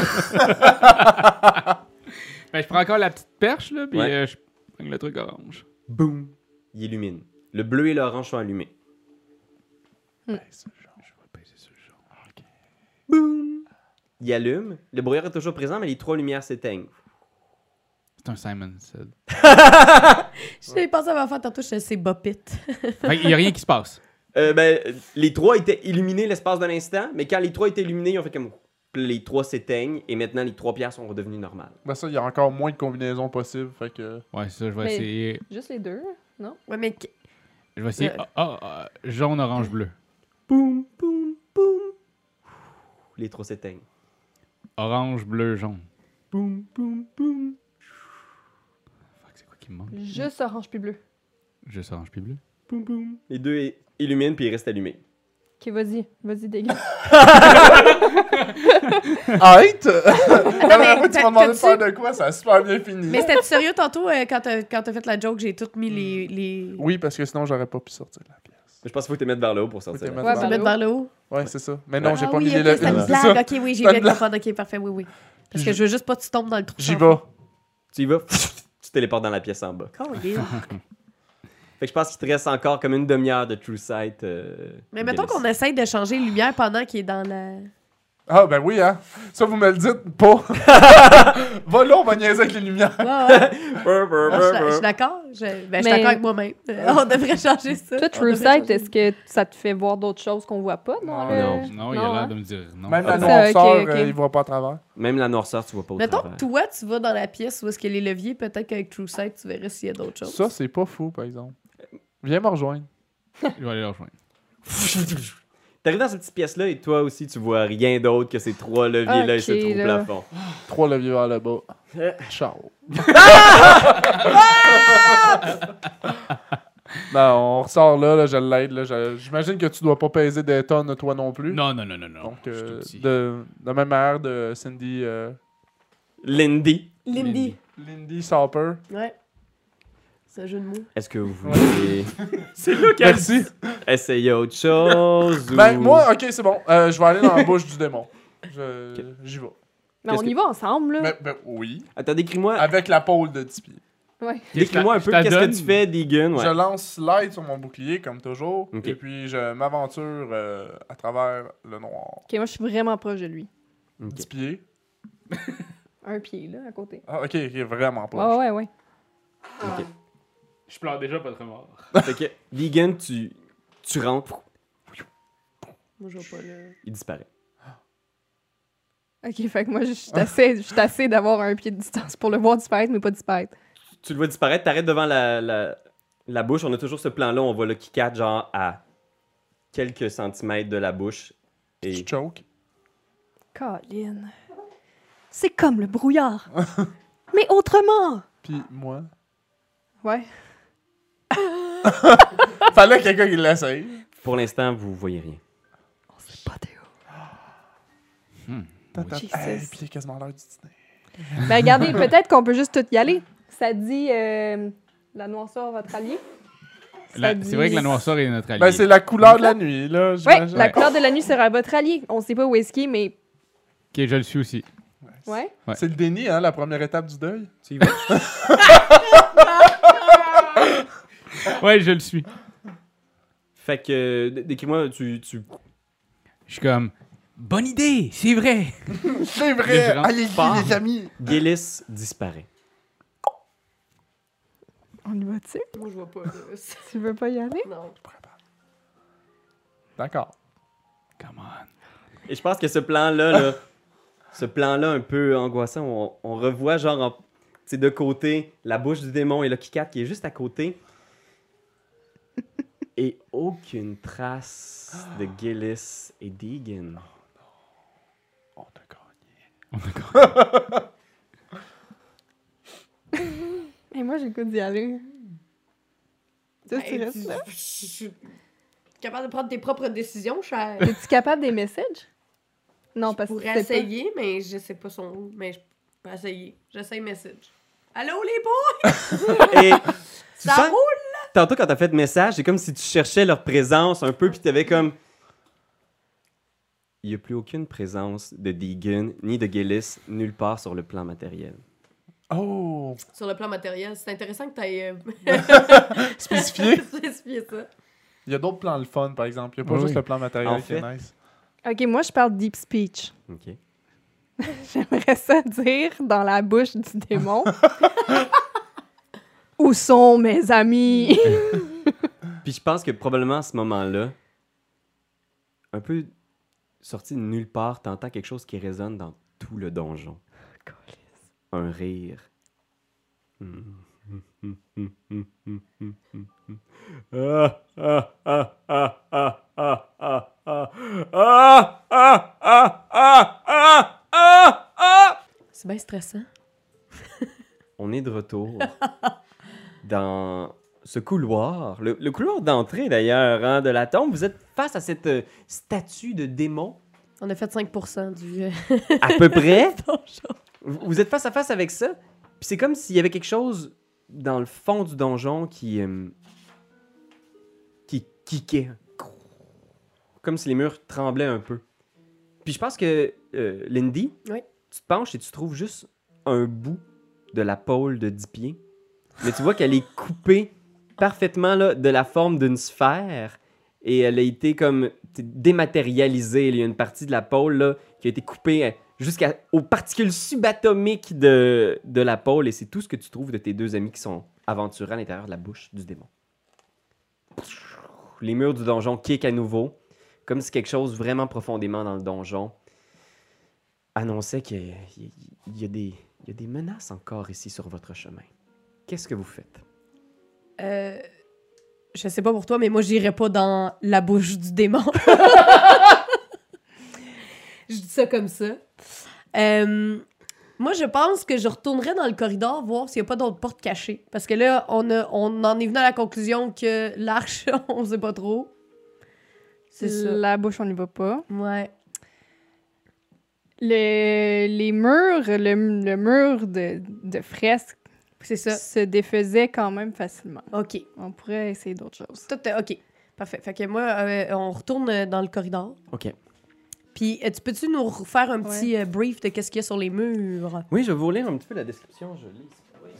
Ben, je prends encore la petite perche, là, puis Ouais. euh, je prends le truc orange. Boum! Il illumine. Le bleu et l'orange sont allumés. Je vais peser sur le jaune. Boum! Il allume. Le brouillard est toujours présent, mais les trois lumières s'éteignent. C'est un Simon Said. J'ai pensé à ma faire tantôt, je sais, c'est Bopit. Fait qu'il y a rien qui se passe. Euh, ben, les trois étaient illuminés l'espace d'un instant, mais quand les trois étaient illuminés, ils ont fait comme... Puis les trois s'éteignent, et maintenant, les trois pierres sont redevenues normales. Ben ça, il y a encore moins de combinaisons possibles, fait que... Ouais, ça, je vais Mais- essayer. Juste les deux, non? Ouais, mais qu- Je vais essayer. Euh. Ah, ah, ah, jaune, orange, bleu. Boum, boum, boum. Les trois s'éteignent. Orange, bleu, jaune. Boum, boum, boum. Fuck, c'est quoi qui me manque? Juste orange puis bleu. Juste orange, puis bleu. Boum, boum. Les deux é- illuminent, puis ils restent allumés. Ok, vas-y, vas-y, dégage. Arrête! mais Moi, tu t'as- m'as demandé de t'as-tu- faire de quoi? Ça a super bien fini. Mais c'était sérieux tantôt euh, quand t'as quand t'as fait la joke, j'ai tout mis les. les... Oui, parce que sinon, j'aurais pas pu sortir de la pièce. Je pense qu'il faut te mettre vers le haut pour sortir. Faut te là. mettre Ouais, Tu vers mettre le vers haut. le haut? Ouais, c'est ça. Mais non, j'ai Ah pas oui, mis les ok, c'était une c'est ça. blague. Ok, oui, j'ai C'était bien une blague. comprendre. Ok, parfait, oui, oui. Parce que J- je veux juste pas que tu tombes dans le trou. J'y sans vais. Tu y vas, tu téléportes dans la pièce en bas. fond. Colin. Fait que je pense qu'il te reste encore comme une demi-heure de True Sight. euh, Mais mettons Gillis. qu'on essaye de changer les lumières pendant qu'il est dans la. Ah, ben oui, hein. Ça, vous me le dites pas. Va là, on va niaiser avec les lumières. Ouais, ouais. Brr, brr, Ah, brr, Je je brr. suis d'accord. Je, ben, je suis Mais- d'accord avec moi-même. Euh, On devrait changer ça. Toi, On True devrait Sight, changer. est-ce que ça te fait voir d'autres choses qu'on voit pas dans Non, le... non. Non, il a l'air hein? de me dire non. Même la Ah, ça, noirceur, ok, ok. euh, il voit pas à travers. Même la noirceur, tu vois pas au Mettons travers. que toi, tu vas dans la pièce où est-ce qu'il y a les leviers, peut-être qu'avec True Sight, tu verrais s'il y a d'autres choses. Ça, c'est pas fou, par exemple. Viens me rejoindre. Je vais aller le rejoindre. T'arrives dans cette petite pièce-là et toi aussi, tu vois rien d'autre que ces trois leviers-là et Ok, ce trou au là. plafond. Trois leviers vers le bas. Euh. Ciao. Ben, on ressort là, là je l'aide. là, je- J'imagine que tu dois pas peser des tonnes, toi non plus. Non, non, non, non, non. Donc, je suis euh, tout petit. de, de même manière de Cindy... euh, Lindy, Lindy. Lindy Sauper. Ouais. C'est un jeu de mots. est-ce que vous voulez Merci. essayer autre chose? Ben, ou- moi, ok, c'est bon. Euh, je vais aller dans la bouche du démon. Je- J'y vais. Mais Qu'est-ce on y que- va ensemble, là. Ben, ben, oui. Attends, décris-moi Avec la pôle de dix pieds. Ouais. décris-moi un Je peu te qu'est-ce donne. que tu fais, Deegan. Ouais. Je lance light sur mon bouclier, comme toujours. Ok. Et puis, je m'aventure euh, à travers le noir. Ok, moi, je suis vraiment proche de lui. Ok. dix pieds. Un pied, là, à côté. Ah, ok, ok, vraiment Ouais, pas. ouais, ouais. Ok. Je pleure déjà pas très mort. Fait que, Deegan, tu, tu rentres, Moi, je vois pas le. il disparaît. Ok, fait que moi, je suis assez, je suis assez d'avoir un pied de distance pour le voir disparaître, mais pas disparaître. Tu le vois disparaître, t'arrêtes devant la, la, la bouche. On a toujours ce plan-là, on voit le Kit Kat genre à quelques centimètres de la bouche. Je Et choke. Colin. C'est comme le brouillard. Mais autrement. Puis moi. Ouais. Fallait quelqu'un qui l'essaye. pour l'instant, vous voyez rien. On sait pas Théo. Tata- Jesus. Hey, puis il est quasiment l'heure du dîner. Ben regardez, peut-être qu'on peut juste tout y aller. Ça dit euh, la noirceur, votre allié. Ça La- dit- C'est vrai que la noirceur est notre allié. Ben, c'est la couleur de la nuit, là. Ouais, j'imagine. la couleur de la nuit sera votre allié. On sait pas où est-ce qu'il est, mais Ok, je le suis aussi. ouais. Ouais. C'est le déni, hein, la première étape du deuil. Tu y vas? Ouais, je le suis. Fait que, euh, décris-moi, tu, tu Je suis comme, bonne idée, c'est vrai. C'est Le vrai! grand Allez-y, phare. les amis! Gillis disparaît. On y va-tu? Moi, je vois pas. là. Tu veux pas y aller? Non. D'accord. Come on. Et je pense que ce plan-là, là, ce plan-là un peu angoissant, on, on revoit genre, en- tu sais, de côté, la bouche du démon et Lucky Cat qui est juste à côté. Et aucune trace de Gillis et Deegan. On a gagné. On a compris. Et moi, j'ai le goût d'y aller. Toi, tu Hey, restes tu- là? je suis capable de prendre tes propres décisions, cher. Es-tu capable des messages? Non, parce Je que pourrais c'est pas... essayer, mais je sais pas son où. Mais je peux essayer. J'essaye message. Allô, les boys? Et tu Ça sens- roule? Tantôt, quand t'as fait le message, c'est comme si tu cherchais leur présence un peu, puis t'avais comme... Il n'y a plus aucune présence de Deegan ni de Gillis nulle part sur le plan matériel. Oh! Sur le plan matériel, c'est intéressant que tu aies Spécifié. spécifié ça. Il y a d'autres plans le fun, par exemple. Il n'y a pas Oui, juste oui. le plan matériel En qui est fait. nice. OK, moi, je parle deep speech. OK. J'aimerais ça dire dans la bouche du démon. Où sont mes amis? Puis je pense que probablement à ce moment-là, un peu sorti de nulle part, t'entends quelque chose qui résonne dans tout le donjon. Un rire. Ah, ah, ah, ah, ah, ah, ah, ah, ah, ah, ah, ah, ah, ah, ah. C'est bien stressant. On est de retour dans ce couloir, le, le couloir d'entrée d'ailleurs hein, de la tombe. Vous êtes face à cette euh, statue de démon, On a fait cinq pour cent du euh, à peu près. donjon. Vous vous êtes face à face avec ça, puis c'est comme s'il y avait quelque chose dans le fond du donjon qui euh, qui kickait, comme si les murs tremblaient un peu. Puis je pense que euh, Lindy, Oui. tu te penches et tu trouves juste un bout de la pôle de dix pieds, mais tu vois qu'elle est coupée parfaitement là, de la forme d'une sphère et elle a été comme t'sais, dématérialisée. Il y a une partie de la pôle là, qui a été coupée euh, jusqu'aux particules subatomiques de, de la pôle et c'est tout ce que tu trouves de tes deux amis qui sont aventurés à l'intérieur de la bouche du démon. Les murs du donjon kick à nouveau, comme si quelque chose vraiment profondément dans le donjon annonçait qu'il y, il- il y a des, il y a des menaces encore ici sur votre chemin. Qu'est-ce que vous faites? Euh, je sais pas pour toi, mais moi, j'irais pas dans la bouche du démon. Je dis ça comme ça. Euh, moi, je pense que je retournerais dans le corridor voir s'il n'y a pas d'autres portes cachées. Parce que là, on, a, on en est venu à la conclusion que l'arche, on sait pas trop. C'est ça. La bouche, on n'y va pas. Ouais. Le, les murs, le, le mur de, de fresques C'est ça. se défaisait quand même facilement. OK. On pourrait essayer d'autres choses. Tout, euh, OK. Parfait. Fait que moi, euh, on retourne euh, dans le corridor. OK. Puis, euh, tu peux-tu nous refaire un petit euh, brief de qu'est-ce qu'il y a sur les murs? Oui, je vais vous lire un petit peu la description. Je lis.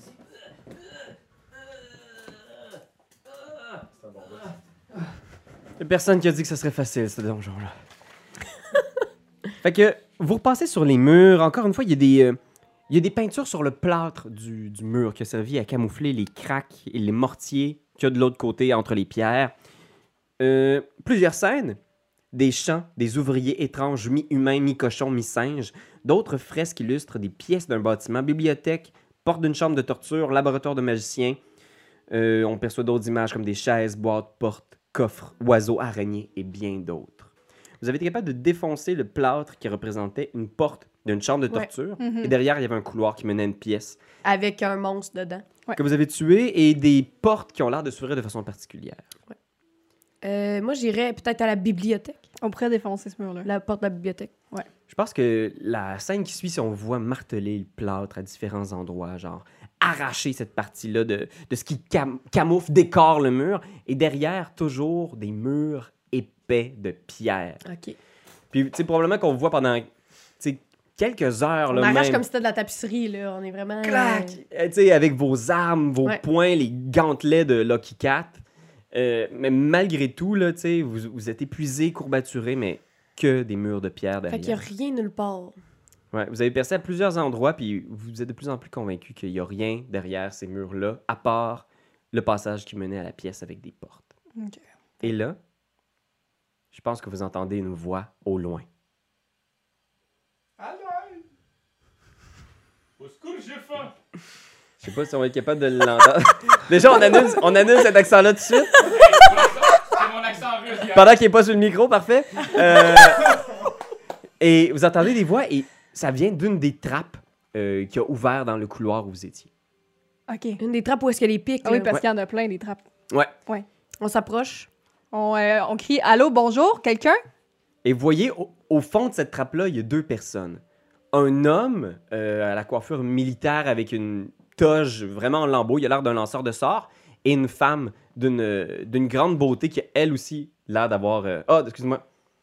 Il y a personne qui a dit que ce serait facile, ce donjon-là. Fait que vous repassez sur les murs. Encore une fois, il y a des, euh, il y a des peintures sur le plâtre du, du mur qui a servi à camoufler les craques et les mortiers qu'il y a de l'autre côté entre les pierres. Euh, plusieurs scènes. Des chants, des ouvriers étranges, mi-humains, mi-cochons, mi-singes. D'autres fresques illustrent des pièces d'un bâtiment, bibliothèque, porte d'une chambre de torture, laboratoire de magiciens. Euh, on perçoit d'autres images comme des chaises, boîtes, portes, coffres, oiseaux, araignées et bien d'autres. Vous avez été capable de défoncer le plâtre qui représentait une porte d'une chambre de Ouais. torture. Mhm. Et derrière, il y avait un couloir qui menait à une pièce Avec un monstre dedans. Ouais. que vous avez tué et des portes qui ont l'air de s'ouvrir de façon particulière. Euh, moi, j'irais peut-être à la bibliothèque. On pourrait défoncer ce mur-là. La porte de la bibliothèque. Je pense que la scène qui suit, si on voit marteler le plâtre à différents endroits, genre arracher cette partie-là de, de ce qui cam- camoufle, décore le mur, et derrière, toujours des murs épais de pierre. OK. Puis, tu sais, probablement qu'on voit pendant, tu sais, quelques heures, On là, arrache même. comme si c'était de la tapisserie, là. On est vraiment... Clac! Euh, tu sais, avec vos armes, vos Ouais. poings, les gantelets de Lucky Cat. Euh, mais malgré tout, là, tu sais, vous, vous êtes épuisé, courbaturé, mais que des murs de pierre Fait derrière. qu'il n'y a rien nulle part. Ouais, vous avez percé à plusieurs endroits, puis vous êtes de plus en plus convaincu qu'il n'y a rien derrière ces murs-là, à part le passage qui menait à la pièce avec des portes. Ok. Et là, je pense que vous entendez une voix au loin. Au secours, j'ai faim! Je sais pas si on va être capable de l'entendre. Déjà, on annule, on annule cet accent-là tout de suite. C'est mon accent russe, gars. Pendant qu'il n'est pas sur le micro, parfait. Euh, et vous entendez des voix, et ça vient d'une des trappes euh, qui a ouvert dans le couloir où vous étiez. OK. Une des trappes où est-ce qu'il y a les pics, Ah oui, là. parce Ouais. qu'il y en a plein, des trappes. Ouais. On s'approche. On, euh, on crie « Allô, bonjour, quelqu'un? Et vous voyez, au, au fond de cette trappe-là, il y a deux personnes. Un homme euh, à la coiffure militaire avec une toge vraiment en lambeaux, il a l'air d'un lanceur de sorts, et une femme d'une euh, d'une grande beauté qui a elle aussi l'air d'avoir... euh, Ah, excuse-moi.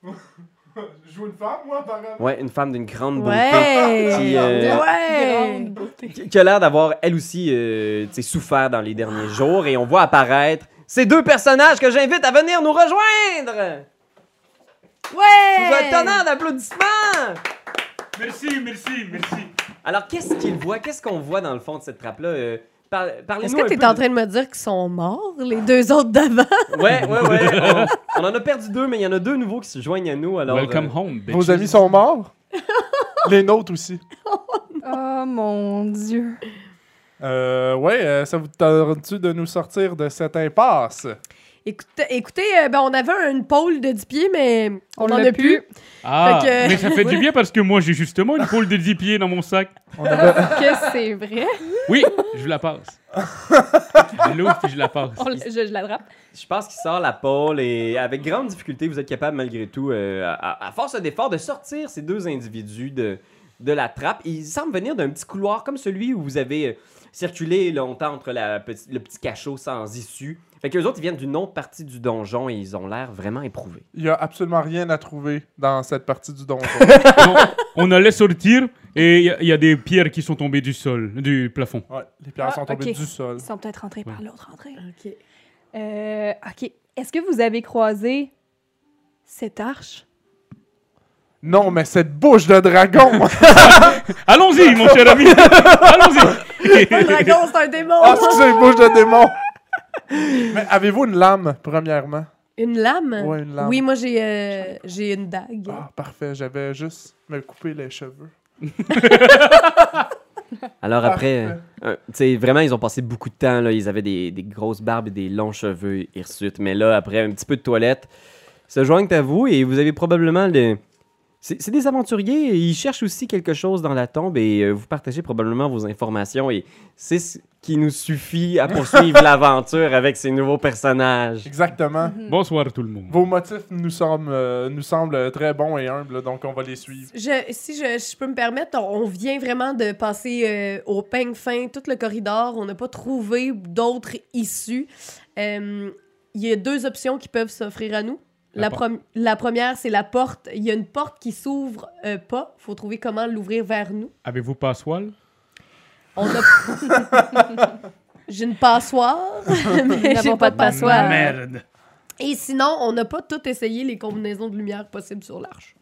Je joue une femme, moi, apparemment. Ouais, une femme d'une grande beauté. Ouais! Qui, euh, Ouais! Grande beauté. qui qui a l'air d'avoir elle aussi euh, tu sais, souffert dans les derniers jours, et on voit apparaître ces deux personnages que j'invite à venir nous rejoindre. Ouais! Sous un tonnerre d'applaudissements. Merci, merci, merci. Alors, qu'est-ce qu'ils voient? Qu'est-ce qu'on voit dans le fond de cette trappe-là? Euh, par- Parlez-nous Est-ce que un t'es peu en de- train de me dire qu'ils sont morts, les deux autres d'avant? Ouais, ouais, ouais. On, on en a perdu deux, mais il y en a deux nouveaux qui se joignent à nous. Alors, Welcome euh, home, bitches. Vos amis sont morts? Les nôtres aussi. Oh mon Dieu. Euh, ouais, euh, ça vous tente-tu de nous sortir de cette impasse? Écoutez, écoutez euh, ben, on avait une pôle de dix pieds, mais on On n'en l'a a plus. Ah, Fait que- mais ça fait du bien parce que moi, j'ai justement une pôle de dix pieds dans mon sac. On avait... Que c'est vrai? Oui, je vous la passe. Je l'ouvre puis je la passe. On l- je je l'attrape. je pense qu'il sort la pôle, et avec grande difficulté, vous êtes capable, malgré tout, euh, à, à force d'effort, de sortir ces deux individus de, de la trappe. Ils semblent venir d'un petit couloir comme celui où vous avez euh, circulé longtemps entre la petit- le petit cachot sans issue. Fait qu'eux autres, ils viennent d'une autre partie du donjon, et ils ont l'air vraiment éprouvés. Il y a absolument rien à trouver dans cette partie du donjon. On, on allait sortir et il y, a- il y a des pierres qui sont tombées du sol, du plafond. Ouais, les pierres Ah, sont tombées ok. du sol. Ils sont peut-être rentrés par l'autre entrée. OK. Euh, OK. Est-ce que vous avez croisé cette arche? Non, mais cette bouche de dragon! Allons-y, mon cher ami. Allons-y. Un dragon, c'est un démon! Ah, excusez, bouche de démon! Mais avez-vous une lame, premièrement? Une lame? Ouais, une lame. Oui, moi, j'ai euh, j'ai une dague. Ah, parfait, j'avais juste me couper les cheveux. Alors après, Parfait. euh, euh, tu sais, vraiment, ils ont passé beaucoup de temps, là. Ils avaient des, des grosses barbes et des longs cheveux hirsutes. Mais là, après un petit peu de toilette, ils se joignent à vous, et vous avez probablement le... C'est c'est des aventuriers, et ils cherchent aussi quelque chose dans la tombe, et euh, vous partagez probablement vos informations, et c'est ce qui nous suffit à poursuivre l'aventure avec ces nouveaux personnages. Exactement. Bonsoir tout le monde. Vos motifs nous semblent, euh, nous semblent très bons et humbles, donc on va les suivre. Je, si je, je peux me permettre, on, on vient vraiment de passer euh, au peigne fin tout le corridor. On n'a pas trouvé d'autres issues. Euh, Il y a deux options qui peuvent s'offrir à nous. La La, porte. prom- la première, c'est la porte. Il y a une porte qui s'ouvre euh, pas. Il faut trouver comment l'ouvrir vers nous. Avez-vous passoire? On a... J'ai une passoire, mais n'avons j'ai pas pas de de passoire. Merde. Et sinon, on n'a pas tout essayé les combinaisons de lumière possibles sur l'arche.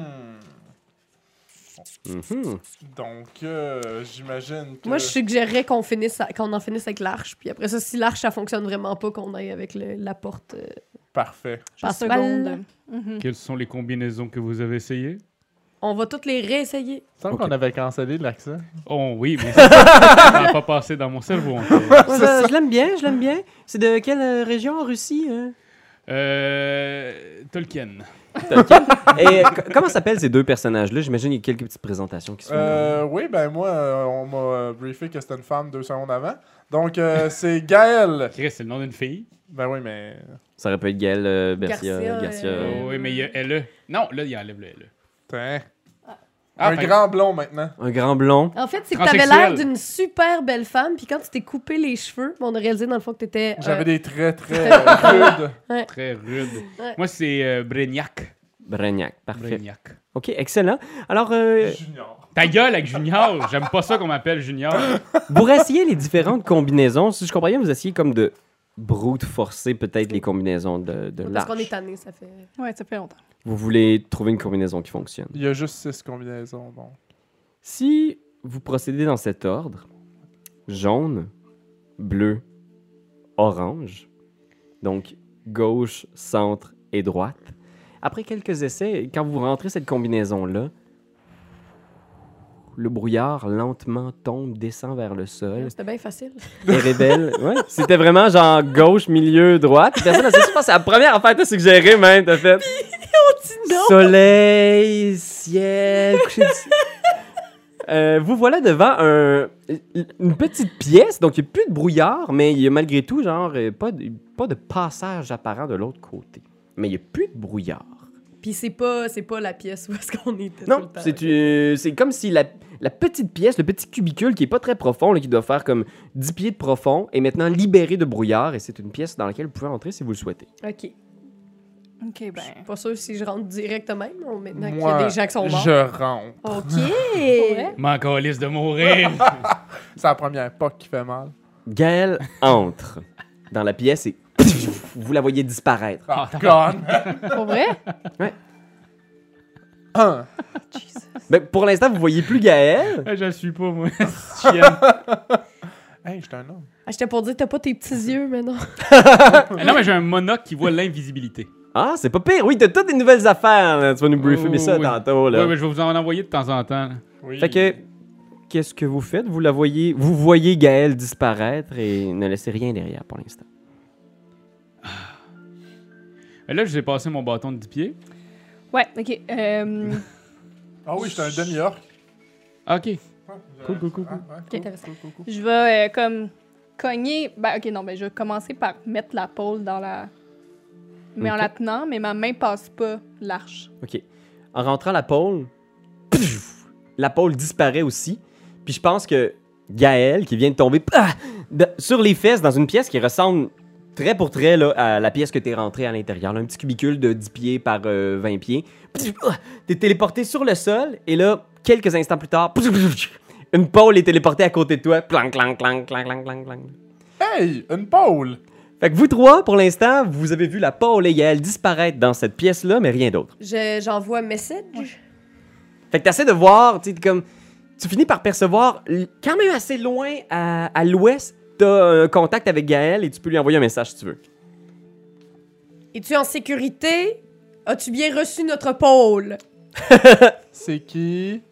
Mhm. Donc, euh, j'imagine que... Moi, je suggérerais qu'on finisse, à- qu'on en finisse avec l'arche. Puis après ça, si l'arche, ça fonctionne vraiment pas, qu'on aille avec le- la porte. euh, Parfait. Je passepalle. seconde. Mhm. Quelles sont les combinaisons que vous avez essayées? On va toutes les réessayer. Il me semble Ok. qu'on avait cancellé l'accent. Oh oui, mais ça n'a pas passé dans mon cerveau encore. Ouais, je je l'aime bien, je l'aime bien. C'est de quelle euh, région en Russie? hein? Euh... Tolkien. Tolkien. Et c- comment s'appellent ces deux personnages-là? J'imagine qu'il y a quelques petites présentations qui se font. Euh, oui, ben moi, euh, on m'a euh, briefé que c'était une femme deux secondes avant. Donc, euh, c'est Gaël. Chris, c'est le nom d'une fille. Ben oui, mais... Ça aurait pu être Gaël euh, Bercia, Garcia, Garcia. euh, Oh, oui, mais il y a L E. Non, là, il enlève le L E. Tain. Ah, un fait- grand blond, maintenant. Un grand blond. En fait, c'est que t'avais Transsexuel. l'air d'une super belle femme, puis quand tu t'es coupé les cheveux, on a réalisé dans le fond que t'étais. euh, J'avais des traits très rudes. Très rude. Ouais. Moi, c'est euh, Brignac. Bragnac, parfait. Brignac. OK, excellent. Alors, euh, Junior. Ta gueule avec Junior. J'aime pas ça qu'on m'appelle Junior. vous rassiez les différentes combinaisons. Si je comprends bien, vous essayez comme de brute forcer peut-être les combinaisons de, de Parce l'arche. qu'on est tanné, ça fait. Ouais, ça fait longtemps. Vous voulez trouver une combinaison qui fonctionne. Il y a juste six combinaisons, donc. Si vous procédez dans cet ordre, jaune, bleu, orange, donc gauche, centre et droite, après quelques essais, quand vous rentrez cette combinaison-là, le brouillard lentement tombe, descend vers le sol C'était bien facile. et révèle... Ouais, c'était vraiment genre gauche, milieu, droite. Puis personne n'a su, je pense que c'est la première affaire que t'as suggéré même, t'as fait... Non! Soleil, ciel, coucher du ciel. Euh, vous voilà devant un, une petite pièce, donc il n'y a plus de brouillard, mais il y a malgré tout, genre, euh, pas de, pas de passage apparent de l'autre côté. Mais il n'y a plus de brouillard. Puis c'est pas, c'est pas la pièce où est-ce qu'on était tout Non, le temps. c'est euh, c'est comme si la, la petite pièce, le petit cubicule qui est pas très profond, là, qui doit faire comme dix pieds de profond, est maintenant libéré de brouillard, et c'est une pièce dans laquelle vous pouvez entrer si vous le souhaitez. OK. Ok, Je suis ben. pas sûre si je rentre direct même, ou maintenant qu'il y Moi, a des gens qui sont morts. je rentre. OK! vrai? M'en calisse de mourir. C'est la première poque qui fait mal. Gaël entre dans la pièce et vous la voyez disparaître. Ah, gone! Pour vrai? Un. Ben, pour l'instant, vous voyez plus Gaël. Je le suis pas, moi. Chienne. Hey, j'étais un homme. Ah, j'étais pour dire, t'as pas tes petits yeux, mais non. Non, mais j'ai un monocle qui voit l'invisibilité. Ah, c'est pas pire. Oui, t'as toutes des nouvelles affaires. là. Tu vas nous briefer Oh, mais ça oui. tantôt. Là. Ouais, mais je vais vous en envoyer de temps en temps. là. Oui. Fait que, qu'est-ce que vous faites? Vous la voyez, vous voyez Gaël disparaître et ne laissez rien derrière pour l'instant. Et là, je vous ai passé mon bâton de dix pieds. Ouais, ok. Euh, Ah oui, j'étais un demi-orc. OK. Cool, cool, cool, Ah, cool. ouais, Intéressant. cool, cool, cool. je vais euh, comme cogner. Ben, ok, non, ben, je vais commencer par mettre la pôle dans la. Mais en Ok. la tenant, mais ma main passe pas l'arche. OK. En rentrant la pôle, la pôle disparaît aussi. Puis je pense que Gaël, qui vient de tomber ah, de- sur les fesses dans une pièce qui ressemble trait pour trait là, à la pièce que t'es rentré à l'intérieur. là, un petit cubicule de dix pieds par euh, vingt pieds. Ah, T'es téléporté sur le sol et là, quelques instants plus tard, une pôle est téléportée à côté de toi. Clang, clang, clang, clang, clang, clang, clang. Hey, une pôle! Fait que vous trois, pour l'instant, vous avez vu la pôle et Gaël disparaître dans cette pièce-là, mais rien d'autre. Je- J'envoie un message. Fait que t'essaies de voir, tu sais, comme... Tu finis par percevoir, l- quand même assez loin à, à l'ouest, t'as un contact avec Gaël et tu peux lui envoyer un message si tu veux. Es-tu en sécurité? As-tu bien reçu notre pôle? C'est qui?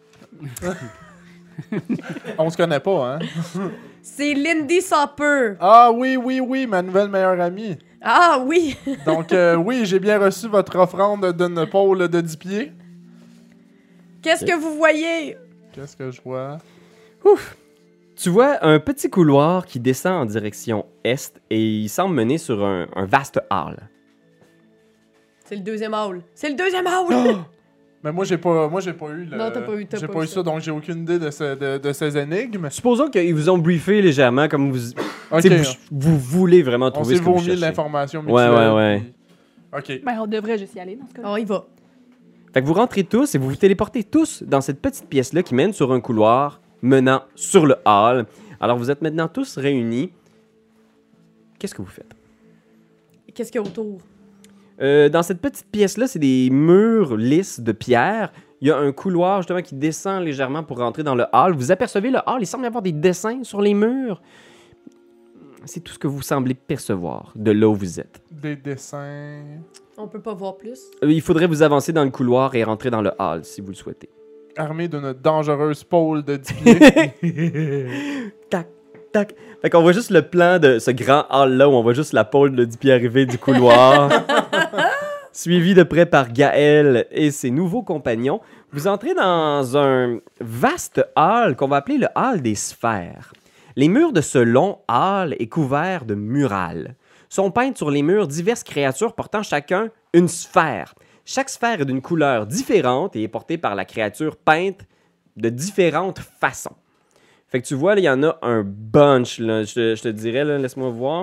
On se connaît pas, hein? C'est Lindy Sauper. Ah oui, oui, oui, ma nouvelle meilleure amie. Ah oui! Donc, euh, oui, j'ai bien reçu votre offrande d'une pôle de dix pieds. Qu'est-ce que vous voyez? Qu'est-ce que je vois? Tu vois un petit couloir qui descend en direction est et il semble mener sur un, un vaste hall. C'est le deuxième hall. C'est le deuxième hall! Mais moi, j'ai pas, moi, j'ai pas eu le... Non, t'as pas eu- t'as J'ai pas pas eu eu ça, donc j'ai aucune idée de, ce- de, de ces énigmes. Supposons qu'ils vous ont briefé légèrement, comme vous... Ok, tu sais, vous, vous voulez vraiment on trouver s'est ce que vous vomi de cherchez. l'information Ouais, mutuelle. ouais, ouais. puis- Ok. Ben, on devrait juste y aller dans ce cas-là. On y va. Fait que vous rentrez tous et vous vous téléportez tous dans cette petite pièce-là qui mène sur un couloir menant sur le hall. Alors vous êtes maintenant tous réunis. Qu'est-ce que vous faites? Qu'est-ce qu'il y a autour? Euh, dans cette petite pièce-là, c'est des murs lisses de pierre. Il y a un couloir justement qui descend légèrement pour rentrer dans le hall. Vous apercevez le hall, il semble y avoir des dessins sur les murs. C'est tout ce que vous semblez percevoir de là où vous êtes. Des dessins... On peut pas voir plus. Euh, il faudrait vous avancer dans le couloir et rentrer dans le hall si vous le souhaitez. Armés d'une dangereuse pôle de dix pieds. Tac, tac. Fait qu'on voit juste le plan de ce grand hall-là où on voit juste la pôle de dix pieds arriver du couloir. suivi de près par Gaël et ses nouveaux compagnons. Vous entrez dans un vaste hall qu'on va appeler le hall des sphères. Les murs de ce long hall est couvert de murales. Sont peintes sur les murs diverses créatures portant chacun une sphère. Chaque sphère est d'une couleur différente et est portée par la créature peinte de différentes façons. Fait que tu vois, il y en a un bunch, là. Je, te- je te dirais, là, laisse-moi voir.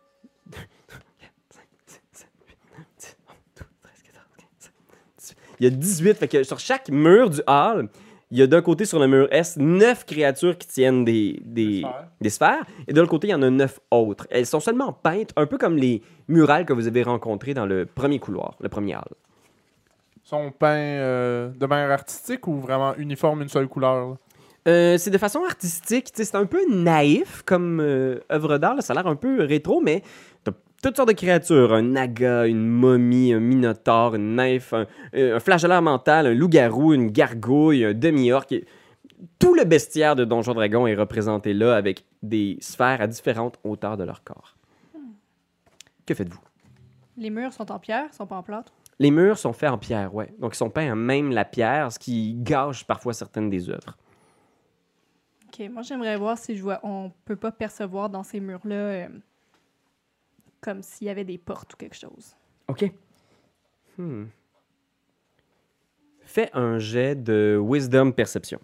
Il y a dix-huit, fait que sur chaque mur du hall, il y a d'un côté sur le mur Est, neuf créatures qui tiennent des, des, Des sphères. des sphères, et de l'autre côté, il y en a neuf autres. Elles sont seulement peintes, un peu comme les murales que vous avez rencontrées dans le premier couloir, le premier hall. Sont peints euh, de manière artistique ou vraiment uniforme, une seule couleur? Là? Euh, c'est de façon artistique, tu sais, c'est un peu naïf comme euh, œuvre d'art, là. Ça a l'air un peu rétro, mais t'as toutes sortes de créatures, un naga, une momie, un minotaure, une nymphe, un, un flageolet mental, un loup-garou, une gargouille, un demi-orc. et- Tout le bestiaire de Donjon Dragon est représenté là avec des sphères à différentes hauteurs de leur corps. Que faites-vous? Les murs sont en pierre, sont pas en plâtre. Les murs sont faits en pierre, ouais. Donc ils sont peints en même la pierre, ce qui gâche parfois certaines des œuvres. Ok, moi j'aimerais voir si je vois. On peut pas percevoir dans ces murs-là euh, comme s'il y avait des portes ou quelque chose. OK. Hmm. Fais un jet de Wisdom Perception.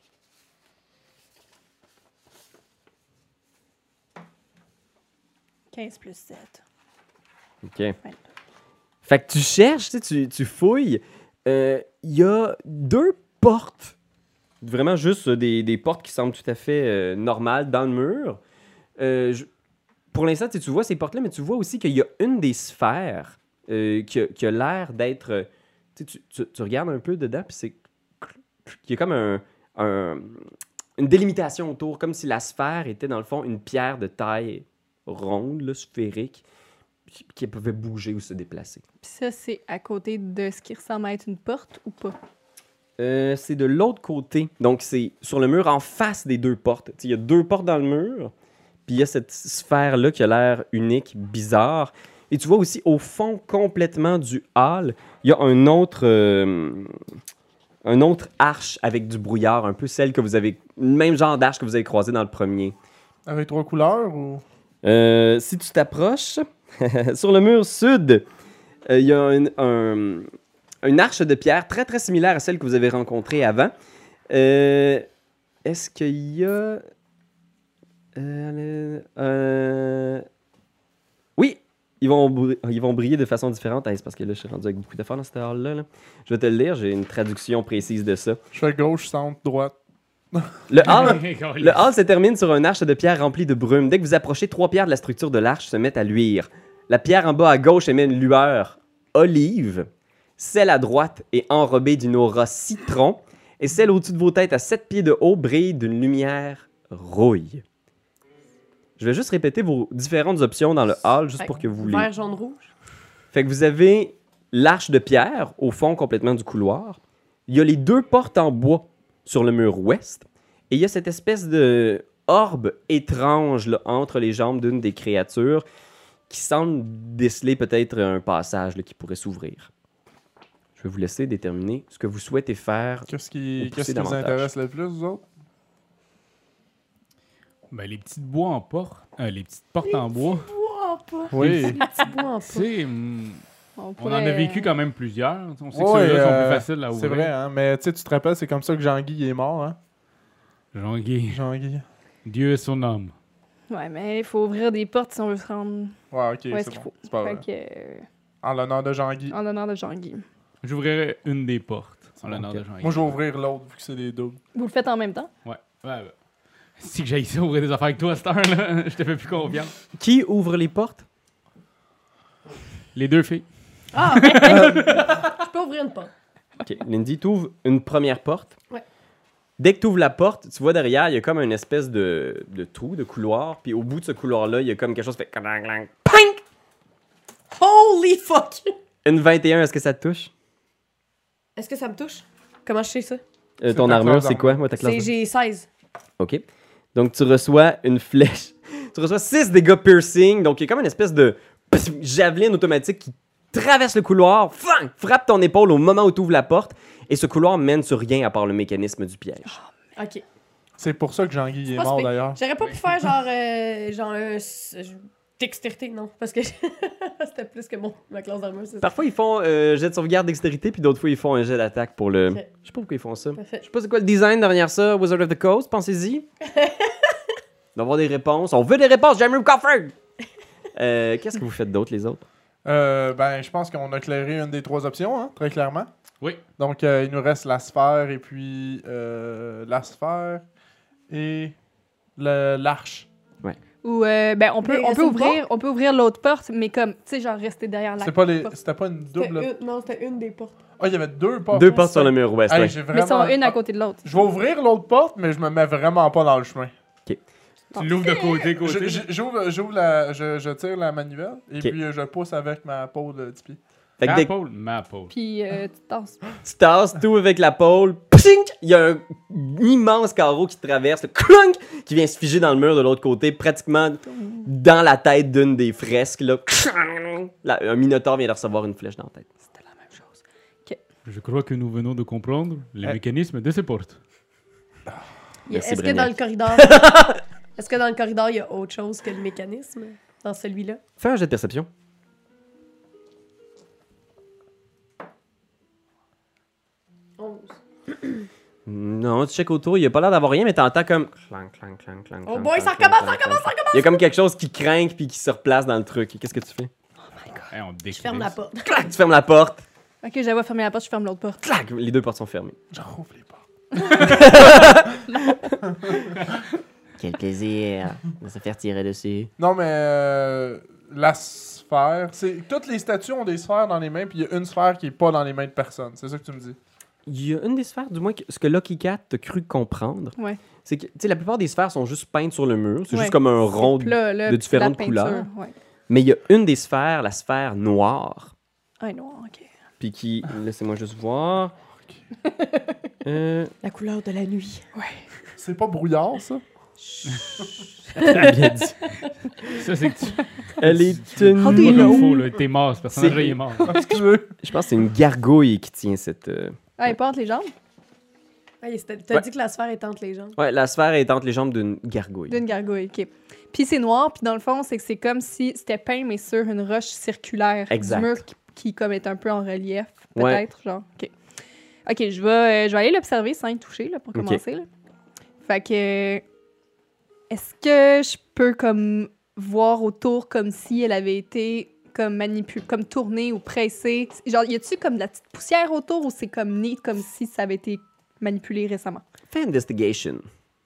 quinze plus sept. OK. Fait que tu cherches, tu, sais, tu, tu fouilles. Il y a deux portes. Vraiment juste des, des portes qui semblent tout à fait euh, normales dans le mur. Euh, je- pour l'instant, tu sais, tu vois ces portes-là, mais tu vois aussi qu'il y a une des sphères euh, qui, a, qui a l'air d'être... euh, tu, sais, tu, tu- tu regardes un peu dedans, puis c'est... Il y a comme un, un- une délimitation autour, comme si la sphère était, dans le fond, une pierre de taille ronde, là, sphérique, qui- qui pouvait bouger ou se déplacer. Puis ça, c'est à côté de ce qui ressemble à être une porte ou pas? Euh, c'est de l'autre côté. Donc, c'est sur le mur en face des deux portes. Tu sais, il y a deux portes dans le mur, puis il y a cette sphère-là qui a l'air unique, bizarre. Et tu vois aussi, au fond complètement du hall, il y a un autre, euh, un autre arche avec du brouillard, un peu celle que vous avez... Le même genre d'arche que vous avez croisé dans le premier. Avec trois couleurs ou. Euh, si tu t'approches, sur le mur sud, euh, il y a un, un- une arche de pierre très très similaire à celle que vous avez rencontrée avant. Euh, Est-ce qu'il y a... euh, euh, Oui, ils vont, br- ils vont briller de façon différente. Ah, c'est parce que là, je suis rendu avec beaucoup d'efforts dans cette hall-là. là. Je vais te le lire, j'ai une traduction précise de ça. Je fais gauche, centre, droite. Le hall, Le hall se termine sur une arche de pierre remplie de brume. Dès que vous approchez, trois pierres de la structure de l'arche se mettent à luire. La pierre en bas à gauche émet une lueur olive. Celle à droite est enrobée d'une aura citron. Et celle au-dessus de vos têtes à sept pieds de haut brille d'une lumière rouille. Je vais juste répéter vos différentes options dans le hall, juste pour que vous les... Vert, jaune, rouge. Fait que vous avez l'arche de pierre au fond complètement du couloir. Il y a les deux portes en bois sur le mur ouest. Et il y a cette espèce de orbe étrange là, entre les jambes d'une des créatures qui semble déceler peut-être un passage là, qui pourrait s'ouvrir. Je vais vous laisser déterminer ce que vous souhaitez faire. Qu'est-ce qui, Ou pousser qu'est-ce qui vous davantage. intéresse le plus, vous autres? Ben, les petites bois en porte, euh, les petites portes en bois. Bois pas. Oui. Les petits bois en Tu pas. sais, hum, On, on en pourrait, a vécu euh, quand même plusieurs. On sait que Ouais, ceux-là sont euh, plus faciles à ouvrir. C'est vrai, hein? Mais tu sais, tu te rappelles, c'est comme ça que Jean-Guy est mort, hein? Jean-Guy, Jean-Guy. Dieu est son homme. Ouais, mais il faut ouvrir des portes si on veut se rendre Ouais, ok, où est-ce c'est qu'il bon. faut. C'est pas vrai. Fait que, euh, En l'honneur de Jean-Guy. en l'honneur de Jean-Guy. J'ouvrirai une des portes en bon, l'honneur ok. de Jean-Guy. Moi, je vais ouvrir l'autre, vu que c'est des doubles. Vous le faites en même temps? Ouais, ouais, ouais. Si que j'aille ça ouvrir des affaires avec toi à cette heure-là, je te fais plus confiance. Qui ouvre les portes? Les deux filles. Ah, je peux ouvrir une porte. OK. Lindy, tu ouvres une première porte. Ouais. Dès que tu ouvres la porte, tu vois derrière, il y a comme une espèce de, de trou, de couloir. Puis au bout de ce couloir-là, il y a comme quelque chose qui fait... clang, clang. Pink! Holy fuck! Une vingt et un, est-ce que ça te touche? Est-ce que ça me touche? Comment je sais ça? Euh, C'est ton ta armure, classe c'est quoi? Ouais, ta classe C'est- de- J'ai seize. OK. Donc, tu reçois une flèche. Tu reçois six dégâts piercing. Donc, il y a comme une espèce de javeline automatique qui traverse le couloir, fang, frappe ton épaule au moment où tu ouvres la porte, et ce couloir mène sur rien à part le mécanisme du piège. Ok. C'est pour ça que Jean-Guy est pas mort super. d'ailleurs. J'aurais pas pu faire genre, euh, genre un. s- Dextérité, non. Parce que c'était plus que mon, ma classe d'armure, c'est ça. Parfois, ils font euh, jet de sauvegarde dextérité, puis d'autres fois, ils font un jet d'attaque pour le... Ok. Je sais pas pourquoi ils font ça. Parfait. Je sais pas c'est quoi le design derrière ça, Wizard of the Coast, pensez-y. D'avoir des réponses. On veut des réponses, Jamie Crawford! Euh, Qu'est-ce que vous faites d'autre, les autres? Euh, ben, je pense qu'on a éclairé une des trois options, hein, très clairement. Oui. Donc, euh, il nous reste la sphère et puis euh, la sphère et le- l'arche. Ou, euh, ben, on peut, Mais on c'est peut une ouvrir, on peut ouvrir l'autre porte, mais comme, tu sais, genre rester derrière la C'était pas, les- porte. c'était pas une C'était double. une- non, c'était une des portes. Ah, il y avait deux portes. Deux portes sur le mur ouest, Hey, ouais. j'ai Mais ils sont vraiment- une à Ah, côté de l'autre. Je vais ouvrir l'autre porte, mais je me mets vraiment pas dans le chemin. Tu l'ouvres de côté, Je- côté. je- J'ouvre j'ouvre la, je, je tire la manivelle et Ok. puis euh, je pousse avec ma peau de dix pieds. Fait que Ta dès que pôle, ma pôle. Puis euh, tu tasses. tu tasses tout avec la pôle, pshink, il y a un immense carreau qui traverse, le clunk, qui vient se figer dans le mur de l'autre côté, pratiquement dans la tête d'une des fresques. Là. Là, un minotaure vient de recevoir une flèche dans la tête. C'était la même chose. Je crois que nous venons de comprendre les Eh. mécanismes de ces portes. Merci, Est-ce que Breniac. dans le corridor. Est-ce que dans le corridor, il y a autre chose que le mécanisme dans celui-là? Fais un jet de perception. onze. Non, tu checkes autour, il n'y a pas l'air d'avoir rien, mais t'entends comme... Clang, clang, clang, clang, Oh clang, boy, clang, ça clang, recommence, clang, ça recommence, clang. Il y a comme quelque chose qui craint puis qui se replace dans le truc. Qu'est-ce que tu fais? Eh, on Je ferme la décrit. porte. Clac, tu fermes la porte. Ok, j'avais fermer la porte, je ferme l'autre porte. Clac, les deux portes sont fermées. J'en rouvre les portes. Quel plaisir de se faire tirer dessus. Non, mais euh, la sphère, c'est toutes les statues ont des sphères dans les mains, puis il y a une sphère qui est pas dans les mains de personne. C'est ça que tu me dis? Il y a une des sphères, du moins, que- ce que Lucky Cat t'a cru comprendre, Ouais. c'est que, tu sais, la plupart des sphères sont juste peintes sur le mur. C'est Ouais. juste comme un rond. Plat, là, de puis différentes la peinture, couleurs. Ouais. Mais il y a une des sphères, la sphère noire, Ah, non, ok. puis qui, laissez-moi juste voir. Euh, La couleur de la nuit. C'est pas brouillard, ça? bien dit. Ça, c'est que tu. Elle est C'est How do pas you tenue. know? comme faux, là. T'es mort, ce personnage C'est- il est mort. Excusez. Je pense que c'est une gargouille qui tient cette. euh, Ah, il porte les jambes Ah, c'était- T'as Ouais. dit que la sphère est entre les jambes. Ouais, la sphère est entre les jambes d'une gargouille. d'une gargouille, ok. Puis c'est noir, puis dans le fond, c'est que c'est comme si c'était peint, mais sur une roche circulaire. Exact. Du mur qui, qui comme est un peu en relief, Ouais. peut-être, genre. Ok. Ok, je vais, euh, je vais aller l'observer sans y toucher, là, pour Ok. commencer, là. Fait que... Est-ce que je peux, comme, voir autour comme si elle avait été, comme, manipulée, comme tournée ou pressée? Genre, y a-tu, comme, de la petite poussière autour, ou c'est, comme, neat, comme si ça avait été manipulé récemment? Fais investigation.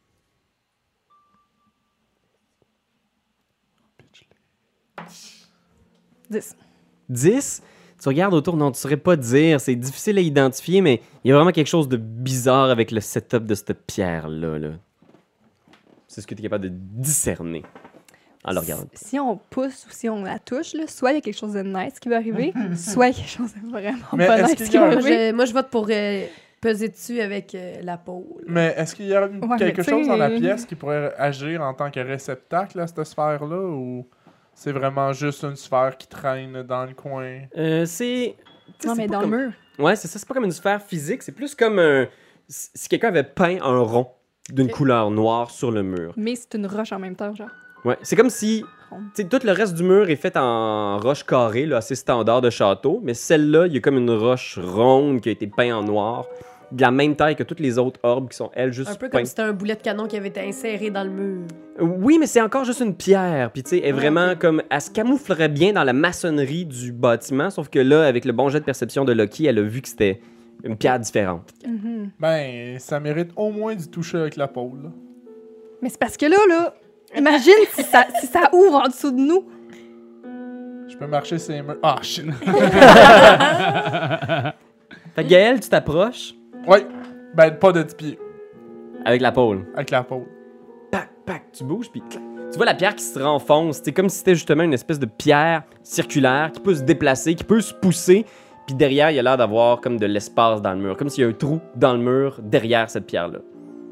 dix. dix. Tu regardes autour, non, tu saurais pas dire. C'est difficile à identifier, mais il y a vraiment quelque chose de bizarre avec le setup de cette pierre-là. Là. C'est ce que tu es capable de discerner en le regardant. Si si on pousse ou si on la touche, là, soit il y a quelque chose de nice qui va arriver, soit il y a quelque chose de vraiment Mais pas est-ce nice qu'il qui y a va un- Moi, arriver. je, moi, je vote pour euh, peser dessus avec euh, la peau. là. Mais est-ce qu'il y a une- Ouais, quelque mais tu chose dans la sais- pièce qui pourrait agir en tant que réceptacle à cette sphère-là, ou c'est vraiment juste une sphère qui traîne dans le coin? Euh, c'est. tu sais, Non, c'est mais pas dans comme- le mur. Ouais, c'est ça. C'est pas comme une sphère physique. C'est plus comme un. Si si quelqu'un avait peint un rond d'une Ok. couleur noire sur le mur. Mais c'est une roche en même temps, genre. Ouais. C'est comme si. Tu sais, tout le reste du mur est fait en roche carrée, là, assez standard de château. Mais celle-là, il y a comme une roche ronde qui a été peinte en noir. De la même taille que toutes les autres orbes qui sont, elles, juste Un peu comme peintes. si c'était un boulet de canon qui avait été inséré dans le mur. Oui, mais c'est encore juste une pierre. Puis, tu sais, elle est Ah, vraiment ok. comme. Elle se camouflerait bien dans la maçonnerie du bâtiment. Sauf que là, avec le bon jet de perception de Lucky, elle a vu que c'était une pierre différente. Mhm. Ben, ça mérite au moins d'y toucher avec la peau, là. Mais c'est parce que là, là, imagine si ça, si ça ouvre en dessous de nous. Je peux marcher ces murs. Ah, shit! Fait que Gaël, tu t'approches Ouais, ben pas de dix pieds, avec la pôle. avec la peau. Pac, pac, tu bouges, puis clac. Tu vois la pierre qui se renfonce. C'est comme si c'était justement une espèce de pierre circulaire qui peut se déplacer, qui peut se pousser. Puis derrière, il y a l'air d'avoir comme de l'espace dans le mur. Comme s'il y a un trou dans le mur derrière cette pierre-là.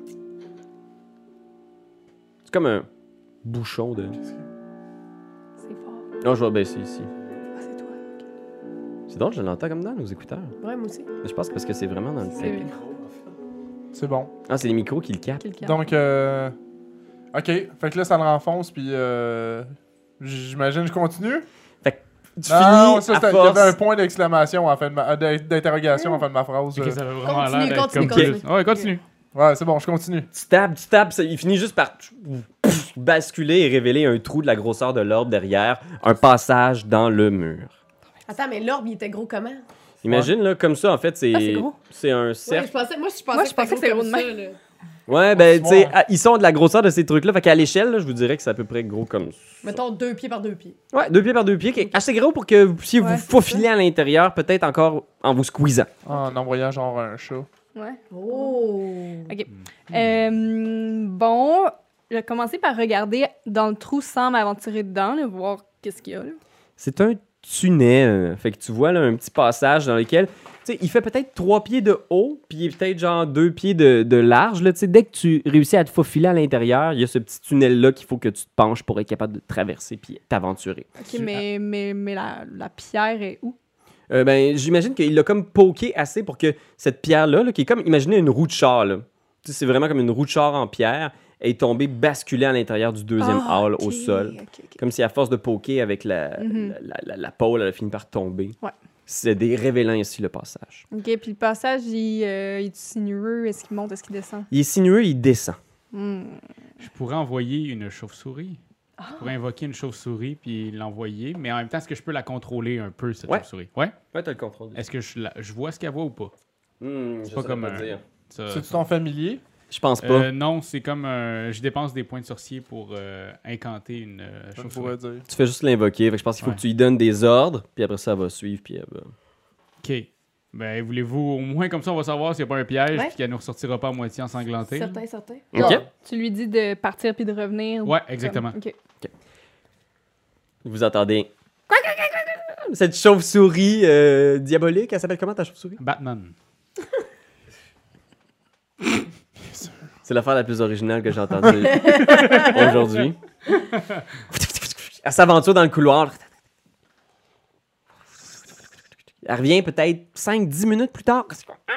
C'est comme un bouchon de... C'est fort. Non, je vais baisser ici. Ah, c'est toi. ok. C'est drôle, je l'entends comme dans nos écouteurs. Ouais, moi aussi. Je pense que parce que c'est vraiment dans le C'est tapis. C'est bon. Ah, c'est les micros qui le captent. quelqu'un. Donc, euh... OK. Fait que là, ça le renfonce, puis euh... j'imagine que je continue? Tu Non, finis non, ça, à c'était- il y force... avait un point d'exclamation en fin de ma... euh, d'in- d'interrogation en fin de ma phrase. Ok, euh. ça avait vraiment Continue, l'air d'être continue, comme continue. plus. Ouais, continue. Ouais, c'est bon, je continue. Tu tapes, tu tapes, ça- il finit juste par basculer et révéler un trou de la grosseur de l'orbe derrière, un passage dans le mur. Attends, mais l'orbe, il était gros comment? Imagine, là, comme ça, en fait, c'est Ah, c'est gros. c'est un Ouais, cercle. je pensais, moi, je pensais Moi, je pensais que c'était gros de comme même. ça, là. Ouais, ben, tu sais, Ouais. ah, ils sont de la grosseur de ces trucs-là. Fait qu'à l'échelle, là, je vous dirais que c'est à peu près gros comme ça. Mettons deux pieds par deux pieds. Ouais, deux pieds par deux pieds, qui est assez gros pour que vous puissiez Ouais, vous c'est faufiler à l'intérieur, peut-être encore en vous squeezant. En envoyant genre un chat. Ouais. Oh! Euh, bon, je vais commencer par regarder dans le trou sans m'aventurer dedans, là, voir qu'est-ce qu'il y a. Là. C'est un tunnel. Fait que tu vois là, un petit passage dans lequel, tu sais, il fait peut-être trois pieds de haut, puis il est peut-être genre deux pieds de, de large. Là, tu sais, dès que tu réussis à te faufiler à l'intérieur, il y a ce petit tunnel-là qu'il faut que tu te penches pour être capable de traverser puis t'aventurer. OK, mais, mais, mais la, la pierre est où? Euh, ben, j'imagine qu'il l'a comme poké assez pour que cette pierre-là, là, qui est comme, imaginez une roue de char, là. Tu sais, c'est vraiment comme une roue de char en pierre, est tombée basculée à l'intérieur du deuxième Ah, hall ok, au sol. ok, ok. Comme si à force de poker avec la, Mhm. la, la, la- la pôle, elle a fini par tomber. Ouais. C'est des révélant ici le passage. OK, puis le passage, il, euh, il est sinueux? Est-ce qu'il monte? Est-ce qu'il descend? Il est sinueux, il descend. Hmm. Je pourrais envoyer une chauve-souris. Je pourrais invoquer une chauve-souris puis l'envoyer, mais en même temps, est-ce que je peux la contrôler un peu, cette Ouais. chauve-souris? Ouais? Ouais, t'as le contrôle. Est-ce que je, la- je vois ce qu'elle voit ou pas? Hmm, C'est je pas saurais comme pas un- dire. Ça- C'est-tu ton familier? Je pense pas. Euh, non, c'est comme euh, je dépense des points de sorcier pour euh, incanter une euh, Je ne chauve-souris. pourrais dire. Tu fais juste l'invoquer. Fait que je pense qu'il faut Ouais. que tu lui donnes des ordres, puis après ça, elle va suivre, puis elle va... OK. Ben, voulez-vous, au moins comme ça, on va savoir s'il n'y a pas un piège Ouais. puis qu'elle ne ressortira pas à moitié ensanglantée. Certain, certain. OK. Ah, tu lui dis de partir puis de revenir? ou Ouais, comme- exactement. OK. Vous entendez... Cette chauve-souris euh, diabolique, elle s'appelle comment ta chauve-souris? Batman. C'est l'affaire la plus originale que j'ai entendue aujourd'hui. Elle s'aventure dans le couloir. Elle revient peut-être cinq dix minutes plus tard.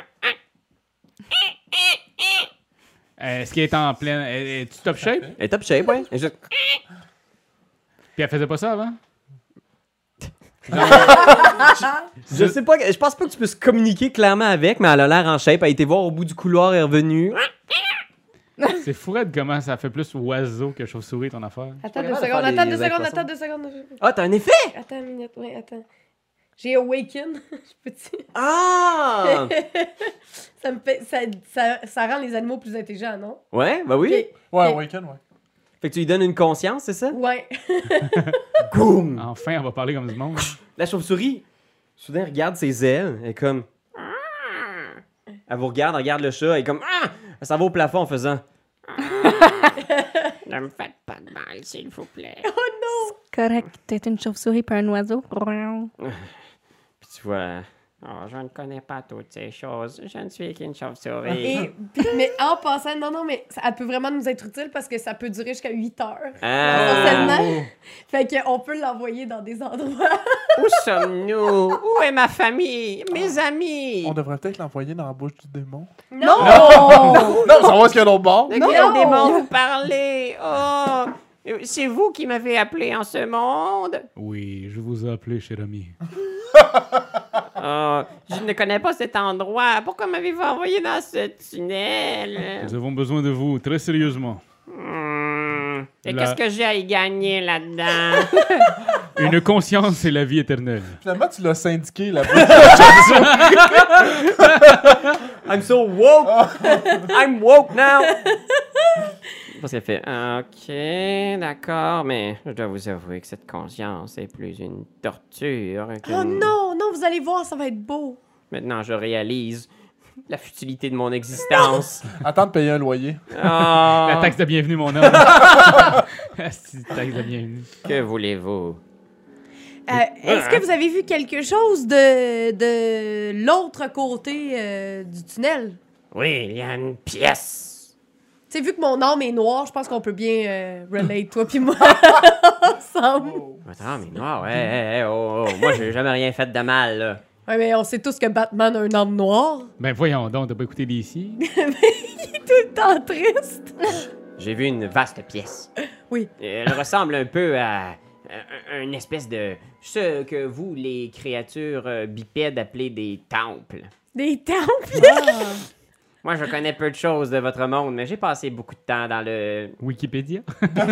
Euh, Est-ce qu'elle est en pleine... Elle est top shape? Elle est top shape, ouais. Elle est juste- Puis elle faisait pas ça avant? Je sais pas, je pense pas que tu puisses communiquer clairement avec, mais elle a l'air en shape. Elle a été voir au bout du couloir, elle est revenue. C'est fourré de comment ça fait plus oiseau que chauve-souris, ton affaire. Attends pas deux capable de secondes, faire attends des deux secondes, incroissances. attends deux secondes. Ah, t'as un effet? Attends une minute, oui, attends. J'ai Awaken, je peux dire. Ah! Ça, me fait, ça, ça, ça rend les animaux plus intelligents, non? Ouais, bah oui. Ok. Ouais, Ok. Weekend, ouais. Fait que tu lui donnes une conscience, c'est ça? Ouais. Boum! Enfin, on va parler comme du monde. La chauve-souris, soudain, regarde ses ailes. Elle est comme. Elle vous regarde, elle regarde le chat. Elle est comme. Ah! Elle s'en va au plafond en faisant. Ne me faites pas de mal, s'il vous plaît. Correct. T'es une chauve-souris pas un oiseau? Puis tu vois. Oh, je ne connais pas toutes ces choses. Je ne suis qu'une chauve-souris. Et, puis- mais en passant, non, non, mais ça elle peut vraiment nous être utile parce que ça peut durer jusqu'à huit heures. Ah! Essentiellement. Fait qu'on peut l'envoyer dans des endroits. Où sommes-nous? Où est ma famille? Mes amis? On devrait peut-être l'envoyer dans la bouche du démon. Non! Non, ça va ce qu'il y a d'autre bord. De quel démon vous parlez? Oh! C'est vous qui m'avez appelé en ce monde? Oui, je vous ai appelé, cher ami. Oh, je ne connais pas cet endroit. Pourquoi m'avez-vous envoyé dans ce tunnel? Nous avons besoin de vous, très sérieusement. Hmm. Et La- qu'est-ce que j'ai à y gagner là-dedans? Une conscience et la vie éternelle. Finalement, tu l'as syndiqué, la bouche. I'm so woke! I'm woke now! Parce qu'elle fait. Ok, d'accord, mais je dois vous avouer que cette conscience est plus une torture qu'une... Oh non, non, vous allez voir, ça va être beau. Maintenant, je réalise la futilité de mon existence. Attends de payer un loyer. Oh, La taxe de bienvenue, mon homme. C'est taxe de bienvenue. que voulez-vous? Euh, Est-ce que vous avez vu quelque chose de, de l'autre côté euh, du tunnel? Oui, il y a une pièce. Tu sais, vu que mon âme est noire, je pense qu'on peut bien euh, relate, toi puis moi, ensemble. Attends, mais non, ouais, ouais, ouais, oh, oh, moi, j'ai jamais rien fait de mal, là. Ouais, mais on sait tous que Batman a un arme noire. Ben voyons donc, t'as pas écouté D C? Tout le temps triste. J'ai vu une vaste pièce. Oui. Elle ressemble un peu à, à- à une espèce de... ce que vous, les créatures euh, bipèdes, appelez des temples. Des temples. Moi, je connais peu de choses de votre monde, mais j'ai passé beaucoup de temps dans le Wikipédia?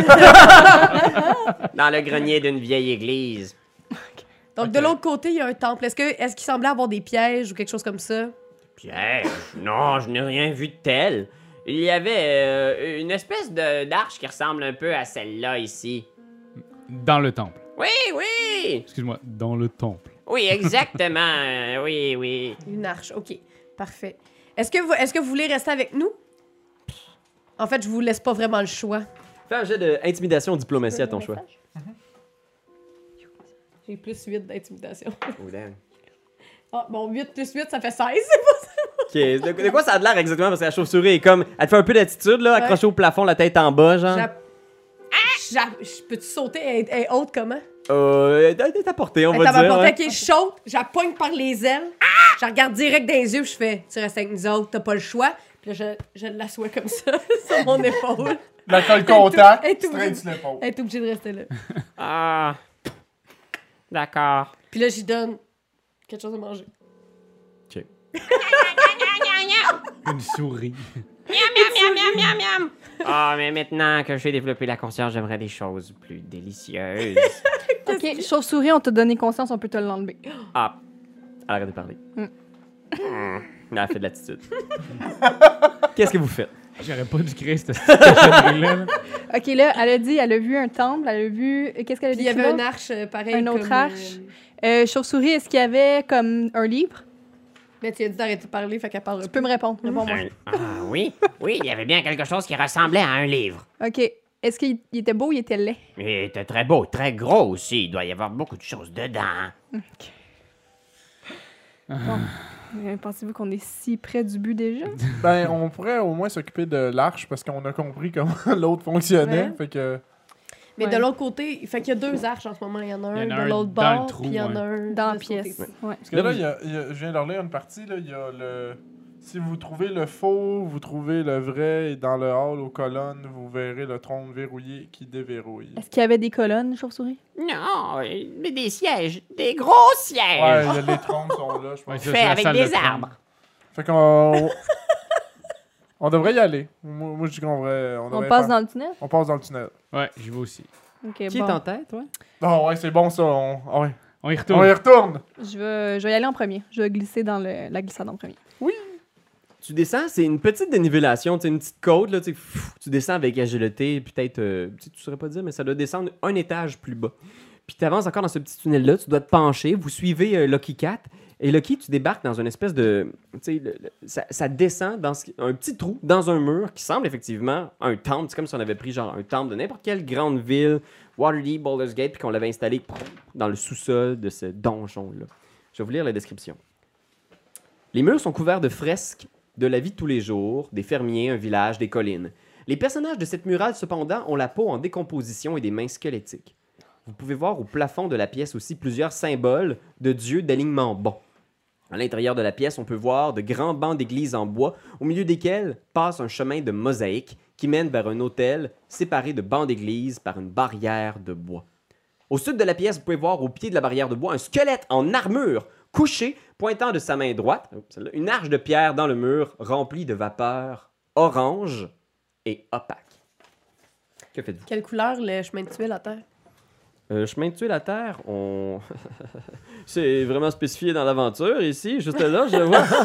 dans le grenier d'une vieille église. Donc, de l'autre côté, il y a un temple. Est-ce que est-ce qu'il semblait avoir des pièges ou quelque chose comme ça? Piège? Non, je n'ai rien vu de tel. Il y avait euh, une espèce de d'arche qui ressemble un peu à celle-là ici. Dans le temple. Oui, oui! Excuse-moi, dans le temple. Oui, exactement. euh, oui, oui. Une arche. OK. Parfait. Est-ce que vous, est-ce que vous voulez rester avec nous? En fait, je vous laisse pas vraiment le choix. Fais un jet d'intimidation diplomatie à ton choix. J'ai plus huit d'intimidation. Oh, damn. Ah, bon, huit plus huit, ça fait seize. Ok, de, de quoi ça a de l'air exactement? Parce que la chauve-souris est comme. Elle te fait un peu d'attitude, là, Ouais. accrochée au plafond, la tête en bas, genre. J'a- J'a- Je peux-tu sauter? Elle est- elle est haute comment? Euh, elle est à portée, on Elle va est à ma dire. portée, ouais. ok, je saute, je la pogne par les ailes, je la regarde direct dans les yeux, puis je fais, tu restes avec nous autres, t'as pas le choix. Puis là, je, je l'assois comme ça, sur mon épaule. La colle contact, Elle est tout- straight sur l'épaule. Elle est obligée de rester là. Ah. D'accord. Puis là, j'y donne quelque chose à manger. Une souris. Ah, mais maintenant que j'ai développé la conscience, j'aimerais des choses plus délicieuses. Ok, chauve-souris, on t'a donné conscience, on peut te l'enlever. Ah, Elle arrête de parler. Hmm. Hmm. Elle a fait de l'attitude. Qu'est-ce que vous faites? J'aurais pas dû créer cette cochonnerie-là. là. Ok, là, elle a dit, elle a vu un temple, elle a vu. Qu'est-ce qu'elle a Puis dit? il y avait d'autre? une arche euh, pareil. Un autre comme, arche. euh, Euh, chauve-souris, est-ce qu'il y avait comme un livre? Mais tu as dit d'arrêter de parler, fait qu'elle parle. Tu peux me répondre. Réponds-moi. Un- Ah oui, oui, il y avait bien quelque chose qui ressemblait à un livre. Ok. Est-ce qu'il il était beau ou il était laid? Il était très beau, très gros aussi. Il doit y avoir beaucoup de choses dedans. Bon. Euh, Pensez-vous qu'on est si près du but déjà? Ben, on pourrait au moins s'occuper de l'arche parce qu'on a compris comment l'autre fonctionnait. Ouais. Fait que. Mais Ouais. de l'autre côté, fait qu'il y a deux arches en ce moment. Il y en a un Il y en a de un l'autre dans le bord, trou, puis il y en a ouais. un Dans la de ce côté. pièce. Ouais. Parce que là, il y a- il y a- je viens de relire une partie, là, il y a le. Si vous trouvez le faux, vous trouvez le vrai, et dans le hall aux colonnes, vous verrez le trône verrouillé qui déverrouille. Est-ce qu'il y avait des colonnes, chauve-souris? Non, euh, mais des sièges, des gros sièges. Ouais, les trônes sont là, je pense. Ouais, ça, Fait c'est la avec salle des de trône. arbres. Fait qu'on. On devrait y aller. Moi, moi, je dis qu'on devrait. On, On devrait passe faire- dans le tunnel? On passe dans le tunnel. Ouais, j'y vais aussi. Ok, Qui bon. est en tête, ouais? Ah ouais, c'est bon ça. On... Ah ouais. On y On retourne. y retourne. Je vais, je vais y aller en premier. Je vais glisser dans le, la glissade en premier. Tu descends, c'est une petite dénivellation, tu sais, une petite côte, là, tu sais, pfff, tu descends avec agilité, peut-être, euh, tu sais, tu saurais pas dire, mais ça doit descendre un étage plus bas. Puis tu avances encore dans ce petit tunnel-là, tu dois te pencher, vous suivez euh, Lucky Cat, et Lucky, tu débarques dans une espèce de, tu sais, le- le- ça, ça descend dans ce- un petit trou, dans un mur, qui semble effectivement un temple, c'est comme si on avait pris genre un temple de n'importe quelle grande ville, Waterdeep, Baldur's Gate, puis qu'on l'avait installé pff, dans le sous-sol de ce donjon-là. Je vais vous lire la description. Les murs sont couverts de fresques de la vie de tous les jours, des fermiers, un village, des collines. Les personnages de cette murale, cependant, ont la peau en décomposition et des mains squelettiques. Vous pouvez voir au plafond de la pièce aussi plusieurs symboles de dieux d'alignement bon. À l'intérieur de la pièce, on peut voir de grands bancs d'église en bois, au milieu desquels passe un chemin de mosaïque qui mène vers un autel séparé de bancs d'église par une barrière de bois. Au sud de la pièce, vous pouvez voir au pied de la barrière de bois un squelette en armure, couché, pointant de sa main droite, celle-là, une arche de pierre dans le mur remplie de vapeur orange et opaque. Que faites-vous? Quelle couleur le chemin de tuile à terre? Euh, chemin de tuile à terre, on... c'est vraiment spécifié dans l'aventure ici, juste là, je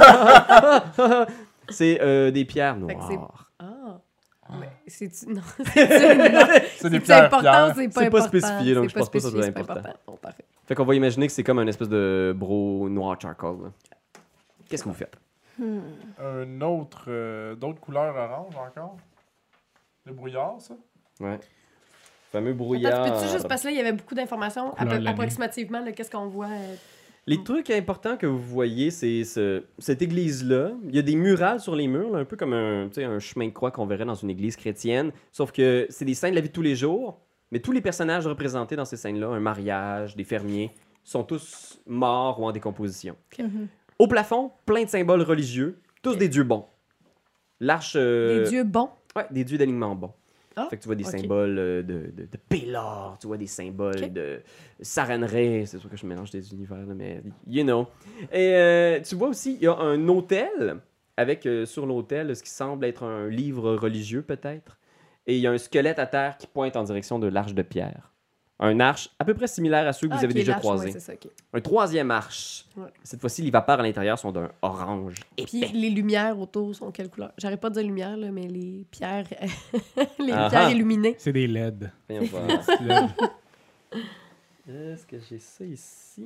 vois. C'est euh, des pierres Fait que c'est- noires. Ah! Mais c'est-tu... Non, c'est-tu... non. C'est des C'est pierres. important, pierres. c'est pas C'est pas important. spécifié, donc C'est je pas pense pas que ça spécifié, soit c'est pas important. Bon, parfait. Fait qu'on va imaginer que c'est comme un espèce de bro noir charcoal. là. Qu'est-ce que vous faites? Un autre. euh, D'autres couleurs orange encore. Le brouillard, ça. Ouais. Fameux brouillard. Attends, peux-tu juste parce que là, il y avait beaucoup d'informations. Couleur Appro- de l'année. approximativement, là, qu'est-ce qu'on voit? euh, Les trucs importants que vous voyez, c'est ce- cette église-là. Il y a des murales sur les murs, là, un peu comme un, tu sais, un chemin de croix qu'on verrait dans une église chrétienne. Sauf que c'est des scènes de la vie de tous les jours, mais tous les personnages représentés dans ces scènes-là, un mariage, des fermiers, sont tous morts ou en décomposition. Mhm. Au plafond, plein de symboles religieux, tous des dieux bons. L'arche... euh, Des dieux bons. Ouais, des dieux d'alignement bons. Ah, fait que tu vois des ok. symboles euh, de, de, de Pélor, tu vois des symboles Ok. de Sarenrae, c'est sûr que je mélange des univers, là, mais you know. Et euh, tu vois aussi, il y a un hôtel, avec euh, sur l'hôtel ce qui semble être un livre religieux peut-être, et il y a un squelette à terre qui pointe en direction de l'arche de pierre. Un arche à peu près similaire à ceux que Ah, vous avez ok, déjà l'arche, croisés. ouais, c'est ça, ok. Un troisième arche. Ouais. Cette fois-ci, les vapeurs à l'intérieur sont d'un orange Puis épais. les lumières autour sont quelle couleur? J'arrête pas de dire lumière, là, mais les pierres, les Ah pierres ah. illuminées. C'est des L E D. Voyons voir. L E D. Est-ce que j'ai ça ici?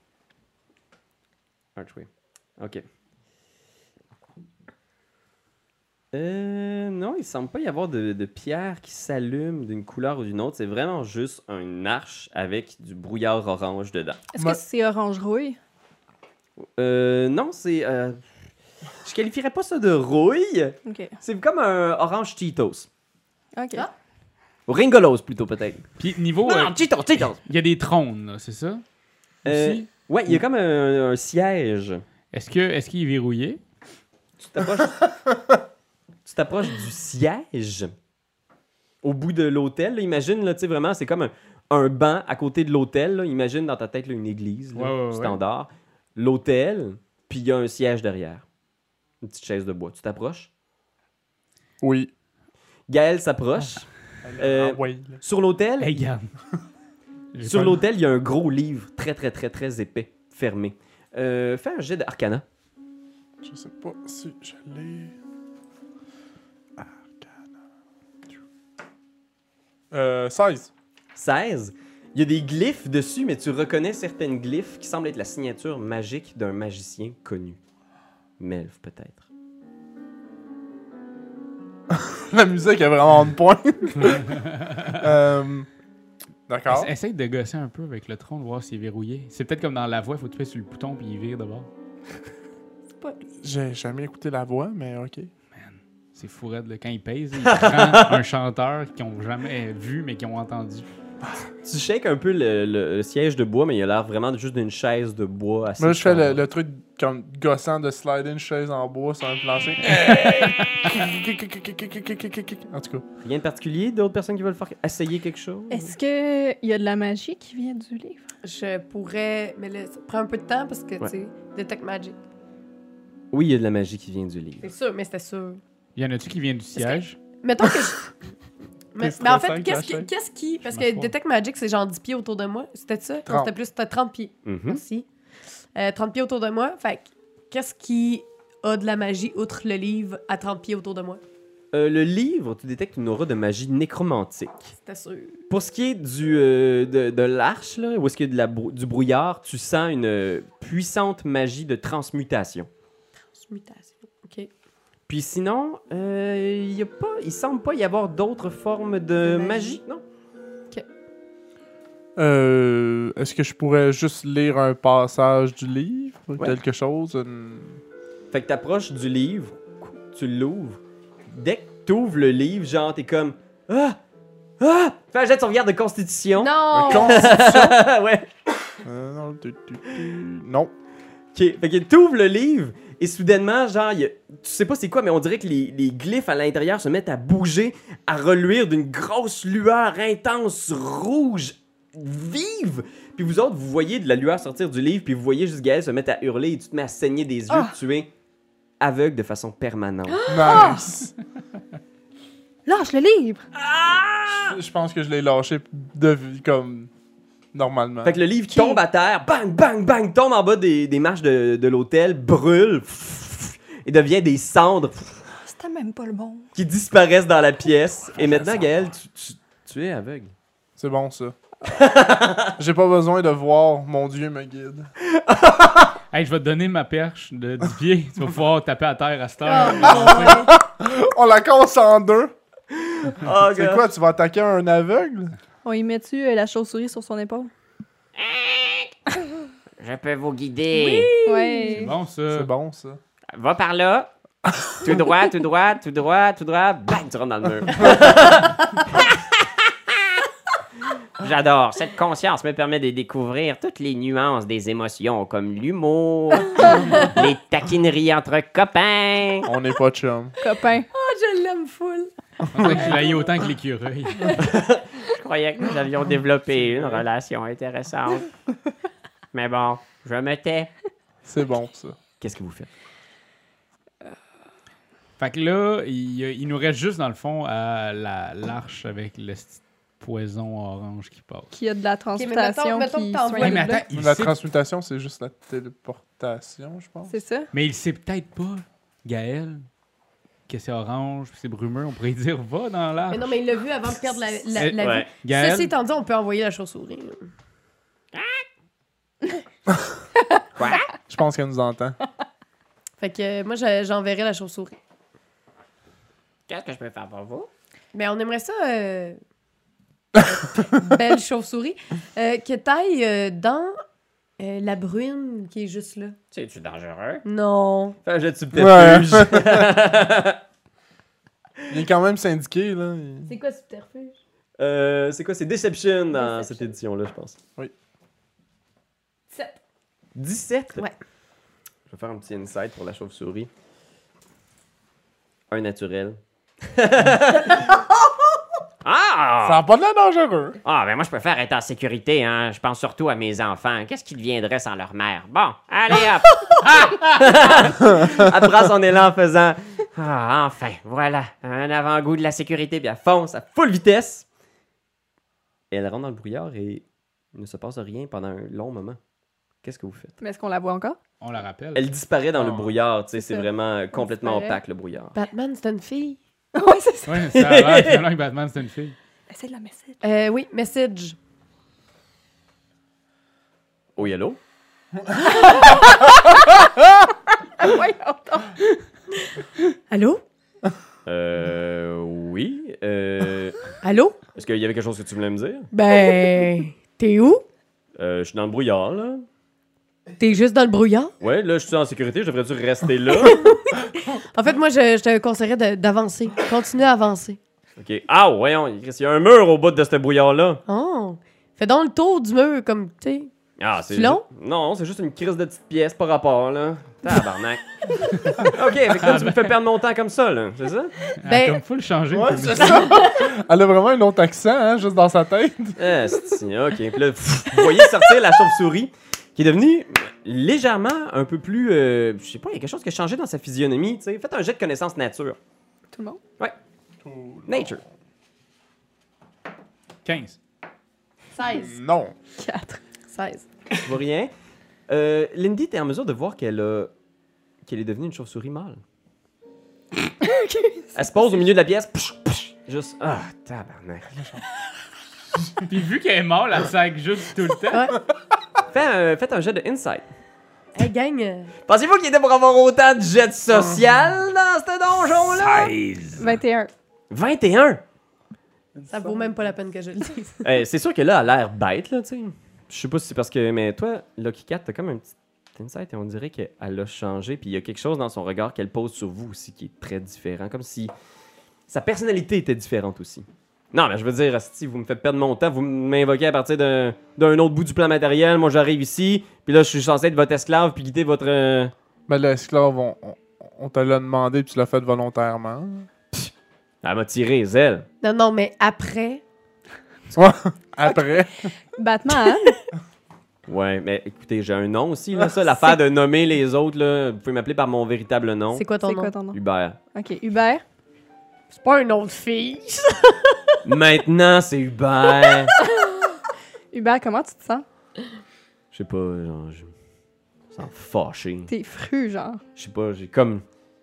Archway. OK. Euh, non, il semble pas y avoir de, de pierre qui s'allume d'une couleur ou d'une autre. C'est vraiment juste une arche avec du brouillard orange dedans. Est-ce Ouais. que c'est orange rouille? Euh, non, c'est... euh, je qualifierais pas ça de rouille. Ok. C'est comme un orange Cheetos. Ok. Ah. Ou Ringolos, plutôt, peut-être. Puis niveau. Non, euh, non, Cheetos, Cheetos! Il y a des trônes, là, c'est ça? Euh, Aussi? ouais, il y a comme un, un siège. Est-ce que est-ce qu'il est verrouillé? Tu t'approches... tu t'approches du siège au bout de l'hôtel. là. Imagine, là, tu sais, vraiment, c'est comme un, un banc à côté de l'hôtel. là. Imagine dans ta tête là, une église, là, Ouais, ouais, ouais. standard. L'hôtel, puis il y a un siège derrière. Une petite chaise de bois. Tu t'approches. Oui. Gaël s'approche. Euh, Ah, oui. là. Sur l'hôtel, Hey, regarde. J'ai sur pas- l'hôtel, il y a un gros livre très, très, très, très épais, fermé. Euh, fais un jet d'arcana. Je sais pas si je l'ai. Arcana. Euh, seize. seize. Il y a des glyphes dessus, mais tu reconnais certaines glyphes qui semblent être la signature magique d'un magicien connu. Melf, peut-être. La musique est vraiment de point. euh, D'accord. Essa- Essaye de gosser un peu avec le tronc, de voir s'il est verrouillé. C'est peut-être comme dans la voix, il faut tuer sur le bouton puis il vire d'abord. J'ai jamais écouté la voix, mais ok. C'est fou raide, là. Quand il pèse, il prend un chanteur qu'ils n'ont jamais vu mais qu'ils ont entendu. Tu shakes un peu le, le- le siège de bois, mais il a l'air vraiment juste d'une chaise de bois assez. Moi, je fais le, standard. le truc comme gossant de slider une chaise en bois sur un plancher. En tout cas. Rien de particulier? D'autres personnes qui veulent faire essayer quelque chose? Est-ce qu'il y a de la magie qui vient du livre? Je pourrais. Mais là, ça prend un peu de temps parce que, Ouais. tu sais, Detect Magic. Oui, il y a de la magie qui vient du livre. C'est sûr, mais c'était sûr. Y en a-tu qui viennent du siège? Mettons que je. Mais, T'es mais en stressant fait, qu'est-ce avec la qui, qu'est-ce qui. Parce Je que m'assois. Detect Magic, c'est genre dix pieds autour de moi. C'était ça? Non, trente. c'était plus. C'était trente pieds. Mhm. Merci. Euh, trente pieds autour de moi. Fait que, qu'est-ce qui a de la magie outre le livre à trente pieds autour de moi? Euh, le livre, tu détectes une aura de magie nécromantique. C'était sûr. Pour ce qui est du, euh, de, de l'arche, là, où est-ce qu'il y a de la brou- du brouillard, tu sens une euh, puissante magie de transmutation. Transmutation. OK. Puis sinon, euh, il y a pas, il semble pas y avoir d'autres formes de, De magie. magie. non? Euh, Est-ce que je pourrais juste lire un passage du livre? Ouais. Quelque chose? une- Fait que t'approches du livre, tu l'ouvres. Dès que t'ouvres le livre, genre, t'es comme... Ah! Ah! Fais un jet de sauvegarde de constitution. Non! Con- ouais. Euh, non, tu- tu- tu- non. OK. Fait que t'ouvres le livre et soudainement, genre, il y a- tu sais pas c'est quoi, mais on dirait que les, les glyphes à l'intérieur se mettent à bouger, à reluire d'une grosse lueur intense, rouge, vive. Puis vous autres, vous voyez de la lueur sortir du livre, puis vous voyez juste Gaël se mettre à hurler et tu te mets à saigner des yeux. Ah! Tu es aveugle de façon permanente. Nice. Lâche le livre! Je- Je pense que je l'ai lâché de comme normalement. Fait que le livre tombe à terre, bang, bang, bang, tombe en bas des, des marches de, de l'hôtel, brûle, et devient des cendres C'était même pas le bon. qui disparaissent dans la pièce. Et maintenant, Gaël, tu, tu, tu es aveugle. C'est bon ça. J'ai pas besoin de voir, mon Dieu me guide. Hey, je vais te donner ma perche de dix pieds. Tu vas pouvoir taper à terre à cette heure. Ah, ouais. On la casse en deux. Oh, C'est quoi, tu vas attaquer un aveugle? On y met-tu euh, la chauve-souris sur son épaule? Je peux vous guider. Ouais. C'est bon, ça. C'est bon ça. Va par là. Tout droit, tout droit, tout droit, tout droit. Bang, tu rentres dans le mur. Je j'adore. Cette conscience me permet de découvrir toutes les nuances des émotions, comme l'humour, les taquineries entre copains. On n'est pas chum. Copain. Oh, je l'aime full. On dirait que tu l'as autant que l'écureuil. Je croyais que nous avions développé une relation intéressante. Mais bon, je me tais. C'est bon, ça. Qu'est-ce que vous faites? Fait que là, il, il nous reste juste, dans le fond, à la l'arche avec le sti- poison orange qui passe. Qui a de la Ok, mais transmutation mettons- mettons qui que t'envoies- soigne Ouais, mais là. attends, il La sait- transmutation, c'est juste la téléportation, je pense. C'est ça? mais il sait peut-être pas, Gaël, que c'est orange, puis c'est brumeux. On pourrait dire, va dans l'arche. Mais non, mais il l'a vu avant de perdre la, la, la Ouais. vie. Gaël, Ceci étant dit, on peut envoyer la chauve-souris. Quoi? Je pense qu'elle nous entend. Fait que euh, moi, je- j'enverrai la chauve-souris. Qu'est-ce que je peux faire pour vous? Mais on aimerait ça. euh, belle chauve-souris. euh, que t'ailles euh, dans euh, la bruine qui est juste là. C'est-tu dangereux? Non. Fais un jet de Ouais. subterfuge. Il est quand même syndiqué, là. Il- C'est quoi subterfuge? Euh, c'est quoi? C'est Deception dans Deception. cette édition-là, je pense. sept. dix-sept? Ouais. Je vais faire un petit insight pour la chauve-souris. Un naturel. Ah! Ça n'a pas de l'air dangereux. Ah, ben moi, je préfère être en sécurité, hein. Je pense surtout à mes enfants. Qu'est-ce qu'ils deviendraient sans leur mère? Bon, allez hop! Elle prend son élan en faisant... Ah, enfin, voilà. Un avant-goût de la sécurité, puis elle fonce à full vitesse. Et elle rentre dans le brouillard et il ne se passe rien pendant un long moment. Qu'est-ce que vous faites? Mais est-ce qu'on la voit encore? on la rappelle. Elle disparaît dans le Oh. brouillard, tu sais, C'est c'est ça. vraiment euh, complètement disparaît. opaque, le brouillard. Batman, c'est une fille. Ouais, c'est ça. Ouais, ça a l'air finalement que Batman, c'est une fille. Essaye de la message. Euh, oui, message. Oh, yellow? Voyons donc. Allô? Euh... Oui? Euh... Allô? Est-ce qu'il y avait quelque chose que tu voulais me dire? Ben, t'es où? Euh, je suis dans le brouillard, là. T'es juste dans le brouillard? Ouais, là, je suis en sécurité, je devrais-tu rester là? En fait, moi, je, je te conseillerais de- d'avancer. Continue à avancer. OK. Ah, voyons, il y a un mur au bout de ce brouillard-là. Oh! Fais donc le tour du mur, comme, tu sais. Ah, c'est Filon? ju- Non, c'est juste une crise de petite pièce, pas rapport, là. Tabarnak. OK, fait que là, tu me fais perdre mon temps comme ça, là, c'est ça? Elle a Ben- comme full changé. Ouais, le c'est public. ça. Elle a vraiment un autre accent, hein, juste dans sa tête. Ah, c'est- OK. Puis là, pff, vous voyez sortir la chauve-souris, qui est devenue légèrement un peu plus... euh, je sais pas, il y a quelque chose qui a changé dans sa physionomie, tu sais. Faites un jet de connaissance nature. Tout le monde? Nature. quinze. seize. Non. Quatre. seize. Je vois rien. Euh, Lindy, t'es en mesure de voir qu'elle a... qu'elle est devenue une chauve-souris mâle. Elle se pose au milieu de la pièce. Psh, psh, juste... Ah, tabarnak. Puis vu qu'elle est morte, elle sac juste tout le temps. Ouais. Fais un, faites un jet de insight. Hey, gang. euh, Pensez-vous qu'il était pour avoir autant de jets social dans ce donjon-là? vingt et un. vingt et un! Ça vaut même pas la peine que je le dise. Eh, c'est sûr que là, elle a l'air bête, là, tu sais. Je sais pas si c'est parce que... Mais toi, Lucky Cat, t'as comme un petit insight et on dirait qu'elle a changé. Puis il y a quelque chose dans son regard qu'elle pose sur vous aussi qui est très différent. Comme si sa personnalité était différente aussi. Non, mais je veux dire, si vous me faites perdre mon temps, vous m'invoquez à partir d'un d'un autre bout du plan matériel. Moi, j'arrive ici, puis là, je suis censé être votre esclave puis quitter votre... euh, Ben, l'esclave, on, on, on te l'a demandé, puis tu l'as fait volontairement. Elle m'a tiré les ailes. Non, non, mais après. Après. Batman. Ouais, mais écoutez, j'ai un nom aussi, là, ça, l'affaire de nommer les autres, là. Vous pouvez m'appeler par mon véritable nom. C'est quoi ton C'est nom? quoi ton nom? Hubert. Ok, Hubert. C'est pas une autre fille. Maintenant, c'est Hubert. Hubert, comment tu te sens? Je sais pas, genre, je me sens fâché. T'es fru, genre. Je sais pas, j'ai comme...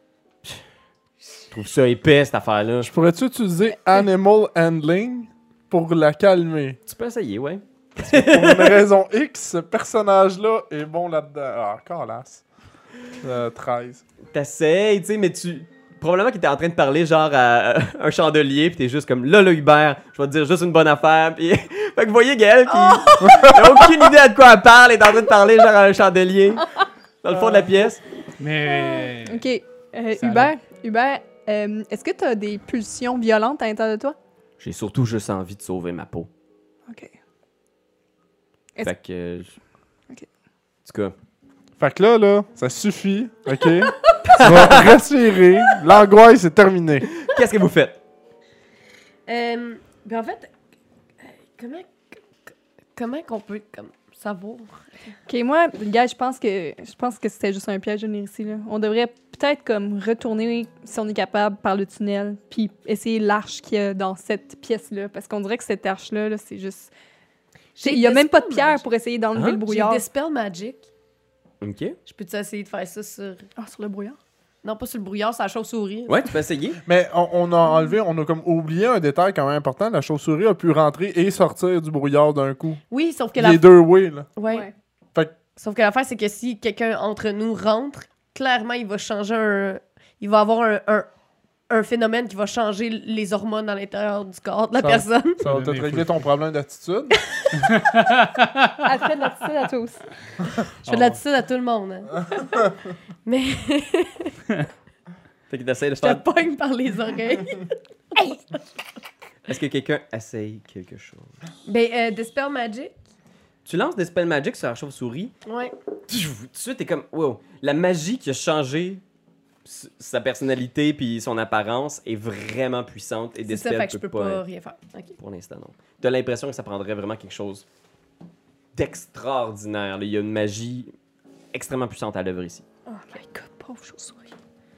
Je trouve ça épais, cette affaire-là. Je pourrais-tu utiliser Animal Handling pour la calmer? Tu peux essayer, ouais. Pour une raison X, ce personnage-là est bon là-dedans. Ah, calasse. Euh, treize. T'essayes, tu sais, mais tu... Probablement qu'il était en train de parler, genre, à euh, un chandelier, pis t'es juste comme, là, là, Hubert, je vais te dire juste une bonne affaire, pis... fait que vous voyez Gaëlle qui n'a aucune idée à de quoi elle parle, elle est en train de parler, genre, à un chandelier, dans le fond de la pièce. Mais. Ok. Euh, Ça Hubert, Hubert euh, est-ce que t'as des pulsions violentes à l'intérieur de toi? J'ai surtout juste envie de sauver ma peau. Ok. Est-ce- Fait que... euh, je- Ok. En tout cas, Fait que là, là, ça suffit, OK? Tu vas respirer. L'angoisse est terminée. qu'est-ce que vous faites? Euh, ben en fait, euh, comment, comment qu'on peut comme, savoir? Ok, moi, gars, je pense que je pense que c'était juste un piège de venir ici. Là. On devrait peut-être comme retourner, si on est capable, par le tunnel, puis essayer l'arche qu'il y a dans cette pièce-là. Parce qu'on dirait que cette arche-là, là, c'est juste. J'ai Il y a même pas de Dispel pierre Magic. pour essayer d'enlever Hein? le J'ai brouillard. Dispel Magic. OK. Je peux-tu essayer de faire ça sur... Ah, sur le brouillard? Non, pas sur le brouillard, c'est la chauve-souris. Ouais, tu peux essayer. Mais on, on a enlevé, on a comme oublié un détail quand même important. La chauve-souris a pu rentrer et sortir du brouillard d'un coup. Oui, sauf que Les la... deux ways, là. Ouais. Ouais. Fait que- Sauf que l'affaire, c'est que si quelqu'un entre nous rentre, clairement, il va changer un... Il va avoir un, un, un phénomène qui va changer les hormones à l'intérieur du corps de la Ça- personne. Ça va Donner te régler fou. ton problème d'attitude. Elle fait de l'attitude à tous. Je fais de l'attitude à tout le monde. hein. Mais Fait que t'essayes de je te faire... pogne par les oreilles. Est-ce que quelqu'un essaye quelque chose? Ben, euh, Dispel Magic. Tu lances des spells magic sur la chauve-souris. Ouais. Tout de suite, t'es comme, wow, la magie qui a changé s- sa personnalité puis son apparence est vraiment puissante et C'est des ça, spells fait que je peux pas pas, rien faire. Ok. pour l'instant, non. T'as l'impression que ça prendrait vraiment quelque chose d'extraordinaire. là. Il y a une magie extrêmement puissante à l'œuvre ici. Oh my god, pauvre chauve-souris.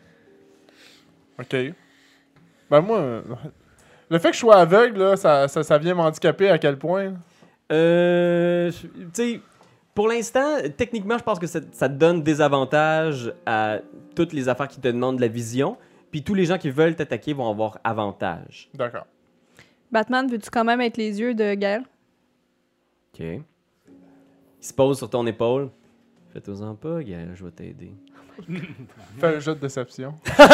OK. Ben moi, euh, le fait que je sois aveugle, là, ça, ça, ça vient m'handicaper à quel point? là? Euh, je- tu sais, pour l'instant, techniquement, je pense que ça, ça te donne des avantages à toutes les affaires qui te demandent de la vision. Puis tous les gens qui veulent t'attaquer vont avoir avantage. D'accord. Batman, veux-tu quand même être les yeux de Gaël? OK. Il se pose sur ton épaule. Fais-toi-en pas, Gaël, je vais t'aider. Fais un jeu de déception. Fais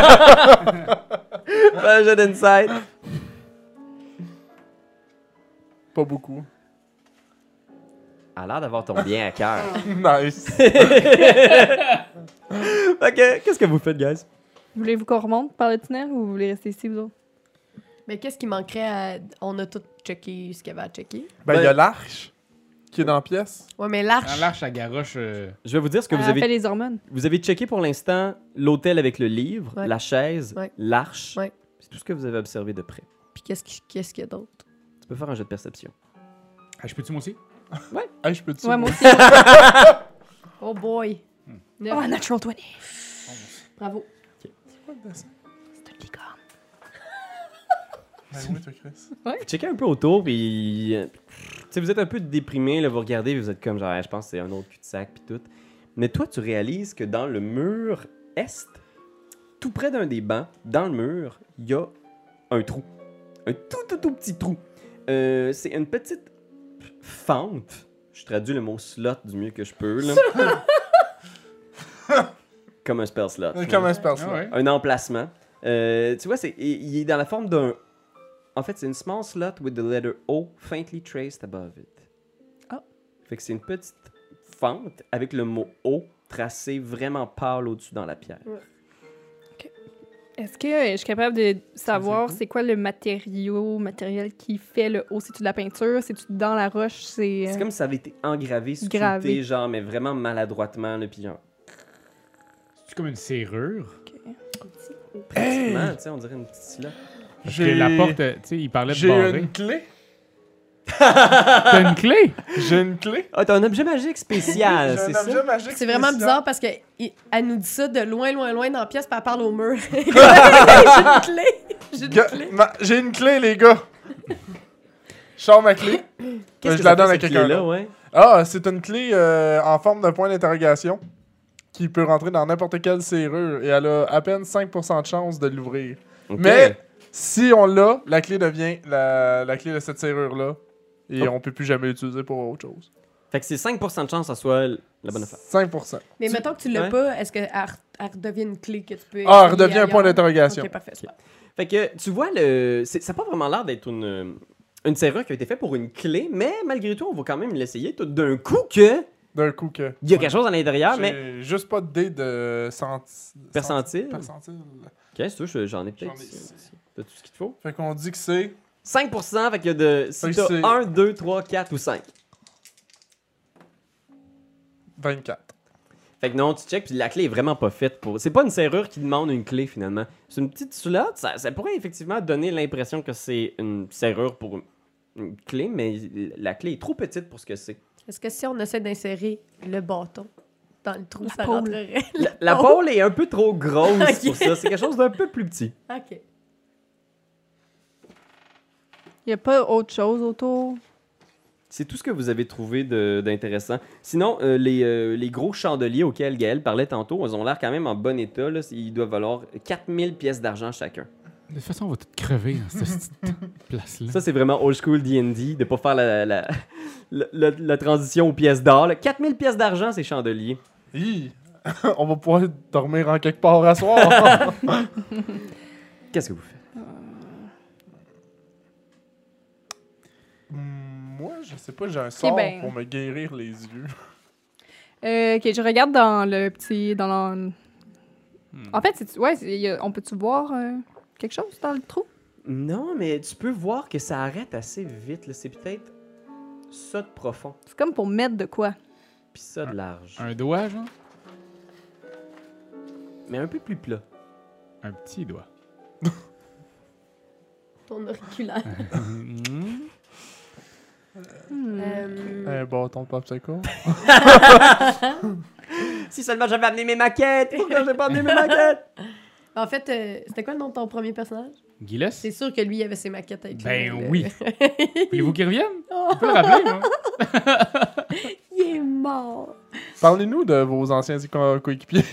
un jeu d'insight. Pas beaucoup. A l'air d'avoir ton bien à cœur. Nice. Fait que, qu'est-ce que vous faites, guys? Voulez-vous qu'on remonte par le tunnel ou vous voulez rester ici, vous autres? Mais qu'est-ce qui manquerait à... On a tout checké ce qu'il y avait à checker. Ben, il y Ben- a l'arche qui est dans la pièce. Ouais, mais Dans l'arche... l'arche à garoche. euh, Je vais vous dire ce que vous Elle fait avez... les hormones. Vous avez checké pour l'instant l'hôtel avec le livre, Ouais. la chaise, Ouais. l'arche. Ouais. C'est tout ce que vous avez observé de près. Puis qu'est-ce qui- qu'est-ce qu'il y a d'autre? Tu peux faire un jeu de perception. Ah, je peux-tu moi aussi? Hey, je peux-tu? Ouais, moi aussi. Oh boy! Neuf. Oh, natural vingt. Bravo. C'est une licorne. Ben oui, toi, Chris. Vous checkez un peu autour, puis... euh, tu sais, vous êtes un peu déprimé, là, vous regardez, vous êtes comme genre, Ah, je pense que c'est un autre cul-de-sac, puis tout. Mais toi, tu réalises que dans le mur est, tout près d'un des bancs, dans le mur, il y a un trou. Un tout, tout, tout petit trou. Euh, c'est une petite fente. Je traduis le mot slot du mieux que je peux, là. Comme un spell slot. Comme un spell Ah slot. ouais. Un emplacement. Euh, tu vois, c'est, il, il est dans la forme d'un... En fait, c'est une small slot with the letter O faintly traced above it. Ah. Fait que c'est une petite fente avec le mot O tracé vraiment pâle au-dessus dans la pierre. Est-ce que euh, je suis capable de savoir Ça, c'est c'est quoi le matériau, matériel qui fait le haut? C'est-tu de la peinture? C'est-tu dans la roche? C'est... euh, C'est comme si ça avait été engravé, sculpté, Gravé. genre, mais vraiment maladroitement, là, puis genre, C'est comme une serrure. pratiquement, tu sais, on dirait une petite slot. Parce que la porte, euh, tu sais, il parlait de J'ai barrer. une clé. T'as une clé? J'ai une clé. Ah, t'as un objet magique spécial, J'ai c'est un objet ça? magique C'est vraiment spécial. bizarre parce que il- elle nous dit ça de loin, loin, loin dans la pièce, puis elle parle au mur. J'ai une clé! J'ai une Ga- clé! ma- J'ai une clé, les gars. Je sors ma clé. Qu'est-ce je que la ça donne fait, à cette quelqu'un clé-là, d'autre. ouais? Ah, c'est une clé euh, en forme de point d'interrogation qui peut rentrer dans n'importe quelle serrure et elle a à peine cinq pour cent de chance de l'ouvrir. Ok. Mais si on l'a, la clé devient la, la clé de cette serrure-là et Oh. on peut plus jamais l'utiliser pour autre chose. Fait que c'est cinq pour cent de chance que ça soit la bonne affaire. cinq pour cent. Mais Tu- mettons que tu l'as ouais. pas, est-ce qu'elle re- elle redevient une clé que tu peux. Ah, elle essayer redevient un point ailleurs? d'interrogation. Ok, parfait, super. Fait que tu vois, le... c'est- ça n'a pas vraiment l'air d'être une, une serrure qui a été faite pour une clé, mais malgré tout, on va quand même l'essayer tout d'un coup que D'un coup que. il y a quelque chose à l'intérieur, mais... J'ai juste pas de dé de senti... Percentile? Percentile. Ok, c'est sûr, j'en ai peut-être. J'en ai ici. T'as tout ce qu'il te faut. Fait qu'on dit que c'est. cinq pour cent, fait que de... Fait si que t'as c'est- un, deux, trois, quatre ou cinq. vingt-quatre. Fait que non, tu check, puis la clé est vraiment pas faite pour. C'est pas une serrure qui demande une clé finalement. C'est une petite slot, ça, ça pourrait effectivement donner l'impression que c'est une serrure pour une, une clé, mais la clé est trop petite pour ce que c'est. Est-ce que si on essaie d'insérer le bâton dans le trou, La ça pôle. rentrerait? La, la pôle est un peu trop grosse Ok. pour ça. C'est quelque chose d'un peu plus petit. OK. Il n'y a pas autre chose autour. C'est tout ce que vous avez trouvé de- d'intéressant. Sinon, euh, les, euh, les gros chandeliers auxquels Gaël parlait tantôt, ils ont l'air quand même en bon état. Là. Ils doivent valoir quatre mille pièces d'argent chacun. De toute façon, on va tout crever dans cette petite place-là. Ça, c'est vraiment old school D and D, de pas faire la, la, la, la- la transition aux pièces d'or. là. quatre mille pièces d'argent, ces chandeliers. Hi! On va pouvoir dormir en quelque part à soir. Qu'est-ce que vous faites? Hmm, Moi, je sais pas, j'ai un sort ben. pour me guérir les yeux. Euh, ok, je regarde dans le petit. Dans le... Hmm. En fait, c'est- ouais, c'est- y a- on peut-tu voir euh, quelque chose dans le trou? Non, mais tu peux voir que ça arrête assez vite. là. C'est peut-être ça de profond, C'est comme pour mettre de quoi? puis ça de large. Un doigt, genre? Mais un peu plus plat. Un petit doigt. Ton auriculaire. Hmm. Hmm. Euh, Un bâton de popsicle. Si seulement j'avais amené mes maquettes! Pourquoi j'ai pas amené mes maquettes? En fait, euh, c'était quoi le nom de ton premier personnage? Gilles? C'est sûr que lui, il avait ses maquettes avec Ben lui, là. oui. Voulez-vous qu'il revienne? Oh, On peut le rappeler, moi. il est mort. Parlez-nous de vos anciens co- coéquipiers.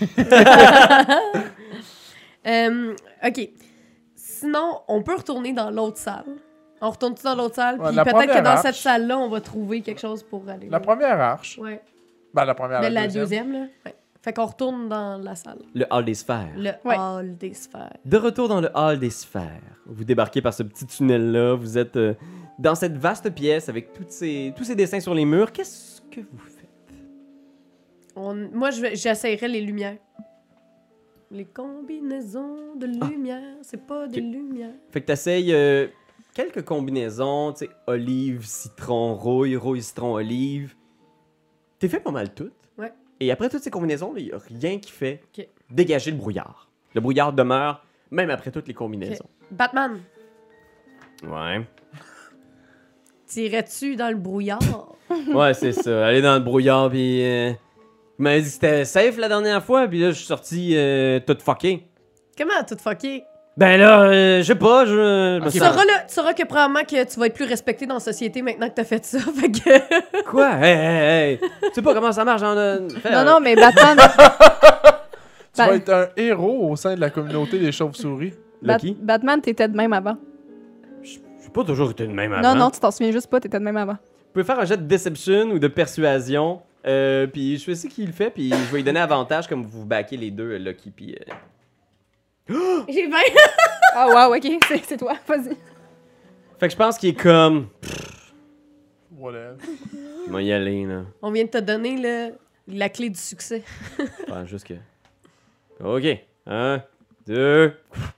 Euh, OK. Sinon, on peut retourner dans l'autre salle. On retourne tout dans l'autre salle, Ouais, puis la peut-être que première dans arche. cette salle-là, on va trouver quelque chose pour aller. La là. première arche. Ouais. Ben, la première, Ben, la, la deuxième. deuxième, là. Ouais. Fait qu'on retourne dans la salle. Le hall des sphères. Le Ouais. hall des sphères. De retour dans le hall des sphères. Vous débarquez par ce petit tunnel-là. Vous êtes euh, dans cette vaste pièce avec toutes ces, tous ces dessins sur les murs. Qu'est-ce que vous faites? On... Moi, je vais- j'essayerais les lumières. Les combinaisons de lumière, c'est pas des Ok. lumières. Fait que t'essayes euh, quelques combinaisons, tu sais, olive, citron, rouille, rouille, citron, olive. T'es fait pas mal toutes. Ouais. Et après toutes ces combinaisons, il y a rien qui fait Ok. dégager le brouillard. Le brouillard demeure même après toutes les combinaisons. Batman, Ouais. tirais-tu dans le brouillard? Ouais, c'est ça. Aller dans le brouillard, puis... Euh, il m'a dit que c'était safe la dernière fois, puis là, je suis sorti euh, tout fucké. Comment tout fucké? Ben là, euh, je sais pas, je... je me Ok, Tu sens- sauras, là, tu sauras que probablement que tu vas être plus respecté dans la société maintenant que t'as fait ça. Fait que... Quoi? Hey, hey, hey! Tu sais pas comment ça marche, hein? de- fais, Non, euh, non, mais Batman. Tu Ben- vas être un héros au sein de la communauté des chauves-souris. Bat- Lucky? Batman, t'étais de même avant. J'ai pas toujours été de même avant. Non, non, tu t'en souviens juste pas, t'étais de même avant. Vous pouvez faire un jet de deception ou de persuasion. Euh, puis je sais qui le fait, puis je vais lui donner avantage comme vous backez les deux, euh, Lucky, puis... euh. J'ai vingt. Ah, wow, ok, c'est c'est toi, vas-y. Fait que je pense qu'il est comme... Whatever. Il va y aller, là. On vient de te donner le... la clé du succès. Enfin, juste que... OK. Un, deux...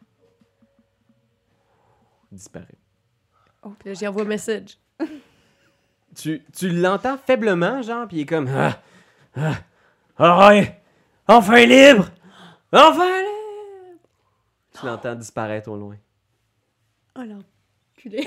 Disparaît. Puis là, j'y envoie un message. Tu, tu l'entends faiblement, genre, puis il est comme... Ah, ah, ah ouais, enfin libre! Enfin libre! Tu l'entends disparaître au loin. Oh l'enculé.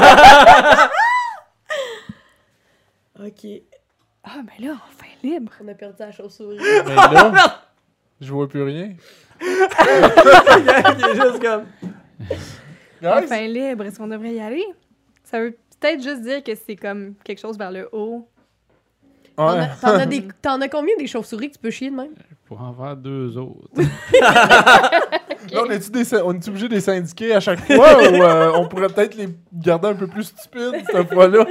OK. Ah, ben là, enfin libre. On a perdu la chauve-souris. Mais là, je vois plus rien. Il est juste comme... Guys, Enfin libre, est-ce qu'on devrait y aller? Ça veut peut-être juste dire que c'est comme quelque chose vers le haut. T'en as, ouais. t'en as des- t'en as combien des chauves-souris que tu peux chier de même? Pour en faire deux autres. Là, on est-tu des syn- on est obligé de les syndiquer à chaque fois ou euh, on pourrait peut-être les garder un peu plus stupides cette fois-là?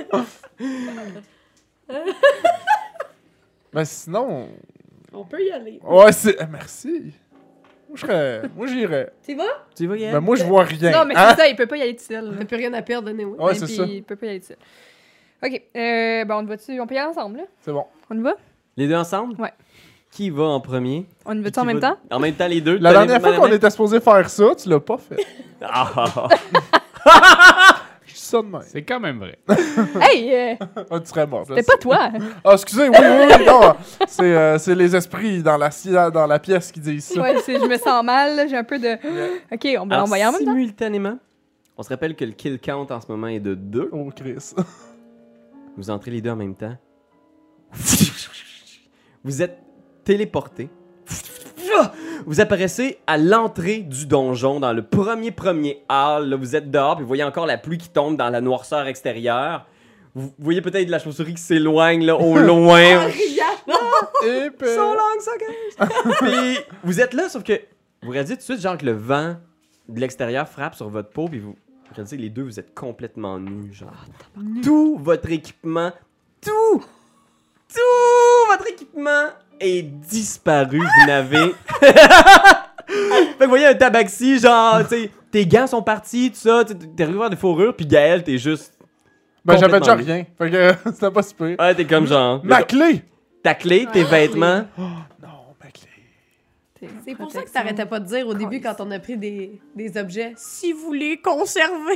Mais sinon, On peut y aller. ouais, c'est. eh, merci. Moi, je serais. Moi, j'irais. Tu vas? Tu vas y aller? Mais moi, je vois rien. Non, mais hein? c'est ça, il peut pas y aller tout seul. là. T'as plus rien à perdre, anyway. Ouais, Et c'est puis, ça. il peut pas y aller tout seul. Ok, euh, ben on y va-tu? On peut y aller ensemble, là? C'est bon. On y va? Les deux ensemble? Ouais. Qui va en premier? On y va-tu Qui en même va- temps? En même temps, les deux? La Tenez-vous dernière fois main à qu'on main. était supposé faire ça, tu l'as pas fait. Ah, ah, ah. Je suis ça de même. C'est quand même vrai. Hey! euh, Ah, tu serais mort. je C'était sais. pas toi! Ah, excusez, oui, oui, oui, non. C'est euh, c'est les esprits dans la, si- dans la pièce qui disent ça. Ouais, c'est- je me sens mal, là, j'ai un peu de. Ok, on va Alors, l'envoyer en même temps. simultanément, on se rappelle que le kill count en ce moment est de deux. Oh, Chris. Vous entrez les deux en même temps. Vous êtes téléporté. Vous apparaissez à l'entrée du donjon, dans le premier premier hall. Là, vous êtes dehors, puis vous voyez encore la pluie qui tombe dans la noirceur extérieure. Vous voyez peut-être la chauve-souris qui s'éloigne là, au loin. Et puis... So long, so guys. Puis vous êtes là, sauf que vous réalisez tout de suite genre que le vent de l'extérieur frappe sur votre peau, puis vous réalisez que les deux, vous êtes complètement nus, genre. Tout votre équipement, tout, tout votre équipement est disparu. Vous n'avez... fait que vous voyez un tabaxi, genre, tu sais, tes gants sont partis, tout ça, t'es- t'es arrivé à des fourrures, puis Gaël, t'es juste... Ben, j'avais déjà complètement rien. Fait que c'était pas super. Ouais, t'es comme genre... Ma clé! Ta clé, tes Ouais, vêtements... Non, ma clé. C'est pour ça que t'arrêtais pas de dire au début quand on a pris des, des objets, si vous les conservez.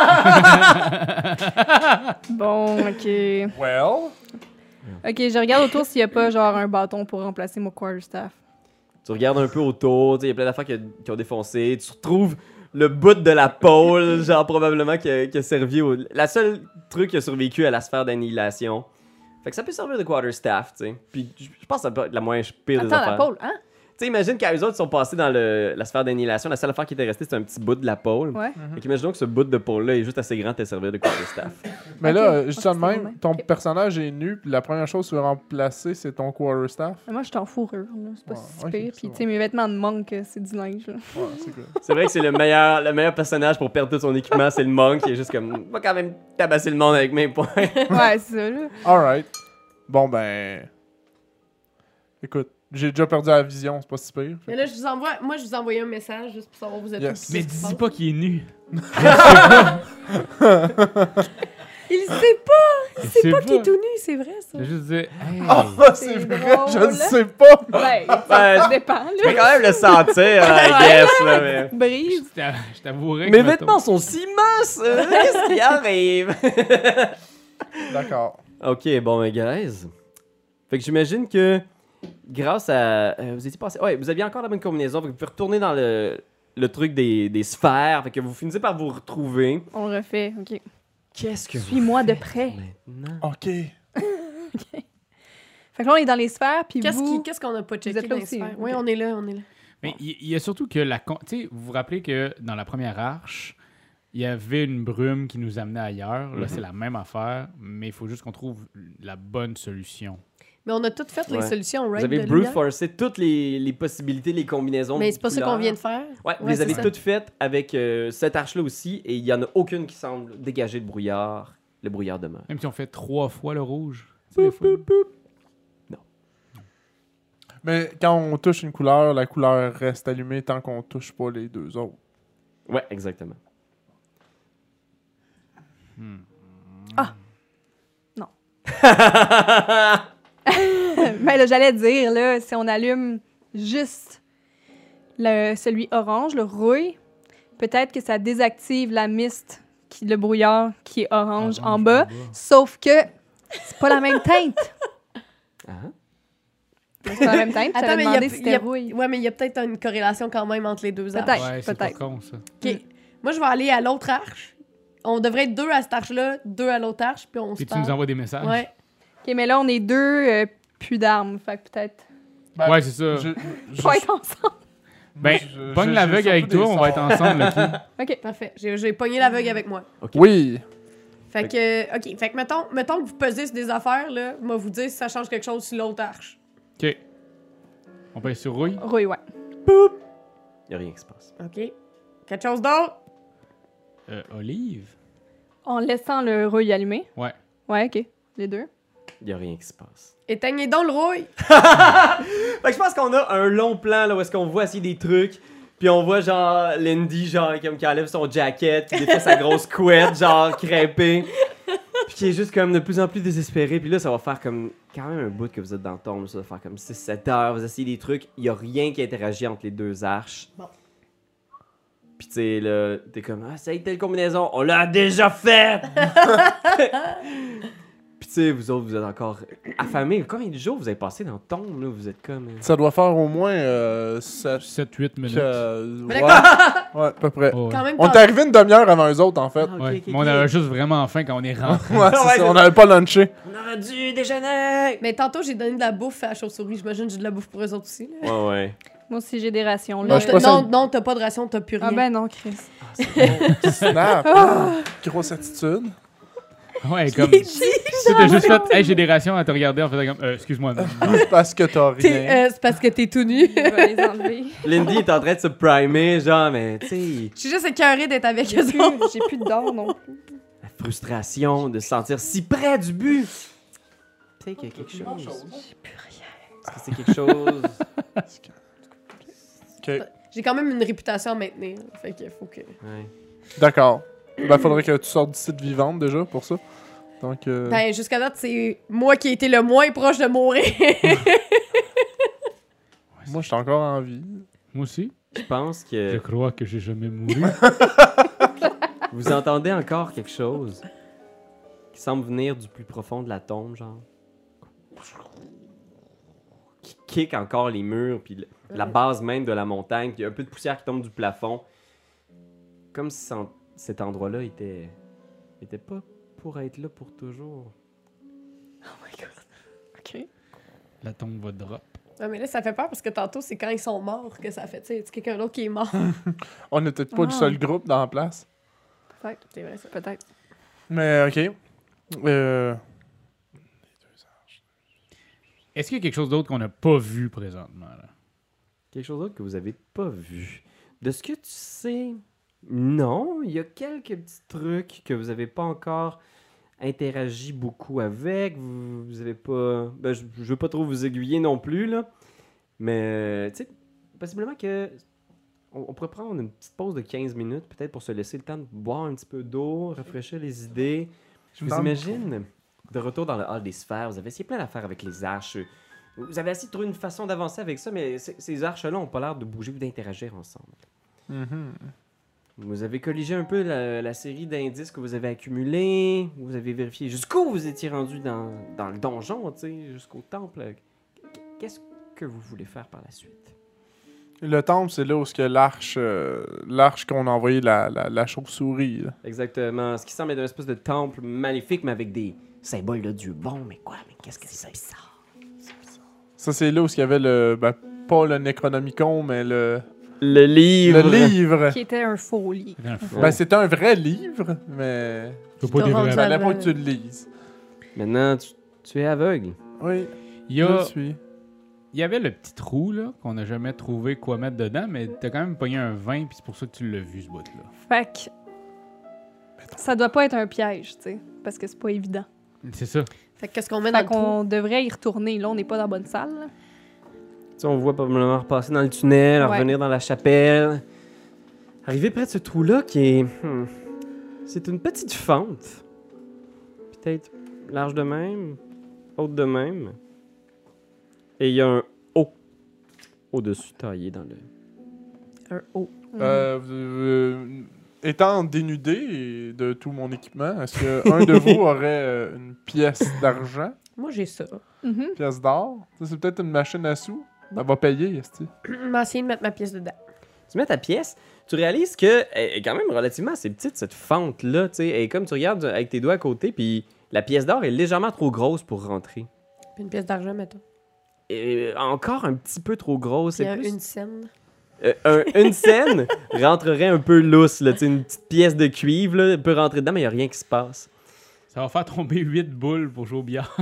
Bon, ok. Well... Ok, je regarde autour s'il y a pas genre un bâton pour remplacer mon quarterstaff. Tu regardes un peu autour, il y a plein d'affaires qui, qui ont défoncé. Tu retrouves le bout de la pôle, genre probablement qui a, qui a servi au... La seule truc qui a survécu à la sphère d'annihilation. Fait que ça peut servir de quarterstaff, tu sais. Puis je je pense que ça peut être la moins pire des Attends, affaires. la pôle, hein? Tu sais, imagine quand eux autres sont passés dans le, la sphère d'annihilation, la seule affaire qui était restée, c'était un petit bout de la pôle. Ouais. Fait qu'imaginons que ce bout de pôle-là est juste assez grand pour servir de quarterstaff. Mais Ok. là, euh, juste Ah, de c'est même, bon, ton ok. personnage est nu, puis la première chose que tu veux remplacer, c'est ton quarterstaff. Mais moi, je suis en fourrure, là. C'est pas Ouais, si ok, pire. c'est Puis, bon. tu sais, mes vêtements de monk, euh, c'est du linge, là. Ouais, c'est cool. C'est vrai que c'est le meilleur, le meilleur personnage pour perdre tout son équipement, c'est le monk qui est juste comme... Va quand même tabasser le monde avec mes poings. Ouais, c'est ça, là. Alright. Bon, ben... Écoute, j'ai déjà perdu la vision, c'est pas si pire. Mais là, je vous envoie, moi, je vous envoie un message juste pour savoir où vous êtes. Yes. où- Mais qu'est-ce qui se dis passe. pas qu'il est nu. Il sait pas, Il c'est pas qu'il est tout nu, c'est vrai ça. Je juste dire, hey. Oh, c'est C'est vrai, drôle. je ne sais pas! Ouais, Ouais, ça dépend, Je peux là. quand même le sentir, I guess, là, mais... Brise. Je t'a- je t'avouerais que. Mes mettons- vêtements sont si minces! euh, Qu'est-ce qui arrive? D'accord. Ok, bon, mais guys. Fait que j'imagine que grâce à. euh, vous étiez passé. Ouais, vous aviez encore la bonne combinaison. Fait que vous pouvez retourner dans le, le truc des, des sphères. Fait que vous finissez par vous retrouver. On le refait, ok. Qu'est-ce que vous Suis-moi de faites près. maintenant? OK. Fait que là, on est dans les sphères, puis Qu'est-ce vous... qui- qu'est-ce qu'on a pas checké êtes là dans les aussi, sphères? ok. Oui, on est là, on est là. Mais il il y, a surtout que la. con- Tu sais, vous vous rappelez que dans la première arche, il y avait une brume qui nous amenait ailleurs. Là, Mhm. c'est la même affaire, mais il faut juste qu'on trouve la bonne solution. Mais on a toutes fait les Ouais. solutions, right? Vous avez de brute lumière? forcé toutes les, les possibilités, les combinaisons. Mais de c'est pas ça qu'on couleurs. vient de faire. Ouais, vous Ouais, les c'est avez ça. toutes faites avec euh, cette arche-là aussi. Et il y en a aucune qui semble dégager de brouillard. Le brouillard demeure. Même si on fait trois fois le rouge. tu sais, des fois. Mais quand on touche une couleur, la couleur reste allumée tant qu'on touche pas les deux autres. Ouais, exactement. Mais là, j'allais dire, là, si on allume juste le, celui orange, le rouille, peut-être que ça désactive la mist, qui, le brouillard qui est orange, en bas. Sauf que c'est pas la même teinte. Ah. C'est pas la même teinte. Attends, J'avais mais il y a- demandé si il y c'était a- rouille. Ouais, mais il y a peut-être une corrélation quand même entre les deux arches. Peut-être. Ouais, c'est pas peut-être. con, ça. OK. Moi, je vais aller à l'autre arche. On devrait être deux à cette arche-là, deux à l'autre arche, puis on se Puis tu parle. nous envoies des messages. Ouais. OK, mais là, on est deux, euh, plus d'armes. Fait que peut-être... Ben, Ouais, c'est ça. je- je- Faut être ensemble. Ben, je- pogne je- l'aveugle j'ai avec surtout toi, des on va être sorts. ensemble, OK? OK. Parfait. J'ai j'ai pogné l'aveugle avec moi. Oui. Fait que, OK. Fait que, mettons, mettons que vous pesez sur des affaires, là, moi, vous dire si ça change quelque chose sur l'autre arche. OK. On paye sur rouille. Rouille, ouais. Il a rien qui se passe. OK. Quelque chose d'autre? Euh, Olive. En laissant le rouille allumé. Ouais. Ouais, OK. Les deux. Il y a rien qui se passe. Éteignez donc le rouille. Fait que je pense qu'on a un long plan là où est-ce qu'on voit essayer des trucs. Puis on voit genre Lindy genre comme qui enlève son jacket, qui défait sa grosse couette genre crêpée. Puis qui est juste comme de plus en plus désespéré. Puis là ça va faire comme quand même un bout que vous êtes dans le tombe, ça va faire comme six sept heures, vous essayez des trucs, il y a rien qui interagit entre les deux arches. Bon. Puis tu sais, là, t'es comme, ah, c'est telle combinaison, on l'a déjà faite! Puis tu sais, vous autres, vous êtes encore affamés. Combien de jours vous avez passé dans le tombe, là? Vous êtes comme... euh, Ça doit faire au moins euh, sept sept huit minutes. euh, Mais ouais. ouais, à peu près. Oh, ouais. Quand même, On est t'en- arrivé une demi-heure avant eux autres, en fait. Ah, ok, Ouais. ok, Mais on ok. avait juste vraiment faim quand on est rentré. Ouais, c'est Ouais, ça, on c'est- n'avait pas lunché. On aurait dû déjeuner! Mais tantôt, j'ai donné de la bouffe à la chauve-souris. J'imagine que j'ai de la bouffe pour eux autres aussi. Là. Ouais, ouais. Moi aussi, j'ai des rations. Ben, Là. je sais pas non, si- non, t'as pas de ration, t'as plus rien. Ah ben non, Chris. Snap. Grosse attitude. Ouais, comme. J'ai dit, Tu t'as juste fait, hey, j'ai des rations à te regarder en faisant comme, euh, excuse-moi. non. Parce que t'as t'es- rien. euh, c'est parce que t'es tout nu. Je vais les enlever. Lindy est en train de se primer, genre, mais tu sais, Je suis juste écœurée d'être avec J'ai eux plus, autres. j'ai plus d'or non plus. la frustration de se sentir si près du but. Tu sais qu'il y a quelque chose. J'ai plus rien. Est-ce que c'est quelque chose? Ok, J'ai quand même une réputation à maintenir. Fait qu'il faut que. Ouais. d'accord. Ben, faudrait que tu sortes d'ici de vivante déjà pour ça. Donc, euh... Ben, jusqu'à date, c'est moi qui ai été le moins proche de mourir. moi, je suis encore en vie. Moi aussi. Je pense Je que crois que j'ai jamais mouru. vous entendez encore quelque chose qui semble venir du plus profond de la tombe, genre. Qui kick encore les murs, puis le- la base même de la montagne, puis il y a un peu de poussière qui tombe du plafond. Comme si c'en- cet endroit-là était, était pas pour être là pour toujours. OK. La tombe va drop. Ouais, mais là, ça fait peur parce que tantôt, c'est quand ils sont morts que ça fait. Tu sais, c'est quelqu'un d'autre qui est mort. On n'était pas le Ah. seul groupe dans la place. Peut-être. C'est vrai, ça. Peut-être. Mais, ok. Euh... Est-ce qu'il y a quelque chose d'autre qu'on n'a pas vu présentement? Là? Quelque chose d'autre que vous avez pas vu. De ce que tu sais, non. Il y a quelques petits trucs que vous avez pas encore interagi beaucoup avec. Vous, vous avez pas... Ben, je, je veux pas trop vous aiguiller non plus, là. Mais, tu sais, possiblement que... On, on pourrait prendre une petite pause de quinze minutes, peut-être pour se laisser le temps de boire un petit peu d'eau, rafraîchir les idées. Je vous Dans- imagine, de retour dans le hall des sphères, vous avez essayé plein d'affaires avec les arches. Vous avez essayé de trouver une façon d'avancer avec ça, mais c- ces arches-là n'ont pas l'air de bouger ou d'interagir ensemble. mhm. Vous avez colligé un peu la, la série d'indices que vous avez accumulés. Vous avez vérifié jusqu'où vous étiez rendu dans, dans le donjon, tu sais, jusqu'au temple. Qu- Qu'est-ce que vous voulez faire par la suite? Le temple, c'est là où est-ce que l'arche, euh, l'arche qu'on a envoyé la, la, la chauve-souris. là. Exactement. Ce qui semble être une espèce de temple maléfique, mais avec des symboles de Dieu bon. Mais quoi? Mais qu'est-ce que c'est? Ça, c'est là où il y avait le. Ben, pas le Necronomicon, mais le. Le livre! Le livre! Qui était un faux lit. Dans le fond, Ben, c'était un vrai livre, mais. faut pas t'as des rendu vrais- Il ça- fallait pas vrai. que tu le lises. Maintenant, tu, tu es aveugle. Oui, Il y, je a, le suis. il y avait le petit trou là, qu'on n'a jamais trouvé quoi mettre dedans, mais t'as quand même pogné un vin, puis c'est pour ça que tu l'as vu, ce bout-là. Fait que ça doit pas être un piège, tu sais, parce que c'est pas évident. C'est ça. Fait que qu'est-ce qu'on met dans Fait le trou? qu'on devrait y retourner. Là, on n'est pas dans la bonne salle. là. Tu sais, on voit probablement repasser dans le tunnel, Ouais. revenir dans la chapelle. Arriver près de ce trou-là qui est... hmm, c'est une petite fente. Peut-être large de même, haute de même. Et il y a un haut au-dessus taillé dans le... Un haut. Euh, euh, étant dénudé de tout mon équipement, est-ce qu'un de vous aurait euh, une pièce d'argent, Moi, j'ai ça. Mhm. une pièce d'or? Ça, c'est peut-être une machine à sous. Elle va payer, est-ce que Je vais essayer de mettre ma pièce dedans. Tu mets ta pièce, tu réalises que elle est quand même relativement assez petite, cette fente-là, tu sais. Et comme tu regardes avec tes doigts à côté, puis la pièce d'or est légèrement trop grosse pour rentrer. Puis une pièce d'argent, mettons. Et encore un petit peu trop grosse. Puis C'est un- plus- une scène. Euh, un- une scène rentrerait un peu lousse, là, tu sais, une petite pièce de cuivre, là, peut rentrer dedans, mais il n'y a rien qui se passe. Ça va faire tomber huit boules pour jouer au billard.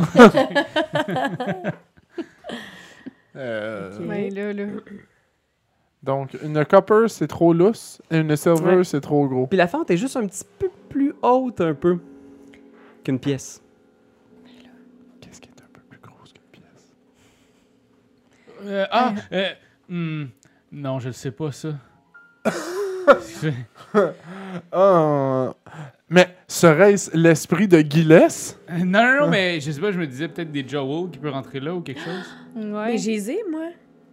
Euh, Ok. Ouais, là, là. Donc, une copper, c'est trop lousse, et une silver, Ouais. c'est trop gros. Puis la fente est juste un petit peu plus haute, un peu, qu'une pièce. Qu'est-ce qui est un peu plus grosse qu'une pièce? Euh, ah! Euh, hmm, non, je le sais pas, ça. C'est- Ah, mais serait-ce l'esprit de Gilles? non, non, non, mais je sais pas, je me disais peut-être des Joel qui peut rentrer là ou quelque chose. Ouais. Mais j'ai les ai, moi.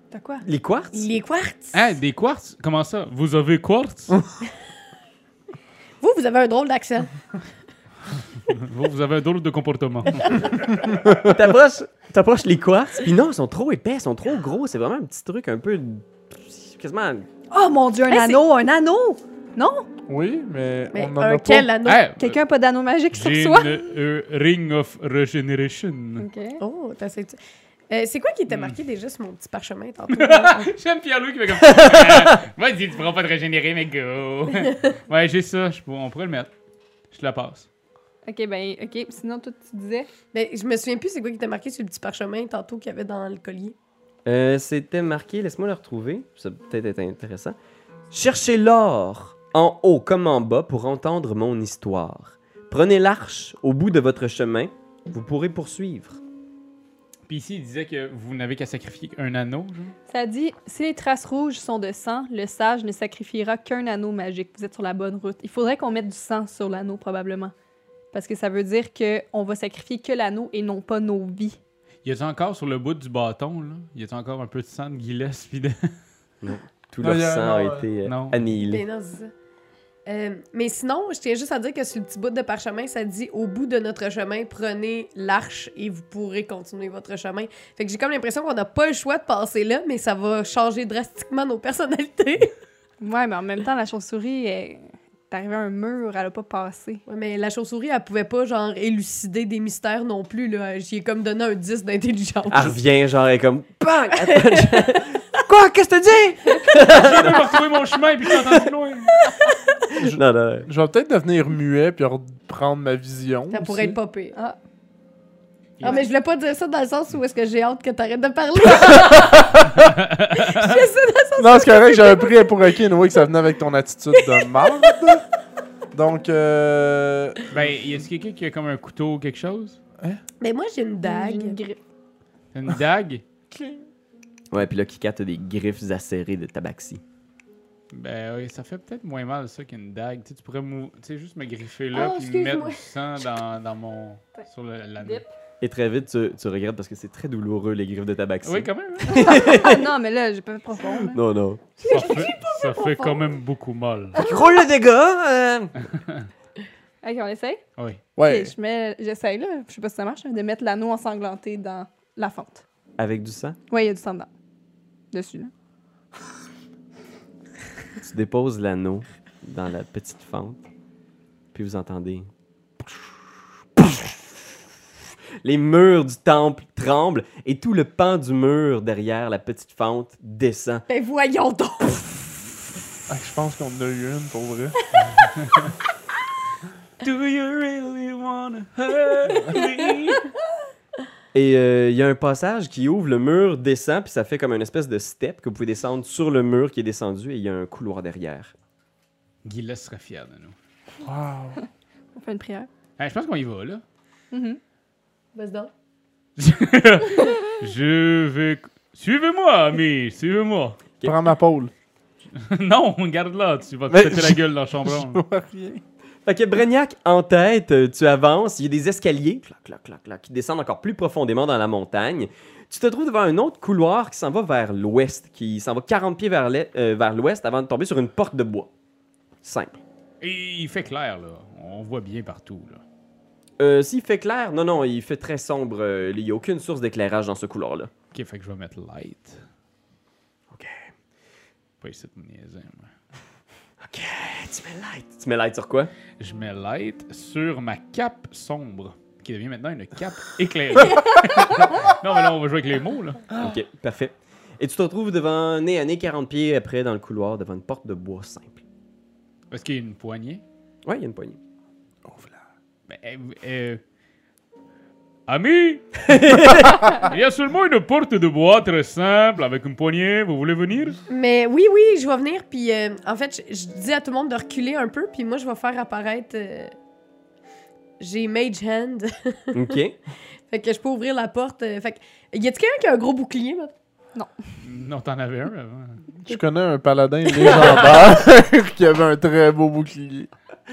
T'as quoi? Les quartz? Les quartz. Hein, des quartz? Comment ça? Vous avez quartz? Vous, vous avez un drôle d'accent. vous, vous avez un drôle de comportement. T'approches, t'approches les quartz, puis non, ils sont trop épais, ils sont trop gros. C'est vraiment un petit truc un peu... quasiment... Oh mon Dieu, un Hey, anneau, un anneau! Non? Oui, mais, Mais on en un a quel pas. anneau? Hey, Quelqu'un a pas d'anneau magique sur j'ai soi? une euh, Ring of Regeneration. OK. Oh, t'as essayé de- Euh, c'est quoi qui était marqué déjà sur mon petit parchemin tantôt? J'aime Pierre-Louis qui fait comme ça. Vas-y, tu pourras pas te régénérer, mais go. Ouais, j'ai ça. Je pourrais- on pourrait le mettre. Je te la passe. OK, ben, OK. Sinon, toi, tu disais... Mais je me souviens plus c'est quoi qui était marqué sur le petit parchemin tantôt qu'il y avait dans le collier. Euh, c'était marqué, laisse-moi le retrouver, ça peut peut-être être intéressant. Cherchez l'or, en haut comme en bas, pour entendre mon histoire. Prenez l'arche au bout de votre chemin, vous pourrez poursuivre. Puis ici, il disait que vous n'avez qu'à sacrifier un anneau, genre. Ça dit, si les traces rouges sont de sang, le sage ne sacrifiera qu'un anneau magique. Vous êtes sur la bonne route. Il faudrait qu'on mette du sang sur l'anneau, probablement. Parce que ça veut dire qu'on va sacrifier que l'anneau et non pas nos vies. Y a-t-il encore sur le bout du bâton, là? Y a-t-il encore un peu de sang de Gilles pis de... Tout Ah, leur y a- sang non, a ouais. été euh, Non. annihilé. Mais non, c'est ça. Euh, mais sinon, je tiens juste à dire que sur le petit bout de parchemin, ça dit « Au bout de notre chemin, prenez l'arche et vous pourrez continuer votre chemin. » Fait que j'ai comme l'impression qu'on n'a pas le choix de passer là, mais ça va changer drastiquement nos personnalités. Ouais, mais en même temps, la chauve-souris, est arrivée à un mur, elle a pas passé. Ouais, mais la chauve-souris, elle pouvait pas, genre, élucider des mystères non plus, là. J'y ai comme donné un dix d'intelligence. Elle revient, genre, elle est comme... Bang! Quoi? Qu'est-ce que t'as dit? J'ai dû retrouver mon chemin puis je suis entendu loin. Non, non. Je vais peut-être devenir muet puis reprendre ma vision. Ça pourrait aussi. être pas pire. Ah. Ah, mais je voulais pas dire ça dans le sens où est-ce que j'ai hâte que t'arrêtes de parler. Non, c'est correct, j'avais pris pour acquis, Noé, que ça venait avec ton attitude de merde. Donc, euh... Ben, y a-t-il quelqu'un qui a comme un couteau ou quelque chose? Mais moi, j'ai une Une dague. griffe. Une dague? Ouais, puis là, Kika, t'as des griffes acérées de tabaxi. Ben oui, ça fait peut-être moins mal ça qu'une dague. Tu sais, tu pourrais mou- tu sais, juste me griffer là Oh, puis me mettre excuse-moi. du sang dans, dans mon... sur le- l'anneau. Dip. Et très vite, tu, tu regrettes parce que c'est très douloureux, les griffes de tabaxi. Oui, quand même. Hein? Ah non, mais là, j'ai pas fait profond. là. Non, non. Ça fait, ça fait quand même beaucoup mal. Roule le dégât! euh. OK, on essaye? Oui. ouais. Ok, je mets... J'essaye, là. Je sais pas si ça marche, hein, de mettre l'anneau ensanglanté dans la fente. Avec du sang, Ouais, il y a du sang dedans. Dessus, là. tu déposes l'anneau dans la petite fente, puis vous entendez... Les murs du temple tremblent et tout le pan du mur derrière la petite fente descend. Ben voyons donc! Ah, je pense qu'on en a eu une, pour vrai. Do you really wanna hurt me? Et il y a un passage qui ouvre, le mur descend, puis ça fait comme une espèce de step que vous pouvez descendre sur le mur qui est descendu, et il y a un couloir derrière. Gilles serait fier de nous. Wow. On fait une prière. Hey, je pense qu'on y va, là. Mhm. Vas-y donc. Je vais... Suivez-moi, ami, suivez-moi. Prends ma pôle. Non, regarde là, tu vas te Mais péter la je- gueule dans le Je chambron. vois rien. Fait que Brignac, en tête, euh, tu avances, il y a des escaliers, clac, clac, clac, clac, qui descendent encore plus profondément dans la montagne. Tu te trouves devant un autre couloir qui s'en va vers l'ouest, qui s'en va quarante pieds vers l'est- euh, vers l'ouest avant de tomber sur une porte de bois. Simple. Et il fait clair, là. On voit bien partout, là. Euh, S'il fait clair, non, non, il fait très sombre. euh, il n'y a aucune source d'éclairage dans ce couloir-là. Ok, fait que je vais mettre light. Ok. Pas essayer de me niaiser, moi. Ok, tu mets light. Tu mets light sur quoi? Je mets light sur ma cape sombre, qui devient maintenant une cape éclairée. Non, mais là, on va jouer avec les mots, là. Ok, parfait. Et tu te retrouves devant, nez à nez, quarante pieds après, dans le couloir, devant une porte de bois simple. Est-ce qu'il y a une poignée? Ouais, il y a une poignée. Ben, euh, euh, Ami! Il y a seulement une porte de bois très simple, avec une poignée. Vous voulez venir? Mais oui, oui, je vais venir, puis euh, en fait, je, je dis à tout le monde de reculer un peu, puis moi, je vais faire apparaître... euh, J'ai Mage Hand, Ok. fait que je peux ouvrir la porte. euh, fait que... Y a-t-il quelqu'un qui a un gros bouclier, maintenant? Non, t'en avais un avant. Je connais un paladin légendaire qui avait un très beau bouclier.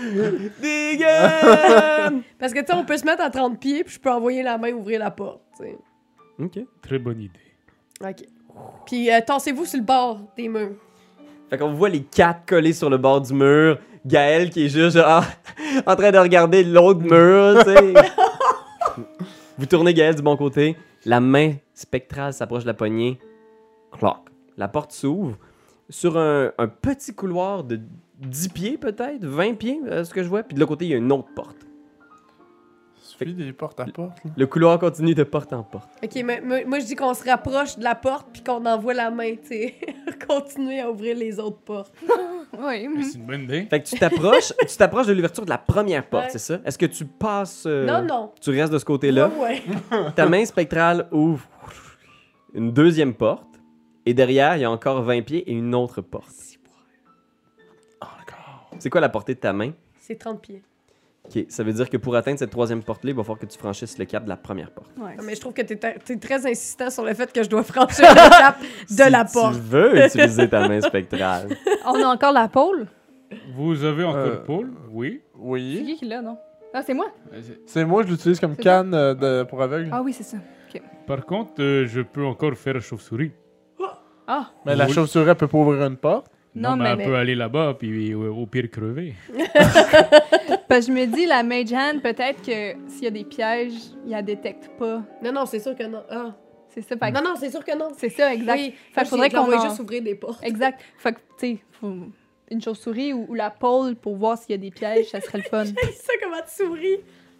Dégaine! Parce que, tu sais, on peut se mettre à trente pieds, puis je peux envoyer la main ouvrir la porte, tu sais. Ok. Très bonne idée. OK. Puis euh, tassez-vous sur le bord des murs. Fait qu'on voit les quatre collés sur le bord du mur. Gaël qui est juste genre, en train de regarder l'autre mur, tu sais. Vous tournez Gaël du bon côté. La main spectrale s'approche de la poignée. Cloc. La porte s'ouvre sur un, un petit couloir de dix pieds peut-être, vingt pieds, euh, ce que je vois. Puis de l'autre côté, il y a une autre porte. Il suffit des porte à porte. Là. Le couloir continue de porte en porte. OK, mais, moi, moi, je dis qu'on se rapproche de la porte puis qu'on envoie la main, tu sais. Continuer à ouvrir les autres portes. Oui. Mais C'est une bonne idée. Fait que tu t'approches, tu t'approches de l'ouverture de la première porte, Ouais. c'est ça? Est-ce que tu passes... euh, Non, non. Tu restes de ce côté-là? Ouais, ouais. Ta main spectrale ouvre une deuxième porte. Et derrière, il y a encore vingt pieds et une autre porte. Encore. C'est quoi la portée de ta main? C'est trente pieds. Ok, ça veut dire que pour atteindre cette troisième porte-là, il va falloir que tu franchisses le cap de la première porte. Ouais. Non, mais je trouve que t'es, t'es très insistant sur le fait que je dois franchir le cap de Si la tu porte. veux utiliser ta main spectrale. On a encore la pôle. Vous avez encore Euh, Paul? Oui. C'est Oui. qui qui l'a, non? Ah, c'est moi? Euh, c'est- C'est moi, je l'utilise comme C'est canne euh, de, pour aveugle. Ah oui, c'est ça. Par contre, euh, je peux encore faire chauve-souris. Ah, Mais la Oui. chauve-souris, elle peut pas ouvrir une porte. Non, Non, mais, mais- elle mais- peut aller là-bas, puis euh, au pire crever. parce que je me dis, la Mage Hand, peut-être que s'il y a des pièges, il la détecte pas. Non, non, c'est sûr que non. Ah. C'est ça, fait que- Non, non, c'est sûr que non. C'est ça, exact. Oui, Fait qu'il faudrait qu'on va en- juste ouvrir des portes. Exact. Fait que, tu sais, faut une chauve-souris ou, ou la pôle pour voir s'il y a des pièges, ça serait le fun. C'est ça, comment tu souris.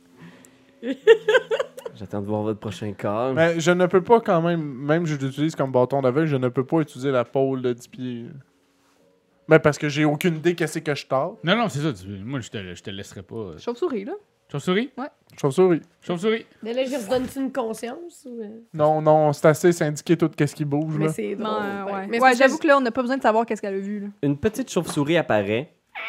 J'attends de voir votre prochain corps. Mais je ne peux pas quand même, même si je l'utilise comme bâton d'aveugle, je ne peux pas utiliser la pôle de dix pieds. Mais parce que j'ai aucune idée qu'est-ce que je tente. Non, non, c'est ça. tu- Moi, je te, je te laisserai pas. euh. Chauve-souris, là. Chauve-souris? Chauve-souris. Chauve-souris. Mais là, je redonne-tu une conscience? Ou... euh? Non, non, c'est assez syndiqué tout ce qui bouge. Mais Là. c'est drôle. Ben, ouais. ouais, Mais ouais c'est j'avoue parce que là, on n'a pas besoin de savoir qu'est-ce qu'elle a vu, là. Une petite chauve-souris apparaît.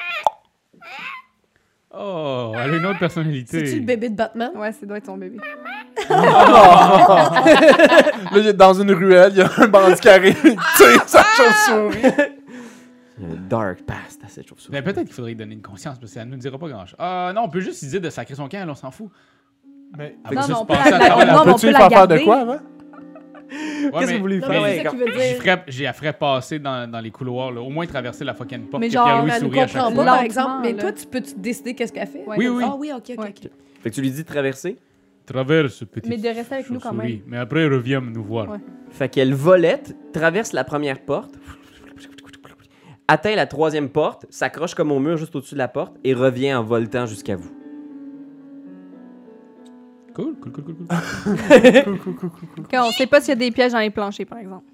Oh, elle a une autre personnalité. C'est-tu le bébé de Batman? Ouais, ça doit être son bébé. Là, il est dans une ruelle, il y a un bandit qui arrive, il tire sa chauve-souris. Il y a un dark past à cette chauve-souris. Mais peut-être qu'il faudrait lui donner une conscience, parce qu'elle nous dira pas grand-chose. Ah non, on peut juste lui dire de sacrer son camp, là, on s'en fout. Mais Elle va Non, juste non, on peut passer la- à la- travers la non, mais on peux-tu peut lui la faire faire de garder. quoi avant? Ouais, Qu'est-ce que mais- vous voulez Non, faire? mais c'est Ouais, ça comme- qu'il veut J'y dire. ferais, j'y ferais passer dans, dans les couloirs, là, au moins traverser la fucking porte Mais que genre, Pierre-Louis Elle ne sourit à chaque comprend fois. pas, par Lentement, exemple. Mais là. toi, tu peux-tu décider qu'est-ce qu'elle fait? Ouais, Oui, comme oui. ça. Ah oui, OK, OK. Ouais. ok. Fait que tu lui dis de traverser. Traverse, petit. Mais de rester avec nous quand même. Mais après, reviens nous voir. Ouais. Fait qu'elle volette, traverse la première porte, atteint la troisième porte, s'accroche comme au mur juste au-dessus de la porte et revient en voletant jusqu'à vous. Cool, cool, cool, cool, cool. Cou, cou, cou, cou, cou. Ok, on sait pas s'il y a des pièges dans les planchers, par exemple.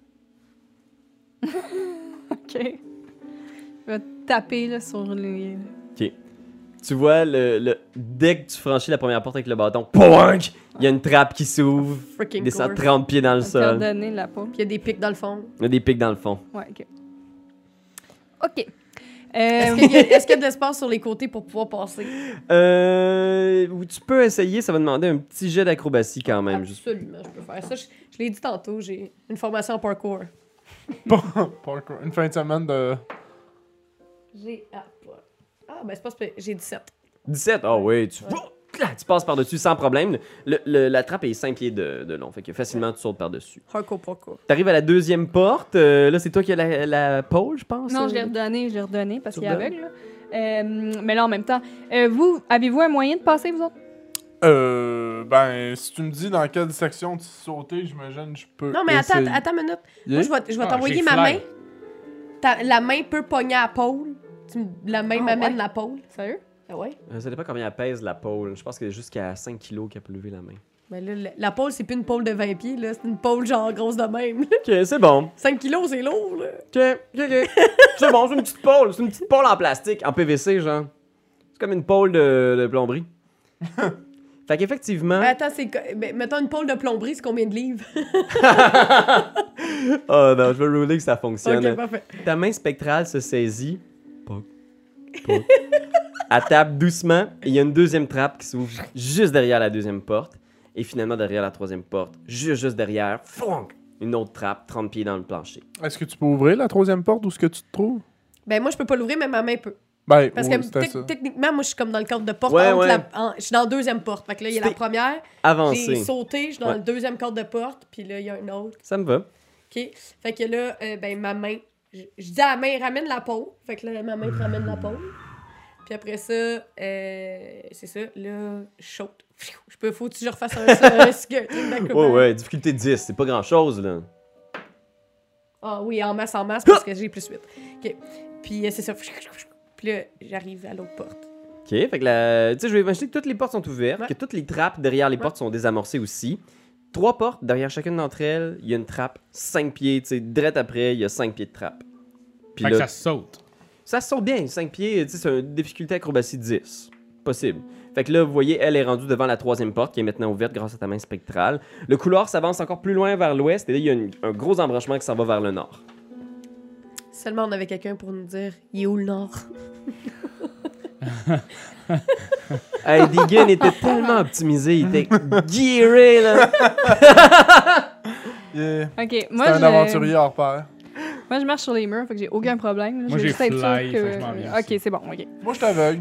OK. Je vais taper là, sur les... Tu vois, le, le- dès que tu franchis la première porte avec le bâton, poink, il y a une trappe qui s'ouvre, il Freaking descend cool. trente pieds dans le Te sol. donner la peau. Puis il y a des pics dans le fond. Il y a des pics dans le fond. Ouais, OK. OK. Est-ce Euh, qu'il y a, est-ce qu'il y a de l'espace sur les côtés pour pouvoir passer? Euh, tu peux essayer, ça va demander un petit jet d'acrobatie quand même. juste- Absolument, je peux faire ça. Je, je l'ai dit tantôt, j'ai une formation en parkour. Parkour. Une fin de semaine de. J'ai... Ah, pas- ah ben c'est pas... spé- J'ai dix-sept. dix-sept, ah oui, tu, Ouais. tu passes par-dessus sans problème. Le- le- la trappe est cinq pieds de, de long, fait que facilement tu sautes par-dessus. Hardcore parkour. T'arrives à la deuxième porte, euh, là c'est toi qui as la, la pole, je pense. non, euh? je l'ai redonné, je l'ai redonné parce Tu qu'il est redonnes? aveugle. là. Euh, mais là, en même temps, euh, vous, avez-vous un moyen de passer, vous autres? Euh. Ben, si tu me dis dans quelle section tu sauter, j'imagine je peux. Non, mais attends, essayer. attends une minute. Yeah? Moi, je vais, je vais Ah, t'envoyer j'ai ma fly. main. Ta- la main peut pogner à la pôle. Tu me- la main Ah, m'amène ouais. la pôle. Sérieux? Ah ouais? Euh, ça dépend combien elle pèse la pole. Je pense que c'est jusqu'à cinq kilos qu'elle peut lever la main. Ben là, la, la pôle, c'est plus une pôle de vingt pieds, là. C'est une pôle genre grosse de même. Ok, c'est bon. cinq kilos, c'est lourd, là. Ok, ok, ok. C'est bon, c'est une petite pole. C'est une petite pole en plastique, en P V C, genre. C'est comme une pole de, de plomberie. Fait qu'effectivement. Ben attends, c'est... co- Ben, mettons une pôle de plomberie, c'est combien de livres? Oh non, je veux rouler que ça fonctionne. Ok, parfait. Ta main spectrale se saisit. Poc, poc. Elle tape doucement et il y a une deuxième trappe qui s'ouvre juste derrière la deuxième porte. Et finalement derrière la troisième porte, juste, juste derrière, fonk, une autre trappe, trente pieds dans le plancher. Est-ce que tu peux ouvrir la troisième porte où est-ce que tu te trouves? Ben moi, je peux pas l'ouvrir, mais ma main peut. Ben, Parce oui, que c'était tec- ça. techniquement, moi, je suis comme dans le cadre de porte. Ouais, entre ouais. la- en- je suis dans la deuxième porte. Fait que là, il y a la C'était première. J'ai Avancé. sauté, je suis dans Ouais. le deuxième cadre de porte. Puis là, il y a un autre. Ça me va. OK? Fait que là, euh, ben, ma main... Je, je dis à la main, ramène la pôle. Fait que là, ma main te ramène la pôle. Puis après ça, euh, c'est ça. Là, je saute. Je peux... Faut que je refasse un... un, un, un Ouais, ouais, difficulté dix, c'est pas grand-chose, là. Ah oui, en masse, en masse, parce que j'ai plus huit. OK. Puis euh, c'est ça. Puis là, j'arrive à l'autre porte. OK, fait que la... Tu sais, je vais imaginer que toutes les portes sont ouvertes, Ouais. que toutes les trappes derrière les Ouais. portes sont désamorcées aussi. Trois portes, derrière chacune d'entre elles, il y a une trappe, cinq pieds, tu sais, direct après, il y a cinq pieds de trappe. Puis Fait là, que ça saute. ça se saute bien, cinq pieds, tu sais, c'est une difficulté acrobatie dix. Possible. Fait que là, vous voyez, elle est rendue devant la troisième porte qui est maintenant ouverte grâce à ta main spectrale. Le couloir s'avance encore plus loin vers l'ouest et là, il y a une- un gros embranchement qui s'en va vers le nord. Seulement, on avait quelqu'un pour nous dire, il est où le nord? Hey, Deegan était tellement optimisé, il était gearé, là. Yeah. Ok, moi C'est un je... aventurier hors pair. Moi je marche sur les murs, fait que j'ai aucun problème. là. Moi, Je j'ai veux juste être sûre fly, que... fait que je m'en viens Ok, aussi. c'est bon, ok. Moi, je suis aveugle.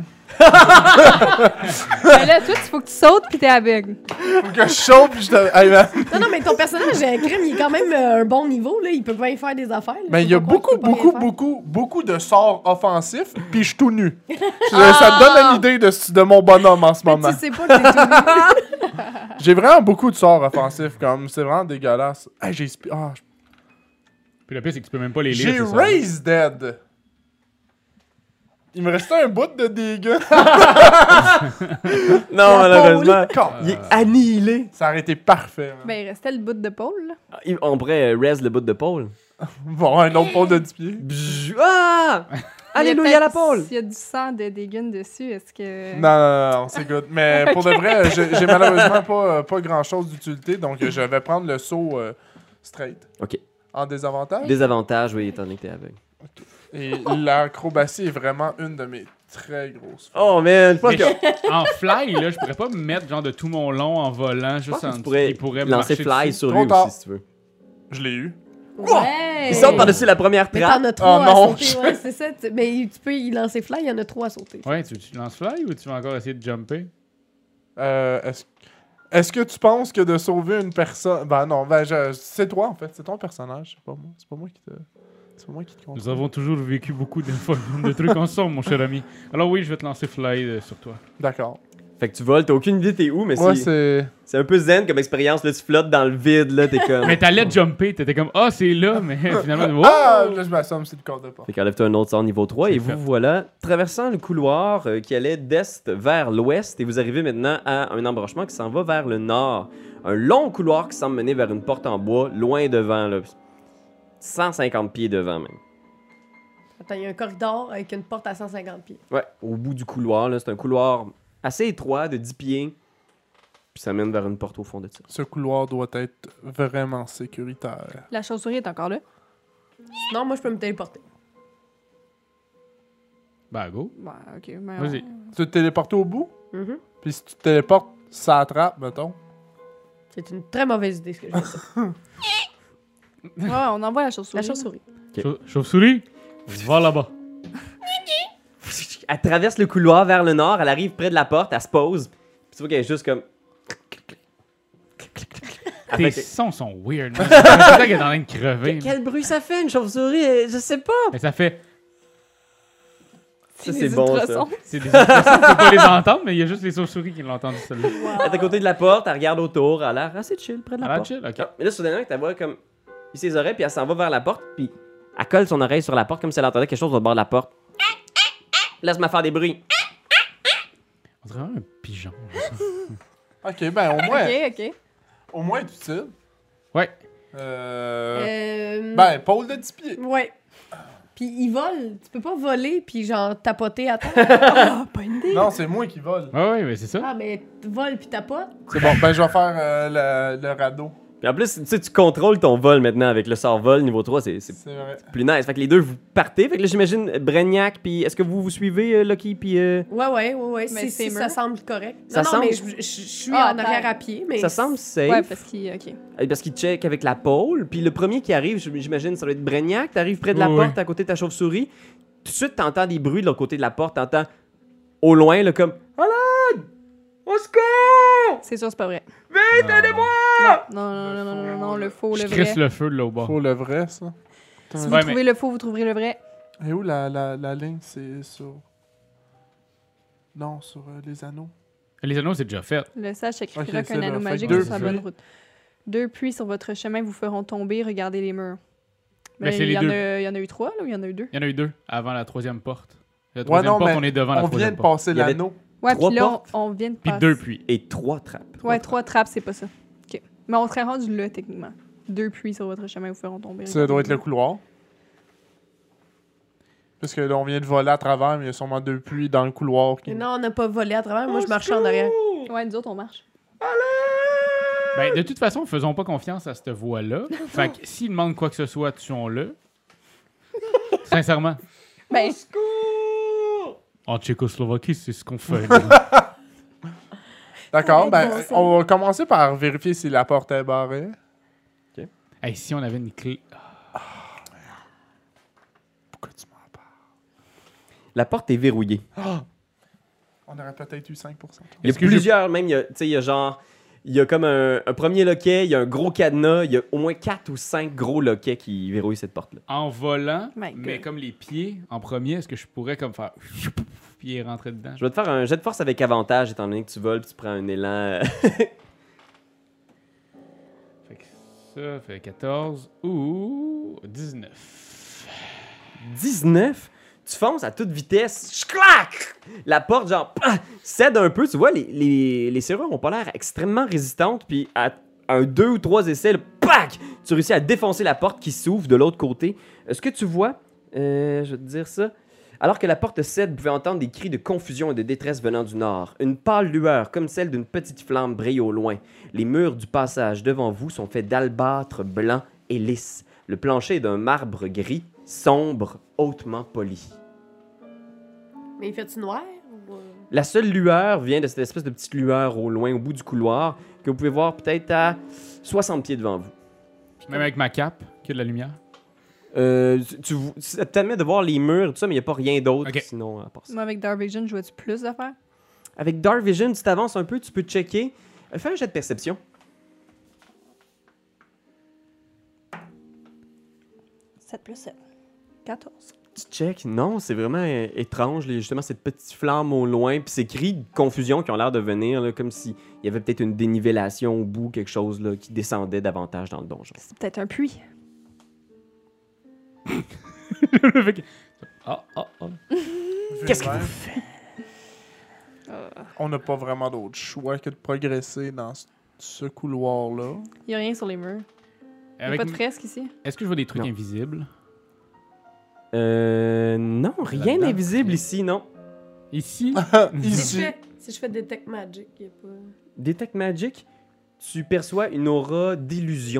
Mais là, toi, il faut que tu sautes pis t'es aveugle. Faut que je saute pis je te. Hey, man. Non, non, mais ton personnage, euh, Crème, il est quand même euh, un bon niveau, là. Il peut pas y faire des affaires. là. Mais Faut il y a pas croire beaucoup, qu'il peut pas beaucoup, rien faire. beaucoup, beaucoup de sorts offensifs, puis je suis tout nu. Je- Ça te donne une idée de, de mon bonhomme en ce Mais moment. tu sais pas que t'es tout nu. J'ai vraiment beaucoup de sorts offensifs, comme c'est vraiment dégueulasse. Hey, j'ai spi- ah, Puis le pire, c'est que tu peux même pas les lire. j'ai c'est ça. Raise Dead. Il me restait un bout de dégâts. Non, malheureusement, Con. il est annihilé. Ça aurait été parfait. man. Ben, il restait le bout de pôle, là. Il- On pourrait euh, raise le bout de pôle. Bon, un autre pôle de dix pieds. Bzz- Ah! Il y a Alléluia la peut-être- pôle! S'il y a du sang de Deegan dessus, est-ce que... Non, non, non, non, c'est good. Mais pour de vrai, j'ai j'ai malheureusement pas, euh, pas grand-chose d'utilité, donc euh, je vais prendre le saut euh, straight. Ok. En désavantage. Désavantage, oui, étant donné que t'es aveugle. Et l'acrobatie est vraiment une de mes très grosses forces. Oh man, je pense Mais que je- en fly, là, je pourrais pas me mettre genre de tout mon long en volant je pense juste que en tu dessous. pourrais Il pourrait me lancer marcher fly dessus. sur Trop lui tard. aussi, si tu veux. Je l'ai eu. Ouais! Il saute par-dessus la première Mais trappe. t'en as trois Oh à non, sauter, ouais, c'est ça. Tu- Mais tu peux y lancer fly, il y en a trois à sauter. Ouais, tu, tu lances fly ou tu vas encore essayer de jumper? Euh, Est-ce est-ce que tu penses que de sauver une personne... Ben non, ben je- c'est toi en fait, c'est ton personnage, c'est pas moi. C'est pas moi qui te... C'est pas moi qui te Nous contrôle. avons toujours vécu beaucoup de, de trucs ensemble, mon cher ami. Alors oui, je vais te lancer fly euh, sur toi. D'accord. Fait que tu voles, t'as aucune idée t'es où, mais Moi, c'est c'est... c'est un peu zen comme expérience. Là, tu flottes dans le vide, là, t'es comme. Mais t'allais jumper, t'étais comme ah, c'est là, mais finalement, oh! Ah! Là, je m'assomme, c'est le corps de porte. Fait qu'enlève-toi un autre sort niveau trois et C'est vous fait. voilà traversant le couloir euh, qui allait d'est vers l'ouest et vous arrivez maintenant à un embranchement qui s'en va vers le nord. Un long couloir qui semble mener vers une porte en bois, loin devant, là. cent cinquante pieds devant même. Attends, il y a un corridor avec une porte à cent cinquante pieds. Ouais, au bout du couloir, là, c'est un couloir assez étroit de dix pieds. Puis ça mène vers une porte au fond de ça. Ce couloir doit être vraiment sécuritaire. La chauve-souris est encore là. Sinon, moi, je peux me téléporter. Bah go. Ouais, ok. Mais Vas-y. Tu te téléportes au bout, Mhm. puis si tu te téléportes, ça attrape, mettons. C'est une très mauvaise idée, ce que je viens de dire. on... ouais, on envoie la chauve-souris. La chauve-souris. Ok. Chau- Chauve-souris, va là-bas. Elle traverse le couloir vers le nord, elle arrive près de la porte, elle se pose. Puis tu vois qu'elle est juste comme. Tes Avec- sons sont weird, man. C'est ça qu'elle est en train de crever. Quel bruit ça fait, une chauve-souris? Je sais pas. Mais ça fait. Ça, Des c'est bon, ça. ultrasons. C'est des expressions, tu peux pas les entendre, mais il y a juste les chauves-souris qui l'ont entendu, celle-là. Elle est à côté de la porte, elle regarde autour, elle a l'air assez chill près de la Ah, porte. chill, ok. Ah, mais là, soudainement, tu vois comme. Il ses oreilles, puis elle s'en va vers la porte, puis elle colle son oreille sur la porte comme si elle entendait quelque chose au bord de la porte. Laisse-moi faire des bruits. On dirait un pigeon. Ok, ben au moins, Ok, ok. au moins utile. Ouais. Euh... Euh... Ben, pôle de dix pieds. Ouais. Puis il vole. Tu peux pas voler puis genre tapoter à terre. Ah, pas une idée. Non, c'est moi qui vole. Ouais, ouais, mais c'est ça. Ah, mais tu voles puis tapotes. C'est bon, ben je vais faire euh, le, le radeau. Puis en plus, tu sais, tu contrôles ton vol maintenant avec le sort vol niveau trois, c'est c'est C'est vrai. plus nice. Fait que les deux, vous partez. Fait que là, j'imagine Brignac, puis est-ce que vous vous suivez, euh, Lucky, puis. euh, Ouais, ouais, ouais, ouais. Mais Si, c'est si, mûr. ça semble correct. Ça non, semble- non, mais je, je- je suis Ah, en à arrière terre. à pied. Mais Ça semble safe. Ouais, parce qu'il. Ok. Euh, Parce qu'il check avec la pôle. Puis le premier qui arrive, j'imagine, ça doit être Brignac. T'arrives près de la Oui, porte oui. à côté de ta chauve-souris. de suite, t'entends des bruits de l'autre côté de la porte. T'entends au loin, là, comme « Alain! Au secours! C'est sûr, c'est pas vrai. Vite, aidez-moi! » Non, non, non, non, non, non, le faux, Je le crisse vrai. le feu de l'autre bord. Faut le vrai, ça. Si Attends, vous Ouais, trouvez mais- le faux, vous trouverez le vrai. Et où la, la, la ligne? C'est sur... Non, sur euh, les anneaux. Les anneaux, c'est déjà fait. Le sage sacrifiera Ok, qu'un c'est là. anneau Fait magique que sur deux sa puits. bonne route. Deux puits sur votre chemin vous feront tomber. Regardez les murs. Mais Mais c'est il les y, en deux. a- il y en a eu trois, là, ou il y en a eu deux? Il y en a eu deux avant la troisième porte. La Ouais, troisième non, porte, mais on est devant la on vient troisième de porte. passer Il y avait- l'anneau. Ouais, Trois puis là, on, portes. on vient de Puis passer. deux puits. Et trois trappes. Ouais, trois trappes, c'est pas ça. OK. Mais on serait rendu là, techniquement. Deux puits sur votre chemin vous feront tomber. Ça doit être le couloir. Parce que là, on vient de voler à travers, mais il y a sûrement deux puits dans le couloir. Qui... Mais non, on n'a pas volé à travers. Moi, je marchais en arrière. Ouais, nous autres, on marche. Ben, de toute façon, faisons pas confiance à cette voie-là. Fait que s'il demande quoi que ce soit, tuons-le. Sincèrement. Ben, En Tchécoslovaquie, c'est ce qu'on fait. là. D'accord, Ça va ben, être bon, ça. on va commencer par vérifier si la porte est barrée. Hey, si on avait une clé. Pourquoi tu m'en parles? La porte est verrouillée. On aurait peut-être eu cinq pour cent. Il y a Est-ce que plusieurs, même, il y a, tu sais, il y a genre... Il y a comme un, un premier loquet, il y a un gros cadenas, il y a au moins quatre ou cinq gros loquets qui verrouillent cette porte-là. En volant, My mais God. comme les pieds en premier, est-ce que je pourrais comme faire. Puis rentrer dedans? Je vais te faire un jet de force avec avantage, étant donné que tu voles puis tu prends un élan. euh, Fait que ça fait quatorze ou dix-neuf. dix-neuf. Tu fonces à toute vitesse. Clac! La porte, genre, pah, cède un peu. Tu vois, les, les, les serrures ont pas l'air extrêmement résistantes. Puis à un deux ou trois essais, là, pac! Tu réussis à défoncer la porte qui s'ouvre de l'autre côté. Ce que tu vois, euh, je vais te dire ça. Alors que la porte cède, vous pouvez entendre des cris de confusion et de détresse venant du nord. Une pâle lueur, comme celle d'une petite flamme, brille au loin. Les murs du passage devant vous sont faits d'albâtre blanc et lisse. Le plancher est d'un marbre gris, sombre, hautement poli. Mais il fait-tu noir? Ou... euh? La seule lueur vient de cette espèce de petite lueur au loin, au bout du couloir, que vous pouvez voir peut-être à soixante pieds devant vous. Même avec ma cape, qu'il y a de la lumière. Euh, tu, tu, ça te permet de voir les murs, tout ça, mais il n'y a pas rien d'autre Ok. sinon à part ça. moi, avec Dark Vision, je vois-tu plus d'affaires? Avec Dark Vision, tu t'avances un peu, tu peux checker. Euh, Fais un jet de perception. sept plus sept. quatorze. Tu check, non, c'est vraiment euh, étrange, les- justement, cette petite flamme au loin, puis ces cris de confusion qui ont l'air de venir, là, comme s'il y avait peut-être une dénivellation au bout, quelque chose là, qui descendait davantage dans le donjon. C'est peut-être un puits. Fait que- Ah, ah, ah. Qu'est-ce que Vert. vous faites? On n'a pas vraiment d'autre choix que de progresser dans ce- ce couloir-là. Il n'y a rien sur les murs. Il n'y a Avec pas de m- fresque ici. Est-ce que je vois des trucs Non. invisibles? Euh, non, rien Là-dedans, d'invisible rien. ici, non. Ici? Si je, Ici. fais, si je fais Detect Magic, il n'y a pas... Detect Magic, tu perçois une aura d'illusion.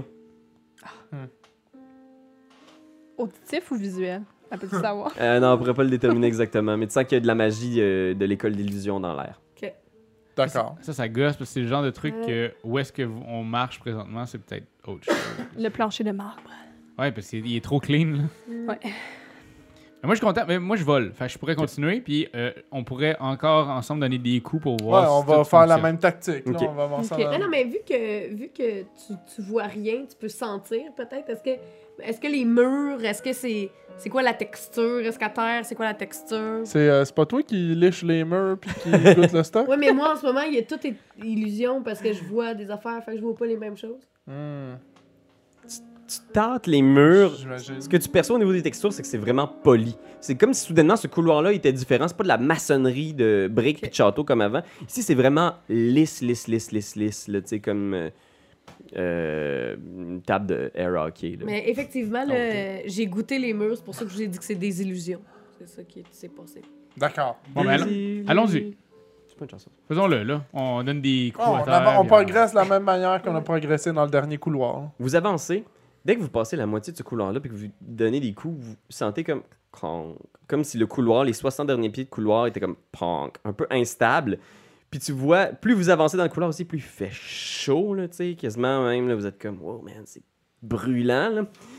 Auditif ou visuel? Elle peut-tu savoir? Euh, non, on pourrait pas le déterminer exactement, mais tu sens qu'il y a de la magie euh, de l'école d'illusion dans l'air. D'accord. Ça, ça gosse, parce que c'est le genre de truc Euh. que où est-ce que vous- on marche présentement, c'est peut-être autre chose. Le plancher de marbre. Ouais, parce qu'il est trop clean, là. Ouais. Mais moi, je suis content. Mais moi, je vole. Fait que je pourrais continuer, puis euh, on pourrait encore ensemble donner des coups pour Ouais, voir on si va tout faire la fonctionne. même tactique. Là. Ok. On va voir ça. Ok. dans- Ah non, mais vu que, vu que tu, tu vois rien, tu peux sentir peut-être. Est-ce que, est-ce que les murs, est-ce que c'est, c'est quoi la texture? Est-ce qu'à terre, c'est quoi la texture? C'est euh, c'est pas toi qui liche les murs puis qui goûte le stock? Ouais, mais moi en ce moment, il y a toute illusion parce que je vois des affaires, fait que je vois pas les mêmes choses. Hmm, Tu tâtes les murs. J'imagine. Ce que tu perçois au niveau des textures, c'est que c'est vraiment poli. C'est comme si soudainement ce couloir-là était différent. C'est pas de la maçonnerie de briques et de châteaux comme avant. Ici, c'est vraiment lisse, lisse, lisse, lisse, lisse. là, Tu sais, comme euh, euh, une table de air hockey. là. Mais effectivement, là, Ok. euh, j'ai goûté les murs, c'est pour ça que je vous ai dit que c'est des illusions. C'est ça qui s'est passé. D'accord. Bon, ben, allons- Des- allons-y. C'est pas une chanson. Faisons-le, là. On donne des coups Oh, à on, terre. av- on puis progresse de la même manière qu'on a progressé dans le dernier couloir. Vous avancez. Dès que vous passez la moitié de ce couloir-là puis que vous donnez des coups, vous sentez comme cronk, comme si le couloir, les soixante derniers pieds de couloir étaient comme pronk, un peu instable. Puis tu vois, plus vous avancez dans le couloir aussi, plus il fait chaud, là, tu sais, quasiment même, là, vous êtes comme, wow, man, c'est brûlant, là.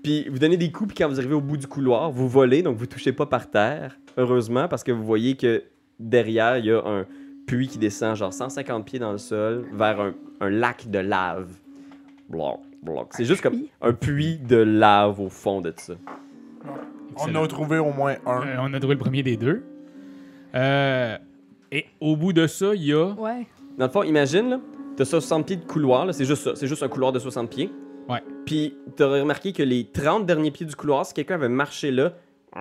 Puis vous donnez des coups, puis quand vous arrivez au bout du couloir, vous volez, donc vous touchez pas par terre, heureusement, parce que vous voyez que derrière, il y a un puits qui descend genre cent cinquante pieds dans le sol vers un, un lac de lave. Bloc, bloc. C'est juste comme un puits de lave au fond de ça. On Excellent. a trouvé au moins un. Euh, on a trouvé le premier des deux. Euh, et au bout de ça, il y a... Ouais. Dans le fond, imagine, là, t'as soixante pieds de couloir, là, c'est juste ça, c'est juste un couloir de soixante pieds. Ouais. Puis t'aurais remarqué que les trente derniers pieds du couloir, si quelqu'un avait marché là,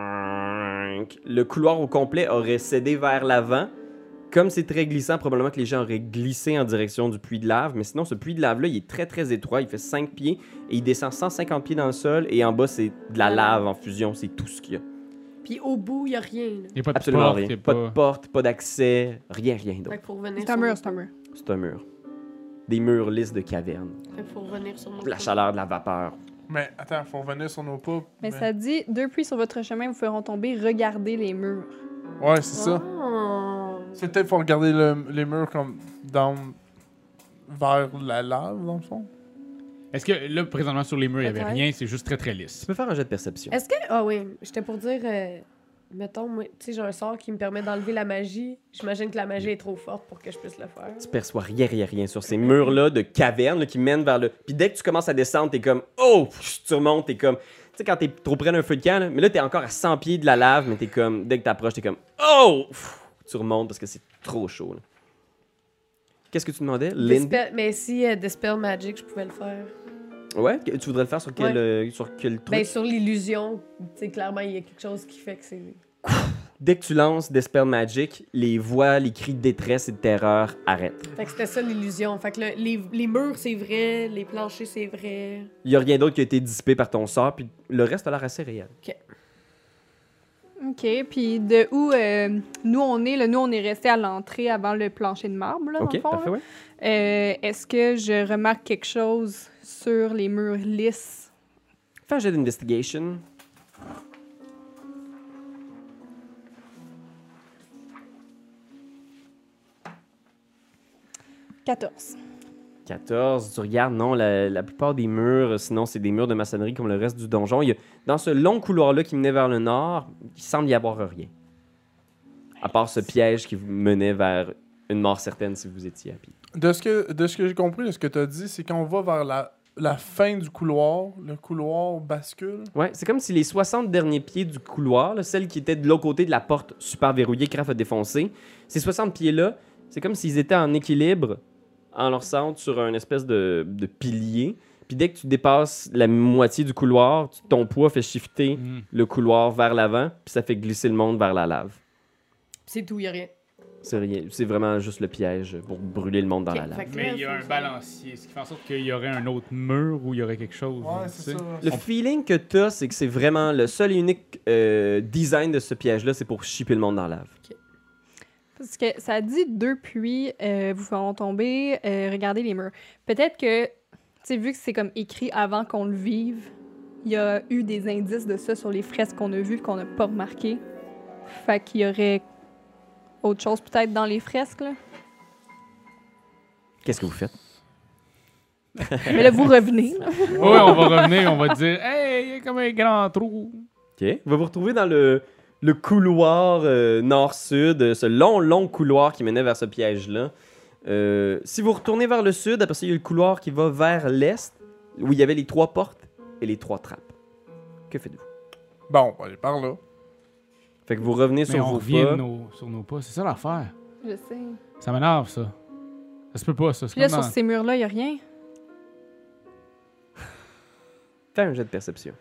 le couloir au complet aurait cédé vers l'avant. Comme c'est très glissant, probablement que les gens auraient glissé en direction du puits de lave. Mais sinon, ce puits de lave-là, il est très très étroit. Il fait cinq pieds et il descend cent cinquante pieds dans le sol. Et en bas, c'est de la lave en fusion. C'est tout ce qu'il y a. Puis au bout, il n'y a rien. Là. Il y a pas de Absolument porte, rien. il y a Pas de porte, pas d'accès, rien, rien Fait d'autre. qu'il faut revenir C'est sur un mur, nos c'est un pas. mur. C'est un mur. Des murs lisses de cavernes. Fait qu'il faut revenir sur nos De la pas. chaleur, de la vapeur. Mais attends, faut revenir sur nos pas. Mais ça dit, deux puits sur votre chemin vous feront tomber, regardez les murs. Ouais, c'est ça. Ah. C'est peut-être faut regarder le- les murs comme dans vers la lave, dans le fond. Est-ce que là, présentement, sur les murs, il n'y avait Peut-être. rien, c'est juste très très lisse? Tu peux faire un jet de perception. Est-ce que. Ah oui, j'étais pour dire. euh, mettons, moi, tu sais, j'ai un sort qui me permet d'enlever la magie. J'imagine que la magie est trop forte pour que je puisse le faire. Tu perçois rien, rien, rien sur ces murs-là de cavernes là, qui mènent vers le. Puis dès que tu commences à descendre, t'es comme oh, tu remontes, t'es comme. Tu sais, quand t'es trop près d'un feu de camp, là, mais là, t'es encore à cent pieds de la lave, mais t'es comme. Dès que t'approches, t'es comme oh, tu remontes parce que c'est trop chaud. Là. Qu'est-ce que tu demandais, Lindy? Dispel- Mais si euh, Dispel Magic, je pouvais le faire. Ouais, que- tu voudrais le faire sur quel, Ouais. euh, sur quel truc? Ben, sur l'illusion, tu sais, clairement, il y a quelque chose qui fait que c'est. Dès que tu lances Dispel Magic, les voix, les cris de détresse et de terreur arrêtent. Fait que c'était ça l'illusion. Fait que le- les, les murs, c'est vrai, les planchers, c'est vrai. Il y a rien d'autre qui a été dissipé par ton sort, puis le reste a l'air assez réel. OK, puis de où euh, nous on est, là, nous on est resté à l'entrée avant le plancher de marbre, là, dans Ok, le fond, parfait, là. ouais. Euh, Est-ce que je remarque quelque chose sur les murs lisses? Fais un jet d'investigation. quatorze. quatorze, tu regardes, non, la, la plupart des murs, sinon c'est des murs de maçonnerie comme le reste du donjon. Il y a, dans ce long couloir-là qui menait vers le nord, il semble y avoir rien. À part ce piège qui vous menait vers une mort certaine si vous étiez à pied. De ce que, de ce que j'ai compris, de ce que tu as dit, c'est qu'on va vers la, la fin du couloir, le couloir bascule. Ouais, c'est comme si les soixante derniers pieds du couloir, là, celle qui était de l'autre côté de la porte super verrouillée que Raph a défoncée, ces soixante pieds-là, c'est comme s'ils étaient en équilibre en leur centre sur un espèce de, de pilier. Puis dès que tu dépasses la moitié du couloir, tu- ton poids fait shifter Mm. le couloir vers l'avant, puis ça fait glisser le monde vers la lave. C'est tout, il y a rien. C'est rien, c'est vraiment juste le piège pour brûler le monde dans Ok, la lave. fait que Mais là, il y a faut un ça. balancier, ce qui fait en sorte qu'il y aurait un autre mur où il y aurait quelque chose. Ouais, tu c'est sais. ça. Le feeling que t'as, c'est que c'est vraiment le seul et unique euh, design de ce piège-là, c'est pour chipper le monde dans la lave. Parce que ça dit deux puits euh, vous feront tomber, euh, regardez les murs. Peut-être que, tu sais, vu que c'est comme écrit avant qu'on le vive, il y a eu des indices de ça sur les fresques qu'on a vues qu'on n'a pas remarqué. Fait qu'il y aurait autre chose peut-être dans les fresques, là. Qu'est-ce que vous faites? Mais là, vous revenez, là. Ouais, on va revenir, on va dire hey, il y a comme un grand trou. OK. Vous vous retrouvez dans le, le couloir euh, nord-sud, euh, ce long, long couloir qui menait vers ce piège-là. Euh, si vous retournez vers le sud, après ça, il y a le couloir qui va vers l'est, où il y avait les trois portes et les trois trappes. Que faites-vous? Bon, on va aller par là. Fait que vous revenez Mais sur on vos revient pas. de nos, sur nos pas, c'est ça l'affaire. Je sais. Ça m'énerve, ça. Ça se peut pas, ça. C'est Puis là, comme sur dans- ces murs-là, il n'y a rien. Fais un jet de perception.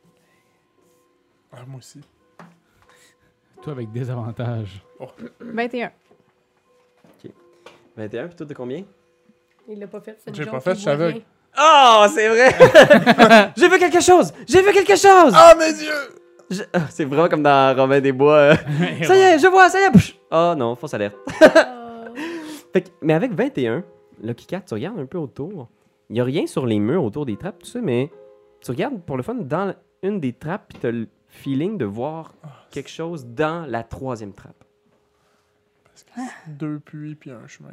Ah, moi aussi. Toi avec des avantages. vingt et un. vingt et un, puis toi, de combien? Il l'a pas fait, c'est une J'ai joke, pas fait, il je voit savais. rien. Oh, c'est vrai! J'ai vu quelque chose! J'ai vu quelque chose! Ah, mes yeux! Je- ah, c'est vraiment comme dans Romain des Bois. euh, Ça y est, je vois, ça y est! Psh! Oh non, fausse alerte. Ah. Fait que- mais avec vingt et un, Lucky Cat, tu regardes un peu autour. Il n'y a rien sur les murs autour des trappes, tout ça, mais tu regardes pour le fun dans une des trappes, puis tu as le feeling de voir quelque chose dans la troisième trappe. Deux puits puis un chemin.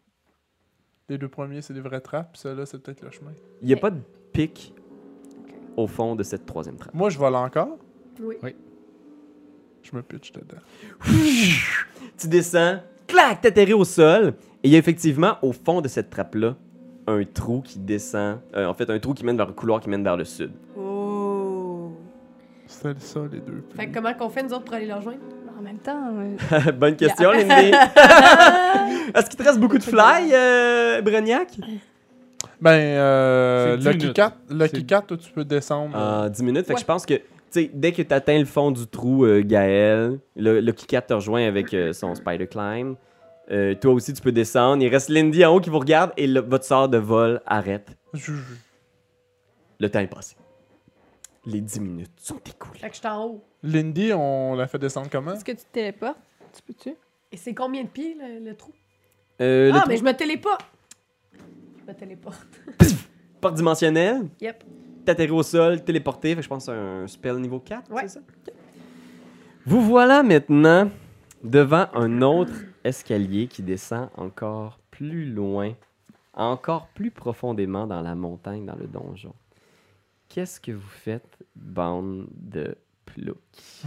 Les deux premiers, c'est des vraies trappes, puis celle-là, c'est peut-être le chemin. Il n'y a pas de pic au fond de cette troisième trappe. Moi, je vole encore. Oui. Oui. Je me pitch dedans. Tu descends, clac, t'atterris au sol, et il y a effectivement, au fond de cette trappe-là, un trou qui descend, euh, en fait, un trou qui mène vers le couloir qui mène vers le sud. Oh. C'était ça, les deux. Fait que comment qu'on fait, nous autres, pour aller le rejoindre? En même temps, euh, Bonne question, Lindy. Est-ce qu'il te reste beaucoup de fly, euh, Breniac? Ben, euh, C'est dix Lucky minutes. Cat, Lucky C'est- Cat, toi, tu peux descendre. En dix minutes, fait que Ouais. je pense que, tu sais, dès que tu atteins le fond du trou, euh, Gaël, le, le Kikat te rejoint avec euh, son Spider Climb. Euh, toi aussi, tu peux descendre. Il reste Lindy en haut qui vous regarde et le- votre sort de vol arrête. Je- je- Le temps est passé. Les dix minutes sont écoulées. Fait que je suis en haut. Lindy, on l'a fait descendre comment? est-ce que tu te téléportes? Tu peux-tu? Et c'est combien de pieds, le, le trou? Euh, le Ah, trou- mais je me téléporte. Je me téléporte. porte dimensionnelle. Yep. T'atterris au sol, téléporté. Fait que je pense que c'est un spell niveau quatre, Ouais. c'est ça? Ok. Vous voilà maintenant devant un autre escalier qui descend encore plus loin, encore plus profondément dans la montagne, dans le donjon. Qu'est-ce que vous faites, bande de ploucs?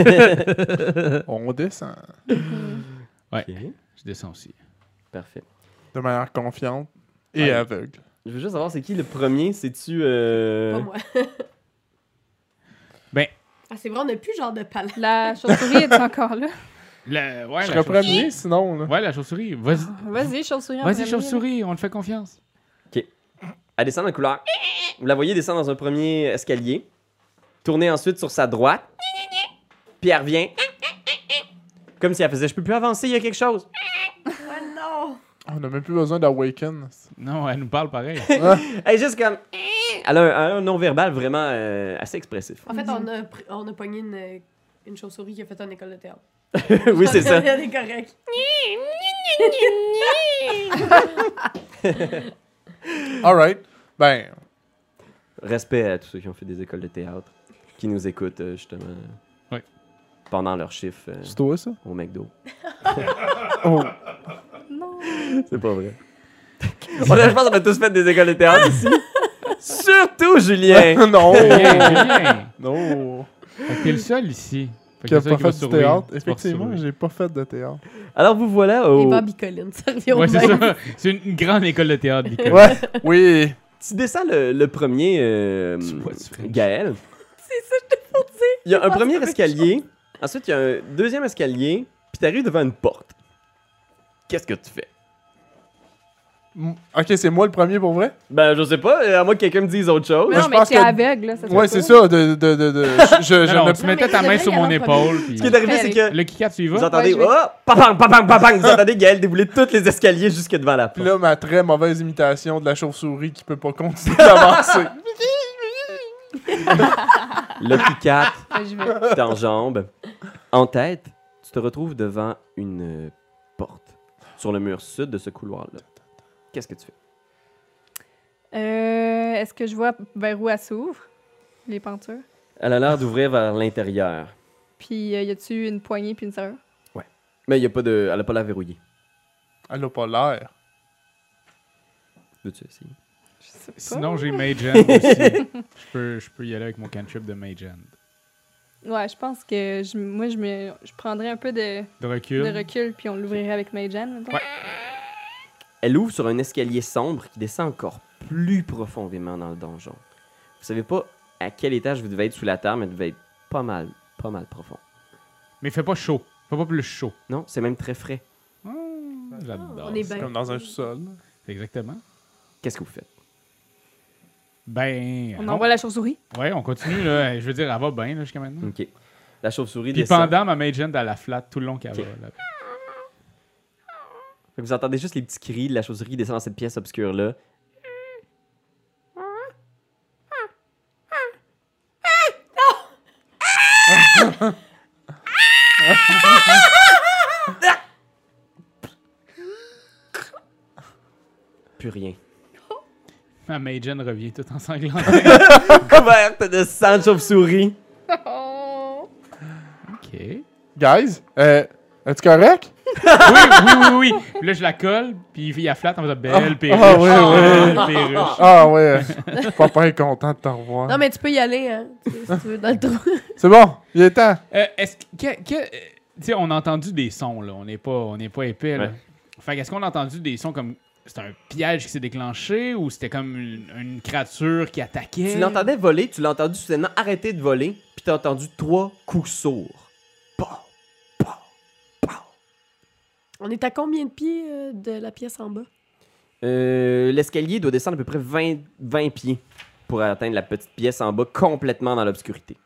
On descend. Ouais. Ok, Je descends aussi. parfait. De manière confiante et Ouais. aveugle. Je veux juste savoir, c'est qui le premier? C'est-tu... euh, Pas moi. Ben, Ah, c'est vrai, on n'a plus genre de palais. La chauve-souris est encore là? la, ouais, Je la serais chauve-souris. premier, sinon. Là. Ouais, la chauve-souris. Vas-y, Vas-y, chauve-souris. en vas-y premier. chauve-souris, on te fait confiance. Elle descend dans le couloir. Vous la voyez descendre dans un premier escalier. Tourner ensuite sur sa droite. Puis elle revient. Comme si elle faisait « Je peux plus avancer, il y a quelque chose. Ah non! On n'a même plus besoin d'Awaken. Non, elle nous parle pareil. » Elle est juste comme... Elle a un, un non-verbal vraiment euh, assez expressif. En fait, on a, pris- on a pogné une, une chauve-souris qui a fait une école de théâtre. Oui, c'est ça. Elle est correcte. Alright. Ben, Respect à tous ceux qui ont fait des écoles de théâtre, qui nous écoutent euh, justement Ouais. pendant leur chiffre euh, c'est toi, ça? au McDo. Oh. Non. C'est pas vrai. On a- je pense qu'on a tous fait des écoles de théâtre ici. Surtout Julien. non! Julien, Julien. non! Fait que t'es le seul ici. Fait que Qui a c'est ça pas va fait du surveiller. théâtre. Tu vas Effectivement, surveiller. j'ai pas fait de théâtre. Alors vous voilà au... Eva Bicoline, ça revient au Ouais, c'est même. ça. C'est une, une grande école de théâtre, Bicoline. Ouais, oui. Tu descends le, le premier, euh, Tu vois, tu fais- Gaël. C'est ça, je te pour dire. Il y a un Ah, premier c'est la même escalier, ensuite il y a un deuxième escalier, puis t'arrives devant une porte. Qu'est-ce que tu fais? Mm, Ok, c'est moi le premier pour vrai? Ben, je sais pas, à moins que quelqu'un me dise autre chose. Mais Moi, non, je mais pense t'es que- aveugle, là. Ça se Ouais, fait c'est pas. ça. De, de, de, de- je je, je Non, non, ne- tu mettais mais ta c'est main vrai, sur il y en mon a un épaule. Puis... Ce qui est arrivé, c'est que Le Kikat, tu y vous vas? entendez, Ouais, je vais. oh, papang, papang, papang, vous entendez Gaël débouler tous les escaliers jusque devant la Puis porte. là, ma très mauvaise imitation de la chauve-souris qui peut pas continuer d'avancer. Lucky Cat Ouais, je vais. t'enjambe. En tête, tu te retrouves devant une euh, porte sur le mur sud de ce couloir-là. Qu'est-ce que tu fais? Euh, Est-ce que je vois vers où elle s'ouvre, les pentures? Elle a l'air d'ouvrir vers l'intérieur. Puis euh, y a-tu une poignée puis une serrure? Mais il y a pas de, elle a pas la verrouillée. Elle a pas l'air. Veux-tu essayer? Je sais pas. Sinon, j'ai Mage Hand aussi. Je peux, je peux y aller avec mon cantrip de Mage Hand. Ouais, je pense que je, moi, je, me, je prendrais un peu de, De recul. de recul puis on l'ouvrirait avec Majan. mettons. Ouais. Elle ouvre sur un escalier sombre qui descend encore plus profondément dans le donjon. Vous savez pas à quel étage vous devez être sous la terre, mais vous devez être pas mal, pas mal profond. Mais fais pas chaud. Fais pas plus chaud. Non, c'est même très frais. Ah, J'adore. On est ça. bien. Comme dans un sous-sol. Exactement. Qu'est-ce que vous faites? Ben. On envoie la chauve-souris. Ouais, on continue, là. Je veux dire, elle va bien, là, jusqu'à maintenant. Ok. La chauve-souris Puis descend. pendant ma Mage Hand, elle a flat tout le long qu'elle Ok. va. là. Fait que vous entendez juste les petits cris de la chauve-souris qui descend dans cette pièce obscure-là. Plus rien. Ma Mage Hand revient tout ensanglantée. Couverte de sang de chauve-souris. Oh! OK. Guys, euh, es-tu correct? oui, oui, oui, oui. Puis là, je la colle, puis il y a flatte en faisant belle Ah, perruche. ah, oui, oui. belle perruche. Ah ouais, papa est content de te revoir. Non, mais tu peux y aller, hein, tu sais, si tu veux, dans le trou. C'est bon, il est temps. Euh, Est-ce que. que- euh, tu sais, on a entendu des sons, là. On n'est pas, on n'est pas épais, là. Ouais. Fait qu'est-ce qu'on a entendu des sons comme. C'était un piège qui s'est déclenché ou c'était comme une, une créature qui attaquait? Tu l'entendais voler, tu l'as entendu soudainement arrêter de voler, puis t'as entendu trois coups sourds. Pow, pow, pow. On est à combien de pieds euh, de la pièce en bas? Euh, L'escalier doit descendre à peu près vingt, vingt pieds pour atteindre la petite pièce en bas, complètement dans l'obscurité.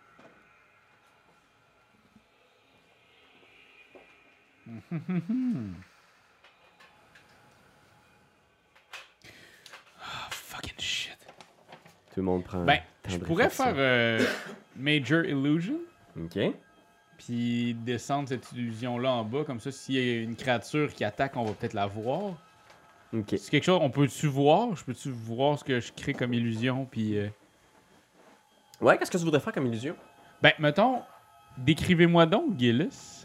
Oh, fucking shit. Tout le monde prend. Ben, temps je de pourrais réflexion. faire euh, Major Illusion, Ok. puis descendre cette illusion-là en bas. Comme ça, s'il y a une créature qui attaque, on va peut-être la voir. Ok. C'est quelque chose, on peut-tu voir? Je peux-tu voir ce que je crée comme illusion? Puis, euh, Ouais, qu'est-ce que tu voudrais faire comme illusion? ben, mettons, décrivez-moi donc, Gillis.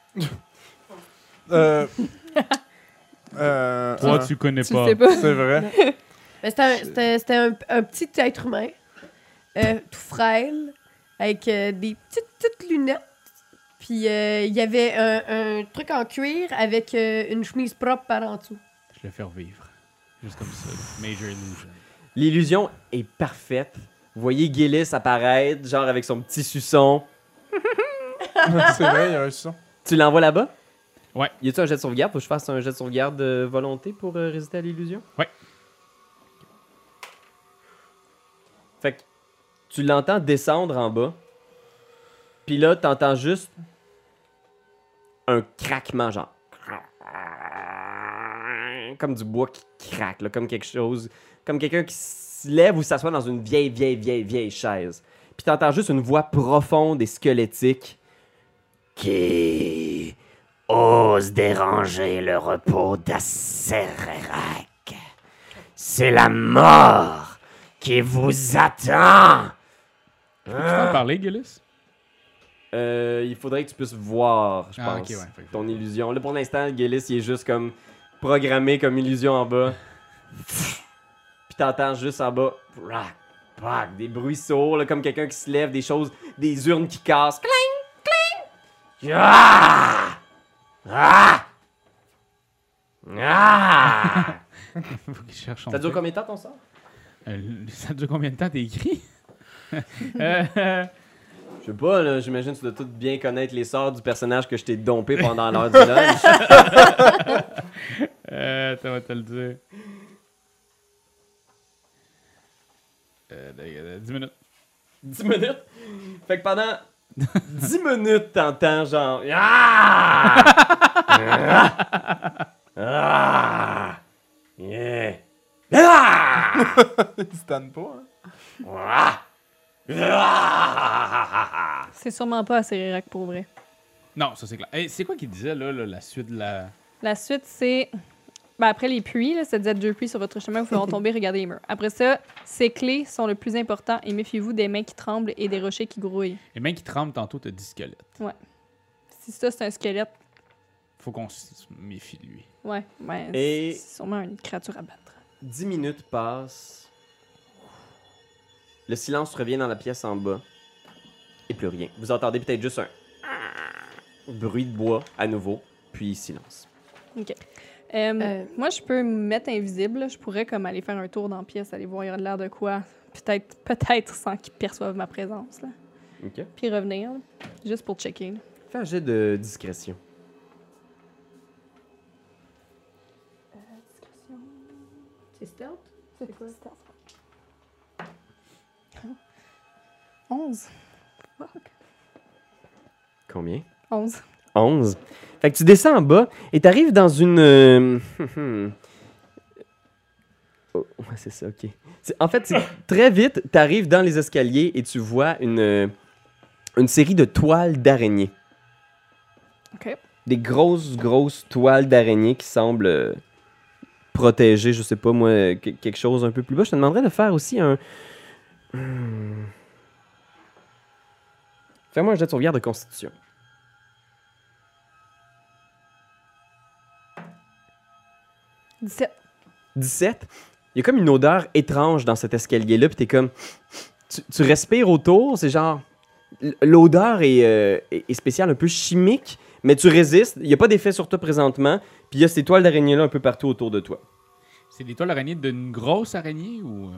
Euh. euh, Toi, euh, tu connais Tu pas. le sais pas. C'est vrai. Ben, c'était un, c'était- c'était un, un petit être humain, euh, tout frêle, avec euh, des petites, petites lunettes. Puis euh, il y avait un, un truc en cuir avec euh, une chemise propre par en dessous. Je vais faire vivre. Juste comme ça. là. Major Illusion. L'illusion est parfaite. Vous voyez Gillis apparaître, genre avec son petit suçon. C'est vrai, il y a un son. Tu l'envoies là-bas? Ouais. Y a-tu un jet de sauvegarde? Faut que je fasse un jet de sauvegarde de volonté pour euh, résister à l'illusion? Ouais. Fait que tu l'entends descendre en bas. Puis là, t'entends juste un craquement, genre. Comme du bois qui craque, là, comme quelque chose. Comme quelqu'un qui se lève ou s'assoit dans une vieille, vieille, vieille, vieille chaise. Puis t'entends juste une voix profonde et squelettique. Qui ose déranger le repos d'Acererak. C'est la mort qui vous attend. Tu peux en parler, Gillis? Euh, il faudrait que tu puisses voir, je Ah, pense, ok, ouais, fait que- ton illusion. Là, pour l'instant, Gillis, il est juste comme programmé comme illusion en bas. Puis t'entends juste en bas, prac, prac, des bruits sourds, là, comme quelqu'un qui se lève, des choses, des urnes qui cassent. Ah! Ah! Ah! Faut qu'il cherche son Ça dure truc. combien de temps ton sort? Euh, ça dure combien de temps t'es écrit? euh, Je sais pas, là, j'imagine que tu dois tout bien connaître les sorts du personnage que je t'ai dompé pendant l'heure du lunch. euh, ça va te le dire. Euh, euh, dix minutes. dix minutes? Fait que pendant dix minutes, t'entends genre... Ah! Ah! Ah! Yeah! Ah! Il se tanne pas, hein. Ah! Ah! C'est sûrement pas assez Cérirac pour vrai. Non, ça c'est clair. Hey, c'est quoi qu'il disait là, là, la suite de la. La suite, c'est. Ben, après les puits, là, ça disait deux puits sur votre chemin, vous feront tomber, regardez les murs. Après ça, ces clés sont le plus important et méfiez-vous des mains qui tremblent et des rochers qui grouillent. Les mains qui tremblent tantôt, t'as dit squelette. Si ça, c'est un squelette, Faut qu'on se méfie de lui. ouais, ben, Et- c'est sûrement une créature à battre. Dix minutes passent. Le silence revient dans la pièce en bas. Et plus rien. Vous entendez peut-être juste un bruit de bois à nouveau, puis silence. OK. Euh, Euh. Moi, je peux me mettre invisible. là. Je pourrais comme aller faire un tour dans la pièce, aller voir il y a l'air de quoi. Peut-être peut-être sans qu'ils perçoivent ma présence. Là. Ok. Puis revenir, là, juste pour checker. là. Fais un jet de discrétion. C'est stealth? C'est quoi ça? onze. Fuck. Combien? onze. onze. Fait que tu descends en bas et t'arrives dans une... euh, oh, ouais, c'est ça, ok. C'est- En fait, c'est très vite, t'arrives dans les escaliers et tu vois une, euh, une série de toiles d'araignées. OK. Des grosses, grosses toiles d'araignées qui semblent euh, protéger, je sais pas moi, que- quelque chose un peu plus bas. Je te demanderais de faire aussi un... Hmm. Fais-moi un jet de sauvegarde de constitution. dix-sept. dix-sept. Il y a comme une odeur étrange dans cet escalier-là, puis t'es comme... Tu, tu respires autour, c'est genre... L'odeur est, euh, est est spéciale, un peu chimique, mais tu résistes. Il n'y a pas d'effet sur toi présentement, puis il y a ces toiles d'araignée-là un peu partout autour de toi. C'est des toiles d'araignée d'une grosse araignée ou...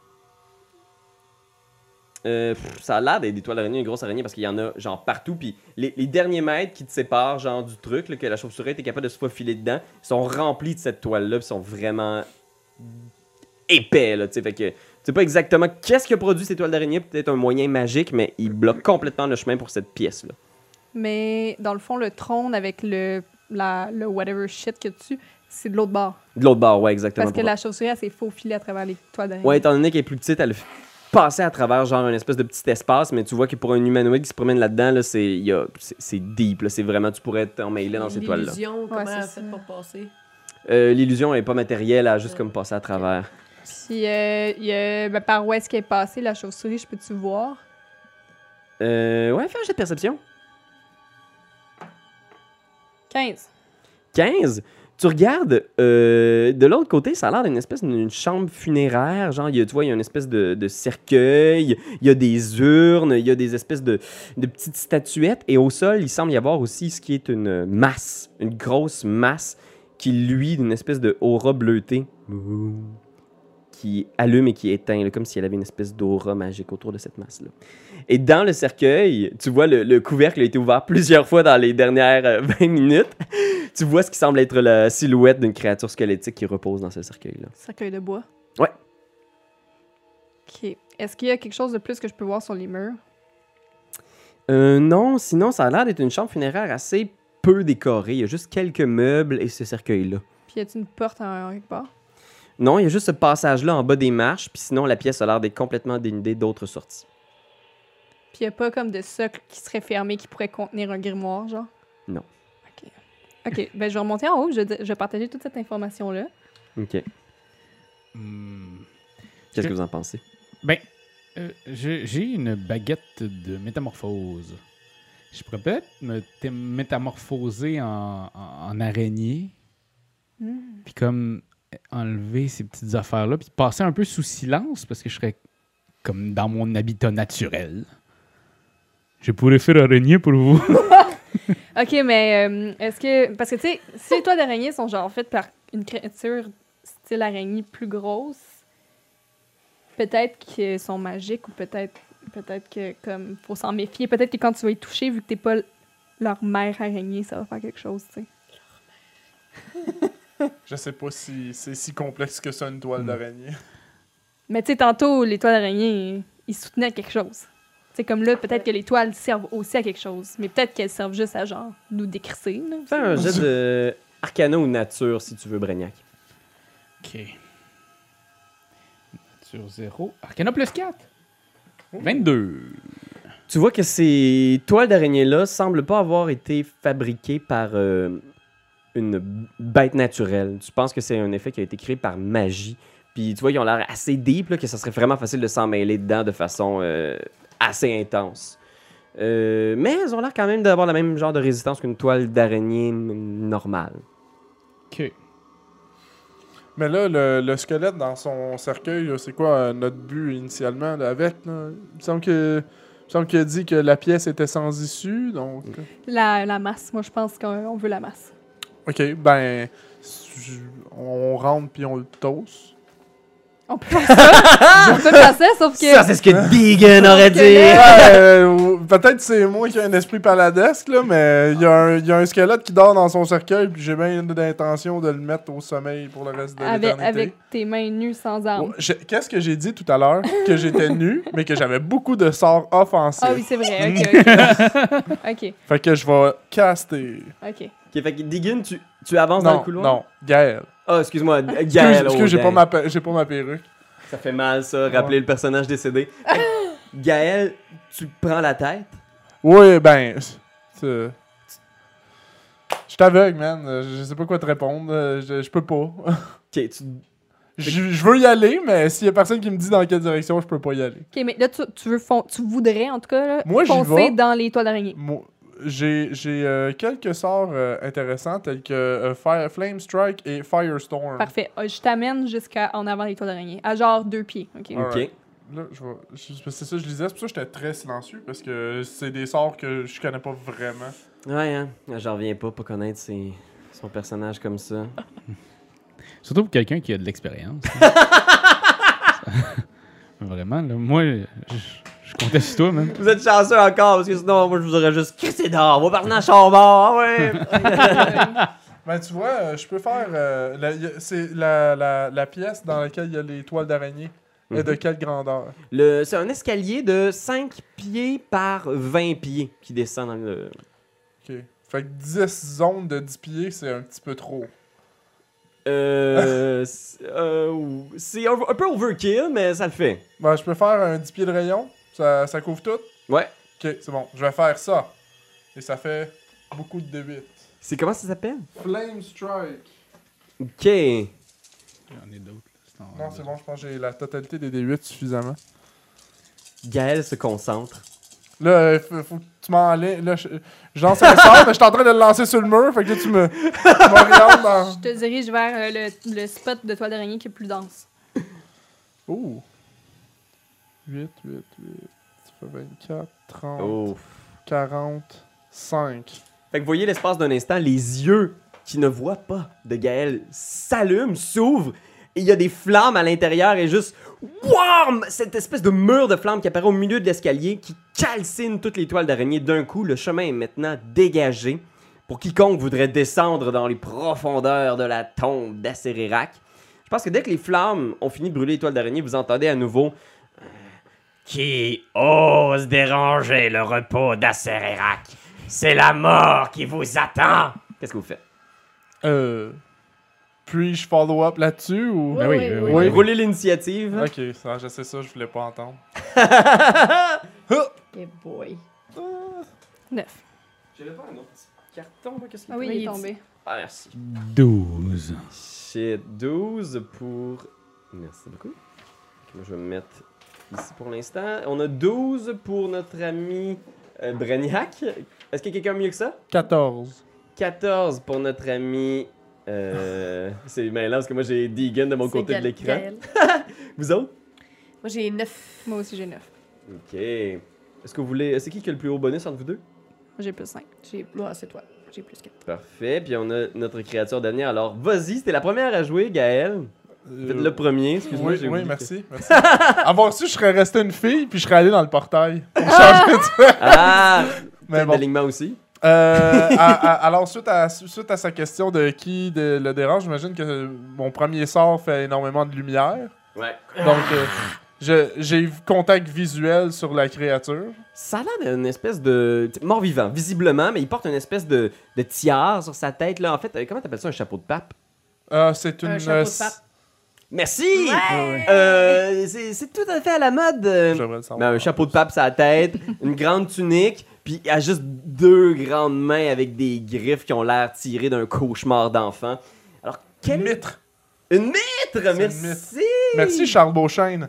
Euh, pff, ça a l'air d'être des toiles d'araignée, une grosse araignée, parce qu'il y en a genre partout. Puis les, les derniers mètres qui te séparent genre du truc, là, que la chauve-souris est capable de se faufiler dedans, sont remplis de cette toile-là, puis sont vraiment épais, là, tu sais. Fait que tu sais pas exactement qu'est-ce qui a produit ces toiles d'araignée, peut-être un moyen magique, mais ils bloquent complètement le chemin pour cette pièce-là. Mais dans le fond, le trône avec le, la, le whatever shit qu'il y a dessus, c'est de l'autre bord. De l'autre bord, ouais, exactement. Parce que la chauve-souris, elle s'est faufilée à travers les toiles d'araignée. Ouais, étant donné qu'elle est plus petite, elle passer à travers genre un espèce de petit espace, mais tu vois que pour un humanoïde qui se promène là-dedans, là, c'est, y a, c'est, c'est deep, là, c'est vraiment, tu pourrais t'emmêler dans ces toiles-là. L'illusion, comment Ouais, elle a c'est fait ça. pour passer? Euh, l'illusion est pas matérielle, elle a juste comme passer à travers. Puis, euh, il y a, ben, par où est-ce qu'elle est passée, la chauve-souris, je peux-tu voir? Euh, ouais, fais un jet de perception. quinze. quinze. Tu regardes, euh, de l'autre côté, ça a l'air d'une espèce d'une chambre funéraire. Genre, il y a, tu vois, il y a une espèce de, de cercueil, il y a des urnes, il y a des espèces de, de petites statuettes. Et au sol, il semble y avoir aussi ce qui est une masse, une grosse masse qui luit d'une espèce de aura bleutée qui allume et qui éteint, là, comme si elle avait une espèce d'aura magique autour de cette masse-là. Et dans le cercueil, tu vois, le, le couvercle a été ouvert plusieurs fois dans les dernières euh, vingt minutes. Tu vois ce qui semble être la silhouette d'une créature squelettique qui repose dans ce cercueil-là. Cercueil de bois. Ouais. OK. Est-ce qu'il y a quelque chose de plus que je peux voir sur les murs? Euh, non, sinon, ça a l'air d'être une chambre funéraire assez peu décorée. Il y a juste quelques meubles et ce cercueil-là. Puis y a-t-il une porte en, en quelque part? Non, il y a juste ce passage-là en bas des marches, puis sinon, la pièce a l'air d'être complètement dénudée d'autres sorties. Puis y a pas comme de socle qui serait fermé qui pourrait contenir un grimoire, genre? Non. OK. OK. Ben, je vais remonter en haut. Je, vais- je vais partager toute cette information-là. OK. Hmm. Qu'est-ce Je- que vous en pensez? Ben, euh, j'ai j'ai une baguette de métamorphose. Je pourrais peut-être me t- métamorphoser en, en, en araignée, Hmm. puis comme enlever ces petites affaires-là, puis passer un peu sous silence, parce que je serais comme dans mon habitat naturel. Je pourrais faire araignée pour vous. OK, mais euh, est-ce que... Parce que, tu sais, si les toiles d'araignée sont genre faites par une créature style araignée plus grosse, peut-être qu'elles sont magiques ou peut-être peut-être que, comme, faut s'en méfier. Peut-être que quand tu vas y toucher, vu que t'es pas l- leur mère araignée, ça va faire quelque chose, tu sais. Je sais pas si c'est si complexe que ça, une toile Mm. d'araignée. Mais tu sais, tantôt, les toiles d'araignée, ils soutenaient quelque chose. C'est comme là, peut-être que les toiles servent aussi à quelque chose. Mais peut-être qu'elles servent juste à, genre, nous décrisser, là. Fais un jet de Arcana ou Nature, si tu veux, Brignac. OK. Nature zéro. Arcana plus quatre. vingt-deux. Tu vois que ces toiles d'araignée-là semblent pas avoir été fabriquées par euh, une bête naturelle. Tu penses que c'est un effet qui a été créé par magie. Puis tu vois, ils ont l'air assez deep, là, que ça serait vraiment facile de s'en mêler dedans de façon euh, assez intense. Euh, mais elles ont l'air quand même d'avoir le même genre de résistance qu'une toile d'araignée n- normale. OK. Mais là, le, le squelette dans son cercueil, là, c'est quoi euh, notre but initialement là, avec? Là? Il me semble que. Il me semble qu'il a dit que la pièce était sans issue, donc. La, la masse, moi, je pense qu'on on veut la masse. Ok, ben. je- On rentre puis on le toast. On peut faire ça. On peut faire ça, sauf que... Ça, c'est ce que Deegan aurait que dit! là- Euh, peut-être c'est moi qui ai un esprit paladesque, là, mais il y, a un- il y a un squelette qui dort dans son cercueil, puis j'ai bien l'intention de le mettre au sommeil pour le reste de avec, l'éternité. avec tes mains nues sans armes. Oh, je- Qu'est-ce que j'ai dit tout à l'heure? Que j'étais nu, mais que j'avais beaucoup de sorts offensifs. Ah oui, c'est vrai. OK, OK. OK, Fait que je vais caster. OK. Ok, fait que Deegan, tu, tu avances dans Non, le couloir? non, Gaël. Ah, excuse-moi, Gaël. Excuse, oh, excuse, j'ai dang. pas, ma pe- j'ai pas ma perruque. Ça fait mal, ça, rappeler le personnage décédé. Fait que, Gaël, tu prends la tête. Oui, ben. c'est- Je suis aveugle, man. Euh, Je sais pas quoi te répondre. Euh, Je, je peux pas. Ok, tu... Je, je veux y aller, mais s'il y a personne qui me dit dans quelle direction, je peux pas y aller. OK, mais là, tu, tu veux fon- tu voudrais, en tout cas, là, Moi, j'y foncer vais. dans les toiles d'araignée. Moi, j'ai j'ai euh, quelques sorts euh, intéressants tels que euh, Fire, Flame Strike et Firestorm. Parfait. Ah, je t'amène jusqu'à en avant des toiles d'araignée. À genre deux pieds. OK. Ah. Ok. Alright. Là, je vais. je- C'est ça, je lisais. C'est pour ça que j'étais très silencieux parce que c'est des sorts que je connais pas vraiment. Ouais, hein. J'en reviens pas pour connaître ses- son personnage comme ça. Surtout pour quelqu'un qui a de l'expérience. Vraiment, là, moi, je, je comptais sur toi, man. Vous êtes chanceux encore, parce que sinon, moi, je vous aurais juste crissé dehors. On va partir dans le charbon, ouais. Ben, tu vois, euh, je peux faire. euh, la- y a- c'est la, la, la pièce dans laquelle il y a les toiles d'araignée. Et de quelle grandeur? Le, c'est un escalier de cinq pieds par vingt pieds qui descend dans le... Ok. Fait que dix zones de dix pieds, c'est un petit peu trop. Euh, c'est, euh, c'est un, un peu overkill, mais ça le fait. Ben, je peux faire un dix pieds de rayon. Ça, ça couvre tout? Ouais. Ok, c'est bon. Je vais faire ça. Et ça fait beaucoup de D huit. C'est comment ça s'appelle? Flame Strike. Ok. J'en ai d'autres. là, c'est en- Non, c'est bon, je pense que j'ai la totalité des D huit suffisamment. Gaël se concentre. Là, il faut, faut que tu m'enlèves. Là, je, je lance un sort, mais je suis en train de le lancer sur le mur. Fait que là, tu me. Tu m'orientes dans. Je te dirige vers euh, le, le spot de toile d'araignée qui est plus dense. Ouh. huit, huit, huit. Ça fait vingt-quatre, trente, Oh. quarante, cinq. Fait que vous voyez l'espace d'un instant, les yeux qui ne voient pas de Gaël s'allument, s'ouvrent, et il y a des flammes à l'intérieur et juste wham! Cette espèce de mur de flammes qui apparaît au milieu de l'escalier qui calcine toutes les toiles d'araignée d'un coup. Le chemin est maintenant dégagé pour quiconque voudrait descendre dans les profondeurs de la tombe d'Acérérac. Je pense que dès que les flammes ont fini de brûler les toiles d'araignée, vous entendez à nouveau Qui ose déranger le repos d'Acérérac? C'est la mort qui vous attend! qu'est-ce que vous faites? Euh. Puis-je follow-up là-dessus ou. Ben oui, Oui, ben oui, oui. oui. Roulez l'initiative. Ok, ça, je sais ça, je voulais pas entendre. Eh boy. Neuf. J'avais pas un autre petit carton, moi, qu'est-ce Ah oui, Oui, il est il tombé. Ah, merci. douze. Shit, douze pour... Merci beaucoup. Ok, moi, je vais me mettre ici pour l'instant. On a douze pour notre ami euh, Breniac. Est-ce qu'il y a quelqu'un mieux que ça? quatorze. quatorze pour notre ami... Euh... C'est mêlant parce que moi, j'ai Deegan de mon C'est côté de Gaël- l'écran. Gaël. Vous autres? Moi, j'ai neuf. Moi aussi, j'ai neuf. Ok. Est-ce que vous voulez... C'est qui qui a le plus haut bonus entre vous deux? J'ai plus cinq. J'ai... Moi, c'est toi. J'ai plus quatre. Parfait. Puis on a notre créature dernière. Alors, vas-y, c'était la première à jouer, Gaël. Faites Euh, le premier, excuse-moi. Oui, j'ai oui, oublié que- merci. merci. Avoir su, je serais resté une fille, puis je serais allé dans le portail. Pour changer de Ah! Mais Peut-être bon. d'alignement aussi. Euh, à- à- alors, suite à, suite à sa question de qui de- le dérange, j'imagine que mon premier sort fait énormément de lumière. Ouais. Donc, euh, je- j'ai contact visuel sur la créature. Ça a l'air d'une espèce de... t'sais, mort-vivant, visiblement, mais il porte une espèce de, de tiare sur sa tête, là. En fait, euh, comment t'appelles ça, un chapeau de pape? Euh, c'est une. Un chapeau de euh, pape. Merci! Ouais. Euh, c'est c'est tout à fait à la mode. euh, J'aimerais le savoir. ben, un chapeau de pape sur la tête, une grande tunique, puis il a juste deux grandes mains avec des griffes qui ont l'air tirées d'un cauchemar d'enfant. Alors, quelle... Mitre. Une mitre! une Merci! Merci, Charles Beauchesne.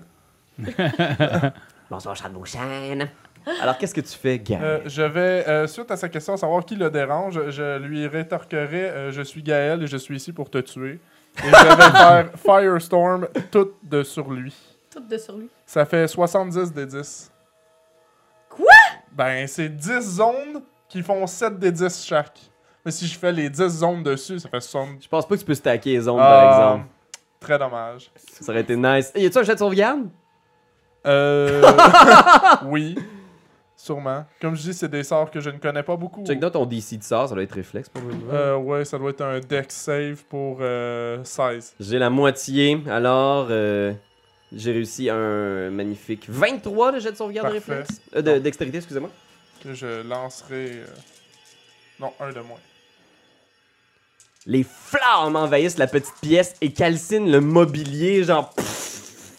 Bonsoir, Charles Beauchesne. Alors, qu'est-ce que tu fais, Gary? Euh, je vais, euh, suite à sa question, savoir qui le dérange, je lui rétorquerai euh, je suis Gaël et je suis ici pour te tuer. Et je vais faire Firestorm tout de sur lui. Tout de sur lui. Ça fait soixante-dix des dix. Quoi? Ben, c'est dix zones qui font sept des dix chaque. Mais si je fais les dix zones dessus, ça fait soixante. Je pense pas que tu peux stacker les ondes, Ah, par exemple. Très dommage. Ça aurait été nice. Y a-tu un jet de sauvegarde? Euh. Oui. Sûrement. Comme je dis, c'est des sorts que je ne connais pas beaucoup. Check dans ton D C de sort, ça doit être réflexe pour vous. Euh, ouais, ça doit être un dex save pour euh, seize. J'ai la moitié, alors euh, j'ai réussi un magnifique vingt-trois de jet de sauvegarde de Parfait. réflexe. Euh, de- dextérité, excusez-moi. Que je lancerai. euh, Non, un de moins. Les flammes envahissent la petite pièce et calcinent le mobilier, genre. pfff.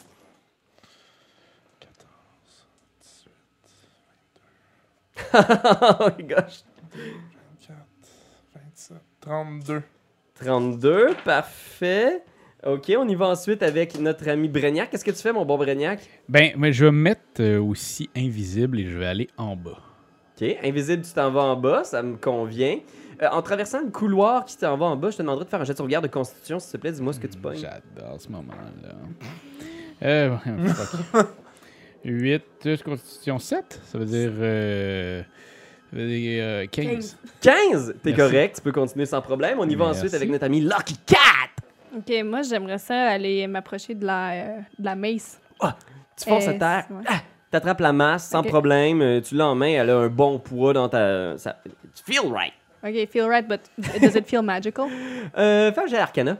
Oh my gosh. vingt-quatre, vingt-sept, trente-deux. trente-deux, parfait. Ok, on y va ensuite avec notre ami Breniac. Qu'est-ce que tu fais, mon bon Breniac? Ben, mais je vais me mettre euh, aussi invisible et je vais aller en bas. OK. Invisible, tu t'en vas en bas, ça me convient. Euh, en traversant le couloir qui t'en va en bas, je te demanderai de faire un jet de sauvegarde de constitution, s'il te plaît. Dis-moi ce que tu pognes. J'adore ce moment-là. Euh, fuck. huit, plus constitution sept, ça veut dire, euh, ça veut dire euh, quinze. quinze! T'es Merci. correct, tu peux continuer sans problème. On y va Merci. ensuite avec notre ami Lucky Cat! Ok, moi, j'aimerais ça aller m'approcher de la, euh, de la mace. Tu fonces à Euh, terre, ouais. ah, t'attrapes la masse sans Ok. problème, euh, tu l'as en main, elle a un bon poids dans ta... Ça... Feel right! Ok, feel right, but does it feel magical? Euh, fais un jet d'arcana.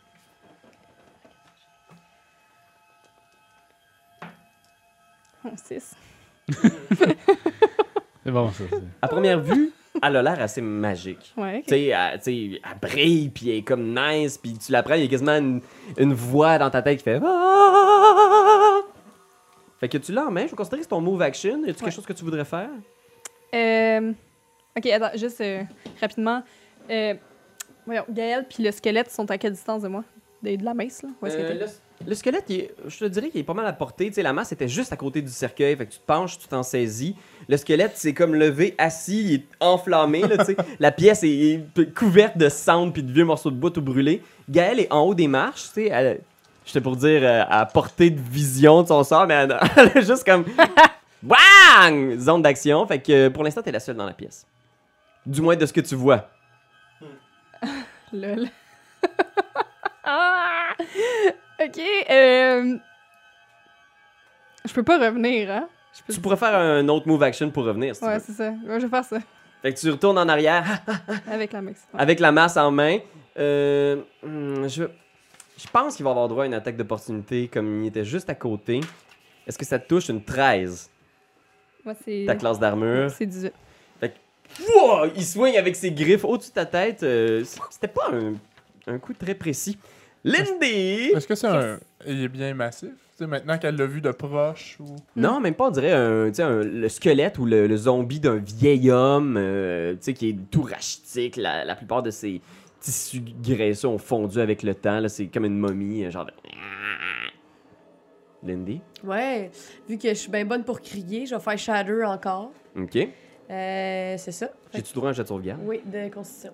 Oh, six. C'est bon, ça. c'est- À première vue, elle a l'air assez magique. Ouais, ok. Tu sais, elle, tu sais, elle brille, puis elle est comme nice, puis tu la prends, il y a quasiment une, une voix dans ta tête qui fait... Ah! Fait que tu l'as en main, je vais considérer que c'est ton move action. Y a-tu Ouais. quelque chose que tu voudrais faire? Euh, ok, attends, juste euh, rapidement. Euh, voyons, Gaël puis le squelette sont à quelle distance de moi? De, de la mace, là? Où est-ce Euh, qu'elle était? le, le squelette, il est- je te dirais qu'il est pas mal à portée. Tu sais, la masse était juste à côté du cercueil, fait que tu te penches, tu t'en saisis. Le squelette, c'est comme levé, assis, il est enflammé. Là, tu sais. La pièce est, est couverte de cendres puis de vieux morceaux de bois tout brûlés. Gaël est en haut des marches, tu sais, elle- j'étais pour dire euh, à portée de vision de son sort, mais elle, elle a juste comme bang! Zone d'action. Fait que euh, pour l'instant, t'es la seule dans la pièce. Du moins de ce que tu vois. Lol. Ah! Ok, euh... Je peux pas revenir, hein? Je peux... Tu pourrais faire un autre move action pour revenir si tu Ouais, veux. c'est ça. Ouais, je vais faire ça. Fait que tu retournes en arrière. Avec la mace. Ouais. Avec la masse en main. Euh, hmm, je, je pense qu'il va avoir droit à une attaque d'opportunité comme il était juste à côté. Est-ce que ça te touche une treize, Moi, c'est... ta classe d'armure? C'est dix-huit. Wow! Il swing avec ses griffes au-dessus de ta tête. euh, C'était pas un, un coup très précis. Lindy! Est-ce que c'est un. Il est bien massif? Tu sais, maintenant qu'elle l'a vu de proche ou. Non, même pas, on dirait un, tu sais, un- le squelette ou le, le zombie d'un vieil homme euh, tu sais, qui est tout rachitique. La, la plupart de ses tissus graisseux ont fondu avec le temps. Là, c'est comme une momie, euh, genre de... Lindy? Ouais, vu que je suis bien bonne pour crier, je vais faire Shatter encore. OK. Euh, c'est ça. Fait J'ai-tu droit à un jet de sauvegarde? que- Oui, de constitution.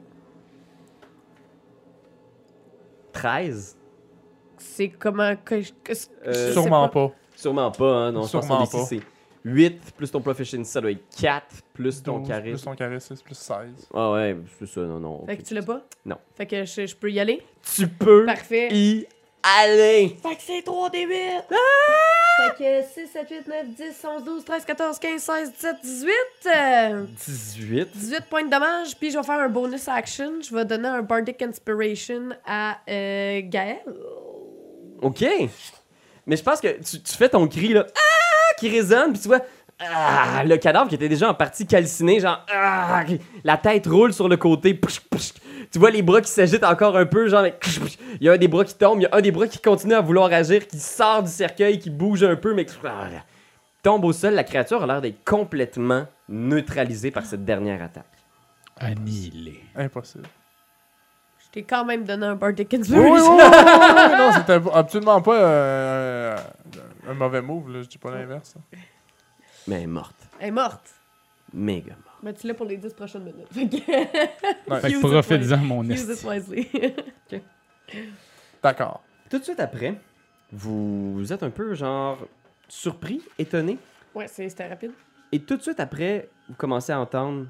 treize? C'est comment que je. que- Euh, je sais Sûrement pas. Sûrement pas, hein. Non, Sûrement je pense que pas. c'est huit plus ton proficiency, ça doit être quatre plus ton douze charisme. Plus ton charisme, plus seize. Ah ouais, c'est ça, non, non. Fait ok. que tu l'as pas? Non. Fait que je, je peux y aller? Tu peux Parfait. y aller! Fait que c'est trois D huit! Fait que six, sept, huit, neuf, dix, onze, douze, treize, quatorze, quinze, seize, dix-sept, dix-huit! Euh, dix-huit. dix-huit points de dommage, puis je vais faire un bonus action. Je vais donner un Bardic Inspiration à euh, Gaël. OK. Mais je pense que tu, tu fais ton cri, là, ah, qui résonne, puis tu vois, ah, le cadavre qui était déjà en partie calciné, genre, ah, la tête roule sur le côté, psh, psh. Tu vois les bras qui s'agitent encore un peu, genre, mais, psh, psh. Il y a un des bras qui tombe, il y a un des bras qui continue à vouloir agir, qui sort du cercueil, qui bouge un peu, mais qui ah, tombe au sol. La créature a l'air d'être complètement neutralisée par cette dernière attaque. Annihilé. Impossible. Je t'ai quand même donné un Bardic Oui, oui, Inspiration. oui, oui, oui, non, c'était absolument pas euh, un mauvais move, là. Je dis pas l'inverse. là. Mais elle est morte. Elle est morte. Méga morte. Mais tu l'as pour les dix prochaines minutes. Fait que... Fait Use que it profite-en, mon Use esti. it wisely. D'accord. Tout de suite après, vous êtes un peu, genre, surpris, étonné. Ouais, c'est- c'était rapide. Et tout de suite après, vous commencez à entendre.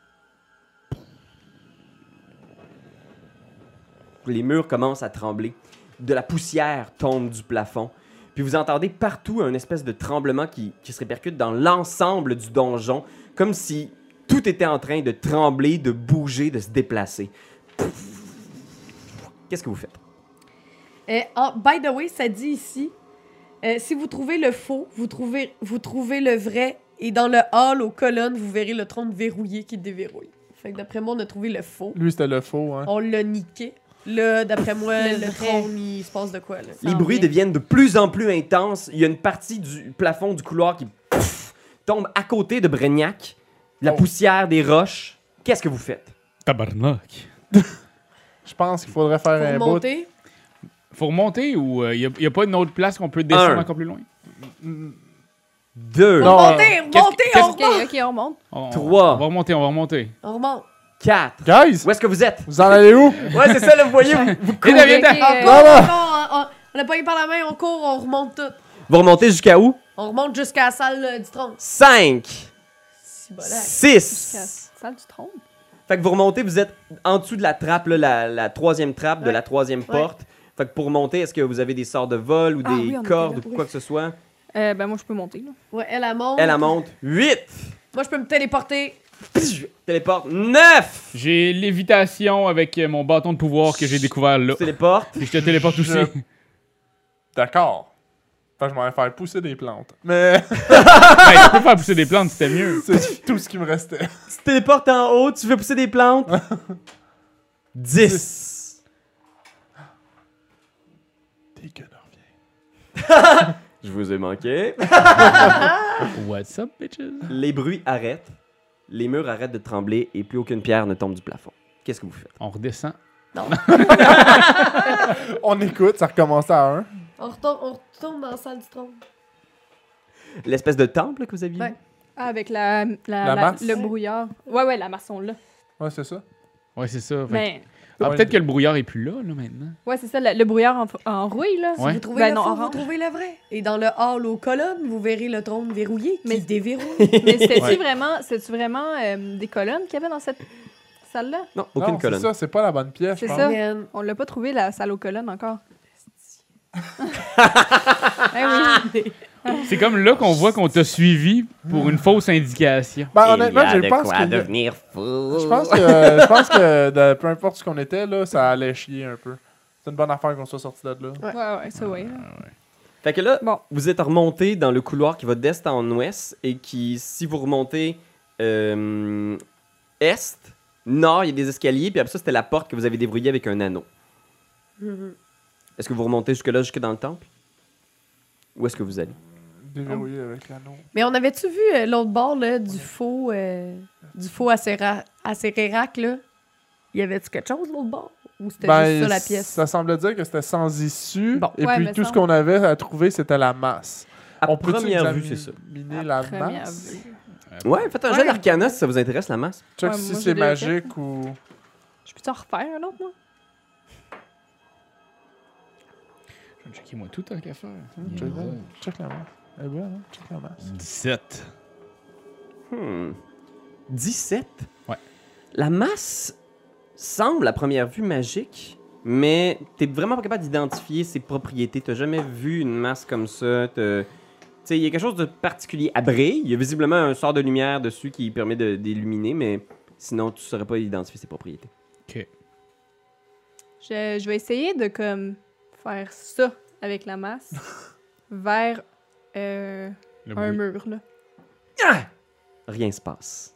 Les murs commencent à trembler. De la poussière tombe du plafond. Puis vous entendez partout un espèce de tremblement qui, qui se répercute dans l'ensemble du donjon, comme si tout était en train de trembler, de bouger, de se déplacer. Qu'est-ce que vous faites? Euh, oh, by the way, ça dit ici, euh, si vous trouvez le faux, vous trouvez, vous trouvez le vrai, et dans le hall, aux colonnes, vous verrez le trône verrouillé qui déverrouille. Fait que d'après moi, on a trouvé le faux. Lui, c'était le faux, hein. On l'a niqué. Là, d'après moi, Le le, vrai. trône, il se passe de quoi, là? Les s'en bruits vient. deviennent de plus en plus intenses. Il y a une partie du plafond du couloir qui pff, tombe à côté de Brignac. La Oh. poussière des roches. Qu'est-ce que vous faites? Tabarnak. Je pense qu'il faudrait faire Pour un bout. monter, Faut remonter ou il n'y a, y a pas une autre place qu'on peut descendre Un. encore plus loin? deux, Non. Remontez, remontez, qu'est-ce- on Ok, remonte. ok, on remonte. On, Trois. On va remonter, on va remonter. On remonte. quatre. Guys, Où est-ce que vous êtes? vous en allez où? Ouais, c'est ça, là, vous voyez, vous, vous Et courez. David, Ok, On euh, court, Voilà. on court, on- on- on a pas eu par la main, on court, on remonte tout. Vous remontez jusqu'à où? On remonte jusqu'à la salle euh, du trône. cinq, Si, voilà. Jusqu'à six. la salle du trône. Fait que vous remontez, vous êtes en dessous de la trappe, là, la, la troisième trappe de Ouais. la troisième porte. Fait que pour monter, est-ce que vous avez des sorts de vol ou Ah des oui, on était cordes là, ou oui. quoi que ce soit? Euh, ben, moi, je peux monter, là. Ouais, elle, elle monte. Elle, elle monte. huit. Moi, je peux me téléporter. Téléporte. neuf. J'ai lévitation avec euh, mon bâton de pouvoir que j'ai découvert là. Téléporte. Et je te téléporte aussi. Je- D'accord. Fait que je m'en vais faire pousser des plantes. Mais Hey, tu peux faire pousser des plantes, c'était mieux. c'est tout ce qui me restait. Tu téléportes en haut, tu fais pousser des plantes. dix. T'es que reviens. Je vous ai manqué. What's up, bitches? Les bruits arrêtent. Les murs arrêtent de trembler et plus aucune pierre ne tombe du plafond. Qu'est-ce que vous faites? On redescend. On écoute, ça recommence à un. On retourne, on retourne dans la salle du trône. L'espèce de temple que vous aviez Ouais. vu? Ah, avec la, la, La la- masse? le brouillard. Ouais, ouais, la maçon là. Ouais, c'est ça. Ouais, c'est ça. Fait que- Mais, Ah, Ouais. peut-être que le brouillard est plus là, là, maintenant. ouais, c'est ça, le, le brouillard en, en rouille, là. Ouais. Vous trouvez Ben le non, faux, orange. vous trouvez le vrai. Et dans le hall aux colonnes, vous verrez le trône verrouillé qui Mais- déverrouille. Mais c'était-tu Ouais. vraiment, c'était-tu vraiment euh, des colonnes qu'il y avait dans cette salle-là? Non, aucune non, colonne. c'est ça, c'est pas la bonne pièce, je C'est pense. ça. Man. On l'a pas trouvé, la salle aux colonnes, encore. Ben oui. C'est comme là qu'on voit qu'on t'a suivi pour une fausse indication. Ben, Il y honnêtement, a je de pense quoi que... devenir fou. Je pense que, je pense que de, peu importe ce qu'on était, là, ça allait chier un peu. C'est une bonne affaire qu'on soit sorti de là. Ouais, ouais, ça, ouais. Fait que là, Bon. vous êtes remonté dans le couloir qui va d'est en ouest et qui, si vous remontez euh, est, nord, il y a des escaliers, puis après ça, c'était la porte que vous avez déverrouillée avec un anneau. Mhm. Est-ce que vous remontez jusque-là, jusque dans le temple? Où est-ce que vous allez? Déverrouillé avec l'anneau. Mais on avait-tu vu euh, l'autre bord là, du faux euh, du faux Acéra- Acérérac, là? Y avait-tu quelque chose l'autre bord? Ou c'était juste ça la pièce? Ça semblait dire que c'était sans issue. Bon. Et Ouais, puis me tout ce semble. qu'on avait à trouver, c'était la masse. À On peut-tu première vue, c'est ça. examiner À la première masse? vue. Ouais, faites un jeu Ouais. d'arcana si ça vous intéresse, la masse. Check Ouais, si moi, c'est j'ai déjà fait. magique ou... Je peux-tu en refaire un autre, moi? Je vais checker moi tout tant qu'à faire. Check, check la masse. Elle est bonne, hein? Check la masse. dix-sept. Hmm. dix-sept? Ouais. La masse semble à première vue magique, mais t'es vraiment pas capable d'identifier ses propriétés. T'as jamais vu une masse comme ça. t'as- Tu sais, il y a quelque chose de particulier. Elle brille. Il y a visiblement un sort de lumière dessus qui permet de- d'illuminer, mais sinon, tu saurais pas identifier ses propriétés. OK. Je, je vais essayer de, comme, faire ça avec la masse vers euh, Le un bruit. mur, là. Rien se passe.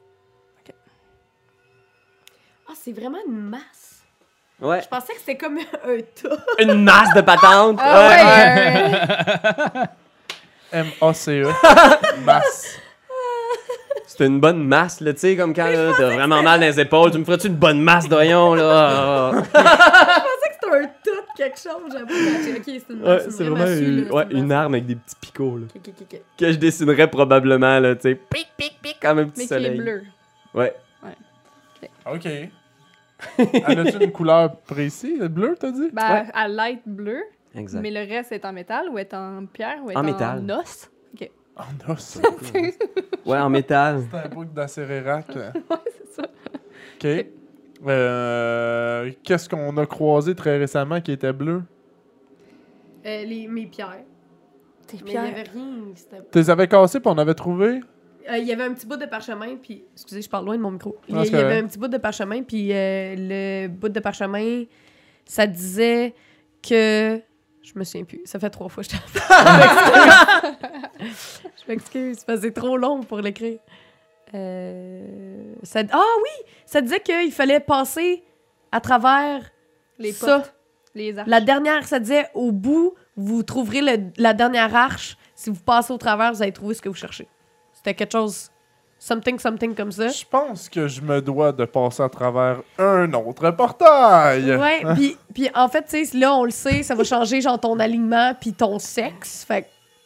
Ah, c'est vraiment une masse. Ouais. Je pensais que c'était comme un tas. Une masse de patente. Ah Ouais. ouais! euh, M A C E. Masse. C'est une bonne masse, là, tu sais, comme quand là, t'as vraiment mal dans les épaules. Tu me ferais-tu une bonne masse d'oignon, là? Je pensais que c'était un tas de quelque chose. J'avoue. Ok, c'est une Ouais, masse. c'est vraie vraiment massue, une, là, ouais, c'est une masse. arme avec des petits picots, là. Ok, ok, ok, ok. Que je dessinerais probablement, là, tu sais. Pic, pic, pic, comme un petit mais qui soleil. est bleu. Ouais. OK. Elle a-tu une couleur précise? Bleu, t'as dit? Ben, Ouais. à light bleu, Exact. mais le reste est en métal ou est en pierre ou est En en, métal. os. En os. Ouais, en métal. C'est un bouc d'acérérac. Ouais, c'est ça. OK. Euh, Qu'est-ce qu'on a croisé très récemment qui était bleu? Euh, les, mes pierres. Tes Mais il n'y avait rien. c'était- Tu les avais cassés puis on avait trouvé? Euh, Il y avait un petit bout de parchemin, puis... Excusez, je parle loin de mon micro. Il y, Ah, c'est il y avait correct. un petit bout de parchemin, puis euh, le bout de parchemin, ça disait que... Je me souviens plus. Ça fait trois fois que je t'en Je m'excuse, parce que c'est trop long pour l'écrire. Euh, ça... Ah oui! Ça disait qu'il fallait passer à travers Les ça. portes, les arches. La dernière, ça disait au bout, vous trouverez le- la dernière arche. Si vous passez au travers, vous allez trouver ce que vous cherchez. C'était quelque chose, something, something comme ça. Je pense que je me dois de passer à travers un autre portail. Ouais, puis, puis en fait, tu sais, là, on le sait, ça va changer genre ton alignement puis ton sexe. Fait que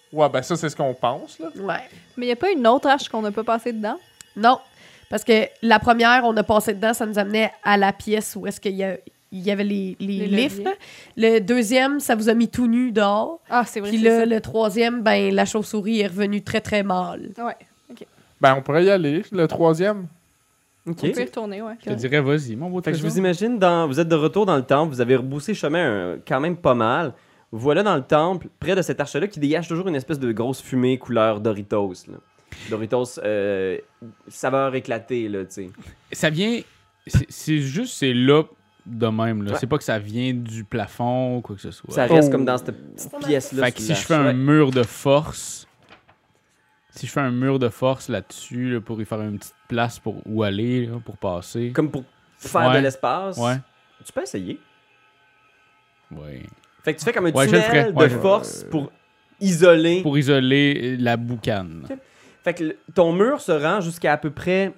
Ouais, ben ça, c'est ce qu'on pense, là. Ouais. Mais il n'y a pas une autre arche qu'on n'a pas passé dedans? Non, parce que la première, on a passé dedans, ça nous amenait à la pièce où est-ce qu'il y, a- il y avait les, les, Les lifts. leviers. là. Le deuxième, ça vous a mis tout nu dehors. Ah, c'est vrai. Puis c'est là, ça. le troisième, ben la chauve-souris est revenue très, très mal. Ouais. Ben, on pourrait y aller. Le troisième. OK. On peut y retourner, ouais. Je te dirais, vas-y, mon beau Fait que je trésor. vous imagine, dans, vous êtes de retour dans le temple, vous avez reboussé chemin euh, quand même pas mal. Vous voilà dans le temple, près de cette arche-là, qui dégage toujours une espèce de grosse fumée couleur Doritos. Là. Doritos, euh, saveur éclatée, là, tu sais. Ça vient... C'est c'est juste, c'est là de même. Là. Ouais. C'est pas que ça vient du plafond ou quoi que ce soit. Ça reste Oh. comme dans cette petite pièce-là. Fait que sous si je l'arche. fais un Ouais. mur de force... Si je fais un mur de force là-dessus, là, pour y faire une petite place pour où aller, là, pour passer... Comme pour faire Ouais. de l'espace. Ouais. Tu peux essayer. Ouais. Fait que tu fais comme un Ouais, je le tunnel ferais. de Ouais, je- force pour isoler. Pour isoler la boucane. Ok. Fait que le- ton mur se rend jusqu'à à peu près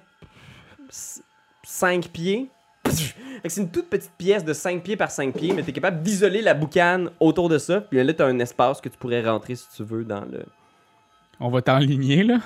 cinq pieds. Fait que c'est une toute petite pièce de cinq pieds par cinq pieds, mais t'es capable d'isoler la boucane autour de ça. Puis là, t'as un espace que tu pourrais rentrer si tu veux dans le. On va t'enligner, là.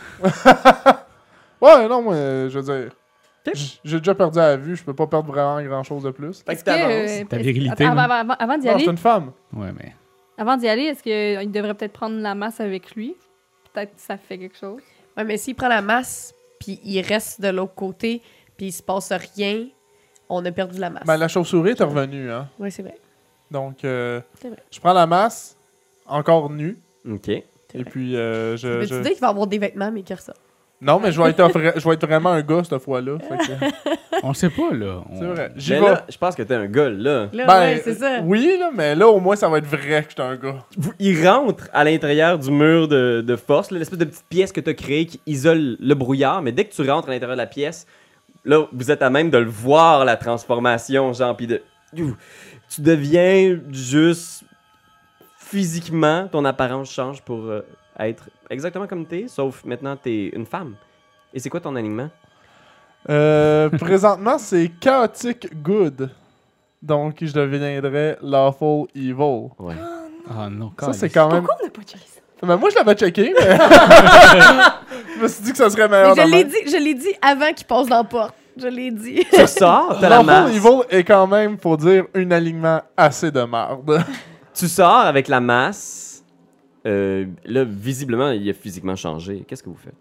Ouais, non, moi, je veux dire. Ok. j- J'ai déjà perdu à la vue, je peux pas perdre vraiment grand-chose de plus. Fait que Est-ce que, t'avances. euh, Ta est-ce- virilité, Avant, là. avant, avant- avant d'y Non, aller, c'est une femme. Ouais, mais... avant d'y aller, est-ce qu'il devrait peut-être prendre la masse avec lui? Peut-être que ça fait quelque chose. Ouais, mais s'il prend la masse, puis il reste de l'autre côté, puis il se passe rien, on a perdu la masse. Ben, la chauve-souris est revenue, hein. Oui, c'est vrai. Donc, euh, C'est vrai. je prends la masse, encore nue, Ok. C'est et vrai. puis euh, je... Mais je- tu dis qu'il va avoir des vêtements, mais que ça. Non, mais je vais, être vra- je vais être vraiment un gars cette fois-là. Fait que- On le sait pas, là. On- C'est vrai. J'y Mais vais. là, je pense que t'es un gars, là. Là, Ben, ouais, c'est ça. Oui, là, mais là, au moins, ça va être vrai que j'étais un gars. Vous- il rentre à l'intérieur du mur de, de force, là, l'espèce de petite pièce que tu as créée qui isole le brouillard, mais dès que tu rentres à l'intérieur de la pièce, là, vous êtes à même de le voir, la transformation, genre, pis de... Tu deviens juste... Physiquement, ton apparence change pour euh, être exactement comme t'es, sauf maintenant, t'es une femme. Et c'est quoi ton alignement? Euh, présentement, c'est chaotic good. Donc, je deviendrais lawful evil. Ouais. Ah non, Ça, c'est quand même... Pourquoi on n'a pas checké ça? Ben, moi, je l'avais checké, mais... je me suis dit que ça serait Mais meilleur je de l'ai même. dit, je l'ai dit avant qu'il passe dans la porte. Je l'ai dit. Tu sors, t'as la Lawful masse. evil est quand même, faut dire, un alignement assez de merde. Tu sors avec la masse. Euh, là, visiblement, il a physiquement changé. Qu'est-ce que vous faites?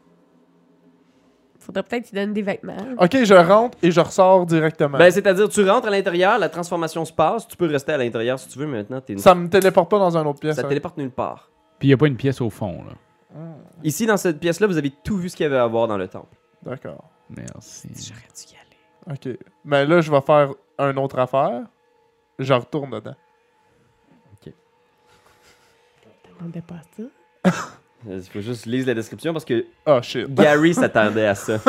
Faudrait peut-être qu'il donne des vêtements. Ok, je rentre et je ressors directement. Ben, c'est-à-dire, tu rentres à l'intérieur, la transformation se passe, tu peux rester à l'intérieur si tu veux, mais maintenant, t'es une... Ça me téléporte pas dans une autre pièce. ça te hein. téléporte nulle part. Puis il n'y a pas une pièce au fond, là. Ici, dans cette pièce-là, vous avez tout vu ce qu'il y avait à voir dans le temple. D'accord. Merci. J'aurais dû y aller. Ok. Mais là, je vais faire une autre affaire. Je retourne dedans. T'attendais pas à ça? Il faut juste lire la description parce que Oh shit. Gary s'attendait à ça.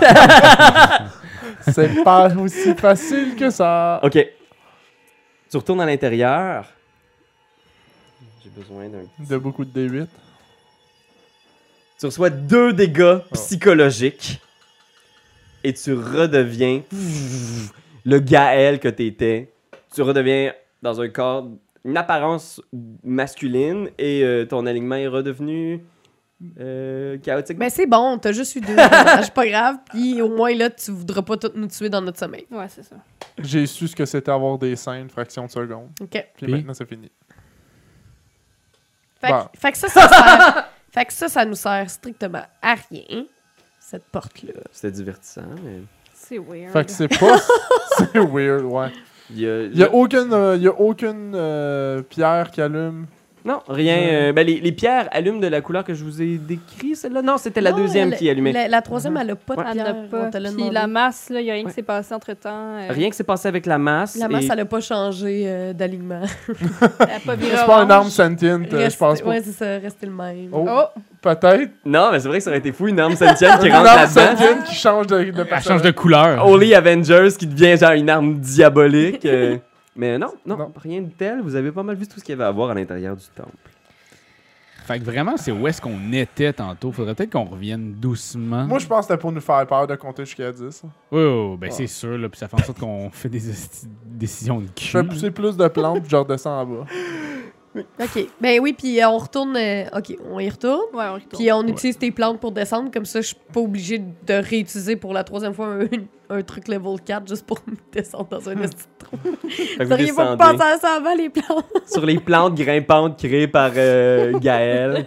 C'est pas aussi facile que ça. OK. Tu retournes à l'intérieur. J'ai besoin d'un... De beaucoup de D huit. Tu reçois deux dégâts psychologiques et tu redeviens le Gaël que t'étais. Tu redeviens dans un corps, une apparence masculine et euh, ton alignement est redevenu euh, chaotique. Ben c'est bon, t'as juste eu deux dommages, pas grave. Puis au moins là, tu voudras pas tout nous tuer dans notre sommeil. Ouais, c'est ça. J'ai su ce que c'était avoir des seins une fraction de seconde. OK. Puis, Puis? maintenant, c'est fini. Fait, que- Bon. fait que ça, ça sert. Fait que ça, ça nous sert strictement à rien, cette porte-là. C'était divertissant, mais... C'est weird. Fait que c'est pas... c'est weird, ouais. Il y a, Il y a aucune, euh, il y a aucune euh, pierre qui allume. Non, rien. euh, ben, les, les pierres allument de la couleur que je vous ai décrit, celle-là. Non, c'était la Non, deuxième elle- qui allumait. La, la troisième, elle a pas de Elle pierre. n'a pas. on te l'a Puis demandé. la masse, il n'y a rien Ouais. qui s'est passé entre-temps. euh, Rien que s'est passé avec la masse. La masse, et- elle a pas changé euh, d'alignement. Elle n'a pas viré C'est pas une orange. arme sentiente, euh, je Reste- pense pas. Ouais, c'est ça, rester le même. Oh, Oh! peut-être. Non, mais c'est vrai que ça aurait été fou, une arme sentiente qui Une rentre arme là-dedans. sentiente qui change de, de Elle change personnage. de couleur. Holy Avengers qui devient genre une arme diabolique. euh. Mais non, non, Non. rien de tel. Vous avez pas mal vu tout ce qu'il y avait à voir à l'intérieur du temple. Fait que vraiment, c'est où est-ce qu'on était tantôt. Faudrait peut-être qu'on revienne doucement. Moi, je pense que c'était pour nous faire peur de compter jusqu'à dix. Oui, oui, ben Ouais. c'est sûr, là. Puis ça fait en sorte qu'on fait des esti- décisions de Je fais cul. pousser plus de plantes puis je redescends en bas. OK. Ben oui, puis euh, on retourne... euh, OK, on y retourne. Ouais, on retourne. Puis on utilise tes plantes pour descendre. Comme ça, je suis pas obligée de réutiliser pour la troisième fois un, un truc level quatre juste pour me descendre dans un esti de trou. Fait que Vous auriez pas descendez pensé à ça avant, les plantes? sur les plantes grimpantes créées par euh, Gaël.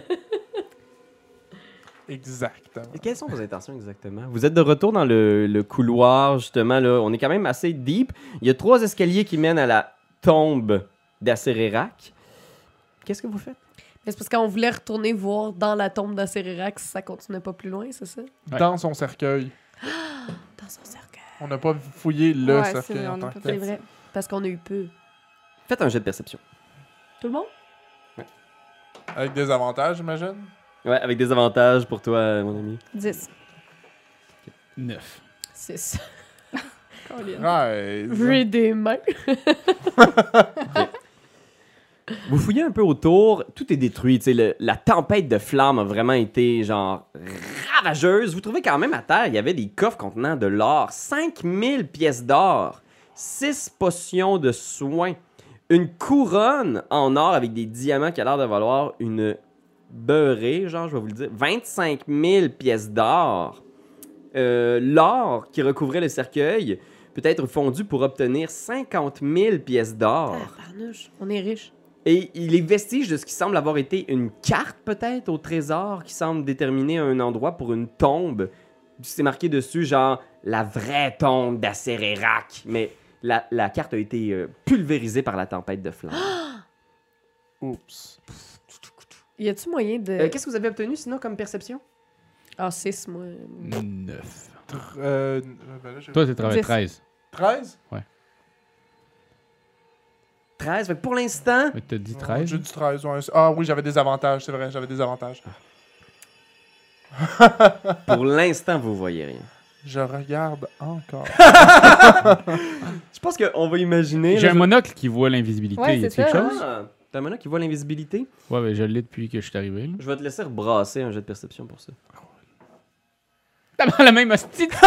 Exactement. Et quelles sont vos intentions exactement? Vous êtes de retour dans le, le couloir, justement. Là. On est quand même assez deep. Il y a trois escaliers qui mènent à la tombe d'Acérérac. Qu'est-ce que vous faites? Mais c'est parce qu'on voulait retourner voir dans la tombe d'Acérérac si ça continuait pas plus loin, c'est ça? Ouais. Dans son cercueil. Dans son cercueil. On n'a pas fouillé le Ouais, c'est cercueil vrai, en on tant n'a que pas tel. C'est vrai. Parce qu'on a eu peu. Faites un jet de perception. Tout le monde? Avec des avantages, j'imagine. Ouais, avec des avantages pour toi, mon ami. dix. neuf. six. Ouais. J'ai des mains. Vous fouillez un peu autour, tout est détruit. tu sais, Le, la tempête de flammes a vraiment été, genre, ravageuse. Vous trouvez quand même à terre, il y avait des coffres contenant de l'or. cinq mille pièces d'or, six potions de soins, une couronne en or avec des diamants qui a l'air de valoir une beurrée, genre, je vais vous le dire, vingt-cinq mille pièces d'or. Euh, l'or qui recouvrait le cercueil peut être fondu pour obtenir cinquante mille pièces d'or. Ah, barnouche. On est riches. Et les vestiges de ce qui semble avoir été une carte, peut-être, au trésor, qui semble déterminer un endroit pour une tombe. C'est marqué dessus, genre, la vraie tombe d'Acérérac. Mais la, la carte a été euh, pulvérisée par la tempête de flammes. Oups. Y a-tu moyen de. Euh, Qu'est-ce que vous avez obtenu, sinon, comme perception? Ah, six, moi. neuf. Tr- euh, ben là, j'ai- Toi, tu travailles dix. treize. treize? treize. Fait que pour l'instant, Mais t'as dit Ouais, treize? J'ai du treize. Ouais. Ah oui, j'avais des avantages, c'est vrai, j'avais des avantages. pour l'instant, vous voyez rien. Je regarde encore. Je pense qu'on va imaginer... J'ai là, un je- monocle qui voit l'invisibilité. Ouais, y a c'est quelque ça. chose? Ah, t'as un monocle qui voit l'invisibilité? Ouais, ben je l'ai depuis que je suis arrivé. là. Je vais te laisser rebrasser un jet de perception pour ça. T'as la même hostie de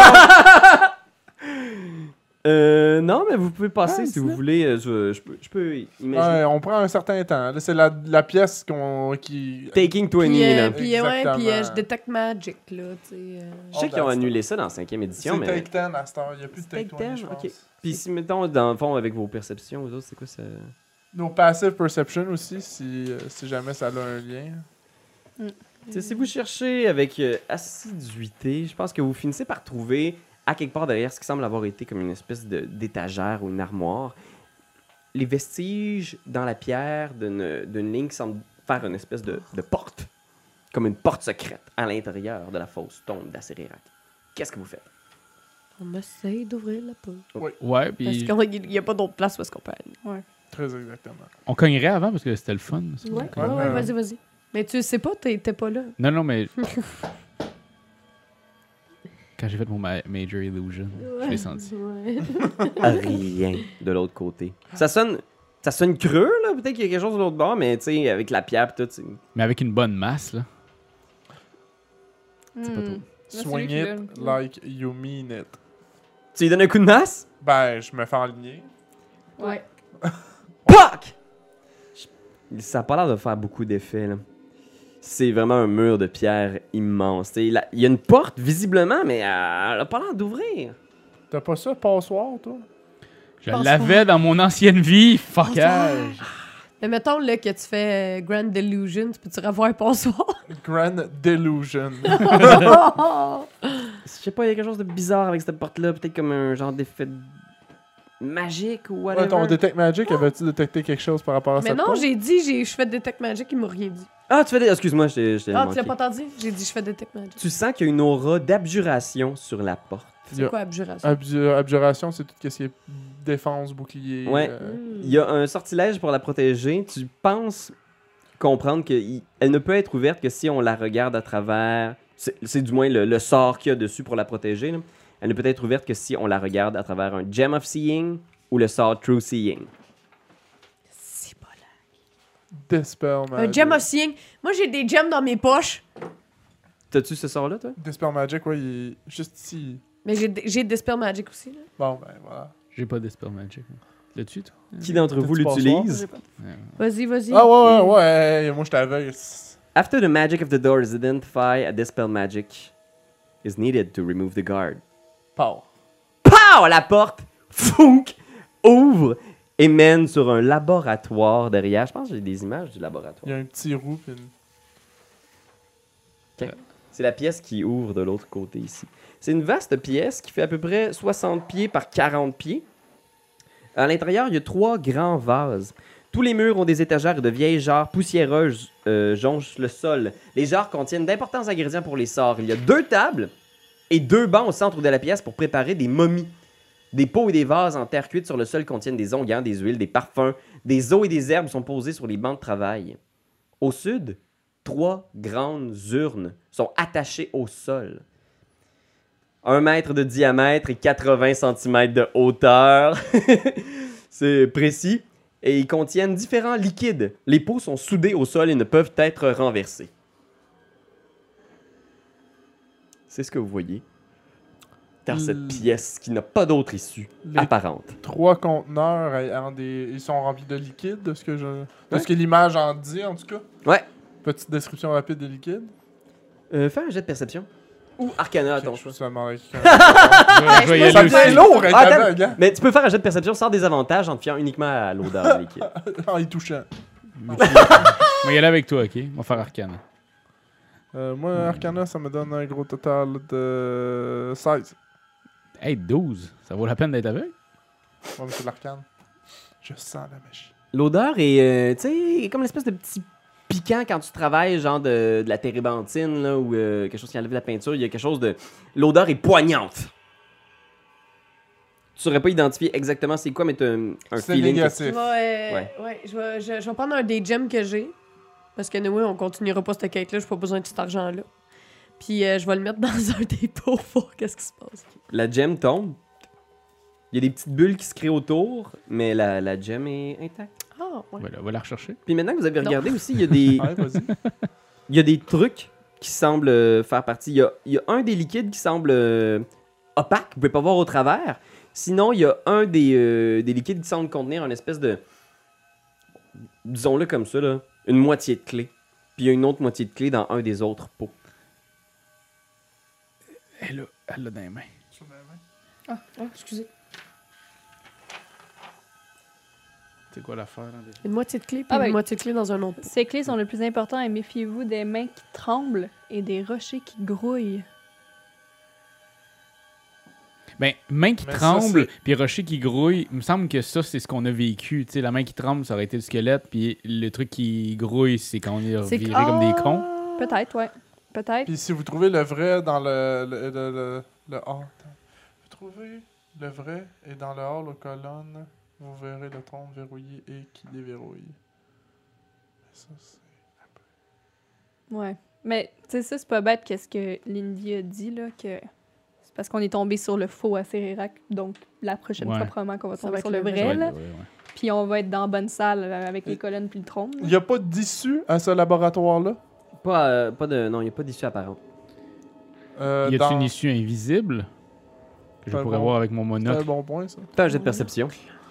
Euh, non, mais vous pouvez passer Ah, si vous dix-neuf. voulez. euh, Je, je peux, je peux imaginer. Ouais, on prend un certain temps. Là, c'est la, la pièce qu'on, qui... Taking vingt, Puis, euh, là. puis, euh, ouais, Exactement. puis euh, je détecte Magic, là, tu sais. euh. Je sais qu'ils ont annulé ça dans la cinquième C'est édition, mais... Take dix à cette heure. Il n'y a plus de C'est Take Take vingt, dix, je pense. ok. Puis si, mettons, dans le fond, avec vos perceptions, vous autres, c'est quoi ça? Nos passive perception aussi, si, euh, si jamais ça a un lien. Tu sais, si vous cherchez avec euh, assiduité, je pense que vous finissez par trouver, à quelque part derrière ce qui semble avoir été comme une espèce de, d'étagère ou une armoire, les vestiges dans la pierre d'une, d'une ligne qui semble faire une espèce de, de porte, comme une porte secrète à l'intérieur de la fausse tombe d'Acérérac. Qu'est-ce que vous faites? On essaye d'ouvrir la porte. Ouais, Parce puis qu'il n'y a pas d'autre place où est-ce qu'on peut aller. Très exactement. on cognerait avant parce que c'était le fun. ça. Ouais, ouais, Ouais, ouais, ouais. vas-y, vas-y. Mais tu sais pas, t'es t'es pas là. Non, non, mais. Quand j'ai fait mon ma- Major Illusion, je l'ai senti. Ouais. Rien de l'autre côté. Ça sonne, ça sonne creux, là. Peut-être qu'il y a quelque chose de l'autre bord, mais tu sais, avec la pierre et tout, c'est... Mais avec une bonne masse, là. C'est pas Hmm. trop. c'est Swing lui qui it l'a. like you mean it. Tu lui donnes un coup de masse? Ben, je me fais enligner. Ouais. Poc! Ça a pas l'air de faire beaucoup d'effet, là. C'est vraiment un mur de pierre immense. T'sais, la- Il y a une porte, visiblement, mais euh, elle a pas l'air d'ouvrir. T'as pas ça, passoire, toi? Je Bonsoir. l'avais dans mon ancienne vie. Fuckage. Mais mettons là, que tu fais euh, Grand Delusion, tu peux-tu revoir un passoire? Grand Delusion. Je sais pas, il y a quelque chose de bizarre avec cette porte-là. Peut-être comme un genre d'effet de- magique ou whatever. Ouais, ton Detect Magic, avais-tu détecté quelque chose par rapport à Mais cette non, porte? j'ai dit, j'ai- je fais Detect Magic, il m'a rien dit. Ah, tu fais des... Excuse-moi, je t'ai je t'ai Ah, manqué. tu l'as pas entendu? J'ai dit, je fais Detect Magic. Tu sens qu'il y a une aura d'abjuration sur la porte. Il y a- C'est quoi, abjuration? Abju- Abjuration, c'est tout ce qui est défense, bouclier. Ouais. euh, Hmm. Il y a un sortilège pour la protéger. Tu penses comprendre qu'elle ne peut être ouverte que si on la regarde à travers... C'est c'est du moins le, le sort qu'il y a dessus pour la protéger. là. Elle ne peut être ouverte que si on la regarde à travers un Gem of Seeing ou le sort True Seeing. C'est pas là. Dispel Magic. Un Gem of Seeing. Moi, j'ai des gems dans mes poches. T'as-tu ce sort-là, toi? Dispel Magic, ouais, il est juste ici. Mais j'ai j'ai Dispel Magic aussi. Là. Bon, ben voilà. J'ai pas d'Espel Magic. moi. Là-dessus, toi? Qui d'entre vous Petit l'utilise? J'ai pas- Vas-y, vas-y. Ah ouais, ouais, ouais. Moi, je t'avais. After the magic of the door is identified, a dispel magic is needed to remove the guard. Pow. Pow! La porte, founk, ouvre et mène sur un laboratoire derrière. Je pense que j'ai des images du Il laboratoire. y a un petit roux. Pis une... C'est la pièce qui ouvre de l'autre côté ici. C'est une vaste pièce qui fait à peu près soixante pieds par quarante pieds. À l'intérieur, il y a trois grands vases. Tous les murs ont des étagères et de vieilles jarres poussiéreuses euh, jonchent le sol. Les jarres contiennent d'importants ingrédients pour les sorts. Il y a deux tables et deux bancs au centre de la pièce pour préparer des momies. Des pots et des vases en terre cuite sur le sol contiennent des onguents, des huiles, des parfums. Des eaux et des herbes sont posées sur les bancs de travail. Au sud, trois grandes urnes sont attachées au sol. Un mètre de diamètre et quatre-vingts centimètres de hauteur. C'est précis. Et ils contiennent différents liquides. Les pots sont soudés au sol et ne peuvent être renversés. C'est ce que vous voyez dans cette Hmm. pièce qui n'a pas d'autre issue Les apparente. trois conteneurs ayant des... Ils sont remplis de liquide, de ce que je... De Ouais. ce que l'image en dit, en tout cas. Ouais. Petite description rapide des liquides. Euh, fais un jet de perception. Ou Arcana à ton Ok, choix. je demande à quelqu'un. Je vais y aller Ça aussi. devient lourd, être Ah, attends. aveugle, hein? Mais tu peux faire un jet de perception sans désavantage en te fiant uniquement à l'odeur liquide. En y touchant. Je vais y aller avec toi, OK? On va faire Arcana. Euh, moi, Arcana, ça me donne un gros total de seize. Hey, douze. Ça vaut la peine d'être aveugle? Ouais, mais c'est de l'arcane. Je sens la machine. L'odeur est, euh, tu sais, comme l'espèce de petit piquant quand tu travailles, genre de, de la térébenthine, là, ou euh, quelque chose qui enlève la peinture. Il y a quelque chose de... L'odeur est poignante. Tu saurais pas identifier exactement c'est quoi, mais t'as un, un C'est feeling... que- Je négatif. vais, euh, Ouais. ouais, je vais, je, je vais prendre un des gems que j'ai. Parce que nous, on continuera pas cette quête-là. J'ai pas besoin de cet argent-là. Puis euh, je vais le mettre dans un des pots pour voir qu'est-ce qui se passe. La gemme tombe. Il y a des petites bulles qui se créent autour, mais la, la gemme est intacte. Ah, ouais. Voilà, on va la rechercher. Puis maintenant que vous avez Non. regardé aussi, il y a des... Ouais, vas-y. Il y a des trucs qui semblent euh, faire partie. Il y a, il y a un des liquides qui semble euh, opaque, vous pouvez pas voir au travers. Sinon, il y a un des, euh, des liquides qui semble contenir une espèce de... Disons-le comme ça, là, une moitié de clé. Puis il y a une autre moitié de clé dans un des autres pots. Elle l'a, elle l'a dans les mains. Ah, ah, excusez. C'est quoi l'affaire? Hein, déjà? Une moitié de clé, puis Ah, une ben. moitié de clé dans un autre pot. Ces clés sont le plus important et méfiez-vous des mains qui tremblent et des rochers qui grouillent. Ben, main qui Mais ça, tremble, c'est- puis rocher qui grouille, il me semble que ça, c'est ce qu'on a vécu. Tu sais, la main qui tremble, ça aurait été le squelette, puis le truc qui grouille, c'est quand on est C'est viré que- comme des Ah! cons. Peut-être, ouais. Peut-être. Puis si vous trouvez le vrai dans le... le, le, le, le hall... attends. Vous trouvez le vrai et dans le hall aux colonnes, vous verrez le trône verrouillé et qui déverrouille. Ça, c'est... Ouais. Mais, tu sais, ça, c'est pas bête qu'est-ce que Lindy a dit, là, que c'est parce qu'on est tombé sur le faux à Cérerac. Donc, la prochaine Ouais. fois, probablement qu'on va Ça tomber va sur être le le vrai, Ouais, là. ouais, ouais. Puis on va être dans la bonne salle euh, avec les Et- colonnes puis le trône. Il n'y a pas d'issue à ce laboratoire-là? Pas, euh, pas de... Non, il n'y a pas d'issue apparente. Euh, Y a-tu dans- une issue invisible que je C'est un pourrais bon- voir avec mon C'est un monocle? bon point, ça. Fais un jet de perception.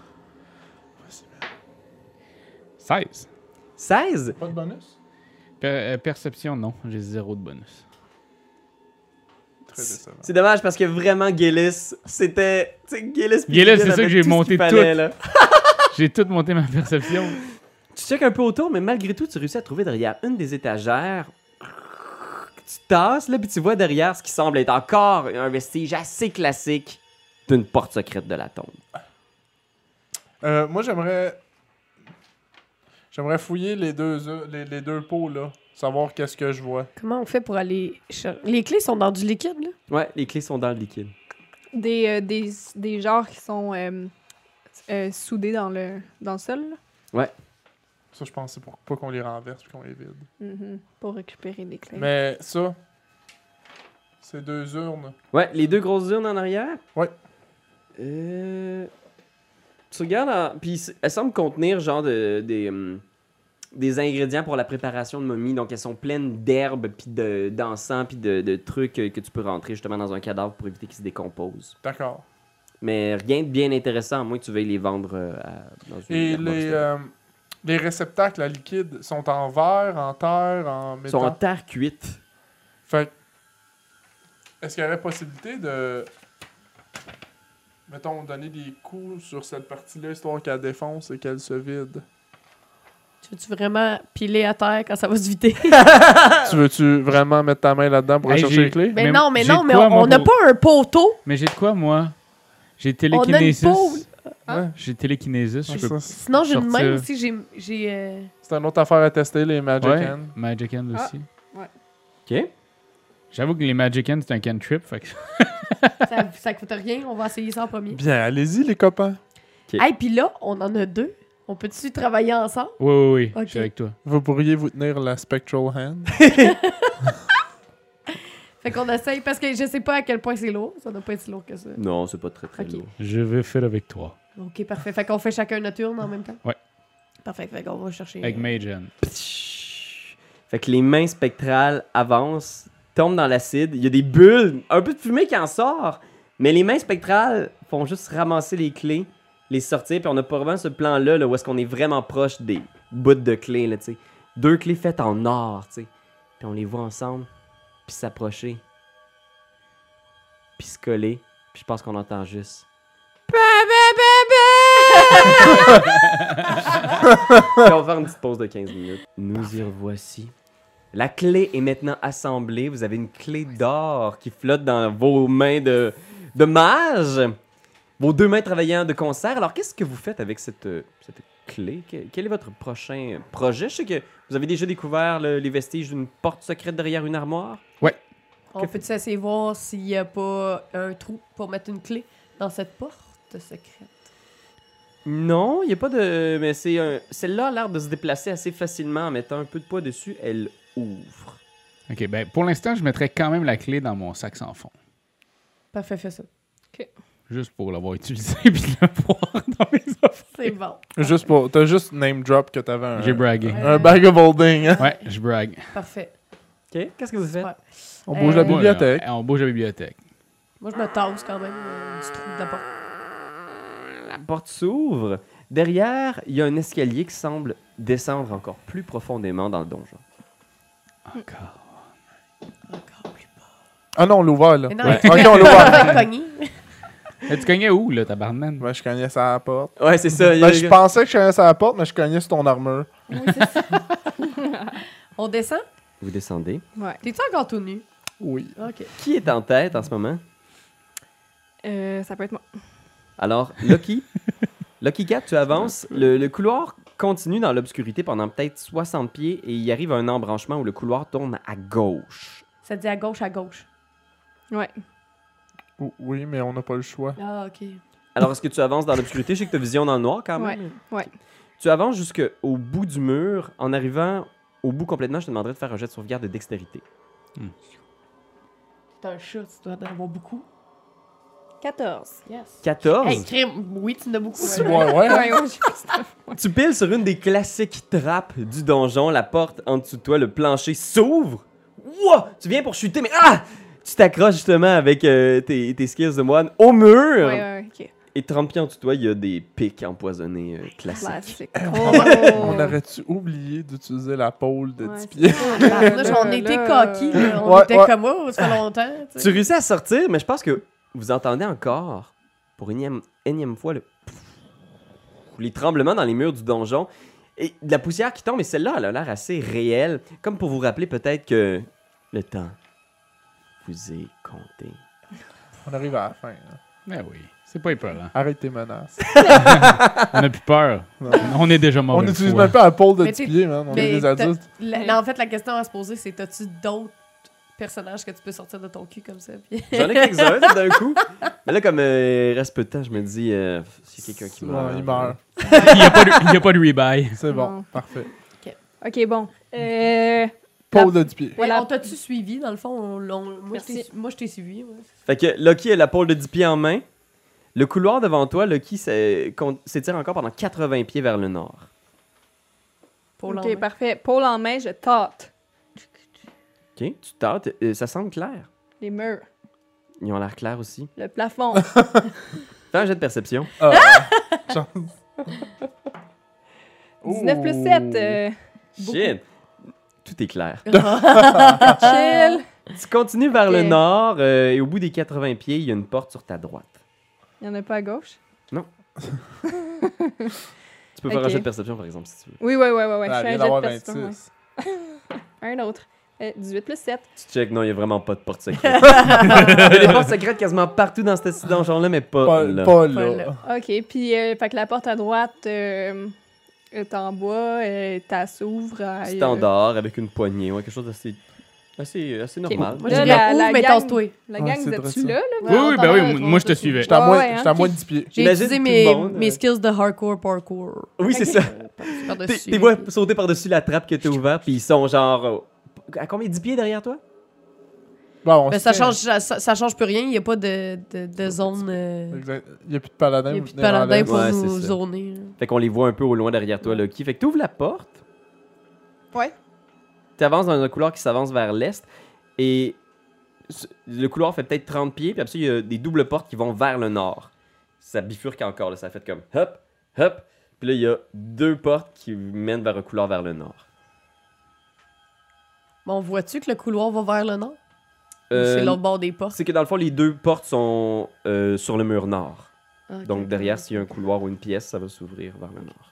seize. seize? Pas de bonus? Per- euh, perception, non. J'ai zéro de bonus. Très décevant. C'est dommage parce que vraiment, Gillis, c'était... Tu sais, Gillis... puis Gillis, Gideon c'est ça avaient que j'ai tout ce monté qu'il fallait, tout. là. J'ai tout monté ma perception. Tu checkes un peu autour, mais malgré tout, tu réussis à trouver derrière une des étagères. Tu tasses, là, puis tu vois derrière ce qui semble être encore un vestige assez classique d'une porte secrète de la tombe. Euh, moi, j'aimerais... J'aimerais fouiller les deux, œufs- les, les deux pots, là. Savoir qu'est-ce que je vois. Comment on fait pour aller... cher- Les clés sont dans du liquide, là? Ouais, les clés sont dans le liquide. Des, euh, des, des genres qui sont euh, euh, soudés dans le, dans le sol, là. Ça, je pense que c'est pour pas qu'on les renverse puis qu'on les vide. Mhm. Pour récupérer des clés. Mais ça, c'est deux urnes. Ouais, les deux grosses urnes en arrière. Ouais. Euh... Tu regardes, en- puis c- elles semblent contenir genre de, des, hum, des ingrédients pour la préparation de momies. Donc elles sont pleines d'herbes, puis de, d'encens, puis de, de trucs euh, que tu peux rentrer justement dans un cadavre pour éviter qu'il se décompose. D'accord. Mais rien de bien intéressant, à moins que tu veuilles les vendre euh, à- dans une Et armoire les, stock. euh, les réceptacles à liquide sont en verre, en terre, en Ils métal. sont en terre cuite. Fait que, est-ce qu'il y aurait possibilité de, mettons, donner des coups sur cette partie-là, histoire qu'elle défonce et qu'elle se vide? Tu veux-tu vraiment piler à terre quand ça va se vider? Tu veux-tu vraiment mettre ta main là-dedans pour aller Hey, chercher j'ai- les clés? mais, Mais non, mais j'ai non, de mais quoi, on- moi, on n'a pour- pas un poteau. Mais j'ai de quoi, moi? J'ai On a une télékinésis. pole. Ouais. J'ai télékinésis. Ouais, Je peux... ça, c'est- Sinon, j'ai une Sortir. main aussi. J'ai. j'ai euh, c'est une autre affaire à tester, les Magic Ouais, Hands. Magic Hand Ah. aussi. OK? J'avoue que les Magic Hands, c'est un cantrip. Fait que... ça, ça coûte rien. On va essayer ça en premier. Bien, allez-y, les copains. Ok. Hey, puis là, on en a deux. On peut-tu travailler ensemble? Oui, oui, oui. Ok. Je suis avec toi. Vous pourriez vous tenir la Spectral Hand. Fait qu'on essaye. Parce que je sais pas à quel point c'est lourd. Ça doit pas être si lourd que ça. Non, c'est pas très, très Ok. lourd. Je vais faire avec toi. Ok, parfait. Fait qu'on fait chacun notre tourne en même temps? Ouais. Parfait. Fait qu'on va chercher. Avec euh, Mage Hand. Fait que les mains spectrales avancent, tombent dans l'acide. Il y a des bulles, un peu de fumée qui en sort. Mais les mains spectrales font juste ramasser les clés, les sortir. Puis on a pas vraiment ce plan-là là, où est-ce qu'on est vraiment proche des bouts de clés. Là, tu sais. Deux clés faites en or. Tu sais. Puis on les voit ensemble, puis s'approcher. Puis se coller. Puis je pense qu'on entend juste... Puis on va faire une petite pause de quinze minutes. Nous y revoici. La clé est maintenant assemblée. Vous avez une clé d'or qui flotte dans vos mains de, de mage. Vos deux mains travaillant de concert. Alors, qu'est-ce que vous faites avec cette, euh, cette clé? Que- Quel est votre prochain projet? Je sais que vous avez déjà découvert le- les vestiges d'une porte secrète derrière une armoire. On peut-tu essayer de voir s'il y a pas un trou pour mettre une clé dans cette porte secrète? Non, il n'y a pas de... Mais c'est un... Celle-là a l'air de se déplacer assez facilement en mettant un peu de poids dessus. Elle ouvre. Ok, ben pour l'instant, je mettrais quand même la clé dans mon sac sans fond. Parfait, fais ça. Juste pour l'avoir utilisé puis le voir dans mes affaires. C'est bon. Juste pour. T'as juste name drop que t'avais un. J'ai bragué. Ouais. Un bag of holding. hein. Ouais, je brague. Parfait. OK? Qu'est-ce que vous faites? Super. On bouge la Euh, bibliothèque. Moi, là, on bouge la bibliothèque. Moi, je me tasse quand même euh, du trou de la porte. La porte s'ouvre. Derrière, il y a un escalier qui semble descendre encore plus profondément dans le donjon. Encore. Encore plus bas. Ah non, on l'a ouvert, là. Mais non, Ouais. il- Ok, on l'a ouvert. on va être pogné. Eh, tu cognais où, là, tabarnak? Ouais, je cognais sur la porte. Ouais, c'est ça. il y a- Ben, je pensais que je cognais sur la porte, mais je cognais sur ton armure. Oui, c'est ça. On descend? Vous descendez. Ouais. T'es-tu encore tout nu? Oui. OK. Qui est en tête en ce moment? Euh, ça peut être moi. Alors, Lucky. Lucky Cat, tu avances. Le, le couloir continue dans l'obscurité pendant peut-être soixante pieds et il arrive à un embranchement où le couloir tourne à gauche. Ça dit à gauche, à gauche. Ouais. O- Oui, mais on n'a pas le choix. Ah, OK. Alors, est-ce que tu avances dans l'obscurité? Je sais que tu as vision dans le noir quand même. Ouais. Ouais. Tu avances jusqu'au bout du mur. En arrivant au bout complètement, je te demanderais de faire un jet de sauvegarde de dextérité. T'es un chat, tu dois en avoir beaucoup. quatorze. Yes. quatorze. Hey, crime, oui, tu en as beaucoup. Si, ouais, ouais. Ouais, ouais, j'ai- Tu piles sur une des classiques trappes du donjon. La porte en dessous de toi, le plancher s'ouvre. Wouah! Tu viens pour chuter, mais ah! Tu t'accroches justement avec euh, tes, tes skills de moine au mur. ouais, ouais, ouais, ok. Et trente pieds en dessous de toi, il y a des pics empoisonnés euh, classiques. Classique. On, Oh. on aurait-tu oublié d'utiliser la pôle de Ouais, dix c'est pieds? ça. Là, on était Là, coquilles, là. on Ouais, était ouais. comme moi, ça fait longtemps. tu Tu sais. réussis à sortir, mais je pense que vous entendez encore, pour une énième, énième fois, le... les tremblements dans les murs du donjon. Et de la poussière qui tombe, et celle-là, elle a l'air assez réelle. Comme pour vous rappeler peut-être que le temps vous est compté. On arrive à la fin. hein. Ben oui, c'est pas épeurant. Arrête tes menaces. On a plus peur. Non. On est déjà mort On une n'utilise fois. même pas la pôle de Mais dix t'es- pieds, man. On mais est des t'as- adultes. La- là, en fait, la question à se poser, c'est t'as-tu d'autres personnages que tu peux sortir de ton cul comme ça? Puis... J'en ai quelques-uns là, d'un coup. Mais là, comme euh, il reste peu de temps, je me dis, euh, s'il y a quelqu'un qui Ouais, meurt. il meurt. Il n'y a, pas de- il y a pas de rebuy. C'est bon, Non. parfait. Ok, bon. Euh, Pôle de dix pieds. Voilà. Voilà. On t'a-tu suivi, dans le fond? On- on- moi, je Merci. t'ai- moi, je t'ai suivi. Ouais. Fait que Lucky a la pôle de dix pieds en main. Le couloir devant toi, Lucky s'est- con- s'étire encore pendant quatre-vingts pieds vers le nord. Pour ok, l'enlever. parfait. Pôle en main, je tâte OK? Tu tâtes. euh, ça semble clair. les murs, Ils ont l'air clairs aussi. le plafond. Fait Fais un jet de perception. Ah! Chance. dix-neuf plus Ouh. sept. euh, Shit. Tout est clair. chill. Tu continues vers le Ok. nord euh, et au bout des quatre-vingts pieds, il y a une porte sur ta droite. Il y en a pas à gauche? Tu peux faire un Ok. jet de perception, par exemple, si tu veux. Oui, oui, oui, oui. Ouais. Ah, Je fais elle un vient jet de d'avoir perception, vingt-six. ouais. Un autre. Euh, dix-huit plus sept. Tu check, non, il n'y a vraiment pas de porte secrète. Il y a des portes secrètes quasiment partout dans ce donjon-là, mais pas, Pas, là. pas Pas là. là. OK, puis euh, fait que la porte à droite euh, est en bois, euh, t'as s'ouvre. à- Standard, avec une poignée, ouais, quelque chose d'assez assez, assez normal. Moi, Là, je la- dirais la ouvre, mais gang- tasse-toi. La Ouais, gang, c'est vous vrai, êtes-tu ça. là? là? Oui, oui, ben oui, moi, je te suivais. J'étais à, Ouais, moins, ouais, hein, j'étais à moins ok. de dix pieds. J'ai Imagine utilisé tout mes, le monde, mes euh. skills de hardcore parkour. Oui, c'est ça. Par-dessus. T'es t'es vois sauter par-dessus la trappe que t'as ouverte, puis ils sont genre. euh, À combien? dix pieds derrière toi? Bon, on Ben, se ça, tient. change, ça, ça change plus rien. Il n'y a pas de, de, de zone. euh, Exact. Il n'y a plus de paladin. Il n'y a vous plus de tenez en paladin l'air. pour Ouais, nous c'est ça. zoner. là. Fait qu'on les voit un peu au loin derrière toi, Lucky. Fait que t'ouvres la porte. Ouais. T'avances dans un couloir qui s'avance vers l'est. Et ce- le couloir fait peut-être trente pieds. Puis après ça, il y a des doubles portes qui vont vers le nord. Ça bifurque encore, là. Ça fait comme hop, hop. Puis là, il y a deux portes qui mènent vers un couloir vers le nord. Bon, vois-tu que le couloir va vers le nord? Ou Euh, c'est l'autre bord des portes? C'est que dans le fond, les deux portes sont euh, sur le mur nord. Ok. Donc derrière, s'il y a un couloir ou une pièce, ça va s'ouvrir vers le nord.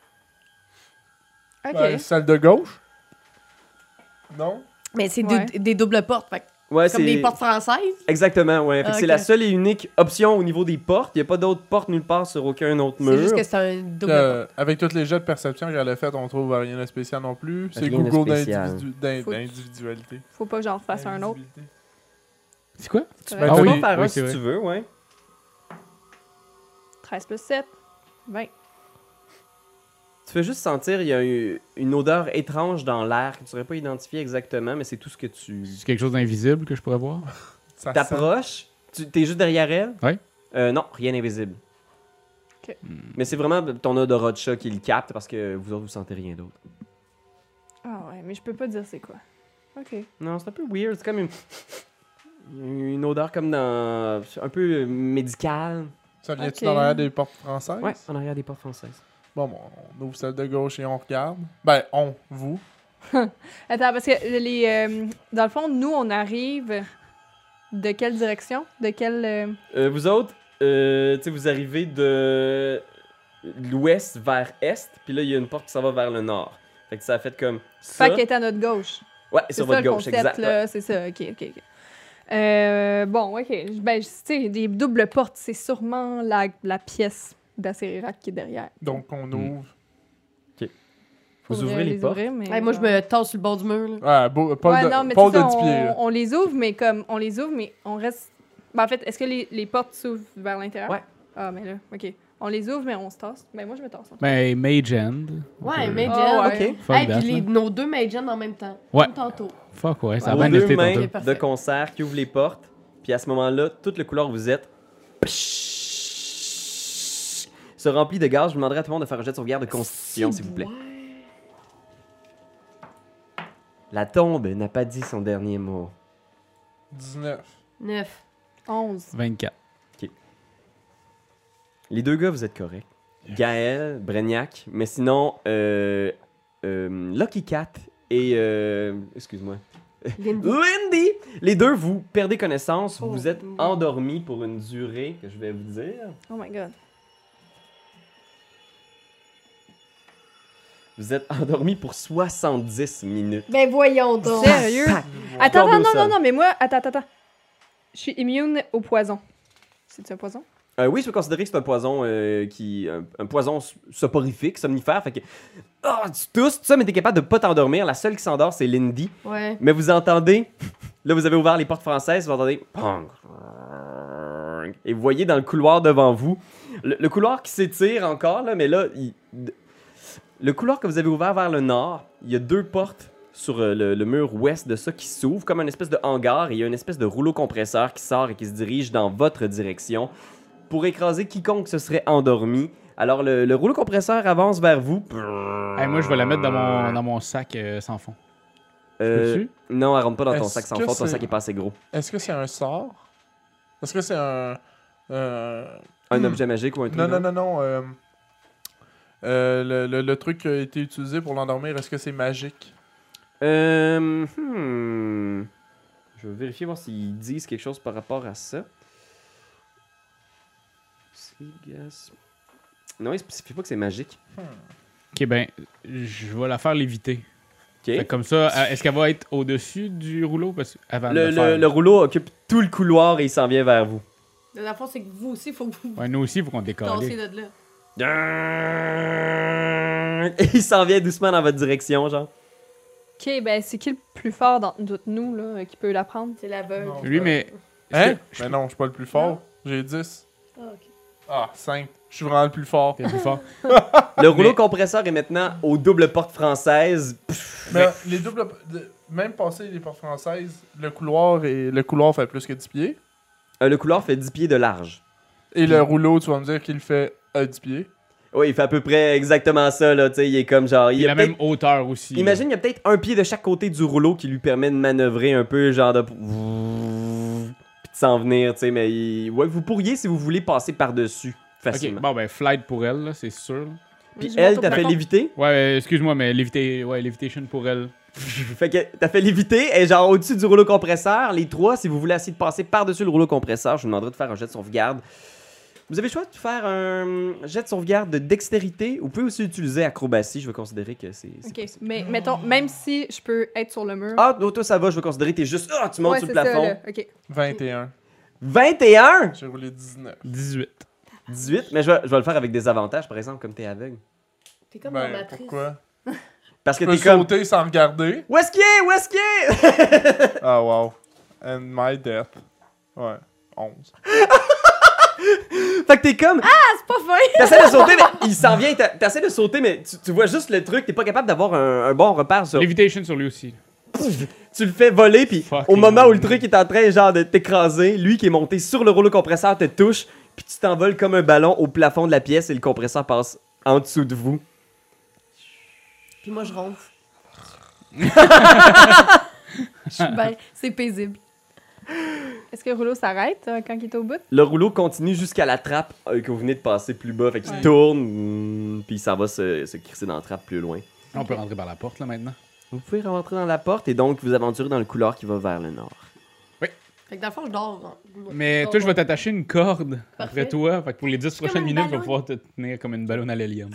OK. Ben, celle de gauche? Non? Mais c'est Ouais. des, des doubles portes. Fait que Ouais, comme des portes françaises. Exactement, ouais. Fait que Ah, c'est ok. la seule et unique option au niveau des portes. Il n'y a pas d'autres portes nulle part sur aucun autre mur. C'est juste que c'est un double Euh, porte. avec tous les jets de perception qu'elle a fait, on trouve rien de spécial non plus. C'est Rien de Google spécial. d'individu- d'in- Faut- d'individualité. Faut pas que j'en refasse un autre. Invisibilité. C'est quoi? C'est Ben, Tu Ah peux oui, en faire oui, un c'est si vrai. tu veux, ouais. treize plus sept. vingt. Tu fais juste sentir, il y a eu- une odeur étrange dans l'air que tu ne saurais pas identifier exactement, mais c'est tout ce que tu C'est quelque chose d'invisible que je pourrais voir? Ça sent- t'approches. Tu es juste derrière elle? Oui. Euh, non, rien d'invisible. Ok. Mais c'est vraiment ton odorat de chat qui le capte parce que vous autres, vous sentez rien d'autre. Ah ouais, mais je peux pas dire c'est quoi. OK. Non, c'est un peu weird. C'est comme une... une odeur comme dans... un peu euh, médicale. Ça vient-tu Ok. dans l'arrière des portes françaises? Ouais, en arrière des portes françaises. Bon, bon, on ouvre celle de gauche et on regarde. Ben, on, vous. Attends, parce que les, euh, dans le fond, nous, on arrive de quelle direction? De quelle... euh, Euh, vous autres, euh, tu sais, vous arrivez de l'ouest vers est, puis là, il y a une porte qui s'en va vers le nord. Fait que ça a fait comme ça. Fait qu'elle est à notre gauche. Ouais, C'est sur ça votre le gauche, concept, exact. là. C'est ça, OK, OK, OK. Euh, bon, OK. Ben, tu sais, des doubles portes, c'est sûrement la, la pièce d'Acérac qui est derrière. Donc, on ouvre. Vous Faudrait ouvrez les les portes. ouvrir, mais Hey, moi, je genre- me tasse sur le bord du mur. Là. Ouais, beau, Paul Ouais, de, non, mais Paul c'est de ça, dix pieds. on, là. on les ouvre, mais comme, on les ouvre, mais on reste... Ben, en fait, est-ce que les, les portes s'ouvrent vers l'intérieur? Ouais. Ah, mais là, OK. On les ouvre, mais on se tasse. Ben, moi, je me tasse. Ben, Mage End. Ouais, Euh, Mage Ah, End. ouais. Fuck Hey, that, puis les- là. nos deux Mage End en même temps. Ouais. Comme tantôt. Fuck ouais, ça a Vos bien deux resté mains tantôt. Ok, parfait. de concert qui ouvrent les portes, puis à ce moment-là, tout le couloir où vous êtes se remplit de gaz. Je vous demanderai à tout le monde de faire un jet de sauvegarde de constitution, s'il vous plaît. La tombe n'a pas dit son dernier mot. dix-neuf. Neuf. onze. vingt-quatre. Les deux gars, vous êtes corrects. Gaël, Brignac, mais sinon, euh, euh, Lucky Cat et... euh, excuse-moi. Lindy. Lindy! Les deux, vous perdez connaissance, Oh, vous êtes Lindy. endormis pour une durée que je vais vous dire. Oh my God. Vous êtes endormis pour soixante-dix minutes. Ben voyons donc. Sérieux? Pac! Attends, Tombé attends, au non, sol. non, non, mais moi, attends, attends, attends. Je suis immune au poison. C'est un poison? Euh, oui, je peux considérer que c'est un poison euh, qui. Un, un poison s- soporifique, somnifère. Fait que. Ah, tu tousses, tout ça, mais t'es capable de pas t'endormir. La seule qui s'endort, c'est Lindy. Ouais. Mais vous entendez. Là, vous avez ouvert les portes françaises, vous entendez. Pong. Et vous voyez dans le couloir devant vous. Le, le couloir qui s'étire encore, là, mais là. il- le couloir que vous avez ouvert vers le nord, il y a deux portes sur euh, le, le mur ouest de ça qui s'ouvrent comme une espèce de hangar et il y a une espèce de rouleau compresseur qui sort et qui se dirige dans votre direction pour écraser quiconque se serait endormi. Alors le, le rouleau compresseur avance vers vous. Hey, moi, je vais la mettre dans mon, dans mon sac euh, sans fond. Euh, Peux-tu? non, elle rentre pas dans ton Est-ce sac sans que fond, ton c'est- sac est pas assez gros. Est-ce que c'est un sort? Est-ce que c'est un... euh, Un objet magique ou un truc? Non, non, non, non. euh, euh, le, le, le truc qui a été utilisé pour l'endormir, est-ce que c'est magique? Euh, hmm. Je vais vérifier voir s'ils disent quelque chose par rapport à ça. Sleep gas. Non, il spécifie pas que c'est magique. Ok, ben, je vais la faire léviter. Ok. Fait que comme ça, euh, est-ce qu'elle va être au-dessus du rouleau? Parce que avant Le, de le faire. le, le rouleau occupe tout le couloir et il s'en vient vers vous. La fond, c'est que vous aussi, il faut que vous Ouais, nous aussi, il faut qu'on tassez décolle. de là. Et il s'en vient doucement dans votre direction, genre. Ok, ben c'est qui le plus fort d'entre nous- nous, là, qui peut la prendre? C'est l'aveugle. Non. Lui, mais. Hein? est-ce que Mais non, je suis pas le plus fort. Non. J'ai dix. Ah, ok. Ah, cinq. Je suis vraiment le plus fort. T'es plus fort. Le rouleau Mais- compresseur est maintenant aux doubles portes françaises. Pff, Mais les doubles. de- Même passer les portes françaises, le couloir, et, le couloir fait plus que dix pieds. euh, le couloir fait dix pieds de large. Et le rouleau, tu vas me dire qu'il fait à dix pieds. Oui, il fait à peu près exactement ça, là. Tu sais, il est comme genre. Il Il y a a la même peut-être- hauteur aussi. là. Imagine, il y a peut-être un pied de chaque côté du rouleau qui lui permet de manœuvrer un peu, genre de. Puis de s'en venir, tu sais. Mais il- ouais, vous pourriez, si vous voulez, passer par-dessus Ok, facilement. bon, ben, flight pour elle, là, c'est sûr. là. Puis Je elle, monte au t'as fait plafond. léviter. Ouais, euh, excuse-moi, mais lévita- ouais, levitation pour elle. Fait que t'as fait léviter, et genre au-dessus du rouleau compresseur. Les trois, si vous voulez essayer de passer par-dessus le rouleau compresseur, je vous demanderai de faire un jet de sauvegarde. Vous avez le choix de faire un jet de sauvegarde de dextérité. Vous pouvez aussi utiliser acrobatie. Je vais considérer que c'est. c'est Ok, possible. mais mettons, même si je peux être sur le mur. Ah, non, toi ça va, je vais considérer que t'es juste. Ah, tu montes ouais, sur le c'est ça, plafond. là. Ok. vingt et un. vingt et un! J'ai roulé dix-neuf. dix-huit. dix-huit, mais je vais, je vais le faire avec des avantages, par exemple, comme t'es aveugle. T'es comme dans Ben, Matrice. pourquoi? Parce que Je peux t'es comme. sauter sans regarder. Où est-ce qu'il est? Où est-ce qu'il est? Ah, wow. And my death. Ouais, onze. Fait que t'es comme. Ah, c'est pas fin! T'essaies de sauter, mais il s'en vient. t'a- T'essaies de sauter, mais tu, tu vois juste le truc. T'es pas capable d'avoir un, un bon repère sur. Levitation sur lui aussi. Tu le fais voler, puis Fucking au moment où le hell. truc est en train genre de t'écraser, lui qui est monté sur le rouleau compresseur te touche, puis tu t'envoles comme un ballon au plafond de la pièce et le compresseur passe en dessous de vous. Puis moi, je ronfle. Je suis ben, c'est paisible. Est-ce que le rouleau s'arrête euh, quand il est au bout? Le rouleau continue jusqu'à la trappe euh, que vous venez de passer plus bas, fait qu'il Ouais. tourne, mm, puis il s'en va se, se crisser dans la trappe plus loin. On peut rentrer par la porte, là, maintenant. Vous pouvez rentrer dans la porte et donc vous aventurez dans le couloir qui va vers le nord. Fait que dans le fond, je dors. Mais dors- toi, je vais t'attacher une corde Parfait. après toi. Fait que pour les dix comme prochaines une minutes, je vais ballonne. pouvoir te tenir comme une ballonne à l'hélium.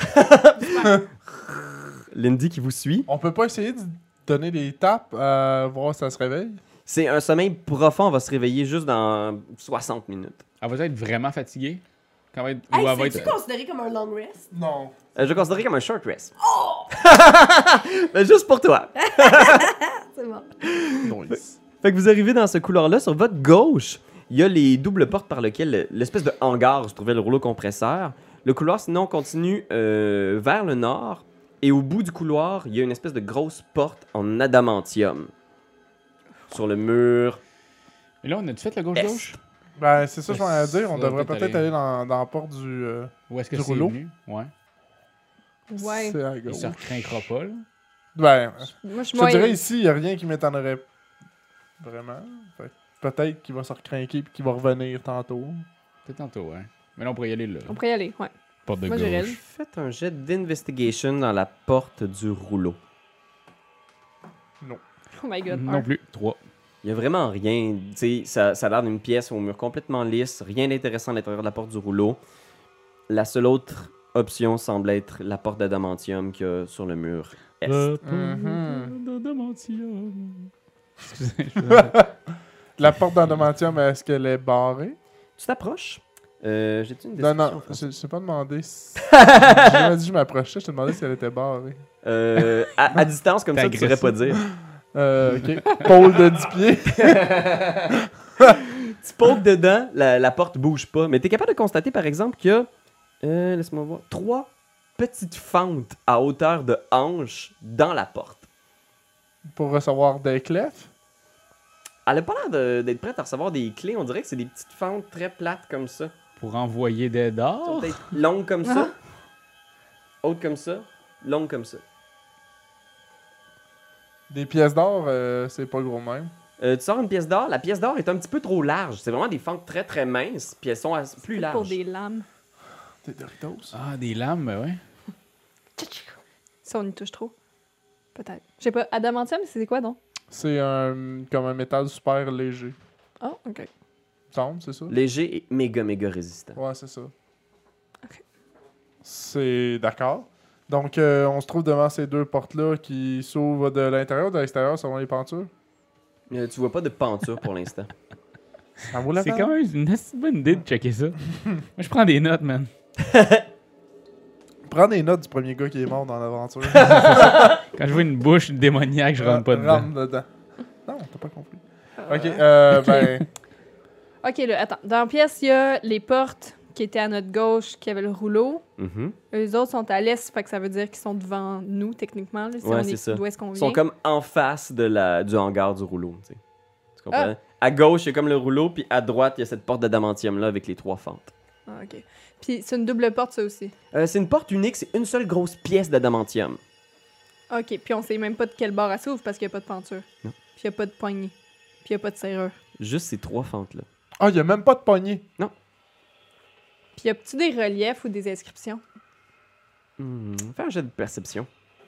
Lindy qui vous suit. On peut pas essayer de donner des tapes à voir si ça se réveille? C'est un sommeil profond, on va se réveiller juste dans soixante minutes. Elle va être vraiment fatiguée. Quand elle va être... Hey, ou elle va c'est-tu être... considéré comme un long rest? Non. Euh, je vais considérer comme un short rest. Mais juste pour toi. C'est bon. Nice. Fait que vous arrivez dans ce couloir-là, sur votre gauche, il y a les doubles portes par lesquelles l'espèce de hangar où se trouvait le rouleau compresseur. Le couloir, sinon, continue euh, vers le nord. Et au bout du couloir, il y a une espèce de grosse porte en adamantium. Sur le mur. Et là, on a-tu fait le gauche-gauche? Ben, c'est ça que je Ça vais dire. On va devrait peut-être peut-être aller- aller dans, dans la porte du. euh, Où est-ce que Du c'est rouleau? venu? Ouais. Ouais. C'est à Il gauche. se recrinquera pas, là. Ben, Moi, je suis je te dirais moyen. ici, il n'y a rien qui m'étonnerait vraiment. Fait que peut-être qu'il va se recrinquer et qu'il va revenir tantôt. Peut-être tantôt, ouais. Mais là, on pourrait y aller, là. On pourrait y aller, ouais. Porte de Moi, j'irais. gauche. Faites un jet d'investigation dans la porte du rouleau. Oh my god. Non un. plus. Trois. Il y a vraiment rien. Tu sais, ça, ça a l'air d'une pièce au mur complètement lisse. Rien d'intéressant à l'intérieur de la porte du rouleau. La seule autre option semble être la porte d'adamantium qu'il y a sur le mur est. Mhm. d'adamantium. Excusez, La porte d'endomantium, est-ce qu'elle est barrée? Tu t'approches. Euh, J'ai-tu une Non, description non, en français? je je t'ai pas demandé si. J'ai jamais dit que je m'approchais, je t'ai demandé si elle était barrée. Euh, à, à distance, comme T'es ça, tu saurais agressif. pas dire. Euh, ok. Pôle de dix pieds. Tu pokes dedans, la, la porte bouge pas. Mais tu es capable de constater, par exemple, qu'il y a, euh, laisse-moi voir, trois petites fentes à hauteur de hanche dans la porte. Pour recevoir des clefs. Elle a pas l'air de- d'être prête à recevoir des clés. On dirait que c'est des petites fentes très plates comme ça. Pour envoyer des Elles sont dards. peut-être longues comme ça, hautes comme ça, longues comme ça. Des pièces d'or, euh, c'est pas gros même. Euh, tu sors une pièce d'or. La pièce d'or est un petit peu trop large. C'est vraiment des fentes très très minces, puis elles sont as- plus larges. Pour des lames. Des Doritos. Ah, des lames, ben ouais. Si on y touche trop. Peut-être. Je sais pas. Adamantium, c'est quoi donc? C'est un, comme un métal super léger. Ah, ok. Semble, c'est ça? Léger et méga méga résistant. Ouais, c'est ça. Ok. C'est d'accord. Donc, euh, on se trouve devant ces deux portes-là qui s'ouvrent de l'intérieur ou de l'extérieur selon les pentures. Euh, tu vois pas de penture pour l'instant. Ça vaut la C'est peine? quand même une assez bonne idée de checker ça. Moi, je prends des notes, man. Prends des notes du premier gars qui est mort dans l'aventure. Quand je vois une bouche démoniaque, je rentre pas dedans. Rentre dedans. Non, t'as pas compris. Ok, euh, ben... Ok, là, attends. Dans la pièce, il y a les portes qui étaient à notre gauche, qui avaient le rouleau. Mhm. Eux autres sont à l'est, fait que ça veut dire qu'ils sont devant nous, techniquement. Là, si Ouais, on c'est est ça. d'où est-ce qu'on Ils vient. sont comme en face de la, du hangar du rouleau. Tu sais. Tu comprends? Ah. À gauche, il y a comme le rouleau, puis à droite, il y a cette porte d'adamantium-là avec les trois fentes. Ah, ok. Puis c'est une double porte, ça aussi. Euh, c'est une porte unique, c'est une seule grosse pièce d'adamantium. Ok, puis on sait même pas de quel bord elle s'ouvre parce qu'il n'y a pas de peinture. Non. Puis il n'y a pas de poignée. Puis il n'y a pas de serrure. Juste ces trois fentes-là. Ah, il y a même pas de poignée. Puis y a-tu des reliefs ou des inscriptions? Hmm, Fais un jet de perception.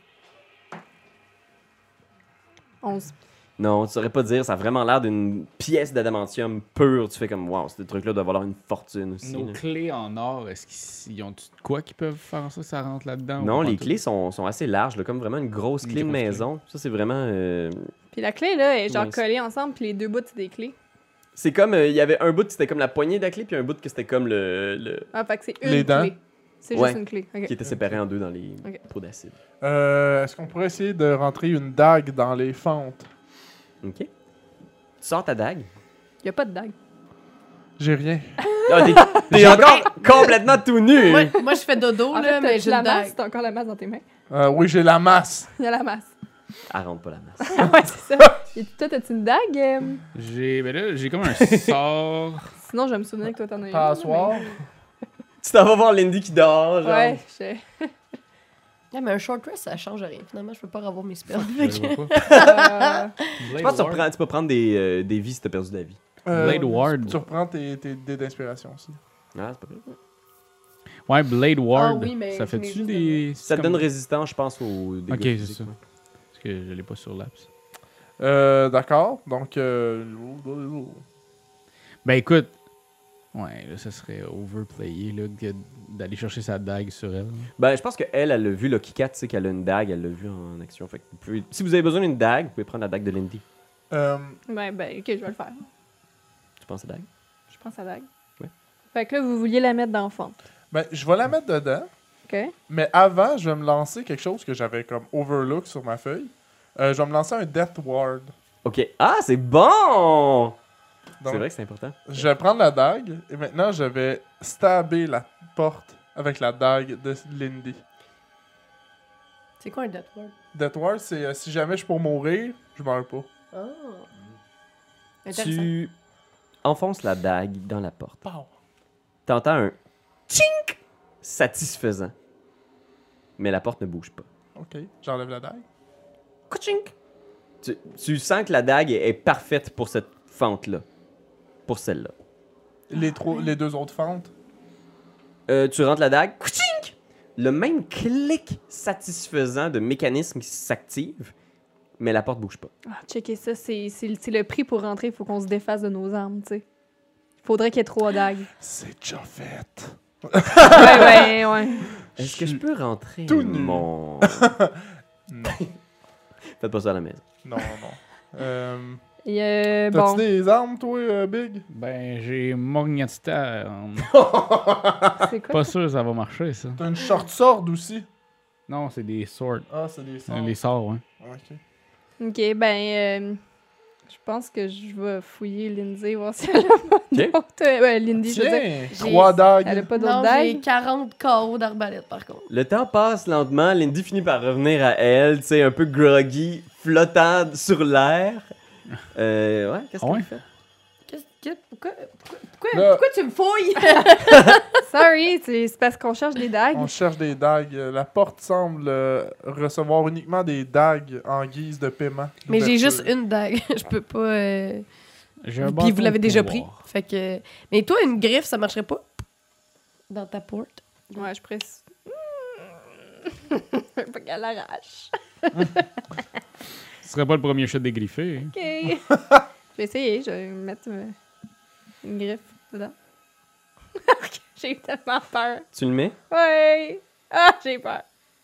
onze. Non, tu saurais pas dire, ça a vraiment l'air d'une pièce d'adamantium pure. Tu fais comme, wow, ce truc-là doit valoir une fortune aussi. Nos là. clés en or, est-ce qu'ils ont de quoi qui peuvent faire en ça que ça rentre là-dedans? ou Non, pas les tout? clés sont, sont assez larges, là, comme vraiment une grosse Une clé de grosse maison. Ça, c'est vraiment. euh, Puis la clé, là, est genre Ouais, collée ensemble, puis les deux bouts, c'est des clés. C'est comme. euh, Il y avait un bout, c'était comme la poignée de la clé, puis un bout que c'était comme le. le- Ah, fait que c'est une Les dents? clé. C'est Ouais. juste une clé. Ok. qui était séparé en deux dans les Ok. pots d'acide. Euh, Est-ce qu'on pourrait essayer de rentrer une dague dans les fentes? Ok. Tu sors ta dague. Y a pas de dague. J'ai rien. Ah, t'es t'es encore complètement tout nu. Moi, moi, je fais dodo, En là, fait, mais t'as j'ai la une masse, dague. t'as encore la masse dans tes mains. Euh, oui, j'ai la masse. Il y a la masse. Elle rentre pas la masse. ouais, c'est ça. Et toi, t'as-tu une dague? euh? J'ai, ben là, j'ai comme un sort. Sinon, je vais me souvenir que toi, t'en as une. Passoire. Tu t'en vas voir Lindy qui dort, mais- genre. Ouais, je... Ouais, mais un short rest, ça change rien. Finalement, je peux pas avoir mes spells. Je le vois pas. Euh, Je pense que tu, reprends- tu peux prendre des, euh, des vies si t'as perdu de la vie. Euh, Blade Ward. Tu reprends tes, tes dés d'inspiration aussi. Ah, c'est pas grave. Ouais, Blade Ward. Ah oui, mais ça je l'ai fait-tu vu, des. Ça te comme- donne résistance, je pense, aux dégâts Ok, c'est physiques, ça. ouais. Parce que je l'ai pas sur l'apps. Euh, d'accord. Donc, euh... Ben écoute. Ouais, là, ça serait overplayé, là, que d'aller chercher sa dague sur elle. Ben, je pense qu'elle, elle a vu Lucky Cat, tu sais qu'elle a une dague, elle l'a vu en action. Fait que vous pouvez- si vous avez besoin d'une dague, vous pouvez prendre la dague de Lindy. euh, ben, ben, ok, je vais le faire. Tu penses à la dague? Je pense à la dague. Ouais. Fait que là, vous vouliez la mettre dans le fond. ben, je vais la mettre dedans. OK? Mais avant, je vais me lancer quelque chose que j'avais comme overlook sur ma feuille. Euh, je vais me lancer un Death Ward. Ok. Ah, c'est bon! Donc, C'est vrai que c'est important. je vais prendre la dague et maintenant je vais stabber la porte avec la dague de Lindy. C'est quoi un death ward? Death Ward, c'est euh, si jamais je suis pour mourir, je meurs pas. Oh. Intéressant. Tu enfonces la dague dans la porte. Pow. T'entends un tchink satisfaisant. Mais la porte ne bouge pas. Ok, j'enlève la dague. Kuchink. Tu, tu sens que la dague est, est parfaite pour cette fente-là. Pour celle-là. Les, trois, les deux autres fentes. Euh, tu rentres la dague. Kuchink. Le même clic satisfaisant de mécanisme qui s'active, mais la porte bouge pas. Ah, checker ça, c'est c'est le c'est le prix pour rentrer. Il faut qu'on se défasse de nos armes, tu sais. Faudrait qu'il y ait trois dagues. C'est déjà fait. ouais, ouais, ouais. Est-ce que je peux rentrer Tout nu. mon... Non, Faites pas ça à la maison. non, non. Euh, Et euh, T'as-tu bon, des armes, toi, euh, Big? Ben, j'ai Morgenstern. c'est quoi? Pas sûr que ça va marcher, ça. T'as une short sword aussi? Non, c'est des swords. Ah, c'est des sorts. Euh, Les sorts, ouais. Ok. Ok, ben, euh, je pense que je vais fouiller Lindsay, voir si elle a pas Ok. d'autres. euh, Ouais, Lindy, je veux dire. Tiens, j'ai- trois dagues. Elle a pas d'autres Non, j'ai dagues. quarante K O d'arbalète, par contre. Le temps passe lentement. Lindy finit par revenir à elle, tu sais, un peu groggy, flottant sur l'air. Euh, ouais, qu'est-ce Ah qu'elle ouais? fait? Qu'est-ce Kit, pourquoi, pourquoi, pourquoi, Là- pourquoi tu me fouilles? Sorry, c'est c'est parce qu'on cherche des dagues. On cherche des dagues. Euh, La porte semble euh, recevoir uniquement des dagues en guise de paiement. Mais j'ai d'ouverture. juste une dague. Je peux pas. euh, J'ai un Puis bâton vous l'avez de déjà pouvoir. pris. Fait que. Mais toi, une griffe, ça marcherait pas? Dans ta porte? Ouais, je presse. Pas qu'elle arrache. Ce serait pas le premier chat dégriffé. Hein. Ok. Je vais essayer, je vais mettre euh, une griffe dedans. J'ai eu tellement peur. Tu le mets? Ouais. Ah, j'ai peur.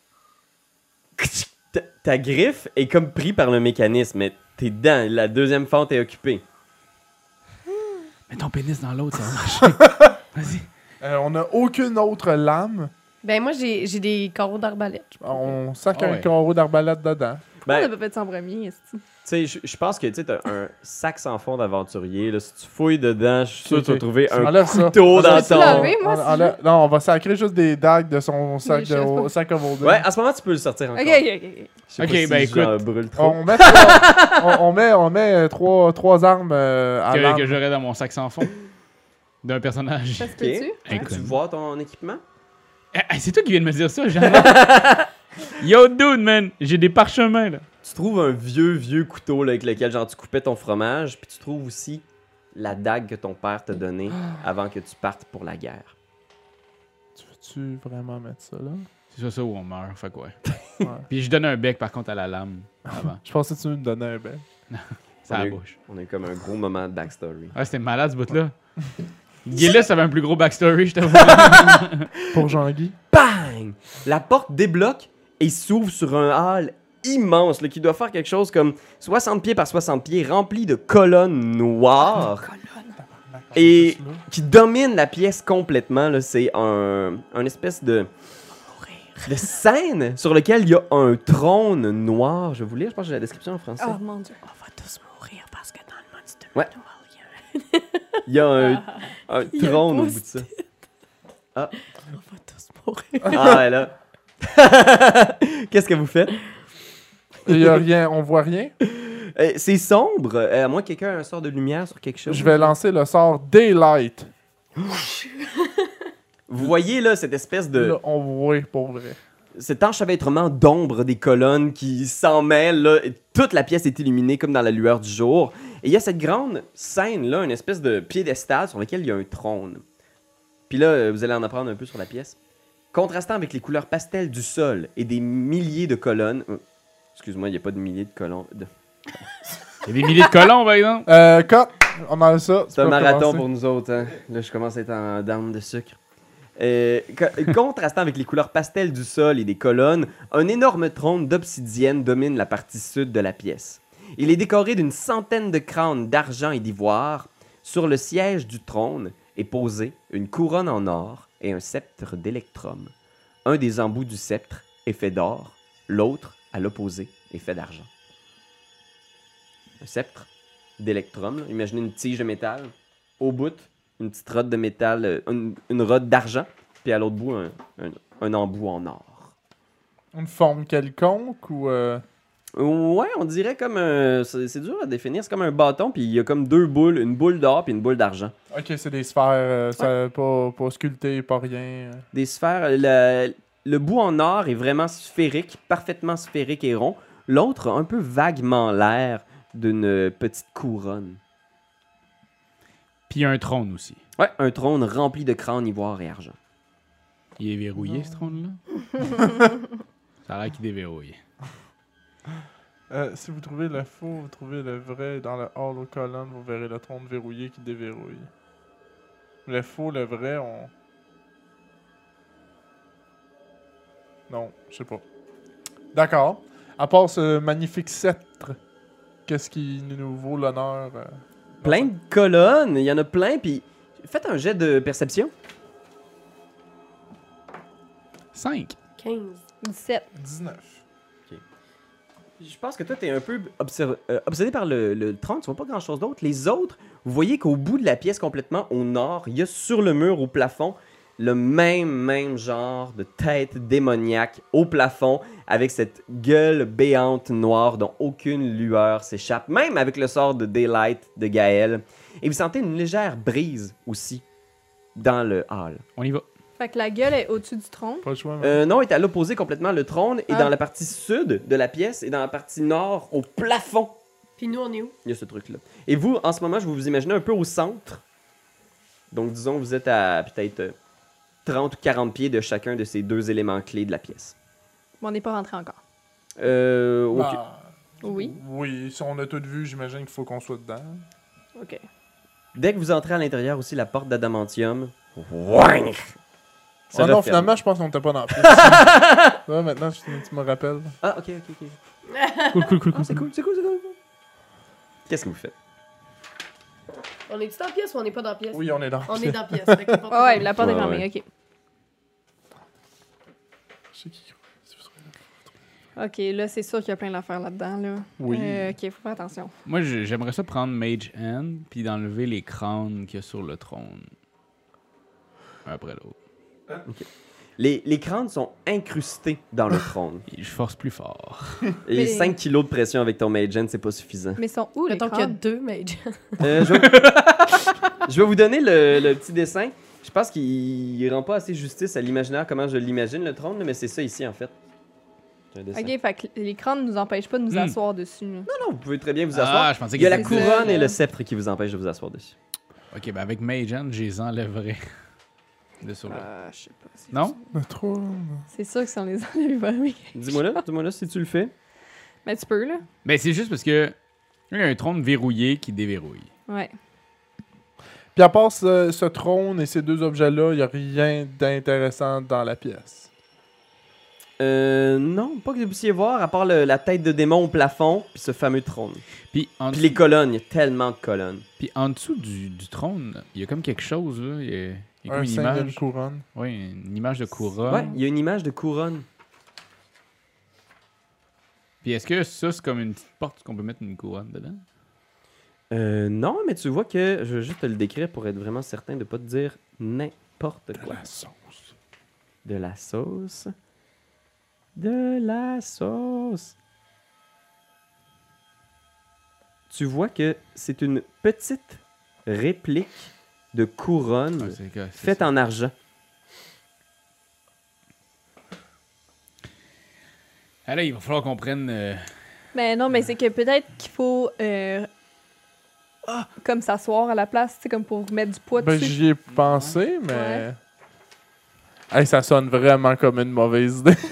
Ta, ta griffe est comme pris par le mécanisme, mais t'es dedans. La deuxième fente est occupée. Mets ton pénis dans l'autre, ça va marcher. Vas-y. Euh, on n'a aucune autre lame. Ben, moi, j'ai j'ai des carreaux d'arbalète. je peux- On sac Ah un ouais. carreau d'arbalète dedans. On n'a Ben, pas fait ça en premier, est-ce tu sais, je je pense que tu sais, t'as un sac sans fond d'aventurier. là. Si tu fouilles dedans, je suis sûr que tu vas Ok. trouver Tu un enlèves ça. couteau dans Peux-tu ton... l'enlever, moi, On- si on- je veux? non, on va sacrer juste des dagues de son sac, de, choses au- pas. sac à Volden. Ouais, à ce moment, tu peux le sortir encore. Ok, ok, ok. Je sais Ok, pas si ben, j'en écoute. brûle trop. On met, trois, on, on met, on met euh, trois, trois armes euh, à Que, lame. que j'aurais dans mon sac sans fond. D'un personnage. Ça se Ok. peut-tu? Hein, tu vois ton équipement? Eh, eh, c'est toi qui viens de me dire ça, Jean. Yo, dude, man. J'ai des parchemins, là. Tu trouves un vieux, vieux couteau là, avec lequel genre tu coupais ton fromage, puis tu trouves aussi la dague que ton père t'a donnée avant que tu partes pour la guerre. Tu veux-tu vraiment mettre ça là? C'est ça, ça où on meurt, fait quoi. Ouais. Puis je donne un bec, par contre, à la lame, avant. Je pensais que tu me donnais un bec. Ça On la a eu- bouche. On a eu comme un gros moment de backstory. Ouais, c'était malade, ce bout-là. Gilles avait un plus gros backstory, je t'avoue. Pour Jean-Guy. Bang! La porte débloque et s'ouvre sur un hall immense là, qui doit faire quelque chose comme soixante pieds par soixante pieds, rempli de colonnes noires et qui domine la pièce complètement. Là. C'est un, un espèce de, de scène sur lequel il y a un trône noir. Je vais vous lire, je pense que j'ai la description en français. Oh mon dieu. On va tous mourir parce que dans le Monster Ouais. Manual, il y a un- Il y a un, un Il y a un trône au bout de post-it. ça. On va tous mourir. Ah, et là. Qu'est-ce que vous faites? Il y a rien, on voit rien. Euh, c'est sombre, euh, à moins que quelqu'un ait un sort de lumière sur quelque chose. Je vais lancer le sort Daylight. Vous voyez là cette espèce de... Là, on voit pour vrai. cet enchevêtrement d'ombre des colonnes qui s'en mêlent, là, et toute la pièce est illuminée comme dans la lueur du jour. Et il y a cette grande scène là, une espèce de piédestal sur lequel il y a un trône. Puis là, euh, vous allez en apprendre un peu sur la pièce. Contrastant avec les couleurs pastel du sol et des milliers de colonnes... euh, excuse-moi, il n'y a pas de milliers de colonnes... de- Il y a des milliers de colons, par exemple. Euh, cut. On enlève ça. Tu C'est un peux marathon recommencer. pour nous autres. Hein. Là, je commence à être en down de sucre. Euh, co- contrastant avec les couleurs pastel du sol et des colonnes, un énorme trône d'obsidienne domine la partie sud de la pièce. Il est décoré d'une centaine de crânes d'argent et d'ivoire. Sur le siège du trône est posée une couronne en or et un sceptre d'électrum. Un des embouts du sceptre est fait d'or, l'autre, à l'opposé, est fait d'argent. Un sceptre d'électrum, là. Imaginez une tige de métal, au bout, une petite rode de métal, euh, une, une rode d'argent, puis à l'autre bout, un, un, un embout en or. Une forme quelconque ou... euh, Ouais, on dirait comme un... C'est c'est dur à définir, c'est comme un bâton, puis il y a comme deux boules, une boule d'or puis une boule d'argent. Ok, c'est des sphères, euh, ça, pas, pas sculpté, pas rien. euh. Des sphères, le, le bout en or est vraiment sphérique, parfaitement sphérique et rond. L'autre a un peu vaguement l'air d'une petite couronne. Puis il y a un trône aussi. Ouais, un trône rempli de crânes ivoire et argent. Il est verrouillé, ce trône-là. Ça a l'air qu'il est déverrouillé. Euh, si vous trouvez le faux, vous trouvez le vrai dans le hall aux colonnes, vous verrez le trône verrouillé qui déverrouille. Le faux, le vrai, on... Non, je sais pas. D'accord. À part ce magnifique sceptre, qu'est-ce qui nous vaut l'honneur? euh, Plein de colonnes, il y en a plein, puis faites un jet de perception. Cinq. quinze. dix-sept. dix-neuf. Je pense que toi, t'es un peu obser- euh, obsédé par le, le trône, tu vois pas grand-chose d'autre. Les autres, vous voyez qu'au bout de la pièce complètement au nord, il y a sur le mur, au plafond, le même, même genre de tête démoniaque au plafond, avec cette gueule béante noire dont aucune lueur s'échappe, même avec le sort de Daylight de Gaël. Et vous sentez une légère brise aussi dans le hall. On y va. Fait que la gueule est au-dessus du trône. Pas le choix, mais- Euh, non, est à l'opposé complètement. Le trône est Ah. dans la partie sud de la pièce et dans la partie nord, au plafond. Puis nous, on est où? Il y a ce truc-là. Et vous, en ce moment, je vous vous imaginez un peu au centre. Donc, disons, vous êtes à peut-être euh, trente ou quarante pieds de chacun de ces deux éléments clés de la pièce. Mais on n'est pas rentré encore. Euh, ok. Bah, Oui. Oui, si on a tout vu, j'imagine qu'il faut qu'on soit dedans. OK. Dès que vous entrez à l'intérieur aussi, la porte d'adamantium. Ouing! se Ah non, referme. finalement, je pense qu'on était pas dans la pièce. Ouais, maintenant, tu, tu me rappelles. Ah, ok, ok, ok. Cool, cool, cool, Ah, cool. c'est cool, c'est cool, c'est cool. Qu'est-ce que vous faites? On est-tu dans la pièce ou on n'est pas dans la pièce? Oui, on est dans On la est pièce. dans la pièce. Fait que la porte Ouais, est ouais, fermée. la porte est Ouais, fermée, ouais. OK. Je sais qui- OK, là, c'est sûr qu'il y a plein d'affaires là-dedans, là. Oui. Euh, OK, faut faire attention. Moi, je- j'aimerais ça prendre Mage Hand puis d'enlever les crânes qu'il y a sur le trône. Un après l'autre. Les, les crânes sont incrustés dans le trône. Et je force plus fort. Et Mais- cinq kilos de pression avec ton Mage Hand, c'est pas suffisant. Mais ils sont où, les Mettons qu'il y a crânes? deux mages. Euh, je, vais... je vais vous donner le, le petit dessin. Je pense qu'il il rend pas assez justice à l'imaginaire, comment je l'imagine, le trône, là, mais c'est ça ici, en fait. C'est un dessin. OK, fait que les crânes ne nous empêchent pas de nous Hmm. asseoir dessus, là. Non, non, vous pouvez très bien vous Ah, asseoir. je pensais Il y a que la c'était- C'est couronne ça, et là. le sceptre qui vous empêchent de vous asseoir dessus. Ok, ben avec Mage Hand, je les enlèverai. De sur le... Euh, je sais pas. c'est- Non? Le trône. C'est sûr que si on les enlève, ben oui. Dis-moi là, dis-moi là si tu le fais. Mais tu peux, là. Ben c'est juste parce que il y a un trône verrouillé qui déverrouille. Ouais. Puis à part ce, ce trône et ces deux objets-là, il n'y a rien d'intéressant dans la pièce. Euh, non, pas que vous puissiez voir, à part le- la tête de démon au plafond, puis ce fameux trône. Puis en, Puis dessous, les colonnes, il y a tellement de colonnes. puis en dessous du, du trône, il y a comme quelque chose là. Il y a, il y a Un comme une symbole image. couronne. Oui, une image de couronne. Ouais, il y a une image de couronne. Puis est-ce que ça c'est comme une petite porte qu'on peut mettre une couronne dedans? Euh, non, mais tu vois que, je vais juste te le décrire pour être vraiment certain de pas te dire n'importe quoi. La sauce. De la sauce. De la sauce. Tu vois que c'est une petite réplique de couronne Ouais, c'est- c'est faite ça. en argent. Ah là, il va falloir qu'on prenne. euh, Mais non, mais c'est que peut-être qu'il faut euh, comme s'asseoir à la place, tu sais, comme pour mettre du poids Ben, dessus. j'y ai pensé, mais. Hey, ça sonne vraiment comme une mauvaise idée.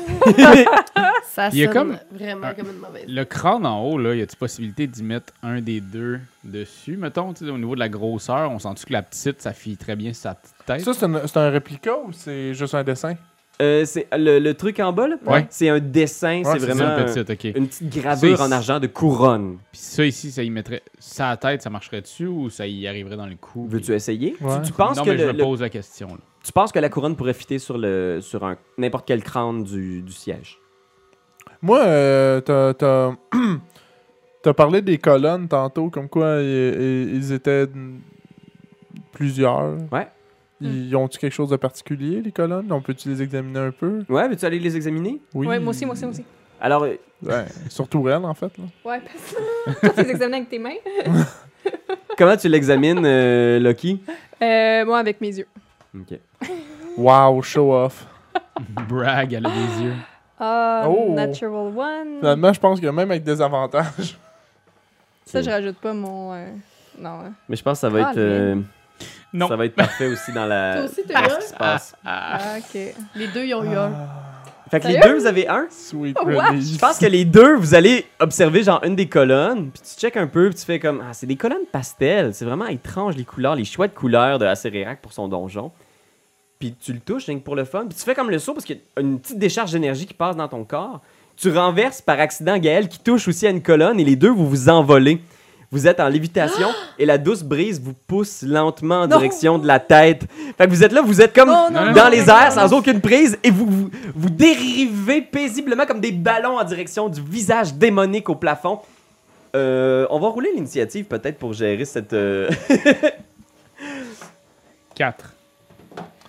Ça Il y a sonne comme vraiment un- comme une mauvaise. Le crâne en haut, là, y a-t-il possibilité d'y mettre un des deux dessus? Mettons, tu sais, au niveau de la grosseur, on sent-tu que la petite, ça fille très bien sur sa petite tête? Ça, c'est un, c'est un réplica ou c'est juste un dessin? Euh, c'est le, le truc en bas, là, Ouais. c'est un dessin, Ouais, c'est c'est vraiment ça, un- une petite, ok. une petite gravure Ça, en ici. argent de couronne. Puis ça ici, ça y mettrait. Sa tête, ça marcherait dessus ou ça y arriverait dans le cou? Veux-tu essayer? Ouais. Tu, tu penses Non, que mais je le- me le- pose la question. Là. tu penses que la couronne pourrait fitter sur, le, sur un, n'importe quel crâne du, du siège? Moi, euh, t'as, t'as, t'as parlé des colonnes tantôt, comme quoi i- i- ils étaient n- plusieurs. Ouais. Ils ont-tu quelque chose de particulier, les colonnes? On peut-tu les examiner un peu? Ouais, veux-tu aller les examiner? Oui. Ouais, moi aussi, moi aussi, moi aussi. Alors, euh, Ouais, surtout elle, en fait. Là. Ouais, parce que toi, tu les examines avec tes mains. comment tu l'examines, euh, Loki? Euh, moi, avec mes yeux. Ok. Wow, show off. Brag, elle a des yeux. Ah, Oh. natural one. Finalement, je pense que même avec des avantages. Ça, je rajoute pas mon... euh, Non, hein. Mais je pense que ça va Ah, être... euh, Non. Ça va être parfait aussi dans la... Toi aussi, t'as dans eu ce un? qui se passe. Ah, OK. Les deux, ils ont eu un. Fait que les Sérieux? deux, vous avez un? Sweet What? relief. Je pense que les deux, vous allez observer genre une des colonnes, puis tu check un peu, puis tu fais comme, ah, c'est des colonnes pastel, c'est vraiment étrange les couleurs, les choix de couleurs de Acérérac pour son donjon. Puis tu le touches, rien que pour le fun, puis tu fais comme le saut parce qu'il y a une petite décharge d'énergie qui passe dans ton corps. Tu renverses par accident Gaël qui touche aussi à une colonne, et les deux, vous vous envolez. Vous êtes en lévitation, et la douce brise vous pousse lentement en Non. direction de la tête. Fait que vous êtes là, vous êtes comme Oh, non, non, dans non, les non, airs, non, sans non. aucune prise, et vous, vous, vous dérivez paisiblement comme des ballons en direction du visage démonique au plafond. Euh, on va rouler l'initiative peut-être pour gérer cette... euh, Quatre.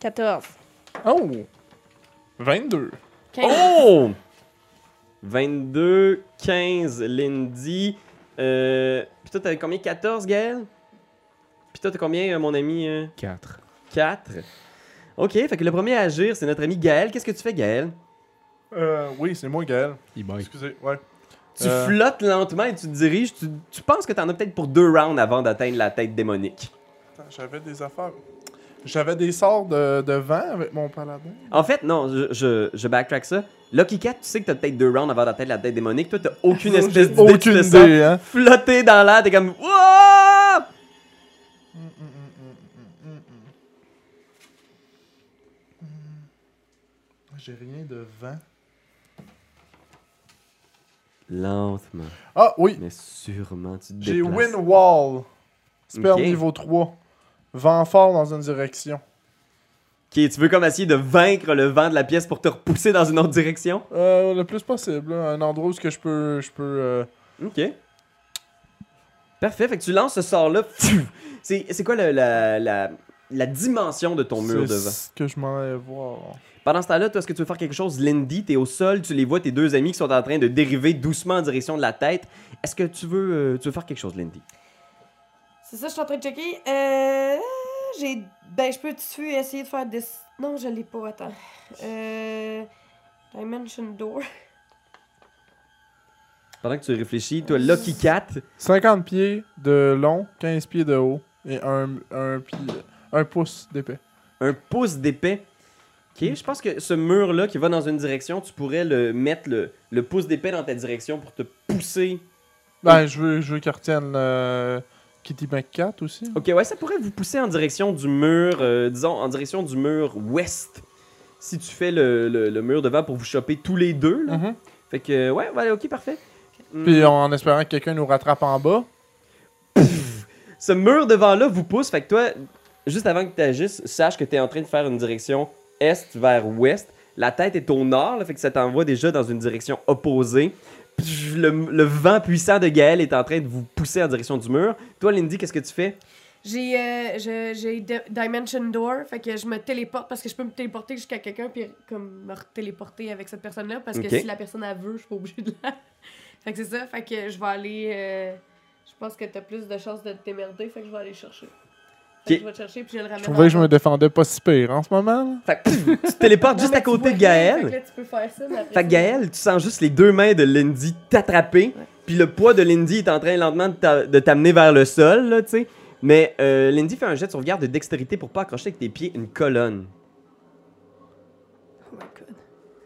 quatorze. Oh! vingt-deux. quinze. Oh! vingt-deux, quinze, Lindy. Euh, Puis toi, t'avais combien? quatorze, Gaël? Puis toi, t'as combien, euh, mon ami? euh? quatre. quatre. OK, fait que le premier à agir, c'est notre ami Gaël. Qu'est-ce que tu fais, Gaël? Euh, oui, c'est moi, Gaël. Il baille. Excusez, ouais. Tu Euh. flottes lentement et tu te diriges. Tu, tu penses que t'en as peut-être pour deux rounds avant d'atteindre la tête démonique. Attends, j'avais des affaires. J'avais des sorts de, de vent avec mon paladin. En fait, non, je, je, je backtrack ça. Lucky Cat, tu sais que t'as peut-être deux rounds avant d'atteindre la tête démonique. Toi, t'as aucune espèce d'idée. Aucune tu te sens idée, hein. flotter dans l'air, t'es comme... Wouah! Hum, hum, hum, hum, hum, hum, hum. Hum. J'ai rien de vent. Lentement, Ah oui, mais sûrement, tu te j'ai déplaces. Wind Wall. Spell Ok. niveau trois. Vent fort dans une direction. Ok, tu veux comme essayer de vaincre le vent de la pièce pour te repousser dans une autre direction? Euh, le plus possible. Là. Un endroit où ce que je peux... Je peux euh, Ok. Parfait, fait que tu lances ce sort-là. Pfiou! C'est c'est quoi le- la, la, la dimension de ton mur de c'est vent? ce que je m'en allais voir. Pendant ce temps-là, toi, est-ce que tu veux faire quelque chose? Lindy, t'es au sol, tu les vois, tes deux amis qui sont en train de dériver doucement en direction de la tête. Est-ce que tu veux, euh, tu veux faire quelque chose, Lindy? C'est ça, je suis en train de checker. Euh. J'ai. Ben, je peux-tu essayer de faire des. Non, je l'ai pas, attends. Euh. Dimension Door. Pendant que tu réfléchis, toi, Lucky Cat, cinquante pieds de long, quinze pieds de haut et un, un, pied, un pouce d'épais. un pouce d'épais. Ok, je pense que ce mur-là qui va dans une direction, tu pourrais le mettre le, le pouce d'épais dans ta direction pour te pousser. Ben, je veux, je veux qu'il retienne euh, Kitty McCat aussi. Ok, ouais, ça pourrait vous pousser en direction du mur, euh, disons, en direction du mur ouest. Si tu fais le, le, le mur devant pour vous choper tous les deux, là. Mhm. Fait que, ouais, ouais, ok, parfait. Puis en espérant que quelqu'un nous rattrape en bas. Ce mur devant-là vous pousse, fait que toi, juste avant que tu agisses, sache que tu es en train de faire une direction est vers ouest. La tête est au nord, là, fait que ça t'envoie déjà dans une direction opposée. Pff, Le, le vent puissant de Gaël est en train de vous pousser en direction du mur. Toi, Lindy, qu'est-ce que tu fais? J'ai euh, je- j'ai D- Dimension Door, fait que je me téléporte parce que je peux me téléporter jusqu'à quelqu'un puis comme me téléporter avec cette personne-là parce que Ok. si la personne elle veut, je suis pas obligée de la. Fait que c'est ça, fait que je vais aller. euh, je pense que t'as plus de chances de t'émerder, fait que je vais aller chercher. Fait Ok. que je vais te chercher puis je le ramène. Je trouvais que je en me bas. défendais pas si pire en ce moment. Là. Fait que, pff, tu te téléportes Non, juste mais à tu côté vois de rien, Gaël. Fait que là, tu peux faire ça, mais après, Fait que c'est- Gaël, tu sens juste les deux mains de Lindy t'attraper. Ouais. Puis le poids de Lindy est en train lentement de t'a- de t'amener vers le sol, là, tu sais. Mais euh, Lindy fait un jet de sauvegarde de dextérité pour pas accrocher avec tes pieds une colonne. Oh my god.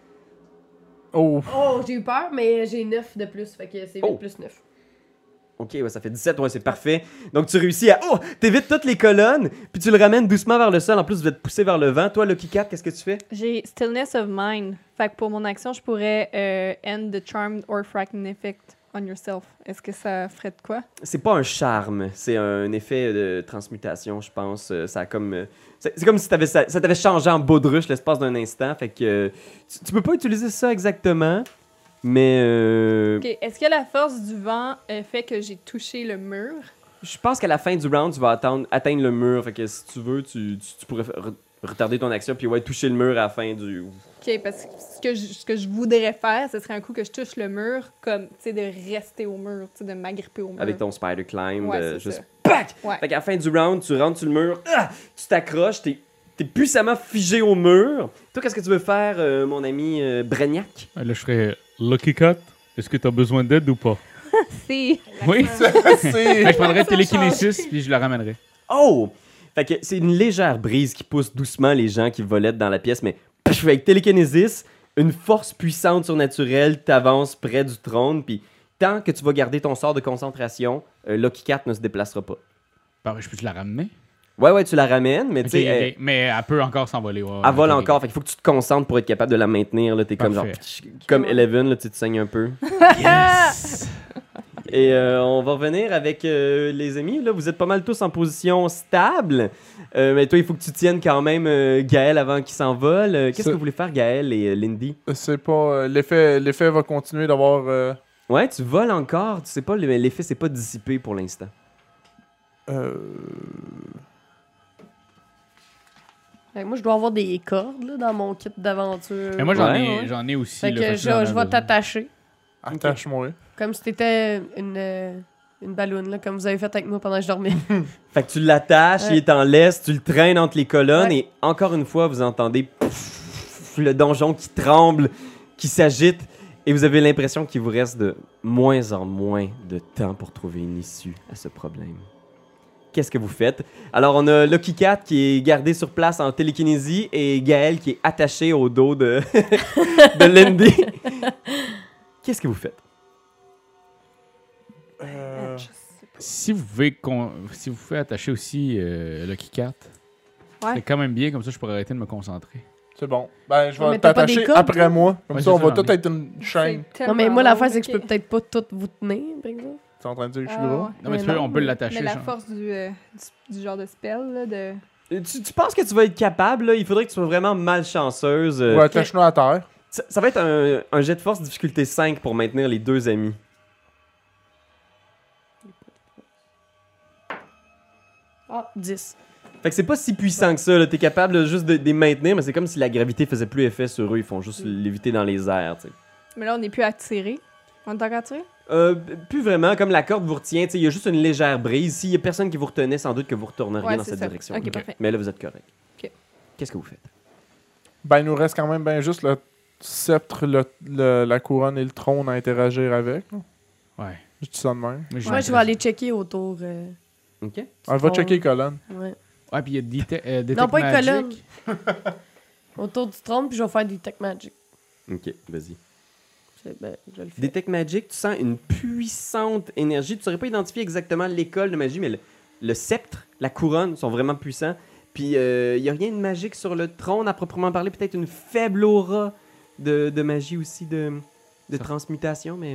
Oh. Oh, j'ai eu peur, mais j'ai neuf de plus, fait que c'est huit Oh. plus neuf. Ok, ouais, ça fait dix-sept, ouais, c'est parfait. Donc tu réussis à... Oh! T'évites toutes les colonnes, puis tu le ramènes doucement vers le sol. En plus, vous êtes poussé vers le vent. Toi, Lucky Cat, qu'est-ce que tu fais? J'ai Stillness of Mind. Fait que pour mon action, je pourrais euh, end the charmed or frightening effect on yourself. Est-ce que ça ferait de quoi? C'est pas un charme, c'est un effet de transmutation, je pense. Euh, Ça a comme... euh, C'est c'est comme si t'avais, ça, ça t'avait changé en baudruche l'espace d'un instant. Fait que euh, tu, tu peux pas utiliser ça exactement, mais... euh, Ok, est-ce que la force du vent euh, fait que j'ai touché le mur? Je pense qu'à la fin du round, tu vas attendre, atteindre le mur. Fait que si tu veux, tu, tu, tu pourrais re- retarder ton action puis ouais, toucher le mur à la fin du... Ok, parce que ce que je, ce que je voudrais faire, ce serait un coup que je touche le mur, comme, tu sais, de rester au mur, tu sais, de m'agripper au mur. Avec ton spider climb, Ouais, de c'est juste ça. pac! Ouais. Fait qu'à la fin du round, tu rentres sur le mur, ah! Tu t'accroches, t'es, t'es puissamment figé au mur. Toi, qu'est-ce que tu veux faire, euh, mon ami euh, Brignac? Là, je ferais Lucky Cat. Est-ce que t'as besoin d'aide ou pas? Si. Oui. C'est. je prendrais Ça télékinésis change. puis je la ramènerais. Oh! Fait que c'est une légère brise qui pousse doucement les gens qui volettent dans la pièce, mais pff, avec télékinésis, une force puissante surnaturelle t'avance près du trône, puis tant que tu vas garder ton sort de concentration, euh, Lucky Cat ne se déplacera pas. Bah, je peux te la ramener? Ouais, ouais, tu la ramènes, mais tu Ok, sais, elle, ok. Mais elle peut encore s'envoler. Ouais, ouais, elle vole ok, encore, ok. fait qu'il faut que tu te concentres pour être capable de la maintenir, là, t'es comme genre, Parfait. ptsch, comme Eleven, là, tu sais, tu saignes un peu. Yes! Et euh, on va revenir avec euh, les amis. Là, vous êtes pas mal tous en position stable. Euh, mais toi, il faut que tu tiennes quand même euh, Gaël avant qu'il s'envole. Euh, Qu'est-ce Ça- que vous voulez faire, Gaël et euh, Lindy? C'est pas. euh, L'effet l'effet va continuer d'avoir. euh, Ouais, tu voles encore. Tu sais pas, le- l'effet s'est pas dissipé pour l'instant. euh, Fait que moi, je dois avoir des cordes là, dans mon kit d'aventure. Mais moi, j'en Ouais, ai, ouais. j'en ai aussi. Fait là, que fait que je, j'en ai je vais besoin. t'attacher. Attache-moi. Comme si t'étais une, euh, une balloune, là, comme vous avez fait avec moi pendant que je dormais. Fait que tu l'attaches, Ouais. il est en laisse, tu le traînes entre les colonnes Ouais. et encore une fois, vous entendez le donjon qui tremble, qui s'agite et vous avez l'impression qu'il vous reste de moins en moins de temps pour trouver une issue à ce problème. Qu'est-ce que vous faites? Alors, on a Lucky Cat qui est gardé sur place en télékinésie et Gaël qui est attaché au dos de, de Lindy. Qu'est-ce que vous faites? Euh, Je sais pas. Si vous pouvez, con- si vous pouvez attacher aussi euh, Lucky Cat, Ouais. c'est quand même bien, comme ça je pourrais arrêter de me concentrer. c'est bon. Ben, je Ouais, vais mais t'as pas des t'attacher cordes, après moi. Comme Ouais, ça, c'est on ça, va j'en tout ai. être une chaîne. C'est Non, mais tellement moi, l'affaire, long, c'est que je ok. peux peut-être pas tout vous tenir, par exemple. Tu es en train de dire que je suis Ah, gros? ouais. Non, mais Mais tu peux, non, on peut mais- l'attacher. Mais la genre. force du, euh, du, du genre de spell, là, de... Euh, Tu, tu penses que tu vas être capable, là? Il faudrait que tu sois vraiment malchanceuse. euh, Ouais, attache-nous à terre. ça, ça va être un, un jet de force difficulté cinq pour maintenir les deux amis. Ah, dix. Fait que c'est pas si puissant que ça, là. T'es capable là, juste de, de les maintenir, mais c'est comme si la gravité faisait plus effet sur eux. Ils font juste l'éviter dans les airs, tu sais. Mais là, on n'est plus attiré. On est encore attiré? Euh, plus vraiment, comme la corde vous retient, tu sais, il y a juste une légère brise. S'il y a personne qui vous retenait, sans doute que vous retourneriez Ouais, dans c'est cette ça. direction. Ok, parfait. Mais là, vous êtes correct. Ok. Qu'est-ce que vous faites? Ben, il nous reste quand même ben juste le sceptre, le, le- la couronne et le trône à interagir avec. là. Ouais. Je dis ça de même. Mais Moi, je vais aller checker autour. euh, OK. du On va trône. checker les colonnes. Ouais. Ouais, puis il y a Detect, euh, Detect Non, pas une Magic. colonne. Autour du trône, puis je vais faire du Tech Magic. OK, vas-y. C'est- Ben, je le fais. Detect Magic, tu sens une puissante énergie. Tu saurais pas identifier exactement l'école de magie, mais le, le sceptre, la couronne sont vraiment puissants. Puis il y a rien de magique sur le trône à proprement parler. Peut-être une faible aura de, de magie aussi, de, de Ça- transmutation, mais...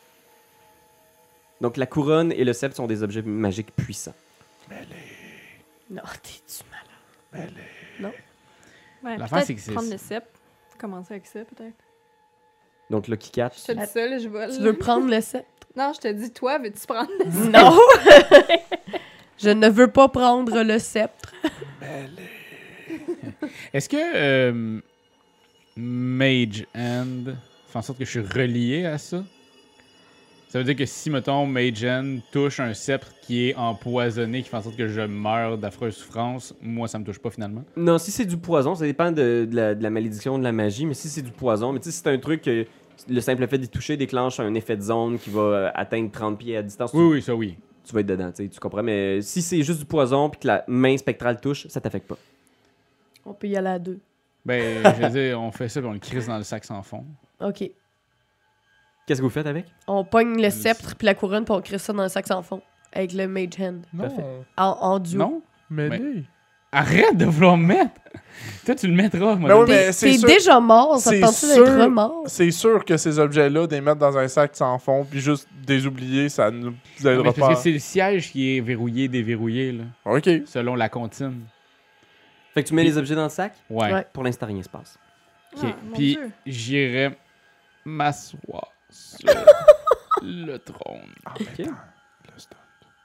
Donc la couronne et le sceptre sont des objets magiques puissants. Non, t'es-tu malade? Ouais, L'affaire, peut-être c'est que c'est- prendre le sceptre. Commencer avec ça, peut-être. Donc Lucky Cat, Je te dis ça, là, je vole. Tu veux prendre le sceptre? Non, je te dis, toi, veux-tu prendre le sceptre? Non! Je ne veux pas prendre le sceptre. Est-ce que euh, Mage Hand fait en sorte que je suis relié à ça? Ça veut dire que si, mettons, Mage Hand touche un sceptre qui est empoisonné, qui fait en sorte que je meurs d'affreuses souffrances, moi, ça me touche pas finalement? non, si c'est du poison, ça dépend de, de la, de la malédiction de la magie, mais si c'est du poison, mais tu sais, si c'est un truc que le simple fait d'y toucher déclenche un effet de zone qui va euh, atteindre trente pieds à distance, Oui, oui, ça oui. tu, tu vas être dedans, tu sais, tu comprends, mais si c'est juste du poison puis que la main spectrale touche, ça t'affecte pas. On peut y aller à deux. Ben, je veux dire, on fait ça puis on le crisse dans le sac sans fond. OK. Qu'est-ce que vous faites avec? On pogne le sceptre puis la couronne puis on crisse ça dans le sac sans fond. Avec le Mage Hand. Parfait. Non, En, en duo. Non? mêlée. Arrête de vouloir me mettre! Toi, tu le mettras. moi, Ben oui, de- mais T'es c'est t'es sûr- déjà mort, ça te c'est tente sûr- d'être remort. C'est sûr que ces objets-là, des mettre dans un sac sans fond, puis juste des oublier, ça ne nous Non, mais aidera c'est parce pas. que c'est le siège qui est verrouillé, déverrouillé, là, Ok. selon la comptine. Fait que tu mets les objets dans le sac? Ouais. Ouais. Pour l'instant, rien se passe. Ok. Ah, mon Puis Dieu. j'irai m'asseoir sur le trône. Ah, Ok. mais attends, le stop.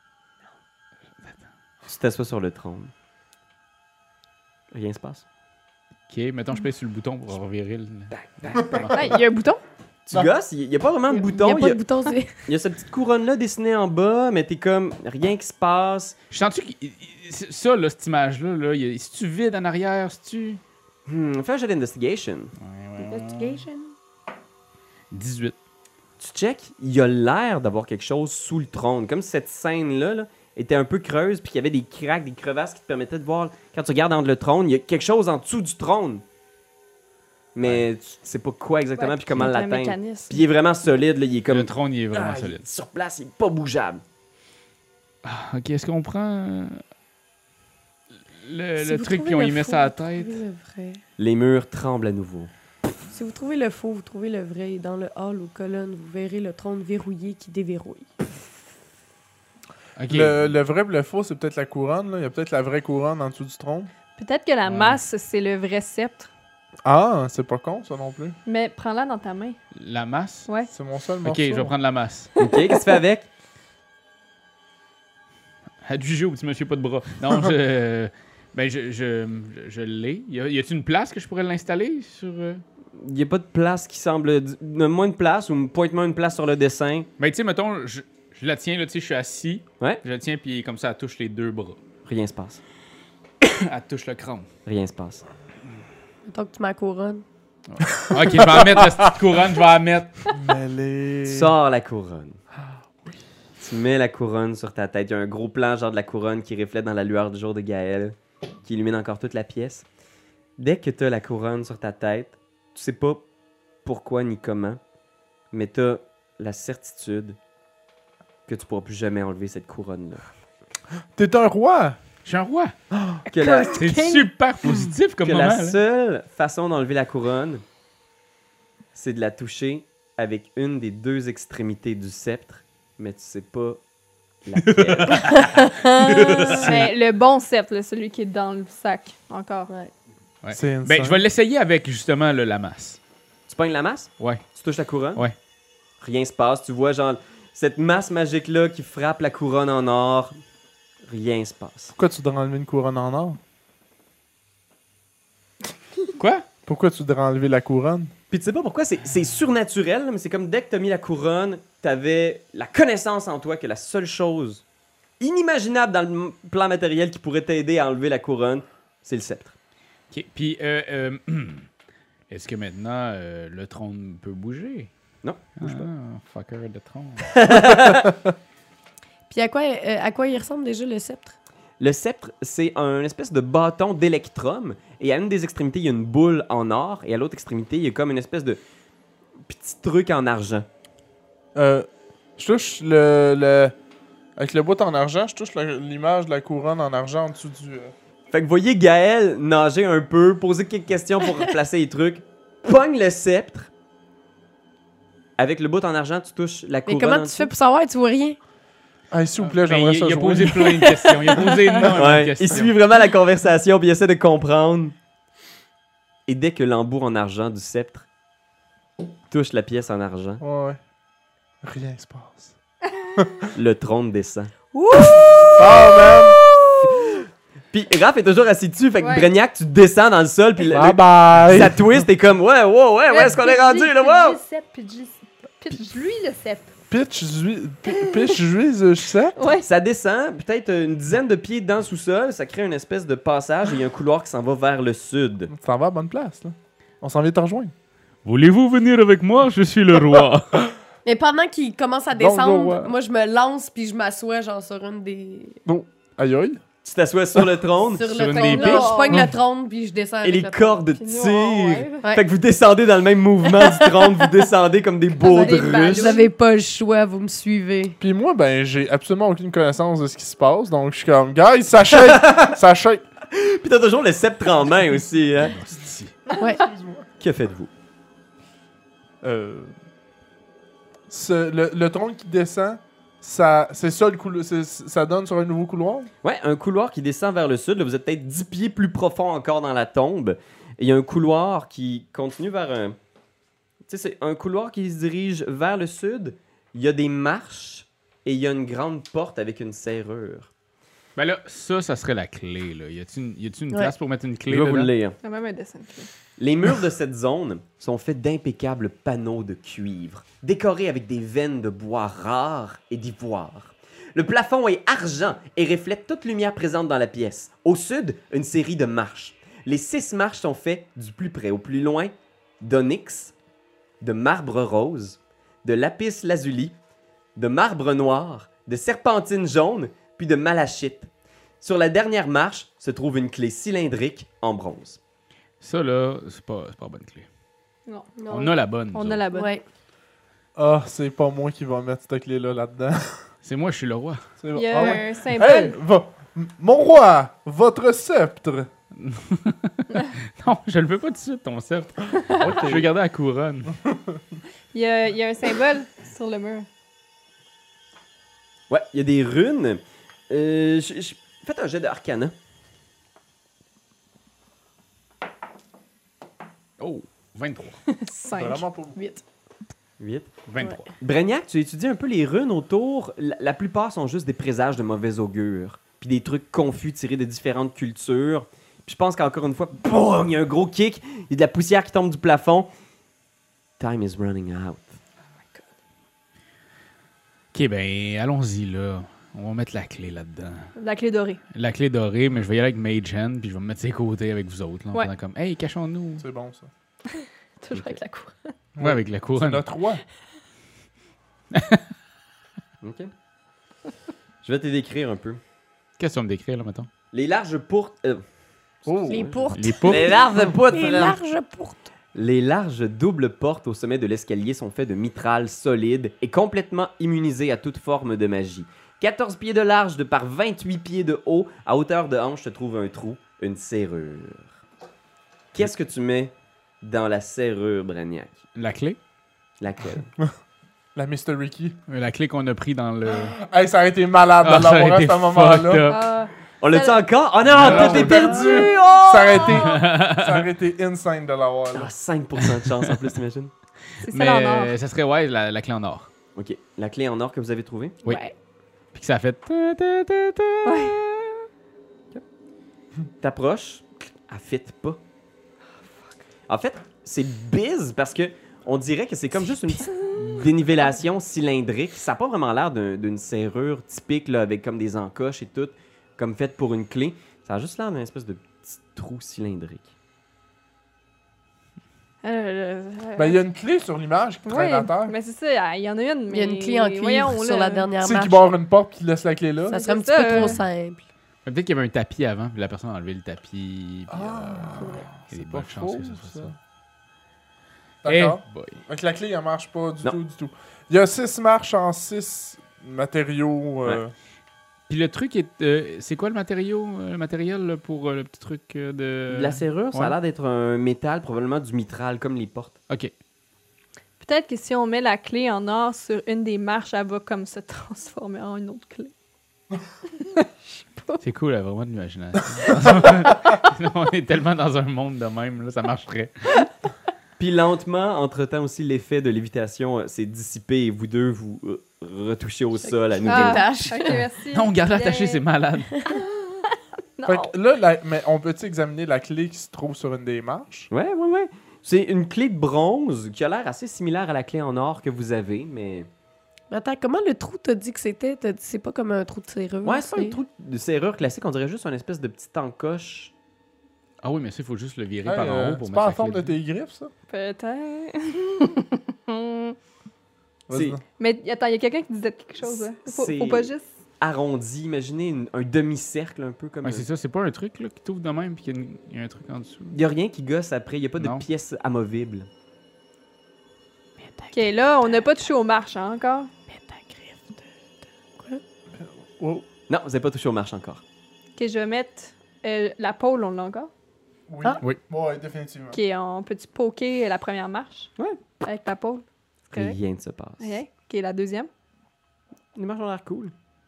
Tu t'assois sur le trône. Rien se passe. Ok, mettons, je pèse sur le bouton pour revirer le. Ouais, il y a un bouton. Tu gosses, il n'y a pas vraiment de bouton. Il Il n'y y, a pas de bouton, c'est... il y a cette petite couronne-là dessinée en bas, mais t'es comme rien qui se passe. Je sens-tu que. Ça, là, cette image-là, là, il y a- c'est-tu vide en arrière? C'est-tu. Hmm, fais un jet d'investigation. Ouais, ouais, ouais. Investigation. dix-huit. Tu check, il y a l'air d'avoir quelque chose sous le trône. Comme si cette scène-là là, était un peu creuse, puis qu'il y avait des craques, des crevasses qui te permettaient de voir. Quand tu regardes entre le trône, il y a quelque chose en dessous du trône. Mais tu sais pas quoi exactement, Ouais, puis comment il y a un l'atteindre. mécanisme. Puis il est vraiment solide, là, il est comme. Le trône, il est vraiment Ah, il est solide. sur place, il est pas bougeable. Ah, ok, est-ce qu'on prend. euh, Le, Si le vous truc, trouvez puis on le y met faux, ça à la vous tête? trouvez le vrai. Les murs tremblent à nouveau. Si vous trouvez le faux, vous trouvez le vrai. Et dans le hall aux colonnes, vous verrez le trône verrouillé qui déverrouille. Ok. Le, le vrai et le faux, c'est peut-être la couronne. Là. Il y a peut-être la vraie couronne en dessous du trône. Peut-être que la Ouais. masse, c'est le vrai sceptre. Ah, c'est pas con, ça non plus. Mais prends-la dans ta main. La masse? Ouais. C'est mon seul Ok, morceau. je vais prendre la masse. Ok, qu'est-ce que tu fais avec? Adjugé au petit monsieur pas de bras. Non, je. Ben, je, je, je, je l'ai. Y a- y a-t-il une place que je pourrais l'installer sur. euh? Il n'y a pas de place qui semble... Donne-moi une place ou pointe-moi une place sur le dessin. Ben, tu sais, mettons, je, je la tiens, là, tu sais, je suis assis. Ouais. Je la tiens, puis comme ça, elle touche les deux bras. Rien se passe. Elle touche le crâne. Rien se passe. Tant que tu m'as couronne. Ok, je vais en mettre, la petite couronne, je vais en mettre. Mais les... Sors la couronne. Tu mets la couronne sur ta tête. Il y a un gros plan, genre de la couronne, qui reflète dans la lueur du jour de Gaël, qui illumine encore toute la pièce. Dès que tu as la couronne sur ta tête, tu sais pas pourquoi ni comment, mais tu as la certitude que tu pourras plus jamais enlever cette couronne-là. T'es un roi! Je suis un roi. Que la, C'est super positif comme que moment. la là. seule façon d'enlever la couronne, c'est de la toucher avec une des deux extrémités du sceptre, mais tu sais pas laquelle. Mais le bon sceptre, là, celui qui est dans le sac, encore. Ouais. Ouais. C'est insane. Ben, je vais l'essayer avec justement là, la masse. Tu pognes la masse? Ouais. Tu touches la couronne? Ouais. Rien se passe. Tu vois, genre, cette masse magique-là qui frappe la couronne en or. Rien se passe. Pourquoi tu devrais enlever une couronne en or? Quoi? Pourquoi tu devrais enlever la couronne? Puis tu sais pas pourquoi, c'est c'est surnaturel, là, mais c'est comme dès que t'as mis la couronne, t'avais la connaissance en toi que la seule chose inimaginable dans le m- plan matériel qui pourrait t'aider à enlever la couronne, c'est le sceptre. Ok. Puis, euh, euh, est-ce que maintenant euh, le trône peut bouger? Non, bouge Ah, fucker de trône. Puis à quoi, euh, à quoi il ressemble déjà le sceptre? Le sceptre, c'est un espèce de bâton d'électrum, et à une des extrémités, il y a une boule en or, et à l'autre extrémité, il y a comme une espèce de petit truc en argent. Euh, je touche le, le... Avec le bout en argent, je touche la- l'image de la couronne en argent en dessous du... euh, Fait que vous voyez Gaël nager un peu, poser quelques questions pour replacer les trucs, pogne le sceptre. Avec le bout en argent, tu touches la Mais couronne. comment en tu dessous. fais pour savoir? Tu vois rien? Ah, s'il vous plaît, Ben, j'aimerais il, ça il a jouer. posé plein de questions. Il a posé énormément de Ouais, questions. il suit vraiment la conversation puis il essaie de comprendre. Et dès que l'embout en argent du sceptre touche la pièce en argent, Ouais, ouais. Rien se passe. le trône descend. Ah, man! Puis Raph est toujours assis dessus, fait que Ouais. Brignac, tu descends dans le sol puis le- Bye le- bye! ça twist, t'es comme ouais, ouais, ouais, ouais, est-ce qu'on est rendu là, wow! Pitch-lui le sceptre. Pitch, jui- pi- pitch, juise, je sais. Ouais. Ça descend, peut-être une dizaine de pieds dans le sous-sol, ça crée une espèce de passage et il y a un couloir qui s'en va vers le sud. Tu t'en vas à bonne place, là. On s'en vient te rejoindre. Voulez-vous venir avec moi? Je suis le roi. Mais pendant qu'il commence à Don't go, descendre, ouais. moi je me lance puis je m'assois genre sur une des... Aïe aïe. Tu t'assois sur le trône Sur, Sur le une trône. des Là, piches. je pogne le trône puis je descends et avec les le cordes Puis nous, tirent. on- ouais. Ouais. Fait que vous descendez dans le même mouvement du trône, vous descendez comme des des baudrusses. ballons. Vous avez pas le choix, vous me suivez. Puis moi, ben, j'ai absolument aucune connaissance de ce qui se passe, donc je suis comme, guys, ça shake! Ça shake! Puis t'as toujours le sceptre en main aussi, hein. Ouais. Que faites-vous? Euh... ce- le, le trône qui descend, ça, c'est ça le couloir, c'est- ça donne sur un nouveau couloir? Ouais, un couloir qui descend vers le sud. Là, vous êtes peut-être dix pieds plus profond encore dans la tombe. Et il y a un couloir qui continue vers un... Tu sais, c'est un couloir qui se dirige vers le sud. Il y a des marches et il y a une grande porte avec une serrure. Ben là, ça, ça serait la clé. Là. Y a-tu une, y a-tu une Ouais. place pour mettre une clé Je vais vous le dedans? lire. Quand même un dessin de clé. Les murs de cette zone sont faits d'impeccables panneaux de cuivre, décorés avec des veines de bois rares et d'ivoire. Le plafond est argent et reflète toute lumière présente dans la pièce. Au sud, une série de marches. Les six marches sont faites du plus près au plus loin d'onyx, de marbre rose, de lapis lazuli, de marbre noir, de serpentine jaune, puis de malachite. Sur la dernière marche se trouve une clé cylindrique en bronze. Ça, là, c'est pas, c'est pas la bonne clé. Non. On a la bonne. On nous a autres. la bonne. Ouais. Ah, c'est pas moi qui va mettre cette clé-là là-dedans. C'est moi, je suis le roi. C'est bon. Il y a Ah ouais. un symbole. Hey, va- m- mon roi, votre sceptre. Non, je le veux pas tout de suite, ton sceptre. Je vais garder la couronne. Il y a, il y a un symbole sur le mur. Ouais, il y a des runes. Euh, je- je- Faites un jet d'arcana. Oh, vingt-trois. cinq. Vraiment pas. huit. huit. vingt-trois. Brignac, tu étudies un peu les runes autour. La, la plupart sont juste des présages de mauvais augure. puis des trucs confus tirés de différentes cultures. Puis je pense qu'encore une fois, boum, il y a un gros kick, il y a de la poussière qui tombe du plafond. Time is running out. Ok, ben, allons-y, là. On va mettre la clé là-dedans. La clé dorée. La clé dorée, mais je vais y aller avec Mage Hand, puis je vais me mettre ses côtés avec vous autres. Là, en Ouais. faisant comme, hey, cachons-nous. C'est bon, ça. Toujours avec la cour. Ouais, avec la C'est couronne. notre roi. OK. Je vais te décrire un peu. Qu'est-ce que tu vas me décrire, là, mettons? Les larges pourtes... euh, Oh. Les portes. Les poupes. Les larves poutres. Les larges portes. Les larges doubles portes au sommet de l'escalier sont faites de mitral solide et complètement immunisées à toute forme de magie. quatorze pieds de large de par vingt-huit pieds de haut, à hauteur de hanche se trouve un trou, une serrure. Qu'est-ce que tu mets dans la serrure, Bragnac? La clé? Laquelle? La Mystery Key. Euh, La clé qu'on a pris dans le... Hey, ça a été malade Ah, de ça a l'avoir à été ce fucked moment-là. up. Ah, On l'a-tu encore? Oh non, Non, tout est non, perdu! non. Oh! Ça aurait été, ça aurait été insane de l'avoir là. Ah, cinq pour cent de chance en plus, t'imagines? c'est celle en or. Mais ça serait, ouais, la, la clé en or. OK. La clé en or que vous avez trouvée? Oui. Ouais. Puis que ça a fait... ta, ta, ta, ta. T'approches, elle fit pas. En fait, c'est biz parce que on dirait que c'est comme juste une petite dénivellation cylindrique. Ça n'a pas vraiment l'air d'un- d'une serrure typique là, avec comme des encoches et tout, comme faite pour une clé. Ça a juste l'air d'un espèce de petit trou cylindrique. Euh, euh, Ben, il y a une clé sur l'image qui traîne ouais, à terre. mais c'est ça, il y en a une. Il y a mais une clé en cuivre voyons, sur là. la dernière Tu sais marche. qui barre une porte qui laisse la clé là. Ça serait un C'est petit peu ça, trop euh. simple. Mais Peut-être qu'il y avait un tapis avant, puis la personne a enlevé le tapis. Puis, Ah, euh, il y a des c'est pas bonnes chances faux, que ce soit ça. D'accord. Eh boy. Avec la clé, elle marche pas du Non. tout, du tout. Il y a six marches en six matériaux. euh, Puis le truc est... euh, c'est quoi le matériau, euh, le matériel là, pour euh, le petit truc euh, de... La serrure, ça ouais. a l'air d'être un métal, probablement du mitral, comme les portes. OK. Peut-être que si on met la clé en or sur une des marches, elle va comme se transformer en une autre clé. C'est cool, elle a vraiment de l'imagination. On est tellement dans un monde de même, là, ça marcherait. Puis lentement, entre-temps aussi, l'effet de lévitation euh, s'est dissipé et vous deux, vous euh, retouchez au sol à nouveau. Ah, tâche. ok, merci. Non, garde-la Bien. attachée, c'est malade. Non. Fait que là, la- mais on peut-tu examiner la clé qui se trouve sur une des marches? Ouais, ouais, ouais. C'est une clé de bronze qui a l'air assez similaire à la clé en or que vous avez, mais... Mais attends, comment le trou t'as dit que c'était? T'as dit c'est pas comme un trou de serrure? Ouais, c'est pas un trou de serrure classique, on dirait juste une espèce de petite encoche. Ah oui, mais ça, il faut juste le virer Hey, par en euh, haut pour c'est mettre pas la en forme de clé. tes griffes, ça? Peut-être. Vas-y. C'est Mais attends, il y a quelqu'un qui disait quelque chose. Là. Faut, C'est- faut pas juste. arrondi, imaginez une- un demi-cercle un peu comme... Ouais, c'est ça, c'est pas un truc là, qui t'ouvre de même puis qu'il y a une- il y, a un truc en dessous. Il n'y a rien qui gosse après, il n'y a pas Non. de pièces amovibles. Ok, là, on n'a pas touché aux marches hein, encore. Oh, Non, vous n'avez pas touché aux marches encore. Ok, je vais mettre euh, la pôle, on l'a encore. oui. Ah. Oui. Ouais, définitivement. Ok, on peut-tu poker la première marche? Ouais. Avec la pôle. C'est correct? Rien ne se passe. Ok, ok, la deuxième. Les marches ont l'air cool.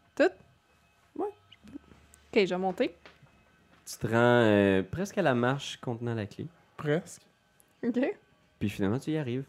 Ok, je vais monter. Tu te rends euh, presque à la marche contenant la clé. Presque. Ok. Puis finalement, tu y arrives.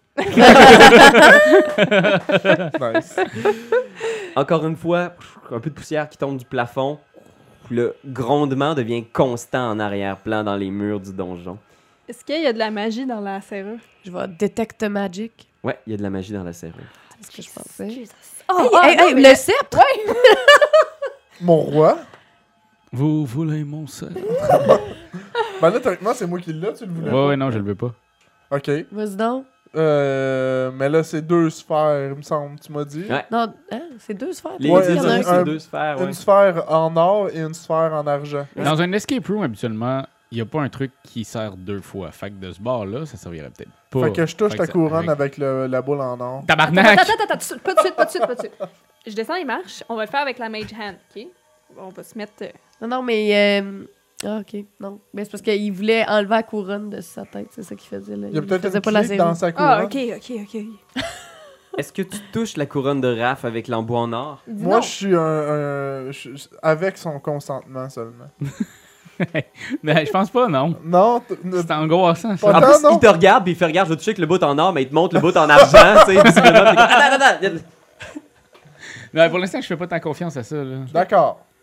Nice. Encore une fois, un peu de poussière qui tombe du plafond. Le grondement devient constant en arrière-plan dans les murs du donjon. Est-ce qu'il y a de la magie dans la serrure? Je vais detect magic. Ouais, il y a de la magie dans la serrure. C'est ce que je pensais. Oh, Hey, oh, hey, non, hey, mais- le sceptre! Mon roi? Vous voulez mon sel? Ben là, théoriquement, c'est moi qui l'ai, tu le voulais Ouais, pas. ouais, non, je le veux pas. Ok. Vas-y donc. Euh, mais là, c'est deux sphères, il me semble, tu m'as dit. Ouais. Non, hein, c'est deux sphères. Les Ouais, les il y en a un c'est un- deux sphères, ouais. Une sphère en or et une sphère en argent. Dans un escape room, habituellement, il n'y a pas un truc qui sert deux fois. Fait que de ce bord-là, ça servirait peut-être pas. Fait que je touche Fait ta que ça- couronne avec- avec le- la boule en or. Tabarnak! Attends, attends, attends, attends, pas de suite, pas de suite, pas de suite, pas de suite. Je descends les marches, on va le faire avec la mage hand, ok? On va se mettre. euh, Non, non, mais... euh, Ah, OK. Non. Mais c'est parce qu'il voulait enlever la couronne de sa tête. C'est ça qu'il faisait, là. Il y a peut-être faisait une pas la clé série. dans sa couronne. Ah, ok, ok, ok. Est-ce que tu touches la couronne de Raph avec l'embout en or? Dis Moi, non. je suis un, un- je- avec son consentement seulement. Mais je pense pas, non. Non, t- ne- C'est angoissant, ça. Pas En Attends, plus, non. il te regarde, puis il fait regarde, je vais toucher avec le bout en or, mais il te montre le bout en argent, tu sais, visiblement, puis t'es comme, attends, attends, attends. Non, pour l'instant, je fais pas tant confiance à ça, là. d'accord.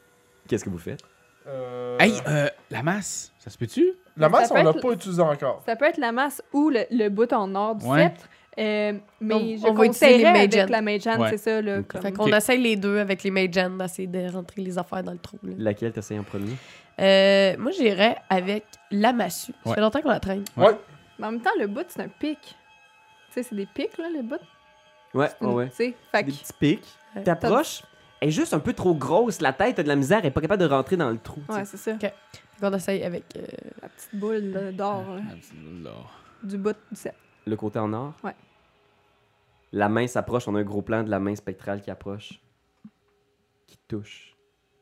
Qu'est-ce que vous faites? Euh, Hey, euh, la masse, ça se peut-tu? La masse, Ça on peut l'a être- pas utilisée encore. Ça peut être la masse ou le, le bout en or du Ouais. sceptre. euh, mais On- je on va utiliser les conseillerais Mage avec Hand. la Mage Hand, Ouais. c'est ça. Là, Ok. comme- Fait qu'on Ok. essaye les deux avec les Mage Hand d'essayer de rentrer les affaires dans le trou. Là. Laquelle t'essayes en premier? Euh, moi, j'irais avec la massue. Ça Ouais. fait longtemps qu'on la traîne. Ouais. Mais en même temps, le bout, c'est un pic. Tu sais, c'est des pics, là, les bouts. Ouais, C'est une- ouais, ouais. Tu sais, fait Des que- petits pics. Ouais. T'approches, elle est juste un peu trop grosse. La tête, t'as de la misère, elle est pas capable de rentrer dans le trou. tu sais. Ouais, c'est ça. Fait qu'on essaye avec... euh, La petite boule là, d'or là, Ah, c'est là. du bout du sceptre. Le côté en or? Ouais. La main s'approche, on a un gros plan de la main spectrale qui approche. Qui touche.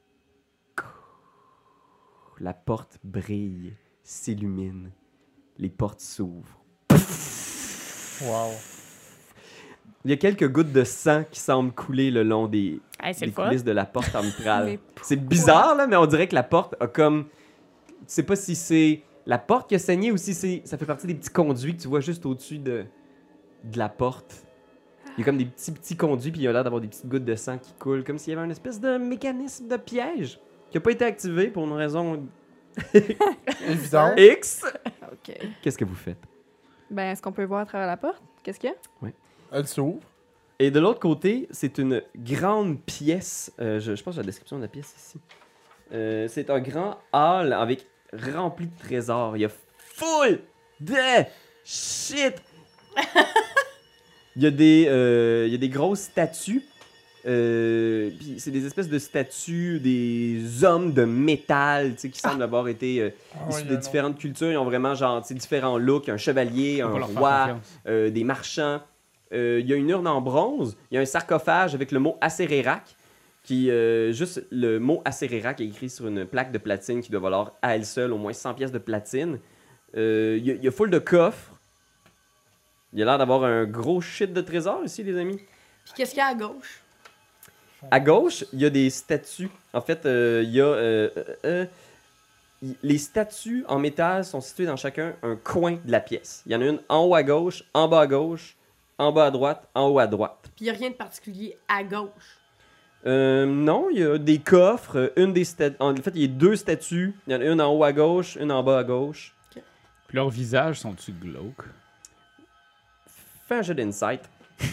La porte brille, s'illumine. Les portes s'ouvrent. Wow. Il y a quelques gouttes de sang qui semblent couler le long des, Hey, c'est des le fun. coulisses de la porte centrale. Mais C'est bizarre, là, mais on dirait que la porte a comme... Tu sais pas si c'est la porte qui a saigné ou si c'est... ça fait partie des petits conduits que tu vois juste au-dessus de, de la porte. Il y a comme des petits, petits conduits, puis il y a l'air d'avoir des petites gouttes de sang qui coulent, comme s'il y avait une espèce de mécanisme de piège qui a pas été activé pour une raison Évident. X. OK. Qu'est-ce que vous faites? Ben, est-ce qu'on peut voir à travers la porte? Qu'est-ce qu'il y a? Elle s'ouvre. Et de l'autre côté, c'est une grande pièce. euh, je, je pense que j'ai la description de la pièce ici. Euh, c'est un grand hall avec rempli de trésors. Il y a full de shit. Il y a des, euh, il y a des grosses statues. Euh, puis c'est des espèces de statues des hommes de métal, tu sais, qui semblent avoir été euh, Ah ouais, issus il y de a un différentes cultures. Ils ont vraiment genre, tu sais, différents looks. Un chevalier, On va un leur faire roi, confiance. euh, des marchands. Euh, Il y a une urne en bronze. Il y a un sarcophage avec le mot Acérérac. Qui, euh, juste le mot Acérérac est écrit sur une plaque de platine qui doit valoir à elle seule au moins cent pièces de platine. Euh, Il y, a- il y a full de coffres. Il y a l'air d'avoir un gros shit de trésors ici, les amis. Puis qu'est-ce qu'il y a à gauche? À gauche, il y a des statues. En fait, euh, il y a... euh, euh, euh, y- les statues en métal sont situées dans chacun un coin de la pièce. Il y en a une en haut à gauche, en bas à gauche, en bas à droite, en haut à droite. Puis il n'y a rien de particulier à gauche. Euh, non, il y a des coffres. euh, Une des statues... En fait, il y a deux statues. Il y en a une en haut à gauche, une en bas à gauche. Puis leurs visages sont-tu glauques? Fais un jeu d'insight.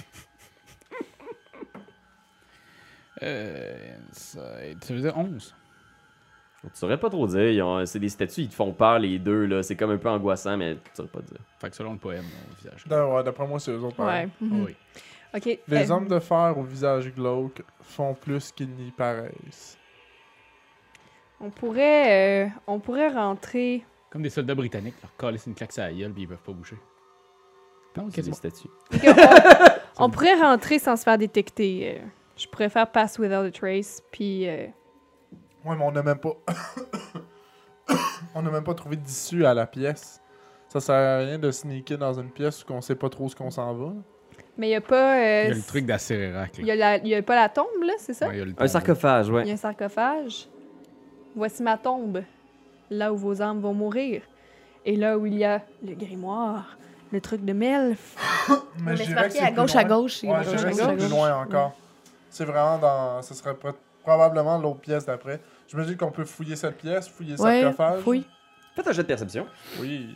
Euh, Insight. Ça veut dire onze. Tu saurais pas trop dire. ils ont- C'est des statues, ils te font peur les deux. Là. C'est comme un peu angoissant, mais tu saurais pas dire. Fait que selon le poème, le visage. D'a- ouais, D'après moi, c'est eux autres. pareil. Ouais. Ah Mhm. oui. OK. Les euh, hommes de fer au visage glauque font plus qu'ils n'y paraissent. On pourrait, euh, on pourrait rentrer... Comme des soldats britanniques, leur coller une claque à la gueule puis ils peuvent pas bouger. Non, ok, C'est c'est des bon. statues. OK, on, on pourrait rentrer sans se faire détecter. euh. Je pourrais faire Pass Without a Trace, puis... euh, Ouais, mais on n'a même pas. on n'a même pas trouvé d'issue à la pièce. Ça sert à rien de sneaker dans une pièce où on sait pas trop ce qu'on s'en va. Mais il n'y a pas... euh, Il y a le truc d'Acérérac. Il y a, la- il y a pas la tombe, là, c'est ça? Ouais, il y a le Un tombeau. sarcophage, Il y ouais. a un sarcophage. Voici ma tombe, là où vos âmes vont mourir. Et là où il y a le grimoire, le truc de Melf. Mais je c'est dirais que marqué à plus gauche loin. à gauche. c'est Ouais, marqué je à dirais que gauche c'est à plus gauche. loin encore. C'est vraiment dans. Ce serait pro- probablement l'autre pièce d'après. J'imagine qu'on peut fouiller cette pièce, fouiller le Ouais, sarcophage. fouille. Faites un jeu de perception. Oui.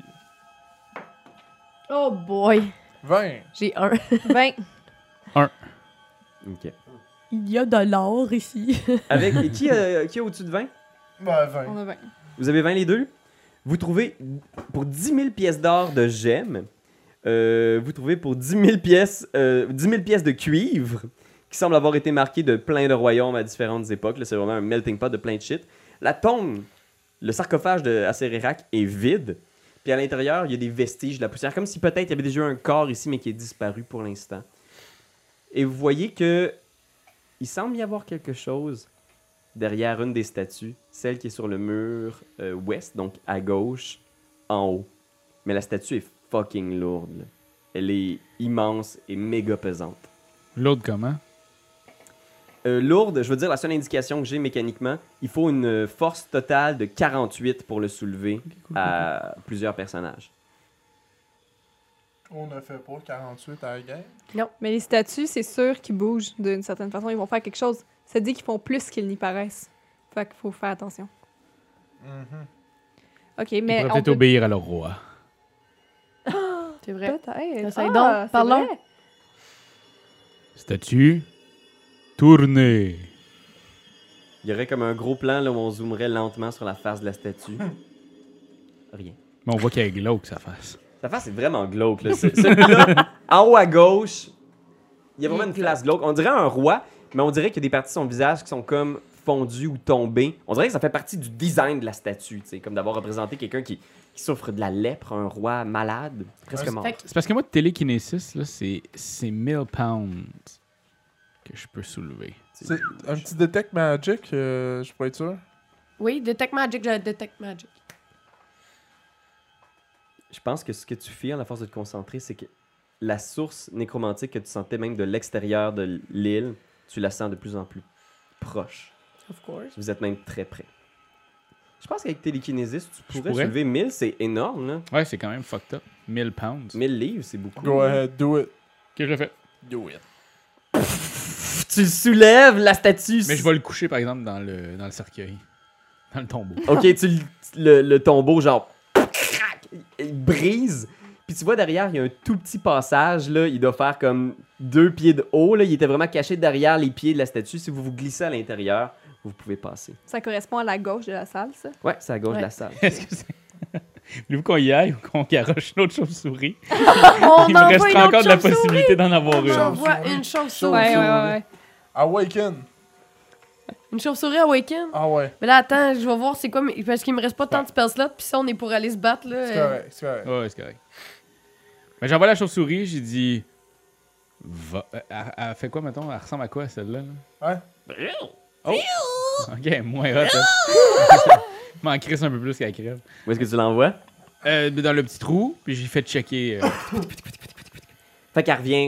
Oh boy, vingt. j'ai un. vingt. OK. Il y a de l'or ici. Avec, et qui, a- qui a au-dessus de vingt? Ben, vingt. On a vingt. Vous avez vingt les deux. Vous trouvez pour dix mille pièces d'or de gemmes, euh, vous trouvez pour dix mille pièces, euh, dix mille pièces de cuivre qui semblent avoir été marquées de plein de royaumes à différentes époques. Là, c'est vraiment un melting pot de plein de shit. La tombe, le sarcophage de Acérérac est vide. Puis à l'intérieur, il y a des vestiges de la poussière. Comme si peut-être il y avait déjà eu un corps ici, mais qui est disparu pour l'instant. Et vous voyez que il semble y avoir quelque chose derrière une des statues, celle qui est sur le mur euh, ouest, donc à gauche, en haut. Mais la statue est fucking lourde. là. Elle est immense et méga pesante. L'autre comment? Euh, lourde, je veux dire, la seule indication que j'ai mécaniquement, il faut une force totale de quarante-huit pour le soulever à plusieurs personnages. On ne fait pas quarante-huit à la game. Mais les statues, c'est sûr qu'ils bougent d'une certaine façon. Ils vont faire quelque chose. Ça dit qu'ils font plus qu'ils n'y paraissent. Fait qu'il faut faire attention. Mhm. OK, Ils mais pourraient on peut-être peut... obéir à leur roi. C'est vrai. Peut-être. Essaye Ah, donc, c'est parlons. vrai. Statue. Tournée. Il y aurait comme un gros plan là, où on zoomerait lentement sur la face de la statue. Rien. Mais on voit qu'elle est glauque, sa face. Sa face est vraiment glauque. Là. Ce- Celui-là, en haut à gauche, il y a vraiment une face glauque. On dirait un roi, mais on dirait qu'il y a des parties de son visage qui sont comme fondues ou tombées. On dirait que ça fait partie du design de la statue, tu sais, comme d'avoir représenté quelqu'un qui, qui souffre de la lèpre, un roi malade, presque Ouais, mort. Fait que- C'est parce que moi, télékinésis, là, c'est, c'est mille pounds que je peux soulever. C'est un petit Detect Magic, euh, je pourrais être sûr. Oui, Detect Magic, je Detect Magic. Je pense que ce que tu fais, à la force de te concentrer, c'est que la source nécromantique que tu sentais même de l'extérieur de l'île, tu la sens de plus en plus proche. Of course. Vous êtes même très près. Je pense qu'avec télékinésis, tu Je pourrais, pourrais. soulever mille, c'est énorme, là. Ouais, c'est quand même fucked up. mille pounds. mille livres, c'est beaucoup. Go ahead, do it. Ok, je le fais. Do it. Tu soulèves la statue. Mais je vais le coucher, par exemple, dans le, dans le cercueil. Dans le tombeau. Ok, tu le, le, le tombeau, genre, crac, il brise. Puis tu vois derrière, il y a un tout petit passage, là. Il doit faire comme deux pieds de haut, là. Il était vraiment caché derrière les pieds de la statue. Si vous vous glissez à l'intérieur, vous pouvez passer. Ça correspond à la gauche de la salle, ça. Ouais, c'est à gauche Ouais. de la salle. Est-ce que c'est... Voulez-vous qu'on y aille ou qu'on garoche une autre chauve-souris? On Il me envoie une restera autre encore de la chauve-souris. possibilité d'en avoir On une. envoie Chauve-souris. une chauve-souris. Ouais, ouais, ouais, ouais. Awaken. Une chauve-souris Awaken. Ah ouais, Mais là, attends, je vais voir c'est quoi. mais- Parce qu'il me reste pas tant de spell slots, puis ça, on est pour aller se battre, là. c'est euh, correct, c'est correct. Ouais, c'est correct. Mais j'envoie la chauve-souris, j'ai dit... Va... Elle, elle fait quoi, mettons? Elle ressemble à quoi, celle-là? là? Ouais. Oh! Ok, moins hot. hein. M'en crisse un peu plus qu'elle crève. Où est-ce que tu l'envoies? Euh, dans le petit trou, puis j'ai fait checker. euh, Fait qu'elle revient.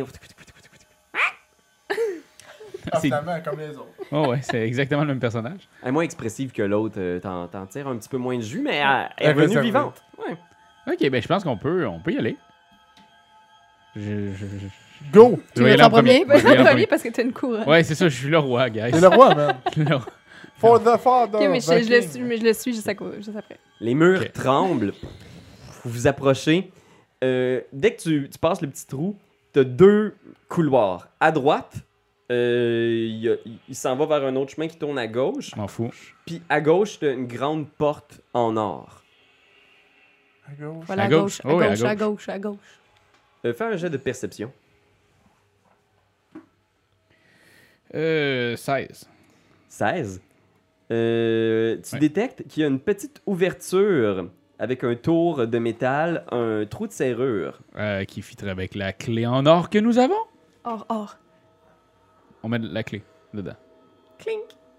Ah, C'est- finalement, comme les autres. Oh ouais, c'est exactement le même personnage. Elle est moins expressive que l'autre. euh, T'en, t'en tires un petit peu moins de jus, mais elle, elle est Elle est revenue réservée. vivante. Ouais. Ok, ben je pense qu'on peut, on peut y aller. Je, je, je- Go! je veux vais y être aller en en premier. premier? Ouais, je vais y aller en Premier premier. parce que t'as une couronne. Ouais, c'est ça, je suis le roi, guys. C'est le roi, man. Je suis le roi. For the father. Ok, mais je, je le the suis, king. mais je le suis juste, à co- juste après. Les murs Ok. tremblent. Vous vous approchez. Euh, dès que tu, tu passes le petit trou, tu as deux couloirs. À droite, euh, il y a- il il s'en va vers un autre chemin qui tourne à gauche. Je m'en fous. Puis à gauche, tu as une grande porte en or. À gauche. Voilà, À à gauche. gauche, à Oh oui, à gauche, à gauche. gauche, à gauche. Euh, fais un jet de perception. Euh, seize. seize. Euh, tu Ouais. détectes qu'il y a une petite ouverture avec un tour de métal, un trou de serrure. Euh, qui fitterait avec la clé en or que nous avons. Or, or. On met la clé dedans. Clink.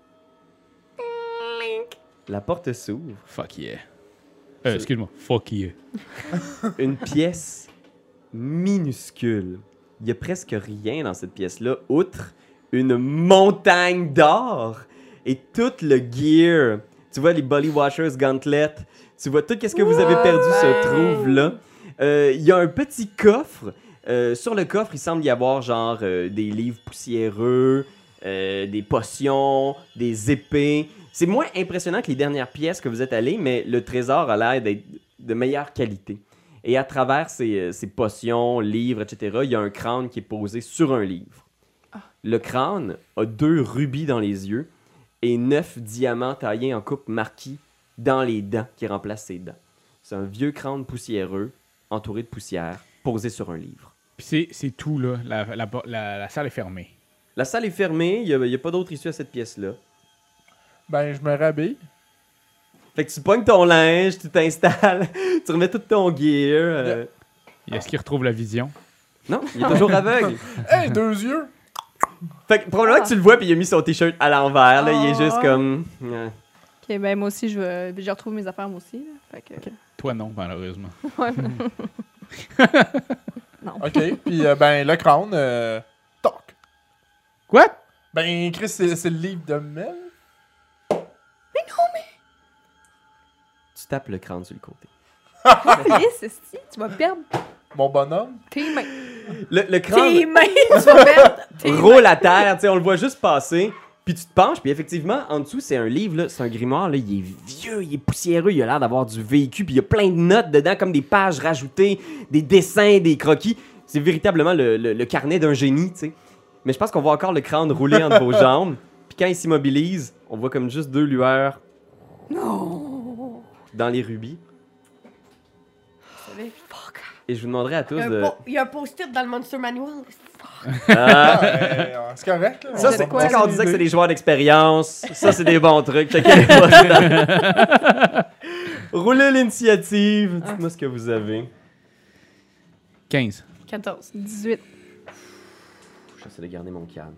Clink. La porte s'ouvre. Fuck yeah. Euh, excuse-moi. Fuck yeah. Une pièce minuscule. Il y a presque rien dans cette pièce-là, outre une montagne d'or et tout le gear. Tu vois les Body Washers Gauntlet. Tu vois tout ce que vous avez perdu se trouve là. Euh, Il y a un petit coffre. Euh, sur le coffre, il semble y avoir genre euh, des livres poussiéreux, euh, des potions, des épées. C'est moins impressionnant que les dernières pièces que vous êtes allés, mais le trésor a l'air d'être de meilleure qualité. Et à travers ces, euh, ces potions, livres, et cetera, il y a un crâne qui est posé sur un livre. Le crâne a deux rubis dans les yeux et neuf diamants taillés en coupe marquis dans les dents qui remplacent ses dents. C'est un vieux crâne poussiéreux, entouré de poussière, posé sur un livre. Puis c'est, c'est tout, là. La, la, la, la salle est fermée. La salle est fermée, il n'y a, a pas d'autre issue à cette pièce-là. Ben, je me rhabille. Fait que tu pognes ton linge, tu t'installes, tu remets tout ton gear. euh, Est-ce qu'il retrouve la vision? Non, il est toujours aveugle. Hey, deux yeux! Fait que probablement que tu le vois puis il a mis son t-shirt à l'envers, là, il est juste Ah. comme... ouais. Ok, ben moi aussi, je vais. Je retrouve mes affaires, moi aussi. Là. Fait que. Toi, non, malheureusement. Ouais. non. Ok, puis euh, ben, le crâne, euh, toc. Quoi? Ben, Chris, c'est c'est le livre de Mel. Tu tapes le crâne sur le côté. Chris, esti, tu vas perdre Mon bonhomme. tes mains. Le, le crâne Tes mains, tu vas perdre tes mains. roule à terre, tu sais, on le voit juste passer. Puis tu te penches, puis effectivement, en dessous, c'est un livre, là, c'est un grimoire, là, il est vieux, il est poussiéreux, il a l'air d'avoir du vécu, puis il y a plein de notes dedans, comme des pages rajoutées, des dessins, des croquis. C'est véritablement le, le- le carnet d'un génie, tu sais. Mais je pense qu'on voit encore le crâne rouler entre vos jambes, puis quand il s'immobilise, on voit comme juste deux lueurs Non! dans les rubis. Vous savez. Et je vous demanderai à tous Il y a un de... po- il y a un post-it dans le Monster Manual. Ah, Ouais, c'est correct, là. ça, On c'est va quoi passer quand on l'idée. disait que c'est des joueurs d'expérience. Ça, c'est des bons trucs. Checkez les posts. Roulez l'initiative. Dites-moi ce que vous avez. quinze. quatorze. dix-huit. J'essaie de garder mon calme.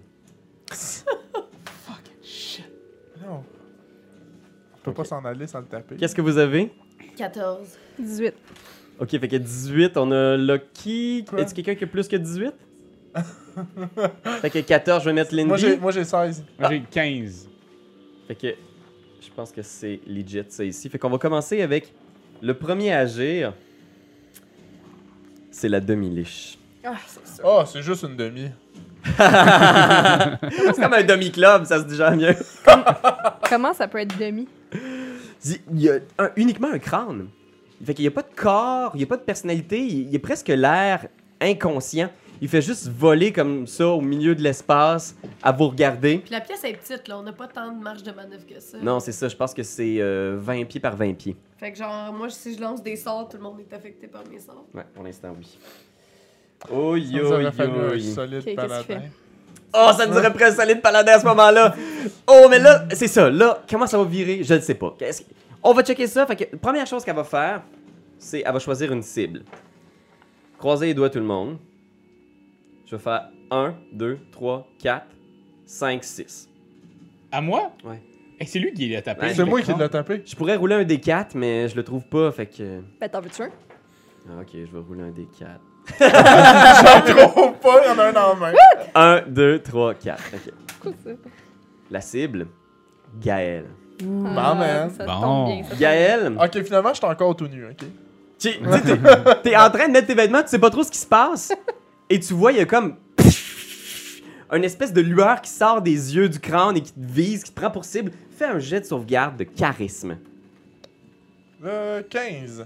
Non. On peut pas s'en aller sans le taper. Qu'est-ce que vous avez? quatorze. dix-huit. Ok, fait que dix-huit, on a Lucky. Quoi? Est-ce quelqu'un qui a plus que dix-huit? Fait que quatorze, je vais mettre Moi, j'ai Lindy. moi, j'ai seize. Moi, j'ai quinze. Fait que je pense que c'est legit ça ici. Fait qu'on va commencer avec le premier à agir. C'est la demi-liche. Ah, c'est ça. Oh, c'est juste une demi. C'est comme un demi-club, ça se dit jamais mieux. Comment ça peut être demi? Il y a un- uniquement un crâne. Fait qu'il n'y a pas de corps, il n'y a pas de personnalité, il, il a presque l'air inconscient. Il fait juste voler comme ça au milieu de l'espace à vous regarder. Puis la pièce est petite, là. On n'a pas tant de marge de manœuvre que ça. Non, c'est ça, je pense que c'est euh, vingt pieds par vingt pieds. Fait que genre, moi, si je lance des sorts, tout le monde est affecté par mes sorts. Ouais, pour l'instant, oui. Oh Ça nous aurait yo fallu un yo. solide Ok, qu'est-ce paladin. qu'il fait? Oh, ça nous aurait pris un solide paladin à ce moment-là. Oh, mais là, c'est ça. Là, comment ça va virer? Je ne sais pas. Qu'est-ce que- On va checker ça. Fait que la première chose qu'elle va faire, c'est qu'elle va choisir une cible. Croisez les doigts, tout le monde. Je vais faire un, deux, trois, quatre, cinq, six. À moi? Ouais. Hey, c'est lui qui l'a tapé. Ouais, C'est le moi qui crâne. l'ai tapé. Je pourrais rouler un D quatre, mais je le trouve pas, fait que... Ben, t'en veux-tu un? Ah, ok, je vais rouler un D quatre. J'en trouve pas, il y en a un en main. un, deux, trois, quatre. Ok. Quoi, ça? La cible, Gaël. Bon, man. Ça Bon. tombe bien. Ça tombe Gaël, Ok, finalement, je suis encore tout nu, ok? tu tu sais, t'es t'es en train de mettre tes vêtements, tu sais pas trop ce qui se passe. Et tu vois, il y a comme une espèce de lueur qui sort des yeux du crâne et qui te vise, qui te prend pour cible. Fais un jet de sauvegarde de charisme. Euh, quinze.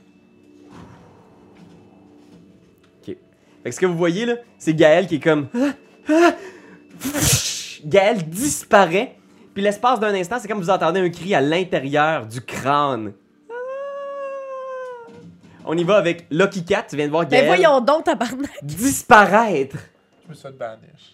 Ok. Fait que ce que vous voyez là, c'est Gaël qui est comme. Ah, ah. Gaël disparaît. Puis l'espace d'un instant, c'est comme vous entendez un cri à l'intérieur du crâne. Ah. On y va avec Lucky Cat. Tu viens de voir Ben Gaël voyons donc, tabarnak. disparaître. Je me suis fait banish.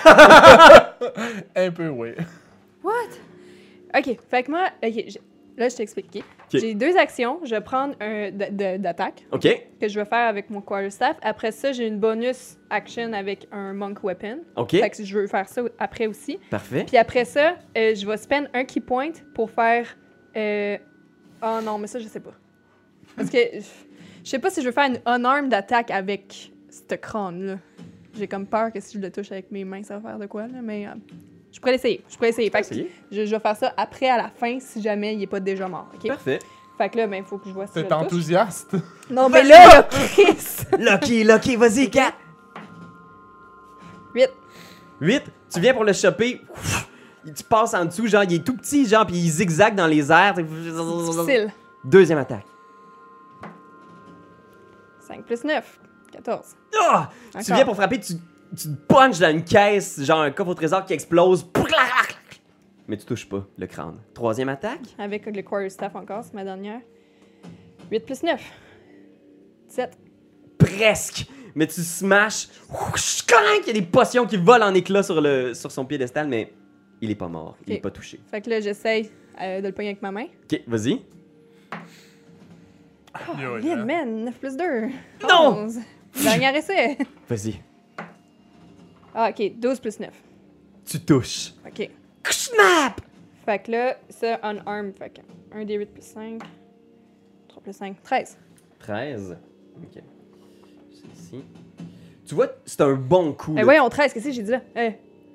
Un peu, oui. What? Ok, fait que moi, ok, j'ai- là je t'explique. ok. J'ai deux actions. Je vais prendre un d- d- d'attaque Ok. que je vais faire avec mon quarterstaff. Après ça, j'ai une bonus action avec un monk weapon. Ok. Fait que je veux faire ça après aussi. Parfait. Puis après ça, euh, je vais spend un key point pour faire. Euh... Oh non, mais ça, je sais pas. Parce que je je sais pas si je veux faire une unarmed attaque avec ce crâne-là. J'ai comme peur que si je le touche avec mes mains, ça va faire de quoi, là. Mais euh, je pourrais l'essayer. Je pourrais essayer. Fait que Essayez. je, je vais faire ça après, à la fin, si jamais il est pas déjà mort. OK? Parfait. Fait que là, ben, il faut que je vois si je T'es le touche. enthousiaste. Non, mais là, là, Chris! Lucky, Lucky, vas-y, Cat. huit. huit. Tu viens pour le choper. Ouf. Tu passes en dessous, genre, il est tout petit, genre, puis il zigzague dans les airs. Difficile. Deuxième attaque. cinq plus neuf. quatorze. Ah! Tu Encore. viens pour frapper, tu, tu te punches dans une caisse, genre un coffre au trésor qui explose. Mais tu touches pas le crâne. Troisième attaque. Avec le quarterstaff encore, c'est ma dernière. huit plus neuf. sept. Presque. Mais tu smashes. Ouch, clank! Il y a des potions qui volent en éclats sur, le, sur son piédestal, mais il est pas mort. Il est Ok. pas touché. Fait que là, j'essaye euh, de le pogner avec ma main. Ok, vas-y. Yo, Vite, là. man, neuf plus deux. Non! onze. Dernier essai. Vas-y. Ah, ok, douze plus neuf. Tu touches. Ok. Snap! Fait que là, ça, unarmed. Fait que un d huit plus cinq. trois plus cinq. treize. treize. Ok. C'est ici. Tu vois, c'est un bon coup. Eh là. voyons, treize, qu'est-ce que j'ai dit là? Eh.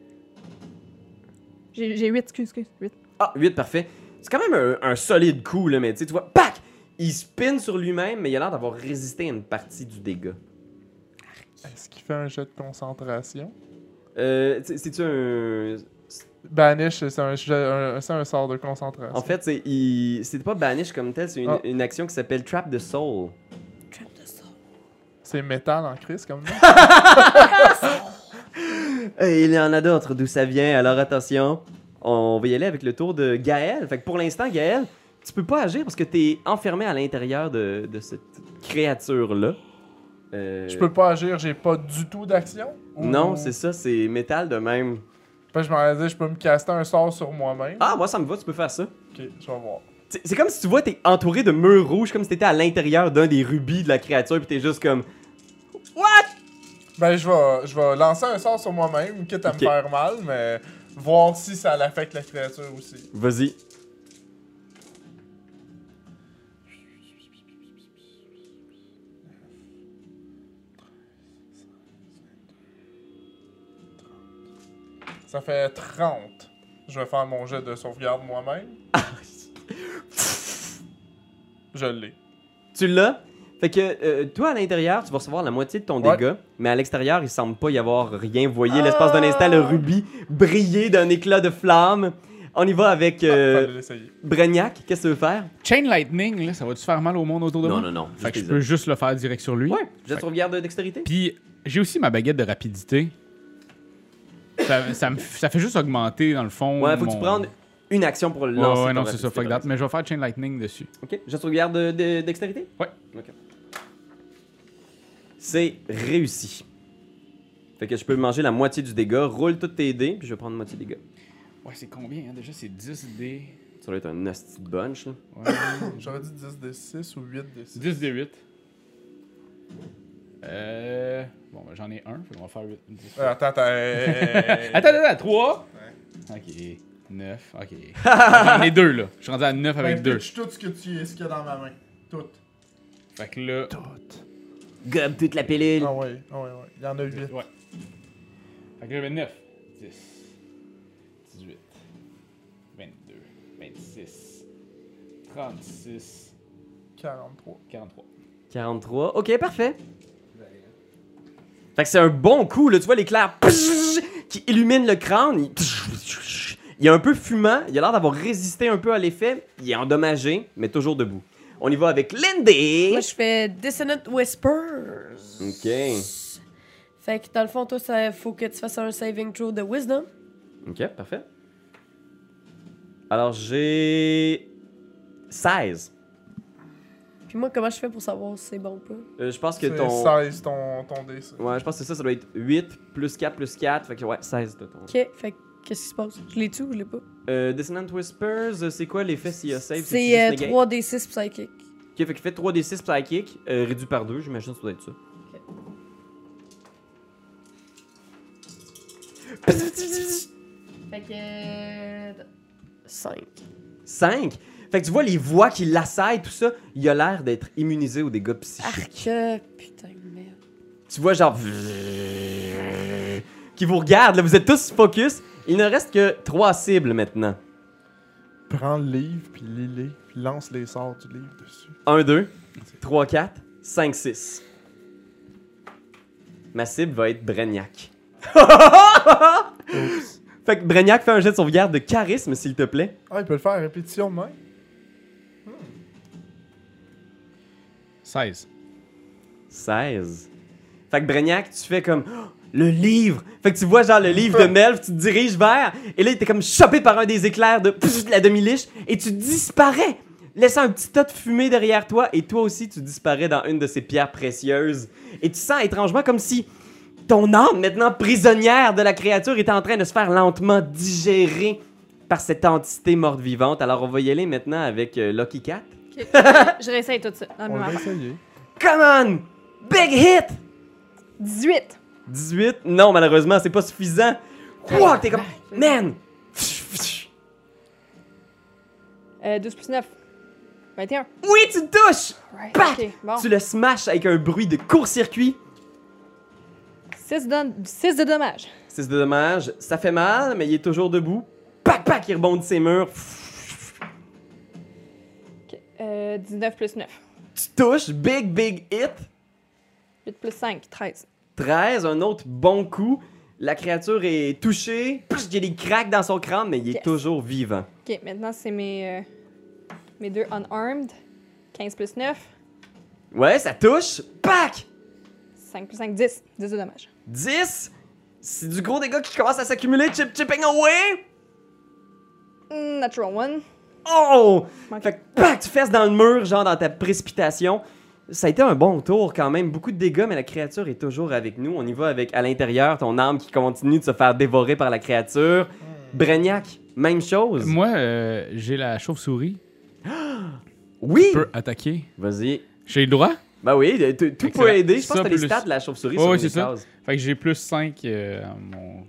J'ai j'ai huit, excuse, excuse, huit. Ah, huit, parfait. C'est quand même un, un solide coup, là, mais tu sais, tu vois, pac! Il spin sur lui-même, mais il a l'air d'avoir résisté à une partie du dégât. Est-ce qu'il fait un jet de concentration? Euh, tu sais, c'est-tu un... Banish, c'est un, un, c'est un sort de concentration. En fait, c'est il- c'est pas banish comme tel, c'est une, Ah. une action qui s'appelle Trap the Soul. Trap de ça. C'est métal en crise comme ça. Et il y en a d'autres d'où ça vient, alors attention. On va y aller avec le tour de Gaël. Fait que pour l'instant, Gaël, tu peux pas agir parce que t'es enfermé à l'intérieur de, de cette créature-là. Euh, Je peux pas agir, j'ai pas du tout d'action? Ou- Non, c'est ça, c'est métal de même. Parce que je m'en disais, je peux me caster un sort sur moi-même. Ah, moi ça me va, tu peux faire ça. Ok, je vais voir. C'est c'est comme si tu vois, t'es entouré de murs rouges, comme si t'étais à l'intérieur d'un des rubis de la créature, puis t'es juste comme. Ben, je vais, je vais lancer un sort sur moi-même, quitte à Ok. me faire mal, mais voir si ça l'affecte la créature aussi. Vas-y. Ça fait trente. Je vais faire mon jet de sauvegarde moi-même. Je l'ai. Tu l'as. Fait que euh, toi, à l'intérieur, tu vas recevoir la moitié de ton Ouais. dégât, mais à l'extérieur, il semble pas y avoir rien. Vous voyez l'espace d'un instant le rubis briller d'un éclat de flamme. On y va avec euh, Fallait l'essayer. Brignac. Qu'est-ce que tu veux faire? Chain Lightning, là, ça va-tu faire mal au monde autour de Non, moi? non, non. Fait que je juste peux les juste le faire direct sur lui. Ouais, je sauvegarde de dextérité. Puis j'ai aussi ma baguette de rapidité. Ça, ça, me, ça fait juste augmenter, dans le fond. Ouais, faut que mon- tu prennes une action pour le Ouais, lancer. ouais, ton non, c'est ça, rapidité, fuck par that. Mais je vais faire Chain Lightning dessus. Ok, je sauvegarde de, de- dextérité? Ouais. Ok. C'est réussi. Fait que je peux manger la moitié du dégât. Roule tous tes dés, puis je vais prendre la moitié du dégât. Ouais, c'est combien, hein? Déjà, c'est dix dés. Ça va être un nasty bunch, là. Ouais. J'aurais dit dix d six ou huit d six. dix dés huit. Euh. Bon, ben, j'en ai un, fait qu'on va faire huit. dix. Euh, attends, attends. euh, Attends, attends, attends, trois. Ok. neuf, ok. J'en ai deux, là. Je suis rendu à neuf avec ben, deux. pitch tout ce que tu ce qu'il y a dans ma main. Tout. Fait que là. Gobe toute la pilule. Ah ouais, ah ouais, ouais. Il y en a huit. Ouais. Fait que là, j'avais neuf, dix, dix-huit, vingt-deux, vingt-six, trente-six, quarante-trois. quarante-trois. quarante-trois. Ok, parfait. Fait que c'est un bon coup, là. Tu vois l'éclair qui illumine le crâne. Il... il est un peu fumant. Il a l'air d'avoir résisté un peu à l'effet. Il est endommagé, mais toujours debout. On y va avec Lindy. Moi, je fais Dissonant Whispers. Ok. Fait que dans le fond, toi, ça faut que tu fasses un saving throw de Wisdom. Ok, parfait. Alors, j'ai seize. Puis moi, comment je fais pour savoir si c'est bon ou pas? Euh, je pense que C'est ton... seize ton, ton dé, ça. Ouais, je pense que c'est ça, ça doit être huit plus quatre plus quatre. Fait que ouais, seize de ton... Ok, fait que qu'est-ce qui se passe? Je l'ai-tu ou je l'ai pas? Euh, Dissonant Whispers, euh, c'est quoi l'effet s'il y a save? C'est juste euh, negate? trois d six psychic. Ok, fait qu'il fait trois d six psychic, euh, réduit par deux, j'imagine que ça doit être ça. Fait que. cinq. cinq. Fait que tu vois les voix qui l'assaillent, tout ça, il a l'air d'être immunisé aux dégâts psychiques. Arc, putain de merde. Tu vois genre... qui vous regarde, là, vous êtes tous focus. Il ne reste que trois cibles maintenant. Prends le livre, puis lis-les, puis lance les sorts du livre dessus. un, deux, trois, quatre, cinq, six. Ma cible va être Brignac. Oups. Fait que Brignac fait un jet de sauvegarde de charisme, s'il te plaît. Ah, il peut le faire à répétition de même. seize. seize. Fait que Brignac, tu fais comme oh, le livre. Fait que tu vois genre le livre de Melf, tu te diriges vers, et là il était comme chopé par un des éclairs de, pff, de la demi-liche, et tu disparais, laissant un petit tas de fumée derrière toi, et toi aussi tu disparais dans une de ces pierres précieuses. Et tu sens étrangement comme si ton âme, maintenant prisonnière de la créature, était en train de se faire lentement digérer par cette entité morte vivante. Alors on va y aller maintenant avec euh, Lucky Cat. Ok. Je réessaye tout ça. Dans le On même va affaire. essayer. Come on! Big hit! dix-huit. dix-huit? Non, malheureusement, c'est pas suffisant. Quoi? T'es comme... Man! Euh, douze plus neuf. vingt et un. Oui, tu te touches! Right. Pac! Ok, bon. Tu le smashes avec un bruit de court-circuit. six de dommages. six de dommage. Ça fait mal, mais il est toujours debout. Pac, pac! Il rebondit ses murs. Ok. Euh, dix-neuf plus neuf. Tu touches. Big, big hit. huit plus cinq, treize. treize, un autre bon coup. La créature est touchée. Il y a des cracks dans son crâne, mais il est Yes. toujours vivant. Ok, maintenant c'est mes, euh, mes deux unarmed. quinze plus neuf. Ouais, ça touche. Pac! cinq plus cinq, dix. dix de dommages. dix. C'est du gros dégâts qui commencent à s'accumuler. Chip, chipping away. Mm, Natural one. Oh! Manqué. Fait que, pac, tu fesses dans le mur, genre dans ta précipitation. Ça a été un bon tour quand même. Beaucoup de dégâts, mais la créature est toujours avec nous. On y va avec, à l'intérieur, ton âme qui continue de se faire dévorer par la créature. Breniac, même chose. Moi, euh, j'ai la chauve-souris. Oui! Peut attaquer. Vas-y. J'ai le droit. Ben oui, t- tout peut Excellent. aider. Je pense Ça, que t'as les plus- stats de la chauve-souris Ouais, sur ouais, les c'est ça. cases. Fait que j'ai plus cinq euh, à mon.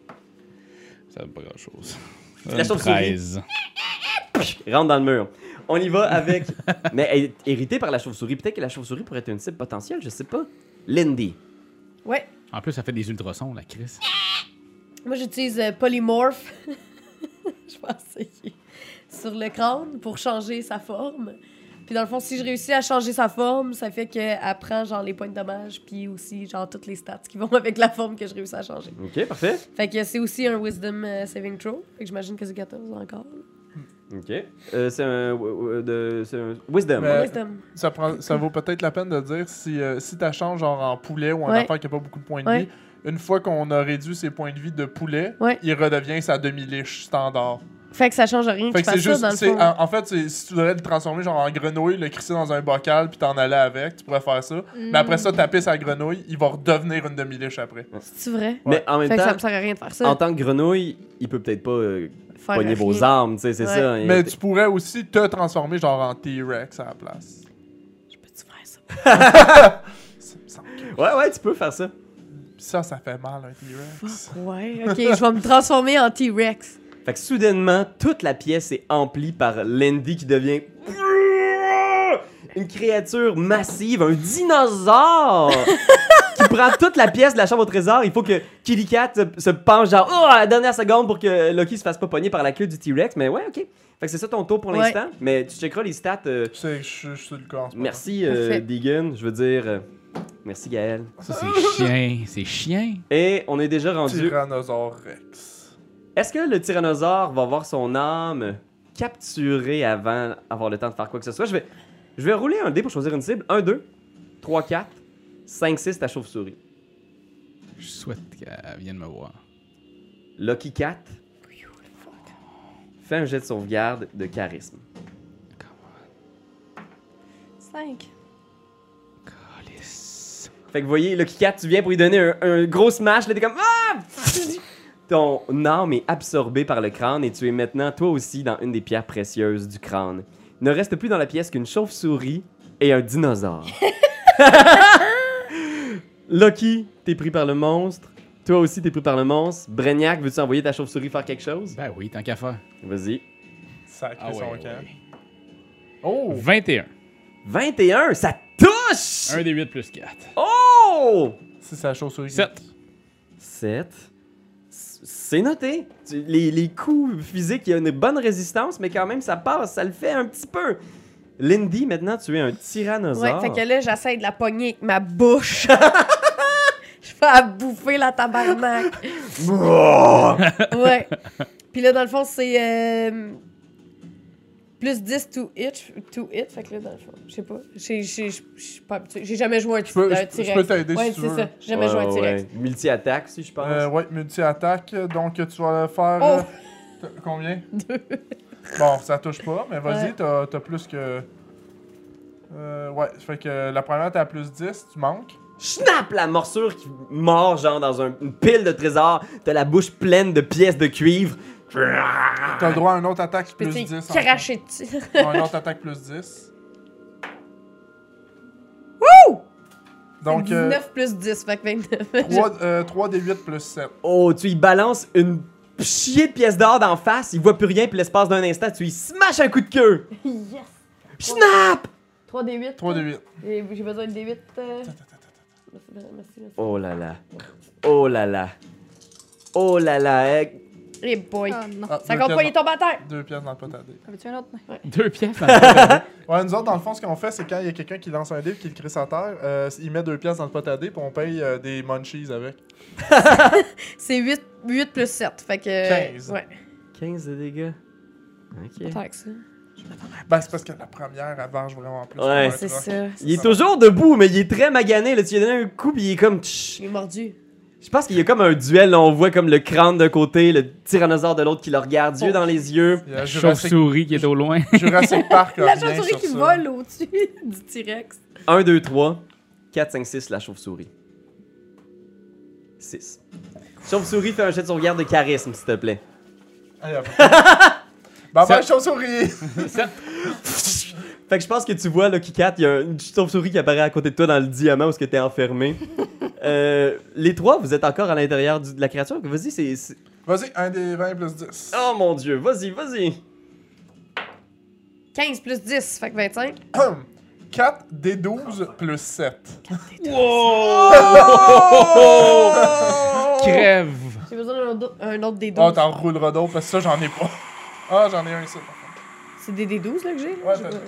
Ça donne pas grand chose. La chauve-souris. Rentre dans le mur. On y va avec... mais elle est héritée par la chauve-souris. Peut-être que la chauve-souris pourrait être une cible potentielle, je sais pas. Lindy. Ouais. En plus, ça fait des ultrasons, la Chris. Moi, j'utilise euh, Polymorph. Je pense que c'est sur le crâne pour changer sa forme. Puis dans le fond, si je réussis à changer sa forme, ça fait qu'elle prend genre les points de dommage, puis aussi genre toutes les stats qui vont avec la forme que je réussis à changer. OK, parfait. Fait que c'est aussi un Wisdom euh, Saving Throw. Fait que j'imagine que c'est quatorze encore. OK. Euh, c'est un... w- w- de- c'est un Wisdom. Mais- Euh, Wisdom. Ça, prend, ça vaut peut-être la peine de dire si, euh, si tu changes genre en poulet ou en Ouais. affaire qui n'a pas beaucoup de points de Ouais. vie, une fois qu'on a réduit ses points de vie de poulet, Ouais. il redevient sa demi-liche standard. Fait que ça change rien Fait que que tu c'est fasses ça juste. dans le c'est- fond. En, en fait, c'est- si tu voudrais le transformer genre en grenouille, le crisser dans un bocal puis t'en aller avec, tu pourrais faire ça. Mais après ça, taper sa grenouille, il va redevenir une demi-liche après. C'est vrai? Mais en même Fait que ça temps, me sert à rien de faire ça. en tant que grenouille, il peut peut-être pas euh, Faire pogner rien. vos armes, tu sais, c'est Ouais. ça. Et- Mais tu pourrais aussi te transformer genre en T-Rex à la place. Je peux-tu faire ça? Ça me semble que- Ouais, ouais, tu peux faire ça. Ça, ça fait mal un T-Rex. Ouais, ok, je vais me transformer en T-Rex. Fait que soudainement, toute la pièce est emplie par Lindy qui devient une créature massive, un dinosaure qui prend toute la pièce de la chambre au trésor. Il faut que Kitty Cat se, se penche genre oh, à la dernière seconde pour que Loki se fasse pas pogner par la queue du T-Rex. Mais ouais, ok. Fait que c'est ça ton tour pour Ouais. l'instant. Mais tu checkeras les stats. euh, Je sais, je suis je suis le cas en ce moment. merci euh, Parfait. Deegan, je veux dire. euh, merci Gaël. Ça, c'est chien. C'est chien. Et on est déjà rendu. Tyrannosaure Rex. Est-ce que le tyrannosaure va voir son âme capturée avant avoir le temps de faire quoi que ce soit? Je vais, je vais rouler un dé pour choisir une cible. un, deux, trois, quatre, cinq, six, ta chauve-souris. Je souhaite qu'elle vienne me voir. Lucky Cat. Fais un jet de sauvegarde de charisme. cinq. Calice. Fait que vous voyez, Lucky Cat, tu viens pour lui donner un, un gros smash. Là, t'es comme ah! Ton âme est absorbée par le crâne et tu es maintenant, toi aussi, dans une des pierres précieuses du crâne. Il ne reste plus dans la pièce qu'une chauve-souris et un dinosaure. Lucky, t'es pris par le monstre. Toi aussi, t'es pris par le monstre. Breniac, veux-tu envoyer ta chauve-souris faire quelque chose? Ben oui, tant qu'à faire. Vas-y. Sacré Ah ouais, son ouais. camp. Oh! vingt et un. vingt et un, ça touche! un des huit plus quatre. Oh! C'est sa chauve-souris. sept. sept. C'est noté. Tu- Les, les coups physiques, il y a une bonne résistance, mais quand même, ça passe, ça le fait un petit peu. Lindy, maintenant, tu es un Ouais, tyrannosaure. fait que là, j'essaie de la pogner avec ma bouche. Je fais à bouffer la tabarnak. Ouais. Puis là, dans le fond, c'est euh, plus dix to hit, to hit. Fait que là, dans le fond, je sais pas. J'ai- j'ai- Je suis pas habituée. J'ai jamais joué un, Je peux, un je, T-Rex. je peux t'aider Ouais, si tu c'est veux. ça. J'ai jamais joué un T-Rex. Ouais. Multi-attaque, si je pense. Euh, ouais, multi-attaque. Donc, tu vas faire. Oh! euh, t'as- combien? Deux. Bon, ça touche pas, mais vas-y, Ouais. t'as t'as plus que. Euh, ouais, fait que la première, t'as plus dix, tu manques. Snap! La morsure qui mord, genre, dans un- une pile de trésors. T'as la bouche pleine de pièces de cuivre. T'as le droit à une autre attaque plus Peux-tu dix. cracher dessus? encore. Ouais, une autre attaque plus dix. Wouh! Donc, euh, dix-neuf plus dix, fait que vingt-neuf. trois, euh, trois d huit plus sept. Oh, tu y balances une chier de pièces d'or d'en face. Il voit plus rien, puis l'espace d'un instant, tu y smash un coup de queue. Yes! Snap! trois d huit. trois d huit. Et J'ai besoin de d huit. euh. Merci, merci, merci. Oh là là. Oh là là. Oh là là. Eh, Eh boy. Ah non. Ah, Ça deux compte pas, il est pièces tombé à terre. dans- Deux pièces dans le pot à dés. Avais-tu un autre? Deux pièces. dans le- Ouais, nous autres, dans le fond, ce qu'on fait, c'est quand il y a quelqu'un qui lance un dé et qui le crée sur terre, euh, il met deux pièces dans le pot à dé puis on paye euh, des munchies avec. C'est huit, huit plus sept. Fait que. quinze. Ouais. quinze de dégâts. Ok. Tant que ça. Ben, c'est parce que la première, elle venge vraiment plus. Ouais. pour un C'est troc. ça. Il est toujours debout, mais il est très magané. Là. Tu lui as donné un coup, puis il est comme. tch. Il est mordu. Je pense qu'il y a comme un duel. Là. On voit comme le crâne d'un côté, le tyrannosaure de l'autre qui le regarde, yeux dans les yeux. Il y a La Jurassic, chauve-souris qui est au loin. Jurassic Park. La revient chauve-souris sur qui ça. vole au-dessus du T-Rex. un, deux, trois, quatre, cinq, six, la chauve-souris. six. Chauve-souris, fais un jet de sauvegarde de charisme, s'il te plaît. Allez, hop. Bye bye, Ça- chauve-souris! Fait que je pense que tu vois, là, Kikat, il y a une chauve-souris qui apparaît à côté de toi dans le diamant où tu es enfermé. euh, les trois, vous êtes encore à l'intérieur du- de la créature. Vas-y, c'est... c'est- Vas-y, un des vingt plus dix. Oh mon dieu, vas-y, vas-y. quinze plus dix, fait que vingt-cinq. quatre des douze plus sept. Crève. J'ai besoin d'un autre, un autre des Oh, douze. t'en rouleras d'autres parce que ça, j'en ai pas. Ah, j'en ai un ici. C'est des D douze là que j'ai? là? Ouais, J'ai t'as- pas-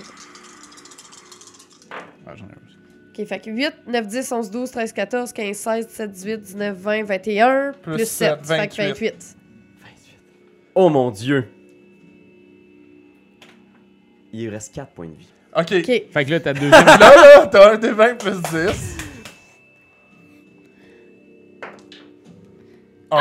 Ah, j'en ai un. Ok, fait que huit, neuf, dix, onze, douze, treize, quatorze, quinze, seize, dix-sept, dix-huit, dix-neuf, vingt, vingt et un, Plus plus sept, sept, fait que vingt-huit. vingt-huit. Oh mon dieu. Il lui reste quatre points de vie. Ok. Ok, Fait que là, ta deuxième. Là, là, t'as un des vingt plus dix. Oh.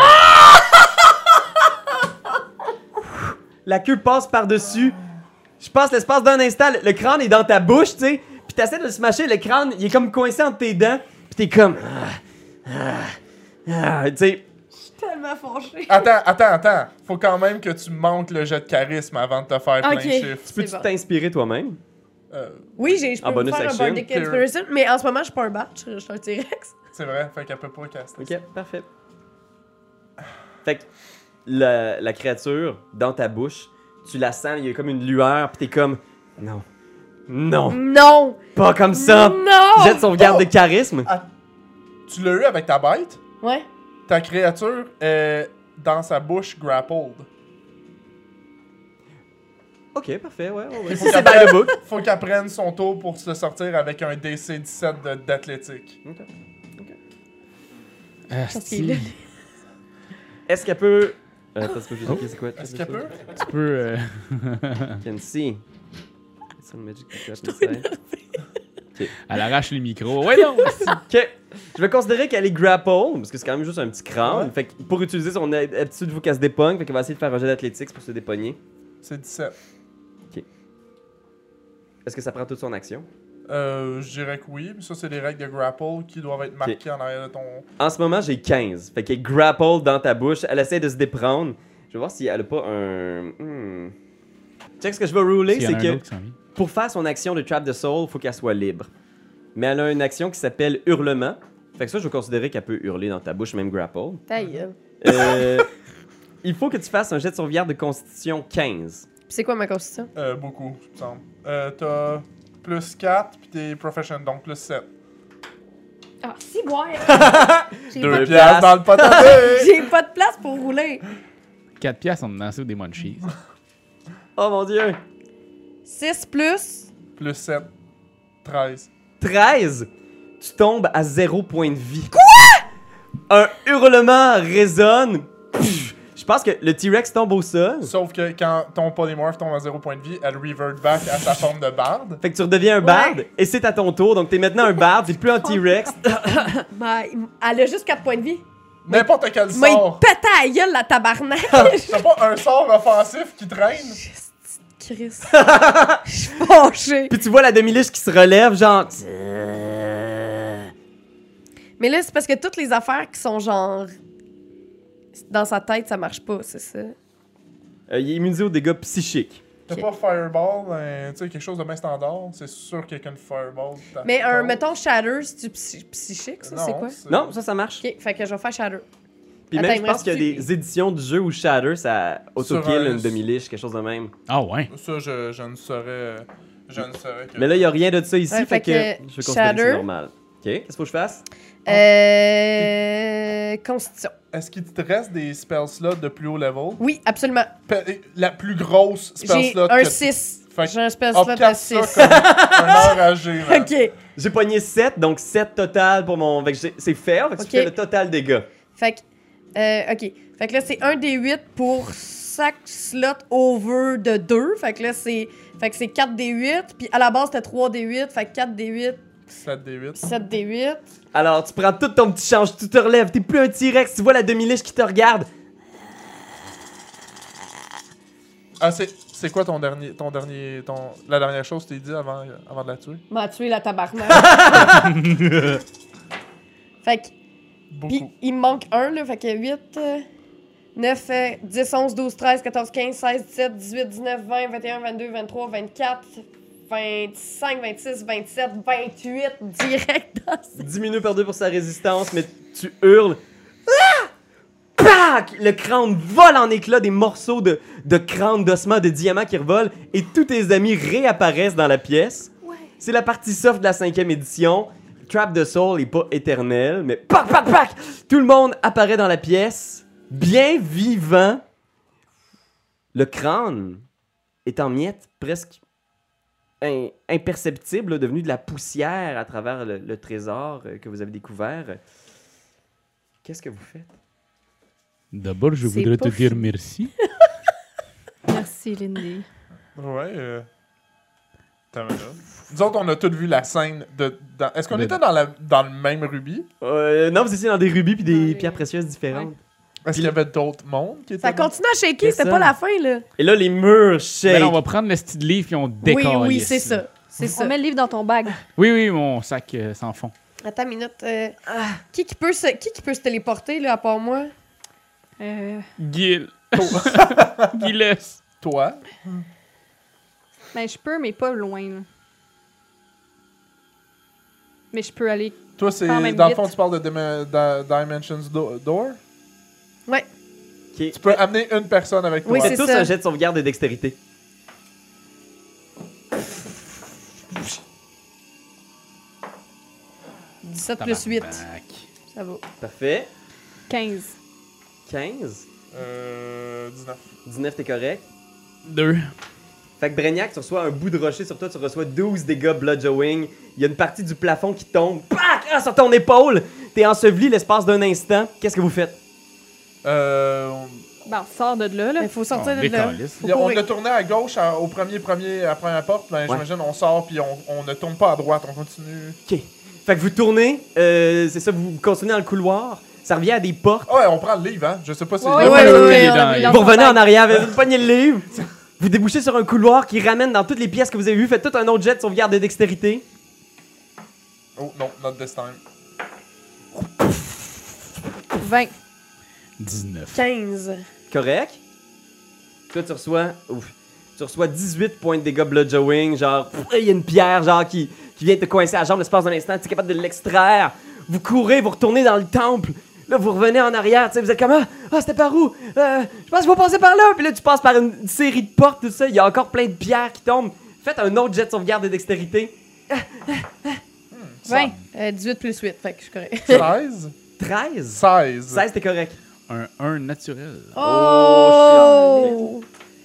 La queue passe par-dessus. Je passe l'espace d'un instant, le, le crâne est dans ta bouche, tu sais. Puis t'essaies de le smasher, le crâne, il est comme coincé entre tes dents. Puis t'es comme... Ah, ah, ah, tu sais... tellement fâché. Attends, attends, attends. Faut quand même que tu montes le jet de charisme avant de te faire plein Ok. de chiffres. Tu peux-tu C'est bon. t'inspirer toi-même? Euh, Oui, j'ai, je En peux bonus faire un action. Bardic Inspiration, mais en ce moment, je suis pas un bat, je je suis un T-Rex. c'est vrai, fait qu'elle peut pas caster. Ok, parfait. Fait que la, la créature, dans ta bouche, tu la sens, il y a comme une lueur, pis t'es comme... Non. Non. Non! Pas comme ça. Non! Jette sauvegarde de charisme. Tu l'as eu avec ta bête? Ouais. Ta créature est dans sa bouche grappled. Ok, parfait, ouais, ouais, ouais. Faut C'est qu'elle by the prenne- book. Faut qu'elle prenne son tour pour se sortir avec un D C dix-sept de- d'athlétique. Ah, Parce si. qu'il est- Est-ce qu'elle peut... Euh, attends, c'est pas juste... ok, c'est quoi? Est-ce qu'elle peut? Tu peux. euh, Can see. It's a magic pickup inside. Elle arrache les micros. Ouais, non! Ok. Je vais considérer qu'elle est grapple, parce que c'est quand même juste un petit crâne. Ouais. Fait que pour utiliser son a- aptitude, il faut qu'elle se dépogne. Fait qu'elle va essayer de faire un jet d'athlétique pour se dépogner. C'est dix-sept. Est-ce que ça prend toute son action? Euh, je dirais que oui, mais ça, c'est les règles de grapple qui doivent être marquées en arrière de ton. En ce moment, j'ai quinze. Fait qu'elle grapple dans ta bouche. Elle essaie de se déprendre. Je vais voir si elle a pas un... Hmm. Check, ce que je vais rouler, S'il y en c'est a un que autre qui s'en vient. pour faire son action de Trap the Soul, il faut qu'elle soit libre. Mais elle a une action qui s'appelle Hurlement. Fait que ça, je vais considérer qu'elle peut hurler dans ta bouche, même grapple. Ta gueule. Euh, il faut que tu fasses un jet de sauvegarde de constitution quinze. Puis c'est quoi ma constitution? Euh, beaucoup, il me semble. Euh, t'as plus quatre, puis t'es profession, donc plus sept. Ah, si, boire! J'ai Deux pas, Deux places. piastres dans le pot à dés! j'ai pas de place pour rouler. quatre piastres, on a dansé des munchies. Oh mon dieu! six plus. Plus sept. treize. treize! Tu tombes à zéro point de vie. Quoi? Un hurlement résonne. Pff, je pense que le T-Rex tombe au sol. Sauf que quand ton polymorph tombe à zéro point de vie, elle revert back à sa forme de barde. Fait que tu redeviens un barde et c'est à ton tour. Donc t'es maintenant un barde, t'es plus un T-Rex. Ben, il- elle a juste quatre points de vie. N'importe quel Mais il sort. pète à la gueule, la tabarnak. T'as pas un sort offensif qui traîne? Chris. Je suis fâchée. Puis tu vois la demi-liche qui se relève, genre. Mais là, c'est parce que toutes les affaires qui sont genre. Dans sa tête, ça marche pas, c'est ça. Euh, il est immunisé aux dégâts psychiques. T'as Ok. pas Fireball, euh, tu sais, quelque chose de bien standard? C'est sûr qu'il y a qu'une Fireball. t'as- Mais un, t'as- mettons, Shatter, c'est-tu psy- psychique, ça? C'est quoi? Non, ça, ça marche. Ok, fait que je vais faire Shatter. Puis Attends, même, il je me pense qu'il y a reste-tu- des éditions du jeu où Shatter, ça Sur auto-kill un- une demi-liche, quelque chose de même. Ah ouais. Ça, je, je ne saurais. Je ne saurais que. Mais là, il n'y a rien de ça ici, Ouais, fait, fait que, que je vais considérer que c'est Shatter. normal. Ok, qu'est-ce qu'il faut que je fasse? Euh. Constitution. est-ce qu'il te reste des spell slots de plus haut level? Oui, absolument. Pe- La plus grosse spell J'ai slot un que six. Fait que J'ai un spell tu slot à upcastes six. ça comme un enragé, man. OK. J'ai pogné sept, donc sept total pour mon. Fait que j'ai- c'est fair, fait que Ok. tu fais le total dégâts. Fait que, euh, OK. Fait que là, c'est un d huit pour chaque slot over de deux. Fait que là, c'est fait que c'est quatre d huit. Puis à la base, c'était trois d huit. Fait que quatre d huit, sept d huit. sept d huit. Alors, tu prends tout ton petit change, tu te relèves, t'es plus un T-Rex, tu vois la demi-liche qui te regarde. Ah, c'est, c'est quoi ton dernier, ton dernier, ton, la dernière chose que tu t'es dit avant, avant de la tuer? M'a tué la tabarnak. Fait que, Beaucoup. puis il me manque un, là. Fait que huit, euh, neuf, euh, dix, onze, douze, treize, quatorze, quinze, seize, dix-sept, dix-huit, dix-neuf, vingt, vingt et un, vingt-deux, vingt-trois, vingt-quatre, vingt-cinq, vingt-six, vingt-sept, vingt-huit, direct dans ce... Diminue par deux pour sa résistance, mais tu hurles. Ah! Pac! Le crâne vole en éclats, des morceaux de, de crâne, d'ossements, de diamants qui revolent, et tous tes amis réapparaissent dans la pièce. Ouais. C'est la partie soft de la cinquième édition. Trap the Soul est pas éternel, mais pac, pac, pac! Tout le monde apparaît dans la pièce, bien vivant. Le crâne est en miettes, presque in- imperceptible, là, devenu de la poussière à travers le, le trésor euh, que vous avez découvert. Qu'est-ce que vous faites? D'abord, je C'est voudrais pas te dire fini. merci. Merci, Lindy. Ouais. Euh... Attends une minute. Nous autres, on a tous vu la scène de. Dans... Est-ce qu'on De- était dans, la... dans le même rubis? Euh, non, vous étiez dans des rubis puis des Dans les- pierres précieuses différentes. Est-ce qu'il y avait d'autres mondes qui étaient Ça dans- continue à shaker, C'est c'était ça. pas la fin, là. Et là, les murs Ben shake. là, on va prendre le style livre puis on Oui, décolle. oui, c'est ça. C'est ça. On met le livre dans ton bag. Oui, oui, mon sac euh, sans fond. Attends une minute. euh, qui, qui, peut se, qui qui peut se téléporter, là, à part moi? Euh, Gil. Gilles. Toi? ben, je peux, mais pas loin. là. Mais je peux aller. Toi, c'est. Quand même Dans le vite. fond, tu parles de Dim- da- Dimensions Do- Door? Ouais. Ok. Tu peux amener une personne avec toi. Oui, Faites c'est tous ça. un jet de sauvegarde de dextérité. dix-sept plus huit. Tabarnak. Ça va. Parfait. quinze. quinze. Euh. dix-neuf. dix-neuf, t'es correct. Deux. Fait que Brainiac, tu reçois un bout de rocher sur toi, tu reçois douze dégâts bludgeoning. Il y a une partie du plafond qui tombe. Pac! Ah, sur ton épaule! T'es enseveli l'espace d'un instant. Qu'est-ce que vous faites? Euh. on- Ben, on sort de là, là. Il faut sortir On de là. décalisse. Faut Il y a- on courir. a tourné à gauche à- au premier, premier, à la première porte. Ben, Ouais. j'imagine, on sort puis on, on ne tourne pas à droite, on continue. Ok. Fait que vous tournez, euh, c'est ça, vous continuez dans le couloir. Ça revient à des portes. Ah ouais, on prend le livre, hein. Je sais pas si. Ouais, ouais, Ouais, ouais, ouais, ouais, ouais, il est on dans- a mis il- dans Vous son revenez sac. en arrière, vous pognez le livre. Vous débouchez sur un couloir qui ramène dans toutes les pièces que vous avez vues. Faites tout un autre jet de sauvegarde de dextérité. Oh non, not this time. vingt. dix-neuf. quinze. Correct. Toi, tu reçois. Ouf. Tu reçois dix-huit points de dégâts bludgeoning. Genre, pff, il y a une pierre, genre, qui, qui vient te coincer à la jambe l'espace d'un instant. Tu es capable de l'extraire. Vous courez, vous retournez dans le temple. Là, vous revenez en arrière. Tu sais, vous êtes comme, ah, ah, c'était par où? Euh, je pense qu'il faut passer par là. Puis là, tu passes par une série de portes, tout ça. Il y a encore plein de pierres qui tombent. Faites un autre jet de sauvegarde de dextérité. vingt. Euh, dix-huit plus huit, fait que je suis correct. seize? treize. seize. seize, t'es correct. Un un naturel. Oh!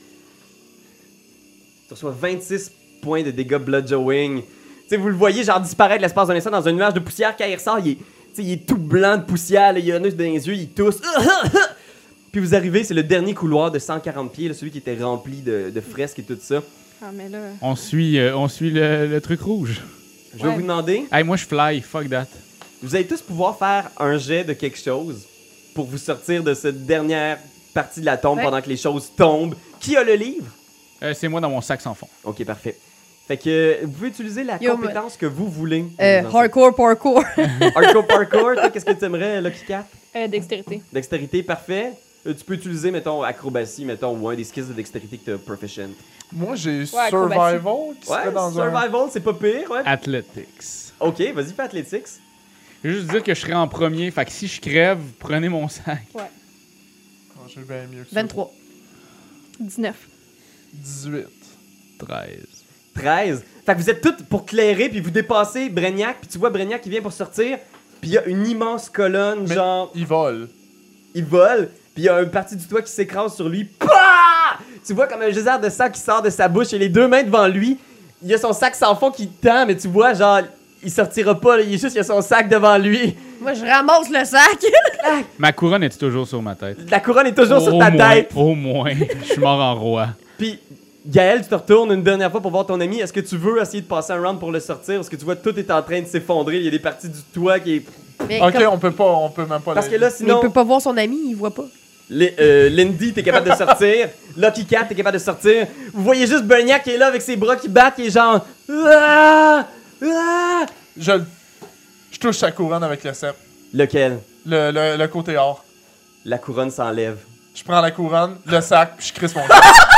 Tu reçois vingt-six points de dégâts bludgeoning. Tu sais, vous le voyez, genre, disparaître l'espace d'un instant dans un nuage de poussière. Quand il ressort, il est, tu sais, il est tout blanc de poussière. Là, il a un œil dans les yeux, il tousse. Puis vous arrivez, c'est le dernier couloir de cent quarante pieds, là, celui qui était rempli de, de fresques et tout ça. Ah, mais là. On suit, euh, on suit le, le truc rouge. Je vais Ouais. vous demander, Hey, moi je fly, fuck that. vous allez tous pouvoir faire un jet de quelque chose pour vous sortir de cette dernière partie de la tombe Ouais. pendant que les choses tombent. Qui a le livre? Euh, c'est moi dans mon sac sans fond. Ok, parfait. Fait que euh, vous pouvez utiliser la Yo, compétence que vous voulez. Euh, Vous en hardcore parkour. Hardcore parkour, toi, qu'est-ce que tu aimerais, Lucky Cat? Euh, dextérité. Dextérité, parfait. Euh, tu peux utiliser, mettons, acrobatie, mettons, ou un des skills de dextérité que tu as proficient. Moi, j'ai acrobatie. Survival qui serait Ouais, dans un. survival, c'est pas pire, ouais. Athletics. Ok, vas-y, fais athletics. Je veux juste dire que je serai en premier, fait que si je crève, prenez mon sac. Oh, j'ai bien mieux que ça. vingt-trois. dix-neuf. dix-huit. treize. treize. Fait que vous êtes toutes pour clairer, puis vous dépassez Brainiac, puis tu vois Brainiac qui vient pour sortir, puis il y a une immense colonne, Mais- genre... Il vole. il vole, puis il y a une partie du toit qui s'écrase sur lui. Pah! Tu vois comme un geyser de sang qui sort de sa bouche et les deux mains devant lui. Il y a son sac sans fond qui tend, mais tu vois, genre, il sortira pas, là, il est juste, il y a son sac devant lui. Moi, je ramasse le sac. Ma couronne est toujours sur ma tête. La couronne est toujours sur Au ta moins, tête. Au moins, je suis mort en roi. Puis, Gaël, tu te retournes une dernière fois pour voir ton ami. Est-ce que tu veux essayer de passer un round pour le sortir? Parce que tu vois, tout est en train de s'effondrer. Il y a des parties du toit qui est... Mais Ok, comme- on peut pas, on peut même pas. Parce que l'aider. là, Mais sinon... il peut pas voir son ami, il voit pas. Les- euh, Lindy, t'es capable de sortir. Lucky Cat, t'es capable de sortir. Vous voyez juste Berniac qui est là avec ses bras qui battent, qui est genre. Ah! Ah! Je, je touche sa couronne avec le sceptre. Lequel? Le, le, le côté or. La couronne s'enlève. Je prends la couronne, le sac, puis je crisse mon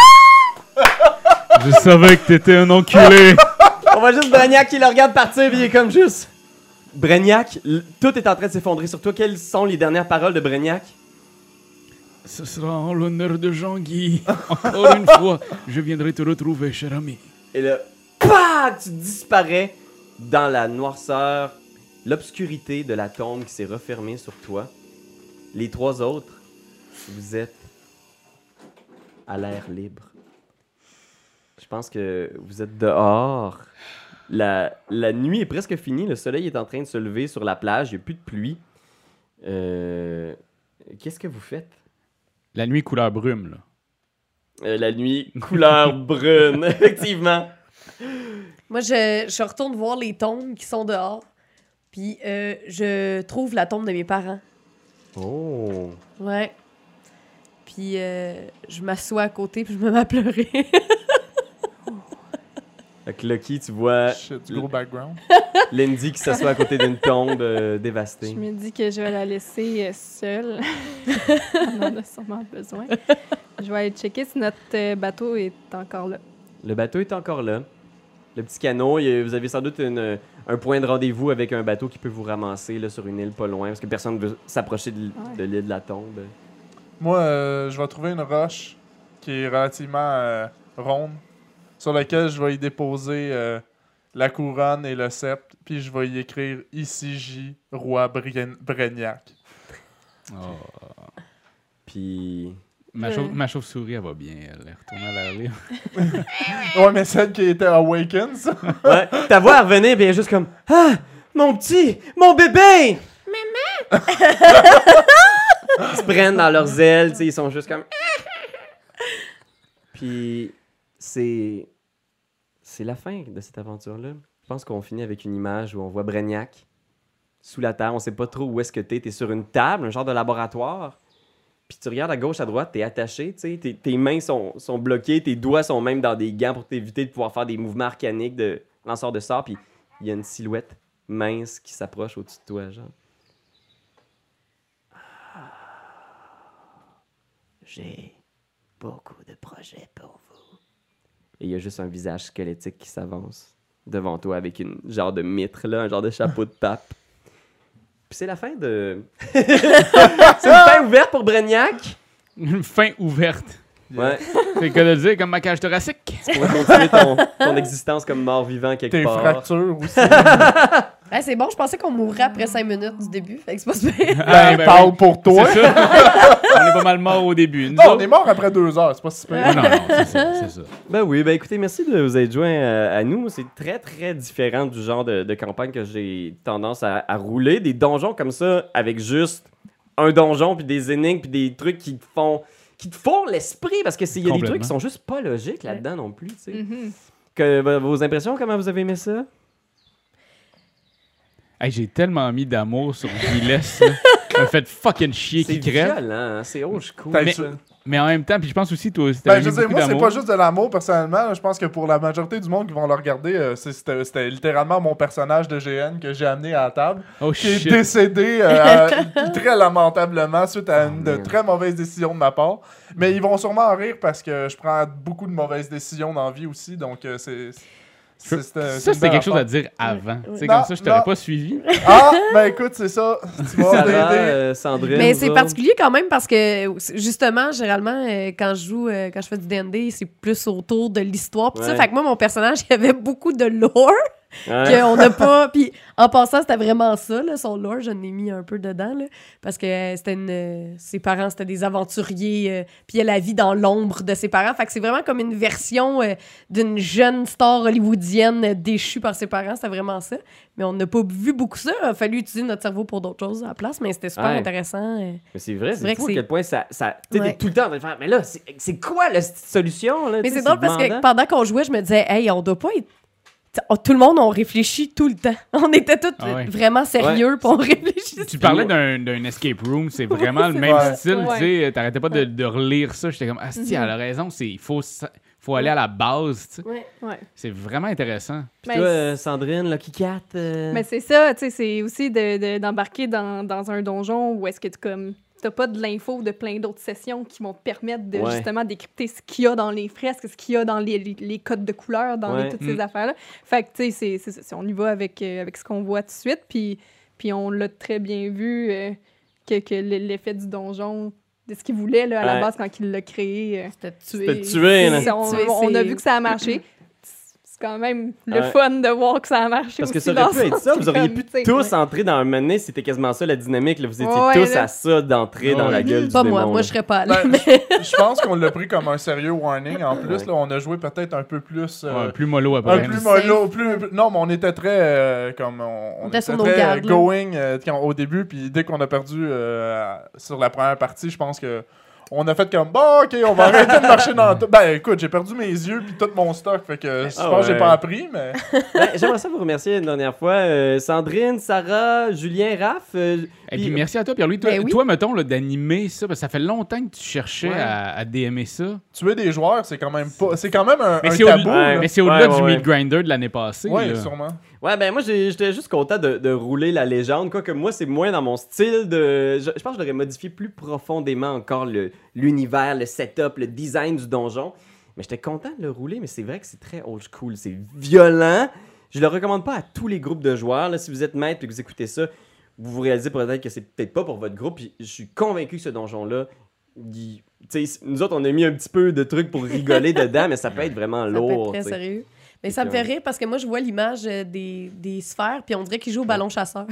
Je savais que t'étais un enculé. On voit juste Berniac qui le regarde partir, puis il est comme juste. Berniac, l- tout est en train de s'effondrer sur toi. Quelles sont les dernières paroles de Berniac? Ce sera en l'honneur de Jean-Guy. Encore une fois, je viendrai te retrouver, cher ami. Et là, pah! Tu disparais dans la noirceur, l'obscurité de la tombe qui s'est refermée sur toi. Les trois autres, vous êtes à l'air libre. Je pense que vous êtes dehors. La, la nuit est presque finie. Le soleil est en train de se lever sur la plage. Il n'y a plus de pluie. Euh, Qu'est-ce que vous faites? La nuit couleur brume, là. Euh, la nuit, couleur brune, effectivement. Moi, je, je retourne voir les tombes qui sont dehors. Puis euh, je trouve la tombe de mes parents. Oh. Ouais. Puis euh, je m'assois à côté puis je me mets à pleurer. Fait que Lucky, tu vois Shit, du gros background. Lindy qui s'assoit à côté d'une tombe euh, Je dévastée. me dis que je vais la laisser euh, seule. On en a sûrement besoin. Je vais aller checker si notre euh, bateau est encore là. Le bateau est encore là. Le petit canot, il y a- vous avez sans doute une- un point de rendez-vous avec un bateau qui peut vous ramasser là, sur une île pas loin, parce que personne ne veut s'approcher de, l- Ouais. de l'île de la tombe. Moi, euh, je vais trouver une roche qui est relativement euh, ronde, sur laquelle je vais y déposer euh, la couronne et le sceptre, puis je vais y écrire « Ici J, roi Brien- Brignac Oh. Puis... Ma, Euh. chauve- ma chauve-souris, elle va bien. Elle est retournée à la rive. ». Ouais, mais celle qui était Awaken, ça. Ouais, ta voix elle revenait, puis elle est juste comme « Ah! Mon petit! Mon bébé! Maman! » Ils se prennent dans leurs ailes, tu sais, ils sont juste comme... Puis c'est... C'est la fin de cette aventure-là. Je pense qu'on finit avec une image où on voit Brignac sous la terre. On sait pas trop où est-ce que t'es. T'es sur une table, un genre de laboratoire. Puis tu regardes à gauche, à droite, t'es attaché, tu sais. Tes, tes mains sont, sont bloquées, tes doigts sont même dans des gants pour t'éviter de pouvoir faire des mouvements arcaniques de lanceur de sorts. Puis il y a une silhouette mince qui s'approche au-dessus de toi, genre. J'ai beaucoup de projets pour vous. Et il y a juste un visage squelettique qui s'avance devant toi avec une genre de mitre, là, un genre de chapeau de pape. Puis c'est la fin de... c'est une fin ouverte pour Brignac. Une fin ouverte. Ouais. C'est le cas de le dire, comme ma cage thoracique. Tu pourrais continuer ton, ton existence comme mort-vivant quelque Tes part. fractures aussi. Ouais, c'est bon, je pensais qu'on mourrait après cinq minutes du début. Fait que c'est pas super. Ah, Ben, ben parle oui. pour toi. C'est ça. On est pas mal mort au début. Nous Non, on autres- est mort après deux heures, c'est pas si pire. Ah, non, non, c'est ça, c'est ça. Ben oui, ben écoutez, merci de vous être joints à, à nous. C'est très, très différent du genre de, de campagne que j'ai tendance à, à rouler. Des donjons comme ça, avec juste un donjon, puis des énigmes, puis des trucs qui te font... qui te font l'esprit, parce que il y a des trucs qui sont juste pas logiques là-dedans non plus, tu sais. Mhm. Que, v- vos impressions, comment vous avez aimé ça? Hey, j'ai tellement mis d'amour sur Gilles, là. Ça me fait fucking chier C'est qu'il crève. violent, hein? C'est old school. T'as- Mais- ça. Mais en même temps, puis je pense aussi, toi aussi, Ben, t'avais je mis veux dire, beaucoup moi, c'est d'amour. pas juste de l'amour, personnellement. Je pense que pour la majorité du monde qui vont le regarder, euh, c'est- c'était c'était littéralement mon personnage de G N que j'ai amené à la table, Oh qui est shit. décédé euh, à- très lamentablement suite à une de man. très mauvaises décisions de ma part. Mais ils vont sûrement en rire parce que je prends beaucoup de mauvaises décisions dans la vie aussi, donc euh, c'est... c'est- c'est- c'est une Ça, c'était belle quelque chose à affaire. dire avant. Tu sais, Non, comme ça, je t'aurais non. pas suivi. Ah, ben écoute, c'est ça. Tu vas Sarah, t'aider. euh, Sandrine, Mais vous c'est autres? particulier quand même parce que, justement, généralement, euh, quand je joue, euh, quand je fais du D and D, c'est plus autour de l'histoire. pis ça. Ouais. Fait que moi, mon personnage, il y avait beaucoup de lore. Ouais. qu'on n'a pas... Puis en passant, c'était vraiment ça, là, son lore, je l'ai mis un peu dedans, là, parce que euh, c'était une... euh, ses parents, c'était des aventuriers, euh, puis elle a la vie dans l'ombre de ses parents. Fait que c'est vraiment comme une version euh, d'une jeune star hollywoodienne euh, déchue par ses parents, c'était vraiment ça. Mais on n'a pas vu beaucoup ça, il a fallu utiliser notre cerveau pour d'autres choses à la place, mais c'était super Ouais. intéressant. euh. Mais c'est vrai, C'est c'est vrai fou que à quel c'est- point ça. ça tu sais, Ouais. t'es tout le temps en train de faire. Mais là, c'est c'est quoi la petite solution? Là, Mais Tu sais, c'est drôle parce que demandant. pendant qu'on jouait, je me disais, hey, on doit pas être. T'sais, on- tout le monde, on réfléchit tout le temps. On était tous Ah ouais. vraiment sérieux, puis on réfléchissait. Tu parlais d'un, d'un escape room, c'est vraiment le c'est même vrai. style, Ouais. tu sais, t'arrêtais pas de, de relire ça, j'étais comme, ah, si, elle a raison, c'est, il faut, sa- faut aller à la base, tu sais. Ouais. Ouais. C'est vraiment intéressant. Puis Mais toi, c'est- euh, Sandrine, Lucky Cat. euh, Mais c'est ça, tu sais, c'est aussi de, de- d'embarquer dans, dans un donjon où est-ce que tu comme t'as pas de l'info de plein d'autres sessions qui vont te permettre de Ouais. justement décrypter ce qu'il y a dans les fresques, ce qu'il y a dans les, les, les codes de couleurs, dans les- Ouais. toutes Mm. ces affaires-là. Fait que, tu sais, c'est, c'est, c'est- on y va avec, euh, avec ce qu'on voit tout de suite, puis, puis on l'a très bien vu euh, que, que l'effet du donjon, de ce qu'il voulait là, à Ouais. la base quand il l'a créé. euh, C'était tué. C'était tué, là. c'est- on, Tuer, on a c'est- vu que ça a marché. C'est quand même le Ouais. fun de voir que ça a marché Parce que aussi ça aurait dans pu le être sens ça. que Vous auriez comme, pu tu sais, tous entrer dans un moment donné. C'était quasiment ça la dynamique. Là. Vous étiez Ouais, tous là. à ça d'entrer dans Ouais. la gueule du Pas démon. moi, moi là. je serais pas allée. Ben, mais- Je pense qu'on l'a pris comme un sérieux warning. En plus, Ouais. là, on a joué peut-être un peu plus. euh, Ouais, plus mollo un après. plus Safe. mollo, plus, plus- non, mais on était très euh, comme on, on On était était sur nos très gardes, là. going euh, quand- au début, puis dès qu'on a perdu euh, sur la première partie, je pense que on a fait comme bon, ok, on va arrêter de marcher dans tout. Ben écoute, j'ai perdu mes yeux puis tout mon stock, fait que je Ah pense que j'ai ouais. pas appris, mais Ben, J'aimerais ça vous remercier une dernière fois. Euh, Sandrine, Sarah, Julien, Raph. euh, Et puis puis- merci à toi, Pierre-Louis. Toi, Ben oui. toi, mettons, là, d'animer ça, parce que ça fait longtemps que tu cherchais Ouais. à, à D M er ça. tuer des joueurs, c'est quand même pas, c'est quand même un, Mais un c'est, tabou. au- là. mais c'est au-delà Ouais, du ouais, Meat Grinder de l'année passée. Ouais, là. sûrement. Ouais, ben moi, j'ai- j'étais juste content de, de rouler la légende. Quoique moi, c'est moins dans mon style de... Je, je pense que je l'aurais modifié plus profondément encore le- l'univers, le setup, le design du donjon. Mais j'étais content de le rouler, mais c'est vrai que c'est très old school. C'est violent. Je le recommande pas à tous les groupes de joueurs. Là, si vous êtes maître et que vous écoutez ça, vous vous réalisez peut-être que c'est peut-être pas pour votre groupe. Puis je suis convaincu que ce donjon-là... il- tu sais, nous autres, on a mis un petit peu de trucs pour rigoler dedans, mais ça peut être vraiment Ça peut être lourd. très tu sais. sérieux. Mais C'est ça me fait que- rire parce que moi, je vois l'image euh, des, des sphères, puis on dirait qu'ils jouent au ballon chasseur.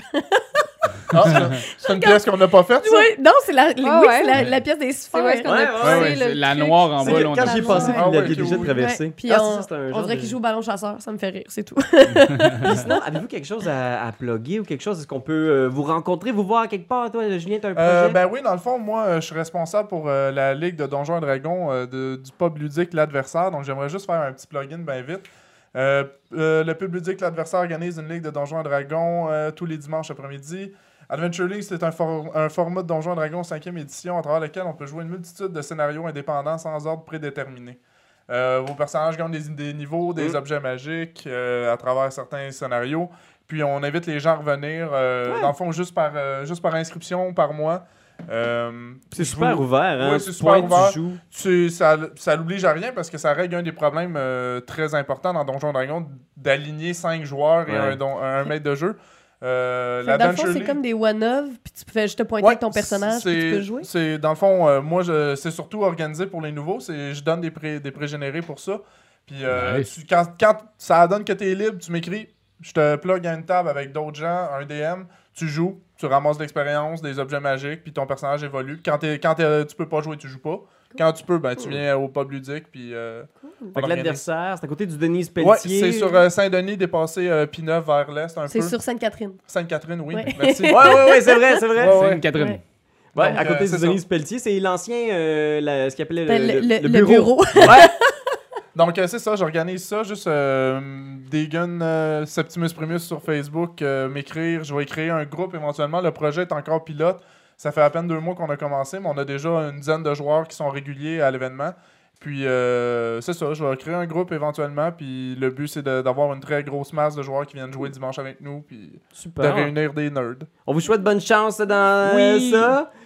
Ah, c'est- c'est une pièce qu'on n'a pas faite, ça? Oui, non, c'est la, oui, Ah ouais. c'est la, la pièce des C'est où est-ce sphères. qu'on Ouais, a ouais, poussé ouais, le c'est la truc. noire en C'est bas, que là, on quand a- j'y ai passé, Ah puis vous ouais, l'aviez ok, déjà oui. traversé. Ouais, puis Ah, on- c'est ça, c'est un On genre dirait de- qu'ils jouent au ballon chasseur, ça me fait rire, c'est tout. Puis sinon, avez-vous quelque chose à, à plugger ou quelque chose? Est-ce qu'on peut euh, vous rencontrer, vous voir quelque part? Toi, Julien, t'as un projet? Euh, ben oui, dans le fond, moi, euh, je suis responsable pour euh, la Ligue de Donjons et Dragons euh, de- du pub ludique L'Adversaire. Donc, j'aimerais juste faire un petit plugin bien vite. Euh, euh, le pub ludique L'Adversaire organise une Ligue de Donjons et Dragons euh, tous les dimanches après-midi. Adventure League, c'est un, for- un format de Donjons et Dragons cinquième édition à travers lequel on peut jouer une multitude de scénarios indépendants sans ordre prédéterminé. Euh, vos personnages gagnent des, des niveaux, des Mm. objets magiques euh, à travers certains scénarios. Puis on invite les gens à revenir, euh, dans le fond, juste par, euh, juste par inscription par mois. Euh, C'est je super vous- ouvert, hein? Ouais, c'est super Point, tu ouvert. joues. tu- ça, ça l'oblige à rien parce que ça règle un des problèmes euh, très importants dans Donjons et Dragons d'aligner cinq joueurs et Ouais. un, don- un maître de jeu. Euh, Fait que dans le fond, Adventure c'est League- comme des one-of, puis tu fais juste te pointer Ouais, avec ton personnage, puis tu c'est- peux jouer. C'est, dans le fond, euh, moi, je, c'est surtout organisé pour les nouveaux. C'est, je donne des, pré, des pré-générés pour ça. Puis euh, Nice. tu- quand, quand ça donne que tu es libre, tu m'écris. Je te plug à une table avec d'autres gens, un D M. Tu joues, tu ramasses de l'expérience, des objets magiques, puis ton personnage évolue. Quand, t'es, quand t'es- tu peux pas jouer, tu joues pas. Quand tu peux, ben, tu viens au pub ludique, puis... euh, on Fait que organise. l'adversaire, c'est à côté du Denise Ouais, Pelletier. c'est sur euh, Saint-Denis, dépassé euh, Pinneuf vers l'est un peu. C'est sur Sainte-Catherine. Sainte-Catherine, oui. Ouais. Merci. Ouais, ouais, ouais, c'est vrai, c'est vrai. Ouais, Ouais, ouais. C'est Catherine. Ouais. à Donc, côté euh, du c'est Denise Pelletier, c'est l'ancien, euh, la- ce qu'il appelait le, Ben, le, le- le le bureau. bureau. Ouais. Donc, euh, c'est ça, j'organise ça. Juste euh, des guns euh, Septimus Primus sur Facebook, euh, m'écrire. Je vais créer un groupe éventuellement. Le projet est encore pilote. Ça fait à peine deux mois qu'on a commencé, mais on a déjà une dizaine de joueurs qui sont réguliers à l'événement. Puis, euh, c'est ça, je vais créer un groupe éventuellement. Puis, le but, c'est de- d'avoir une très grosse masse de joueurs qui viennent jouer dimanche avec nous. Puis, de Super. réunir des nerds. On vous souhaite bonne chance dans euh, Oui. ça.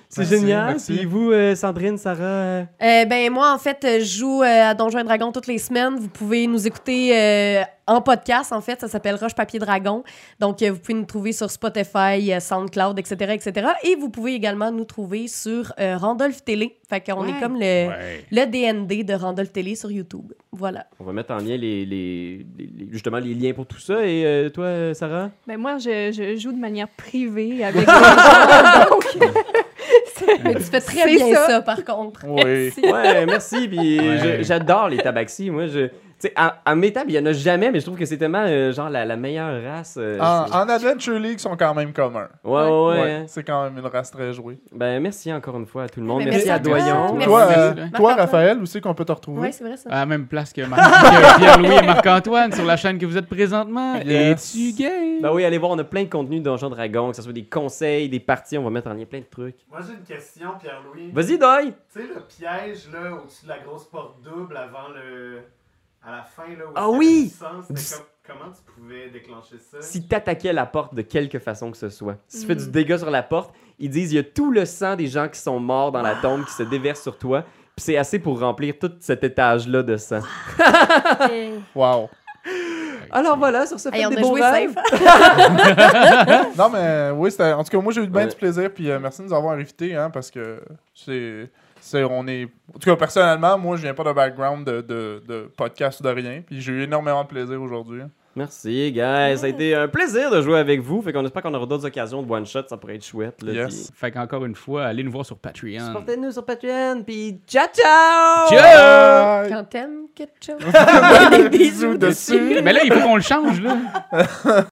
C'est Merci, génial. merci. Puis vous, euh, Sandrine, Sarah... euh, Euh, ben moi, en fait, euh, je joue euh, à Donjons et Dragons toutes les semaines. Vous pouvez nous écouter euh, en podcast, en fait. Ça s'appelle Roche Papier Dragon. Donc, euh, vous pouvez nous trouver sur Spotify, euh, SoundCloud, et cetera, et cetera. Et vous pouvez également nous trouver sur euh, Randolph Télé. Fait qu'on Ouais. est comme le, Ouais. le D N D de Randolph Télé sur YouTube. Voilà. On va mettre en lien les, les, les- les- justement les liens pour tout ça. Et euh, toi, euh, Sarah? Ben moi, je, je joue de manière privée avec les gens, donc... Mais tu fais très C'est bien ça. ça. par contre. Oui. Ouais, merci. Puis Ouais. je- j'adore les tabaxis. Moi, je... Tu sais, à, à mes tables, il y en a jamais, mais je trouve que c'est tellement euh, genre la, la meilleure race. euh, En, c'est- en Adventure League, ils sont quand même communs. Ouais, ouais, ouais. Ouais, hein. c'est quand même une race très jouée. Ben, merci encore une fois à tout le monde. Ben, merci, merci à à toi. Doyon. Merci. Toi, merci. euh, Merci. toi, Raphaël, aussi qu'on peut te retrouver. Oui, c'est vrai ça. À la même place que, Mar- que Pierre-Louis et Marc-Antoine sur la chaîne que vous êtes présentement. Yes. Es-tu gay? Ben oui, allez voir, on a plein de contenu de Donjons Dragons, que ce soit des conseils, des parties, on va mettre en lien plein de trucs. Moi, j'ai une question, Pierre-Louis. Vas-y, Doy! Tu sais, le piège, là, au-dessus de la grosse porte double avant le... à la fin, là, où Ah il y avait oui! du sang, c'était comme- Comment tu pouvais déclencher ça? Si t'attaquais la porte de quelque façon que ce soit, si tu fais du dégât sur la porte, ils disent il y a tout le sang des gens qui sont morts dans la tombe qui se déverse sur toi, puis c'est assez pour remplir tout cet étage-là de sang. Wow. Alors voilà, sur ce, Hey, faites on des a beaux joué rêves. safe. Non, mais oui, c'était... en tout cas, moi, j'ai eu bien Ouais. du plaisir. Puis euh, merci de nous avoir invités, hein, parce que c'est... c'est... On est... En tout cas, personnellement, moi, je viens pas d'un background de, de, de podcast ou de rien. Puis j'ai eu énormément de plaisir aujourd'hui. Merci, guys. Ça a été un plaisir de jouer avec vous. Fait qu'on espère qu'on aura d'autres occasions de one-shot. Ça pourrait être chouette. Là, Yes. Fait qu'encore une fois, allez nous voir sur puis Patreon. Supportez-nous sur Patreon. Puis ciao, ciao! Ciao! Bye. Quand t'aimes quelque chose. Des bisous dessus. Mais là, il faut qu'on le change, là.